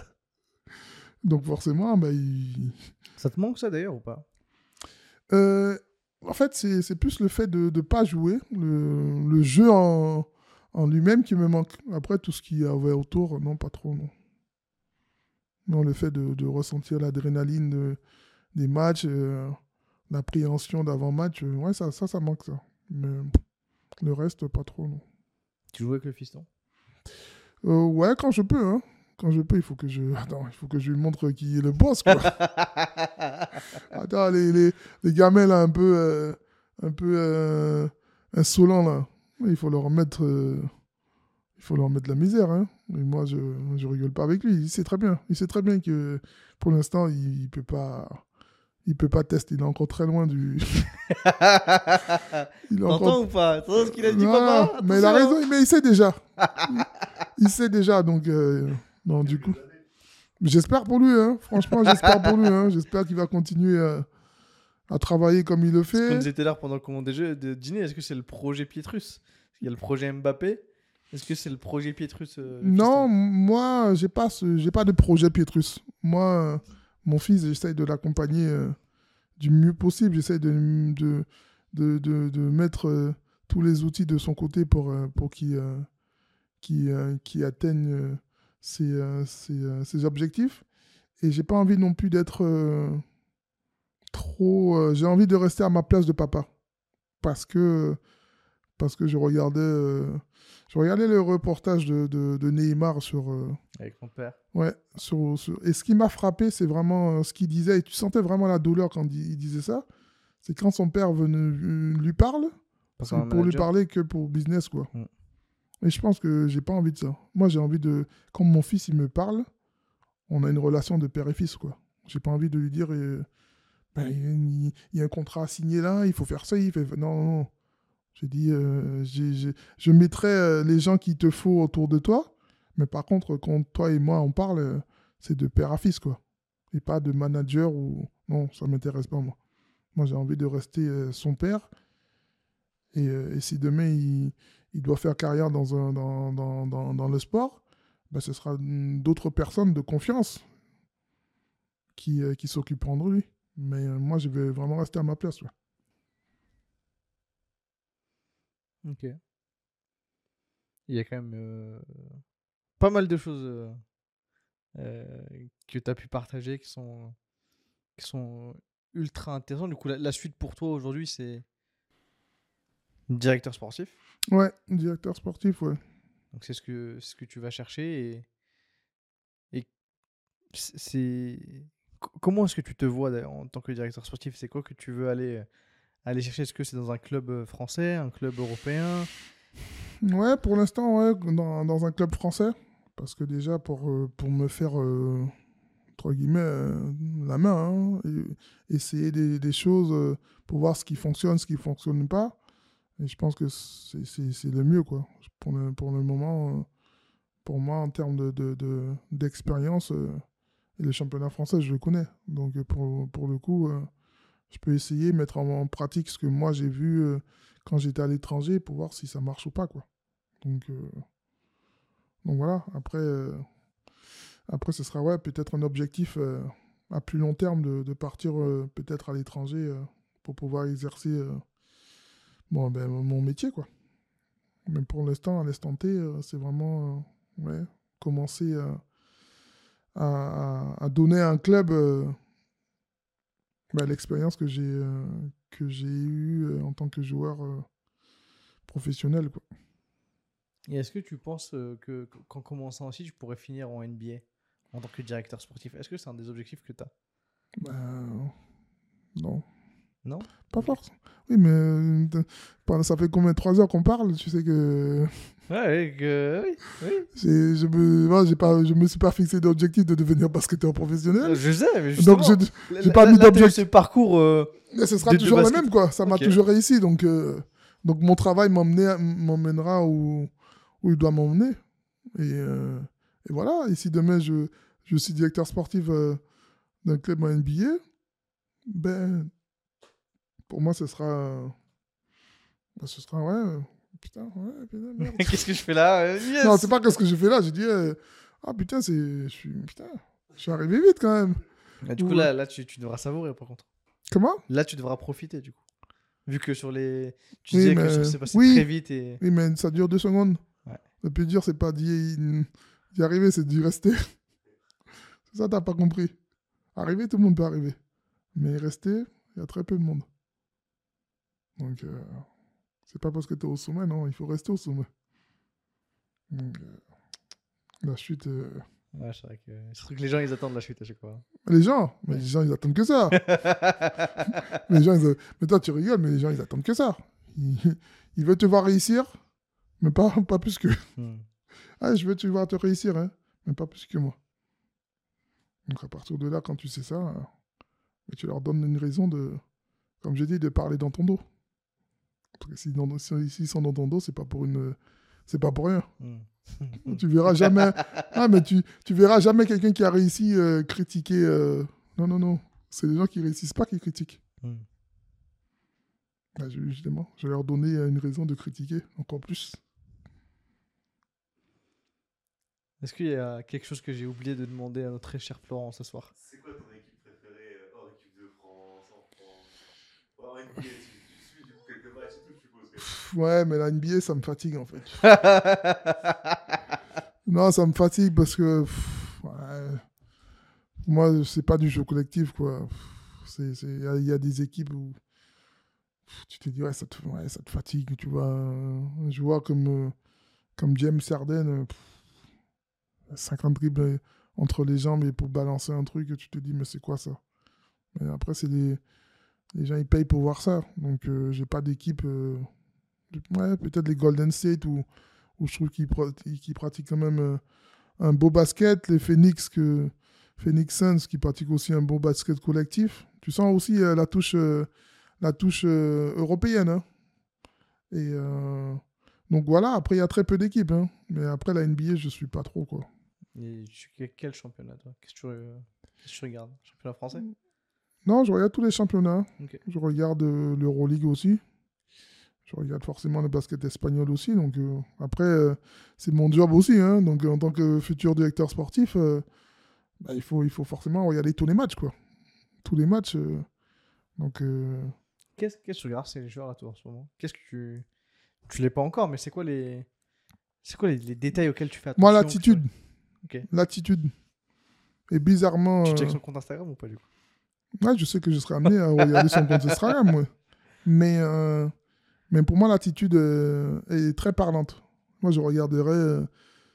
donc forcément, bah, il... Ça te manque ça d'ailleurs ou pas? Euh, en fait, c'est, c'est plus le fait de ne pas jouer, le, le jeu en, en lui-même qui me manque. Après, tout ce qu'il y avait autour, non, pas trop, non. Non, le fait de, de ressentir l'adrénaline de- des matchs, euh, l'appréhension d'avant-match, euh, ouais, ça, ça, ça manque, ça. Mais le reste, pas trop, non. Tu joues avec le fiston? Euh, ouais, quand je peux, hein. Quand je peux, il faut que je... Attends, il faut que je lui montre qui est le boss, quoi. Attends, les, les, les gamins, là, un peu, euh, un peu euh, insolents, là, il faut leur mettre... euh, il faut leur mettre la misère, hein. Et moi, je, je rigole pas avec lui. Il sait très bien. Il sait très bien que, pour l'instant, il, il peut pas... Il peut pas tester. Il est encore très loin du... il est T'entends encore... ou pas? T'entends ce qu'il a dit, Non, papa? mais il a Attention. raison, mais il sait déjà. il, il sait déjà, donc... euh, non, du coup... J'espère pour lui, hein. Franchement, j'espère pour lui. Hein. J'espère qu'il va continuer euh, à travailler comme il le Ce qu'on fait. disait tout à l'heure pendant le commande des jeux de dîner, est-ce que c'est le projet Pietrus? Il y a le projet Mbappé. Est-ce que c'est le projet Pietrus euh, le Non, fiston moi, j'ai pas, ce, j'ai pas de projet Pietrus. Moi, euh, mon fils, j'essaye de l'accompagner euh, du mieux possible. J'essaye de, de, de, de, de mettre euh, tous les outils de son côté pour, euh, pour qu'il euh, qu'il, euh, qu'il atteigne euh, ses, euh, ses, euh, ses objectifs. Et j'ai pas envie non plus d'être euh, trop... euh, j'ai envie de rester à ma place de papa. Parce que, parce que je regardais, euh, je regardais le reportage de, de, de Neymar sur... euh, Avec mon père. ouais, sur, sur- Et ce qui m'a frappé, c'est vraiment euh, ce qu'il disait. Et tu sentais vraiment la douleur quand il, il disait ça. C'est quand son père venait, euh, lui parle, Pas c'est comme un pour lui manager. parler que pour business, quoi. Mm. Et je pense que j'ai pas envie de ça. Moi, j'ai envie de... Quand mon fils, il me parle, on a une relation de père et fils, quoi. J'ai pas envie de lui dire... euh, ben, il, il y a un contrat à signer là, il faut faire ça, il fait... Non, non, non. J'ai dit, euh, j'ai- j'ai- je mettrai euh, les gens qu'il te faut autour de toi, mais par contre, quand toi et moi on parle, euh, c'est de père à fils, quoi. Et pas de manager ou... Non, ça m'intéresse pas, moi. Moi, j'ai envie de rester euh, son père. Et, euh, et si demain, il, il doit faire carrière dans, un, dans, dans, dans, dans le sport, ben, ce sera mm, d'autres personnes de confiance qui, euh, qui s'occuperont de lui. Mais euh, moi, je vais vraiment rester à ma place. Ouais. Ok. Il y a quand même euh, pas mal de choses euh, euh, que tu as pu partager qui sont, qui sont ultra intéressantes. Du coup, la, la suite pour toi aujourd'hui, c'est directeur sportif. Ouais, directeur sportif, ouais. Donc, c'est ce que, c'est ce que tu vas chercher. Et, et c'est- c'est... co- Comment est-ce que tu te vois d'ailleurs, en tant que directeur sportif? C'est quoi que tu veux aller, aller chercher? Est-ce que c'est dans un club euh, français, un club européen? Ouais, pour l'instant, ouais, dans, dans un club français. Parce que déjà, pour, euh, pour me faire, euh, entre guillemets, euh, la main, hein, et essayer des, des choses euh, pour voir ce qui fonctionne, ce qui ne fonctionne pas. Et je pense que c'est, c'est, c'est le mieux, quoi. Pour le, pour le moment, euh, pour moi, en termes de, de, de- d'expérience, euh, et le championnat français, je le connais. Donc, euh, pour, pour le coup, euh, je peux essayer, mettre en, en pratique ce que moi, j'ai vu euh, quand j'étais à l'étranger pour voir si ça marche ou pas, quoi. Donc, euh, donc voilà, après, euh, après, ce sera ouais, peut-être un objectif euh, à plus long terme de, de partir euh, peut-être à l'étranger euh, pour pouvoir exercer euh, bon, ben, mon métier, quoi. Mais pour l'instant, à l'instant T, euh, c'est vraiment euh, ouais, commencer euh, à, à- à donner à un club euh, ben, l'expérience que j'ai euh, que j'ai eue euh, en tant que joueur euh, professionnel, quoi. Et est-ce que tu penses euh, que qu- qu'en commençant aussi, tu pourrais finir en N B A en tant que directeur sportif? Est-ce que c'est un des objectifs que tu as? Ben, non. Non? Pas Ok. force. Oui, mais euh, pendant- ça fait combien? Trois heures qu'on parle? Tu sais que Ouais, ouais, que- oui, oui. j'ai- je me, moi, j'ai pas, je me suis pas fixé d'objectif de devenir basketteur professionnel. Je sais, mais justement. Donc, je, là- j'ai là- pas là, mis t'as eu d'objectif. ce parcours. euh, mais ce sera de- de toujours le basket. même, quoi. Ça m'a Ok. toujours réussi. Donc, euh, donc mon travail m'emmener- m'emmènera où, où il doit m'emmener. Et, euh, et voilà. Et si demain, je, je suis directeur sportif euh, d'un club en N B A, ben, pour moi, ce sera... ben, ce sera, ouais... euh, Putain, ouais, putain, merde. Qu'est-ce que je fais là? Euh, yes. Non, c'est pas que ce que j'ai fait là. J'ai dit, euh, ah putain, c'est, je suis, putain, je suis arrivé vite quand même. Ah, du coup, Ou- là, là tu, tu devras savourer par contre. Comment? Là, tu devras profiter du coup. Vu que sur les. Tu Oui, disais que mais- ça s'est passé oui. très vite et. Oui, mais ça dure deux secondes. Ouais. Le plus dur, c'est pas d'y, d'y arriver, c'est d'y rester. C'est ça, t'as pas compris. Arriver, tout le monde peut arriver. Mais rester, il y a très peu de monde. Donc, euh, c'est pas parce que t'es au sommet, non, il faut rester au sommet. Donc, euh, la chute. euh, Ouais, c'est vrai que. C'est truc que les gens ils attendent la chute à chaque fois. Les gens, mais Ouais. les gens, ils attendent que ça. les gens, ils... Mais toi, tu rigoles, mais les gens, ils attendent que ça. Ils, ils veulent te voir réussir, mais pas, pas plus que. Hmm. Ah, je veux te voir te réussir, hein, mais pas plus que moi. Donc, à partir de là, quand tu sais ça, euh, mais tu leur donnes une raison de, comme j'ai dit, de parler dans ton dos. Parce que s'ils dans- si- s'ils sont dans ton dos, c'est pas pour une, c'est pas pour rien. Hmm. Tu verras jamais. Ah, mais tu, tu verras jamais quelqu'un qui a réussi euh, critiquer. euh, Non, non, non. C'est les gens qui réussissent pas qui critiquent. Hmm. Ah, je- justement, je vais leur donner euh, une raison de critiquer encore plus. Est-ce qu'il y a quelque chose que j'ai oublié de demander à notre très cher Florent ce soir? C'est quoi ton équipe préférée euh, hors équipe de France, en France ouais, en N B A, tu, tu suis du coup quelques matchs et tout, je suppose. Mais... Pff, ouais, mais la N B A, ça me fatigue en fait. Non, ça me fatigue parce que pff, ouais, pour moi, c'est pas du jeu collectif quoi. Pff, c'est, c'est, il y, a- il y a des équipes où pff, tu te dis ouais, ça te, ouais, ça te fatigue. Tu vois, un joueur comme euh, comme James Harden, euh, pff, cinquante dribbles entre les jambes et pour balancer un truc, tu te dis mais c'est quoi ça? Mais après, c'est des les gens ils payent pour voir ça. Donc euh, j'ai pas d'équipe. euh, de- ouais, peut-être les Golden State où, où je trouve qu'ils pra- qu'ils pratiquent quand même euh, un beau basket. Les Phoenix que Phoenix Suns qui pratiquent aussi un beau basket collectif. Tu sens aussi euh, la touche euh, la touche euh, européenne. Hein. Et euh, donc voilà. Après il y a très peu d'équipes. Hein. Mais après la N B A je suis pas trop quoi. Et tu- quel championnat, toi? Qu'est-ce que tu, euh, qu'est-ce que tu regardes? Championnat français? Non, je regarde tous les championnats. Ok. Je regarde euh, l'Euroleague aussi. Je regarde forcément le basket espagnol aussi. Donc euh, après, euh, c'est mon job aussi. Hein. Donc euh, en tant que futur directeur sportif, euh, bah, il, faut, il faut forcément regarder tous les matchs. Quoi. Tous les matchs. euh, donc euh, Qu'est-ce qu'est-ce que tu regardes, c'est les joueurs à toi en ce moment? Qu'est-ce que tu. Tu l'es pas encore, mais c'est quoi les. C'est quoi les, les détails auxquels tu fais attention? moi, que l'attitude. tu- Ok. L'attitude. Et bizarrement. Tu euh, checkes son compte Instagram ou pas du coup? ouais, je sais que je serai amené à regarder son compte Instagram. Ouais. Mais, euh, mais pour moi, l'attitude euh, est très parlante. Moi, je regarderais. euh,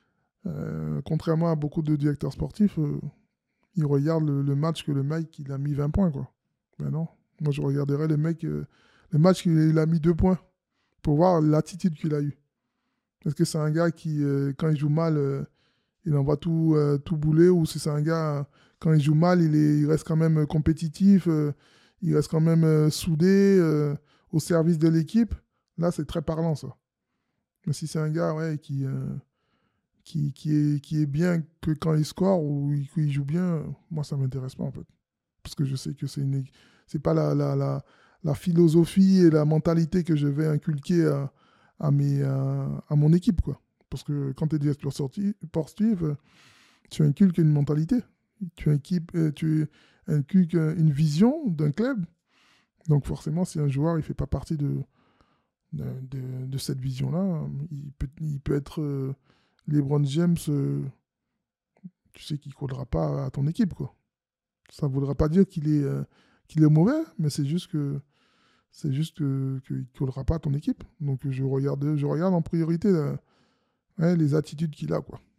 Euh, contrairement à beaucoup de directeurs sportifs, euh, ils regardent le, le match que le mec il a mis vingt points. Quoi. Ben non. Moi, je regarderais le mec, euh, le match qu'il il a mis deux points pour voir l'attitude qu'il a eue. Est-ce que c'est un gars qui, euh, quand il joue mal, euh, il envoie tout, euh, tout bouler ou si c'est un gars, euh, quand il joue mal, il, est, il reste quand même compétitif, euh, il reste quand même euh, soudé, euh, au service de l'équipe. Là, c'est très parlant, ça. Mais si c'est un gars ouais, qui. euh, qui, qui, est, qui est bien que quand il score ou il, qu'il joue bien, moi, ça ne m'intéresse pas, en fait. Parce que je sais que c'est une c'est pas la, la, la, la philosophie et la mentalité que je vais inculquer à, à, mes, à, à mon équipe, quoi. Parce que quand tu es directeur sportif, sportif, euh, tu inculques une mentalité. Tu, inculques, euh, tu inculques une vision d'un club. Donc, forcément, si un joueur ne fait pas partie de, de, de, de cette vision-là, il peut, il peut être... euh, LeBron James, euh, tu sais qu'il ne collera pas à ton équipe, quoi. Ça ne voudra pas dire qu'il est, euh, qu'il est mauvais, mais c'est juste que c'est juste que, qu'il ne collera pas à ton équipe. Donc je regarde, je regarde en priorité euh, ouais, les attitudes qu'il a, quoi.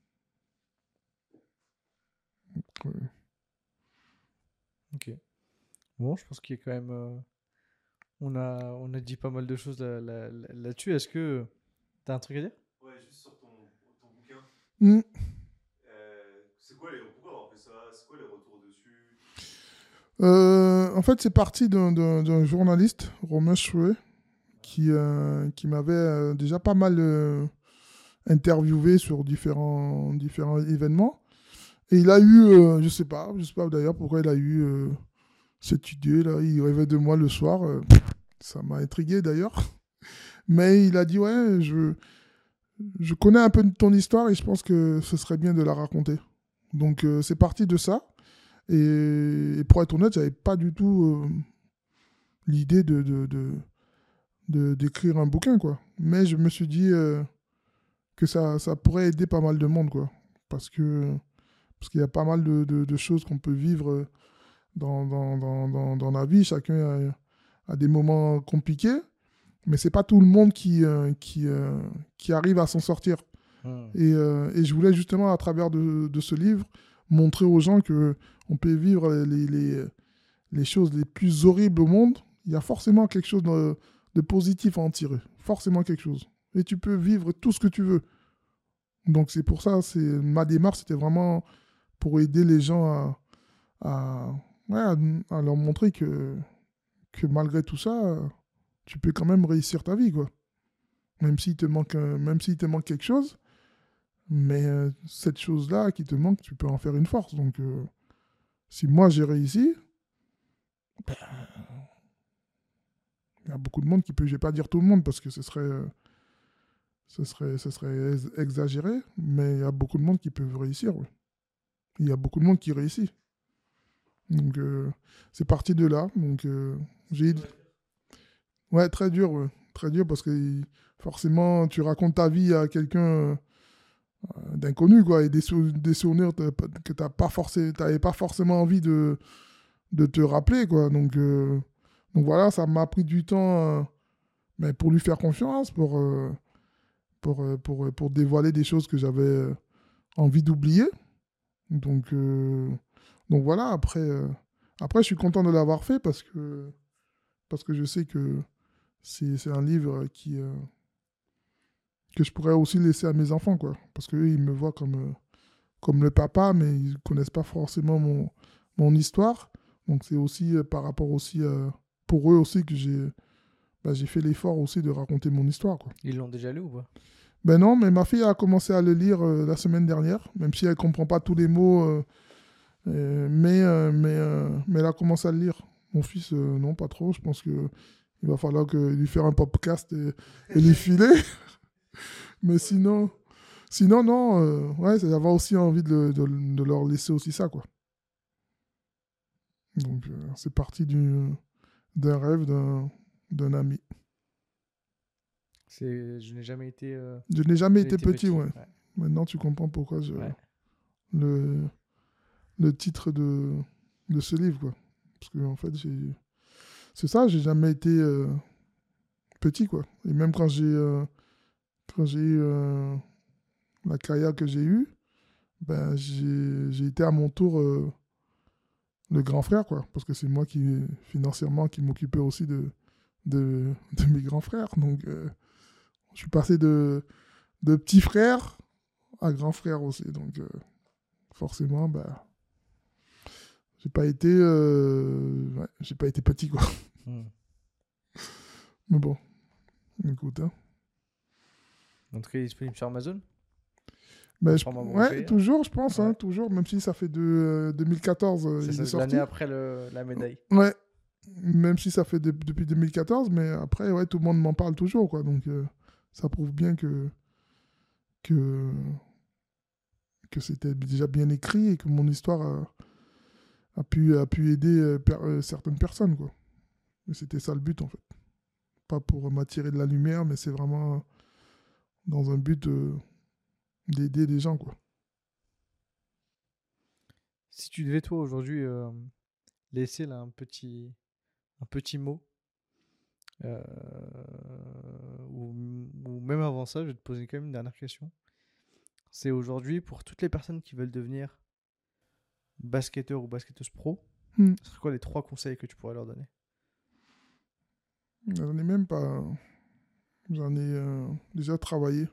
Donc, euh, Ok. Bon, je pense qu'il y a quand même. euh, On a, on a dit pas mal de choses là- là- là- là-dessus. Est-ce que t'as un truc à dire? Ouais, juste sur ton, ton bouquin. hmm. Euh, c'est quoi les, pourquoi avoir fait ça? C'est quoi les retours dessus? Euh, en fait, c'est parti d'un, d'un- d'un journaliste, Romain Chouet, qui, euh, qui m'avait euh, déjà pas mal euh, interviewé sur différents, différents événements. Et il a eu, euh, je sais pas, je sais pas d'ailleurs pourquoi il a eu euh, cette idée là. Il rêvait de moi le soir. euh, ça m'a intrigué d'ailleurs. Mais il a dit ouais, je, je connais un peu de ton histoire et je pense que ce serait bien de la raconter. Donc euh, c'est parti de ça. Et, et pour être honnête, j'avais pas du tout euh, l'idée de, de, de, de, d'écrire un bouquin, quoi. Mais je me suis dit euh, que ça, ça pourrait aider pas mal de monde, quoi. Parce que, parce qu'il y a pas mal de, de, de choses qu'on peut vivre euh, dans, dans, dans, dans, dans la vie. Chacun a, a des moments compliqués, mais c'est pas tout le monde qui, euh, qui, euh, qui arrive à s'en sortir. Hmm. Et, euh, et je voulais justement, à travers de, de ce livre, montrer aux gens qu'on peut vivre les, les, les choses les plus horribles au monde. Il y a forcément quelque chose de, de positif à en tirer. Forcément quelque chose. Et tu peux vivre tout ce que tu veux. Donc c'est pour ça, c'est, ma démarche, c'était vraiment pour aider les gens à, à, ouais, à, à leur montrer que, que malgré tout ça, tu peux quand même réussir ta vie, quoi. Même s'il te manque, un- même s'il te manque quelque chose. Mais euh, cette chose-là qui te manque, tu peux en faire une force. Donc, euh, si moi j'ai réussi, ben, il y a beaucoup de monde qui peut. Je vais pas dire tout le monde parce que ce serait, euh, ce serait, ce serait ex- exagéré, mais il y a beaucoup de monde qui peuvent réussir. Ouais. Il y a beaucoup de monde qui réussit. Donc, euh, c'est parti de là. Donc, euh, j'ai. Ouais, très dur, ouais. Très dur parce que il- forcément, tu racontes ta vie à quelqu'un. euh, d'inconnu, quoi, et des, sou- des souvenirs t'as pas- que tu pas forcé, t'avais pas forcément envie de, de te rappeler, quoi. Donc, euh, donc voilà, ça m'a pris du temps euh, mais pour lui faire confiance, pour, euh, pour, euh, pour, euh, pour dévoiler des choses que j'avais euh, envie d'oublier. Donc, euh, donc voilà, après, euh, après, je suis content de l'avoir fait parce que, parce que je sais que c'est c'est un livre qui, euh, que je pourrais aussi laisser à mes enfants, quoi. Parce qu'eux, ils me voient comme... euh, comme le papa, mais ils ne connaissent pas forcément mon, mon histoire. Donc c'est aussi euh, par rapport aussi euh, pour eux aussi que j'ai bah, j'ai fait l'effort aussi de raconter mon histoire, quoi. Ils l'ont déjà lu ou pas? Ben non, mais ma fille a commencé à le lire euh, la semaine dernière, même si elle comprend pas tous les mots, euh, euh, mais, euh, mais, euh, mais elle a commencé à le lire. Mon fils, euh, non, pas trop. Je pense que il va falloir que lui faire un podcast et, et lui filer. Mais sinon, sinon non, euh, ouais, c'est d'avoir aussi envie de, le- de, de leur laisser aussi ça, quoi. Donc, euh, c'est parti du- d'un rêve d'un d'un ami. C'est... Je n'ai jamais été. euh, Je n'ai jamais j'ai été été petit, ouais. Ouais. Maintenant, tu comprends pourquoi je, Ouais. le, le titre de, de ce livre, quoi. Parce que, en fait, j'ai... c'est ça, j'ai jamais été euh, petit, quoi. Et même quand j'ai euh, quand j'ai eu euh, la carrière que j'ai eue, ben, j'ai j'ai été à mon tour euh, le grand frère, quoi. Parce que c'est moi qui, financièrement, qui m'occupais aussi de, de, de mes grands frères. Donc, euh, je suis passé de, de petit frère à grand frère aussi. Donc, euh, forcément, bah, j'ai pas été, euh, ouais, j'ai pas été petit, quoi. Hmm. Mais bon, écoute, hein. En tout cas, il est disponible sur Amazon. Mais je- Format ouais, broché, hein. toujours, je pense, hein, Ouais. toujours, même si ça fait de euh, deux mille quatorze, euh, C'est il ça, est c'est sorti. l'année après le... la médaille. Ouais, même si ça fait de- depuis deux mille quatorze, mais après, ouais, tout le monde m'en parle toujours, quoi. Donc, euh, ça prouve bien que, que, que c'était déjà bien écrit et que mon histoire a, a pu, a pu aider euh, per- euh, certaines personnes, quoi. Et c'était ça le but, en fait. Pas pour m'attirer de la lumière, mais c'est vraiment dans un but euh, d'aider les gens, quoi. Si tu devais, toi, aujourd'hui, euh, laisser là, un, petit... un petit mot, euh, ou... ou même avant ça, je vais te poser quand même une dernière question. C'est aujourd'hui, pour toutes les personnes qui veulent devenir basketteur ou basketteuse pro, Hmm. ce serait quoi les trois conseils que tu pourrais leur donner? J'en ai même pas. J'en ai euh, déjà travaillé.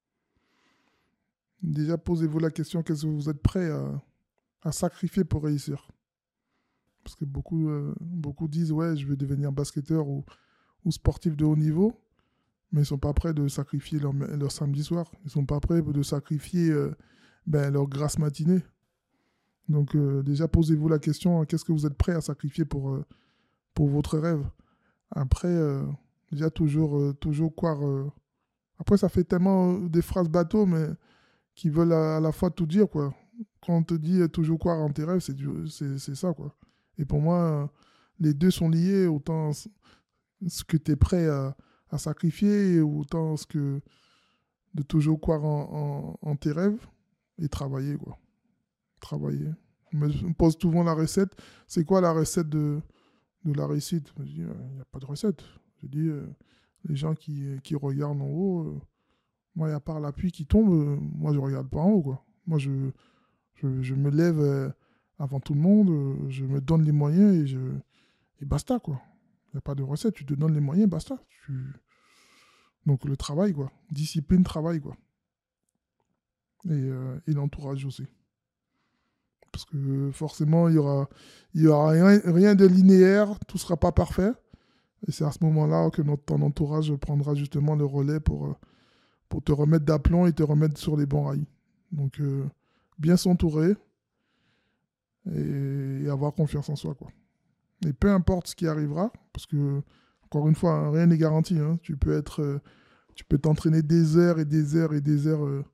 Déjà, posez-vous la question, qu'est-ce que vous êtes prêt à, à sacrifier pour réussir? Parce que beaucoup, euh, beaucoup disent, ouais, je veux devenir basketteur ou, ou sportif de haut niveau, mais ils sont pas prêts de sacrifier leur, leur samedi soir. Ils sont pas prêts de sacrifier euh, ben, leur grasse matinée. Donc euh, déjà, posez-vous la question, qu'est-ce que vous êtes prêt à sacrifier pour, euh, pour votre rêve? Après, euh, déjà, toujours, euh, toujours croire... euh, Après, ça fait tellement euh, des phrases bateaux, mais qui veulent à, à la fois tout dire, quoi. Quand on te dit euh, toujours croire en tes rêves, c'est du- c'est c'est ça, quoi. Et pour moi, euh, les deux sont liés, autant ce ce que tu es prêt à, à sacrifier, et autant ce que de toujours croire en, en, en tes rêves et travailler, quoi. Travailler. On me on me pose souvent la recette. C'est quoi la recette de, de la réussite? Je dis, il n'y a pas de recette. Je dis, euh, les gens qui, qui regardent en haut, euh, moi, il y a part la pluie qui tombe, euh, moi, je ne regarde pas en haut, quoi. Moi, je, je, je me lève euh, avant tout le monde, euh, je me donne les moyens et, je, et basta, quoi. Il n'y a pas de recette. Tu te donnes les moyens, basta. Tu... Donc, le travail, quoi. Discipline, travail, quoi. Et, euh, et l'entourage aussi. Parce que forcément, il y aura, il y aura rien, rien de linéaire, tout ne sera pas parfait. Et c'est à ce moment-là que notre, ton entourage prendra justement le relais pour, euh, pour te remettre d'aplomb et te remettre sur les bons rails. Donc, euh, bien s'entourer et, et avoir confiance en soi, quoi. Et peu importe ce qui arrivera, parce que, encore une fois, hein, rien n'est garanti. Hein. Tu peux être, euh, tu peux t'entraîner des heures et des heures et des heures. Euh,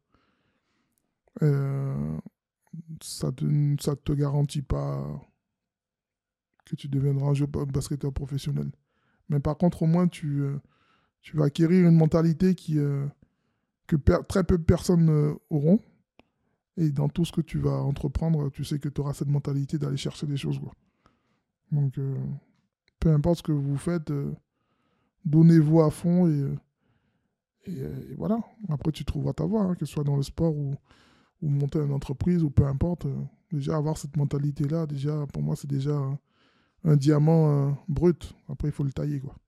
euh, ça ne te, te garantit pas que tu deviendras un joueur basketteur professionnel. Mais par contre, au moins, tu, euh, tu vas acquérir une mentalité qui, euh, que per- très peu de personnes euh, auront. Et dans tout ce que tu vas entreprendre, tu sais que tu auras cette mentalité d'aller chercher des choses, quoi. Donc, euh, peu importe ce que vous faites, euh, donnez-vous à fond et, euh, et, euh, et voilà. Après, tu trouveras ta voie, hein, que ce soit dans le sport ou, ou monter une entreprise ou peu importe. Euh, déjà, avoir cette mentalité-là, déjà, pour moi, c'est déjà un, un diamant euh, brut. Après, il faut le tailler, quoi.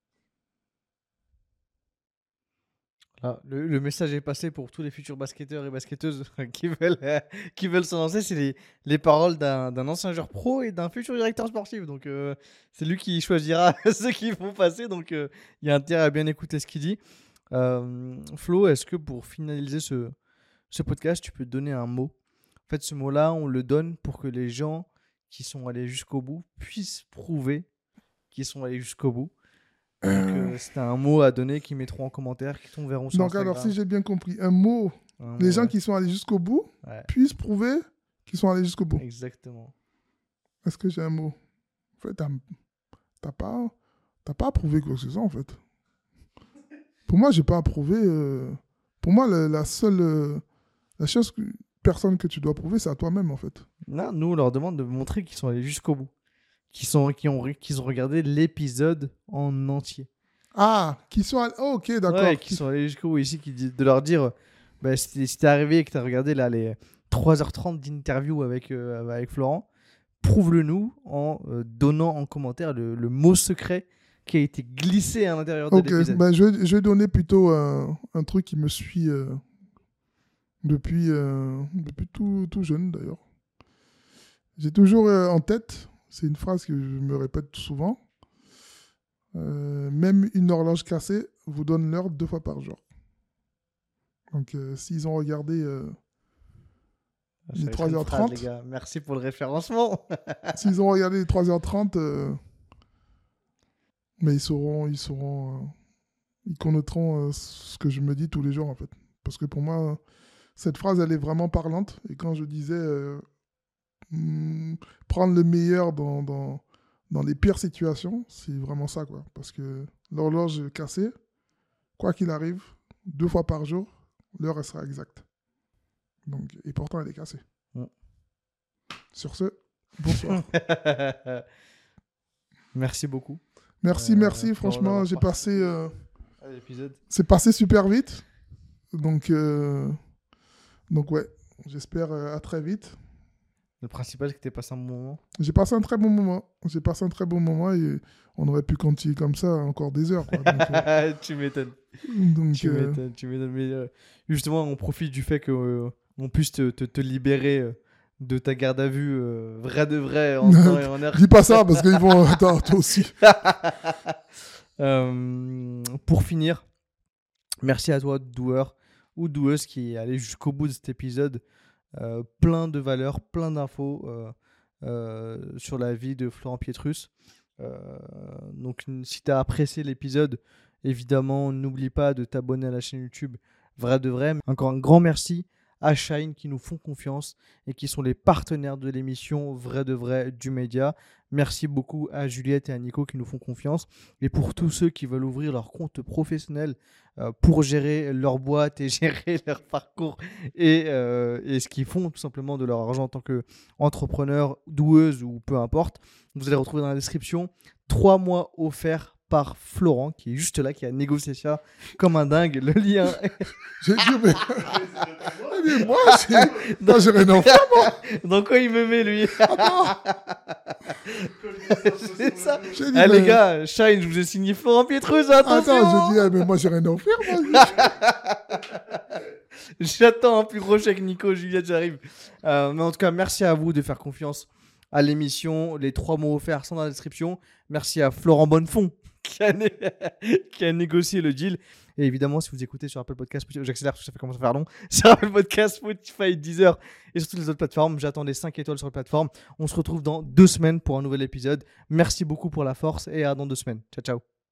Ah, le, le message est passé pour tous les futurs basketteurs et basketteuses qui veulent, euh, qui veulent se lancer. C'est les, les paroles d'un, d'un ancien joueur pro et d'un futur directeur sportif. Donc, euh, c'est lui qui choisira ceux qui vont passer. Donc, il euh, y a intérêt à bien écouter ce qu'il dit. Euh, Flo, est-ce que pour finaliser ce, ce podcast, tu peux donner un mot? En fait, ce mot-là, on le donne pour que les gens qui sont allés jusqu'au bout puissent prouver qu'ils sont allés jusqu'au bout. Donc, euh, si tu as un mot à donner, qu'ils mettront en commentaire, qu'ils t'enverront sur Donc, Instagram. alors, si j'ai bien compris, un mot, Un les mot, gens ouais. qui sont allés jusqu'au bout Ouais. puissent prouver qu'ils sont allés jusqu'au bout. Exactement. Est-ce que j'ai un mot? En fait, t'as, t'as pas, t'as pas à prouver quoi que ce soit, en fait. Pour moi, j'ai pas à prouver. euh, Pour moi, la, la seule, euh, la chose, que, personne que tu dois prouver, c'est à toi-même, en fait. Non, nous, on leur demande de montrer qu'ils sont allés jusqu'au bout. Qu'ils, sont, qu'ils, ont, qu'ils ont regardé l'épisode en entier. Ah, qui sont allés... Oh, ok, d'accord. Ouais, qu'ils sont allés jusqu'au bout. Ici, qui dit- de leur dire, bah, si t'es, si t'es arrivé et que t'as regardé là, les trois heures trente d'interview avec, euh, avec Florent, prouve-le nous en euh, donnant en commentaire le, le mot secret qui a été glissé à l'intérieur de Ok, l'épisode. ben, je, vais, je vais donner plutôt un, un truc qui me suit euh, depuis, euh, depuis tout, tout jeune, d'ailleurs. J'ai toujours euh, en tête, c'est une phrase que je me répète souvent, euh, même une horloge cassée vous donne l'heure deux fois par jour. Donc, euh, s'ils ont regardé euh, Ça les va être trois une heures phrase, trente, les gars. Merci pour le référencement. s'ils ont regardé les trois heures trente, euh, mais ils sauront, ils sauront, euh, ils connoteront euh, ce que je me dis tous les jours, en fait. Parce que pour moi, cette phrase, elle est vraiment parlante. Et quand je disais euh, hmm, prendre le meilleur dans, dans, dans les pires situations, c'est vraiment ça, quoi. Parce que l'horloge cassée, quoi qu'il arrive, deux fois par jour, l'heure, elle sera exacte. Donc, et pourtant, elle est cassée. Mm. Sur ce, bonsoir. Merci beaucoup. Merci, Euh, merci. pour Franchement, avoir j'ai participé passé... euh, à l'épisode. c'est passé super vite. Donc, euh, donc ouais, j'espère euh, à très vite. Le principal, c'est que tu aies passé un bon moment. J'ai passé un très bon moment. J'ai passé un très bon moment et on aurait pu continuer comme ça encore des heures, quoi. Donc, euh, Tu m'étonnes. donc, Tu euh, m'étonnes, tu m'étonnes. Mais euh, justement, on profite du fait qu'on puisse te, te, te libérer euh, de ta garde à vue euh, vrai de vrai en temps et en heure. dis pas ça parce qu'ils vont... Attends, toi aussi. Euh, pour finir, merci à toi, doueur ou doueuse, qui est allé jusqu'au bout de cet épisode. Euh, plein de valeurs, plein d'infos euh, euh, sur la vie de Florent Pietrus. Euh, donc, si tu as apprécié l'épisode, évidemment, n'oublie pas de t'abonner à la chaîne YouTube Vrai de Vrai. Encore un grand merci à Shine qui nous font confiance et qui sont les partenaires de l'émission Vrai de Vrai du média. Merci beaucoup à Juliette et à Nico qui nous font confiance. Et pour tous ceux qui veulent ouvrir leur compte professionnel euh, pour gérer leur boîte et gérer leur parcours et, euh, et ce qu'ils font tout simplement de leur argent en tant qu'entrepreneur, doueuse ou peu importe, vous allez retrouver dans la description trois mois offerts par Florent qui est juste là, qui a négocié ça comme un dingue. Le lien. J'ai dit, mais, mais moi, c'est... moi, j'ai rien à faire, moi. Dans quoi il me met, lui? Attends. C'est ça. J'ai dit, Ah, mais- les gars, Shine, je vous ai signé Florent Pietrus, attention. Attends, j'ai dit, ah, mais moi, j'ai rien à offrir, moi. J'attends un plus gros chèque, Nico, Juliette, j'arrive. Euh, mais en tout cas, merci à vous de faire confiance à l'émission. Les trois mots offerts sont dans la description. Merci à Florent Bonnefond qui a, né- qui a négocié le deal. Et évidemment, si vous écoutez sur Apple Podcast, j'accélère parce que ça fait commencer à faire long, sur Apple Podcast, Spotify, Deezer et sur toutes les autres plateformes, j'attends des cinq étoiles sur la plateforme. On se retrouve dans deux semaines pour un nouvel épisode. Merci beaucoup pour la force et à dans deux semaines. Ciao, ciao.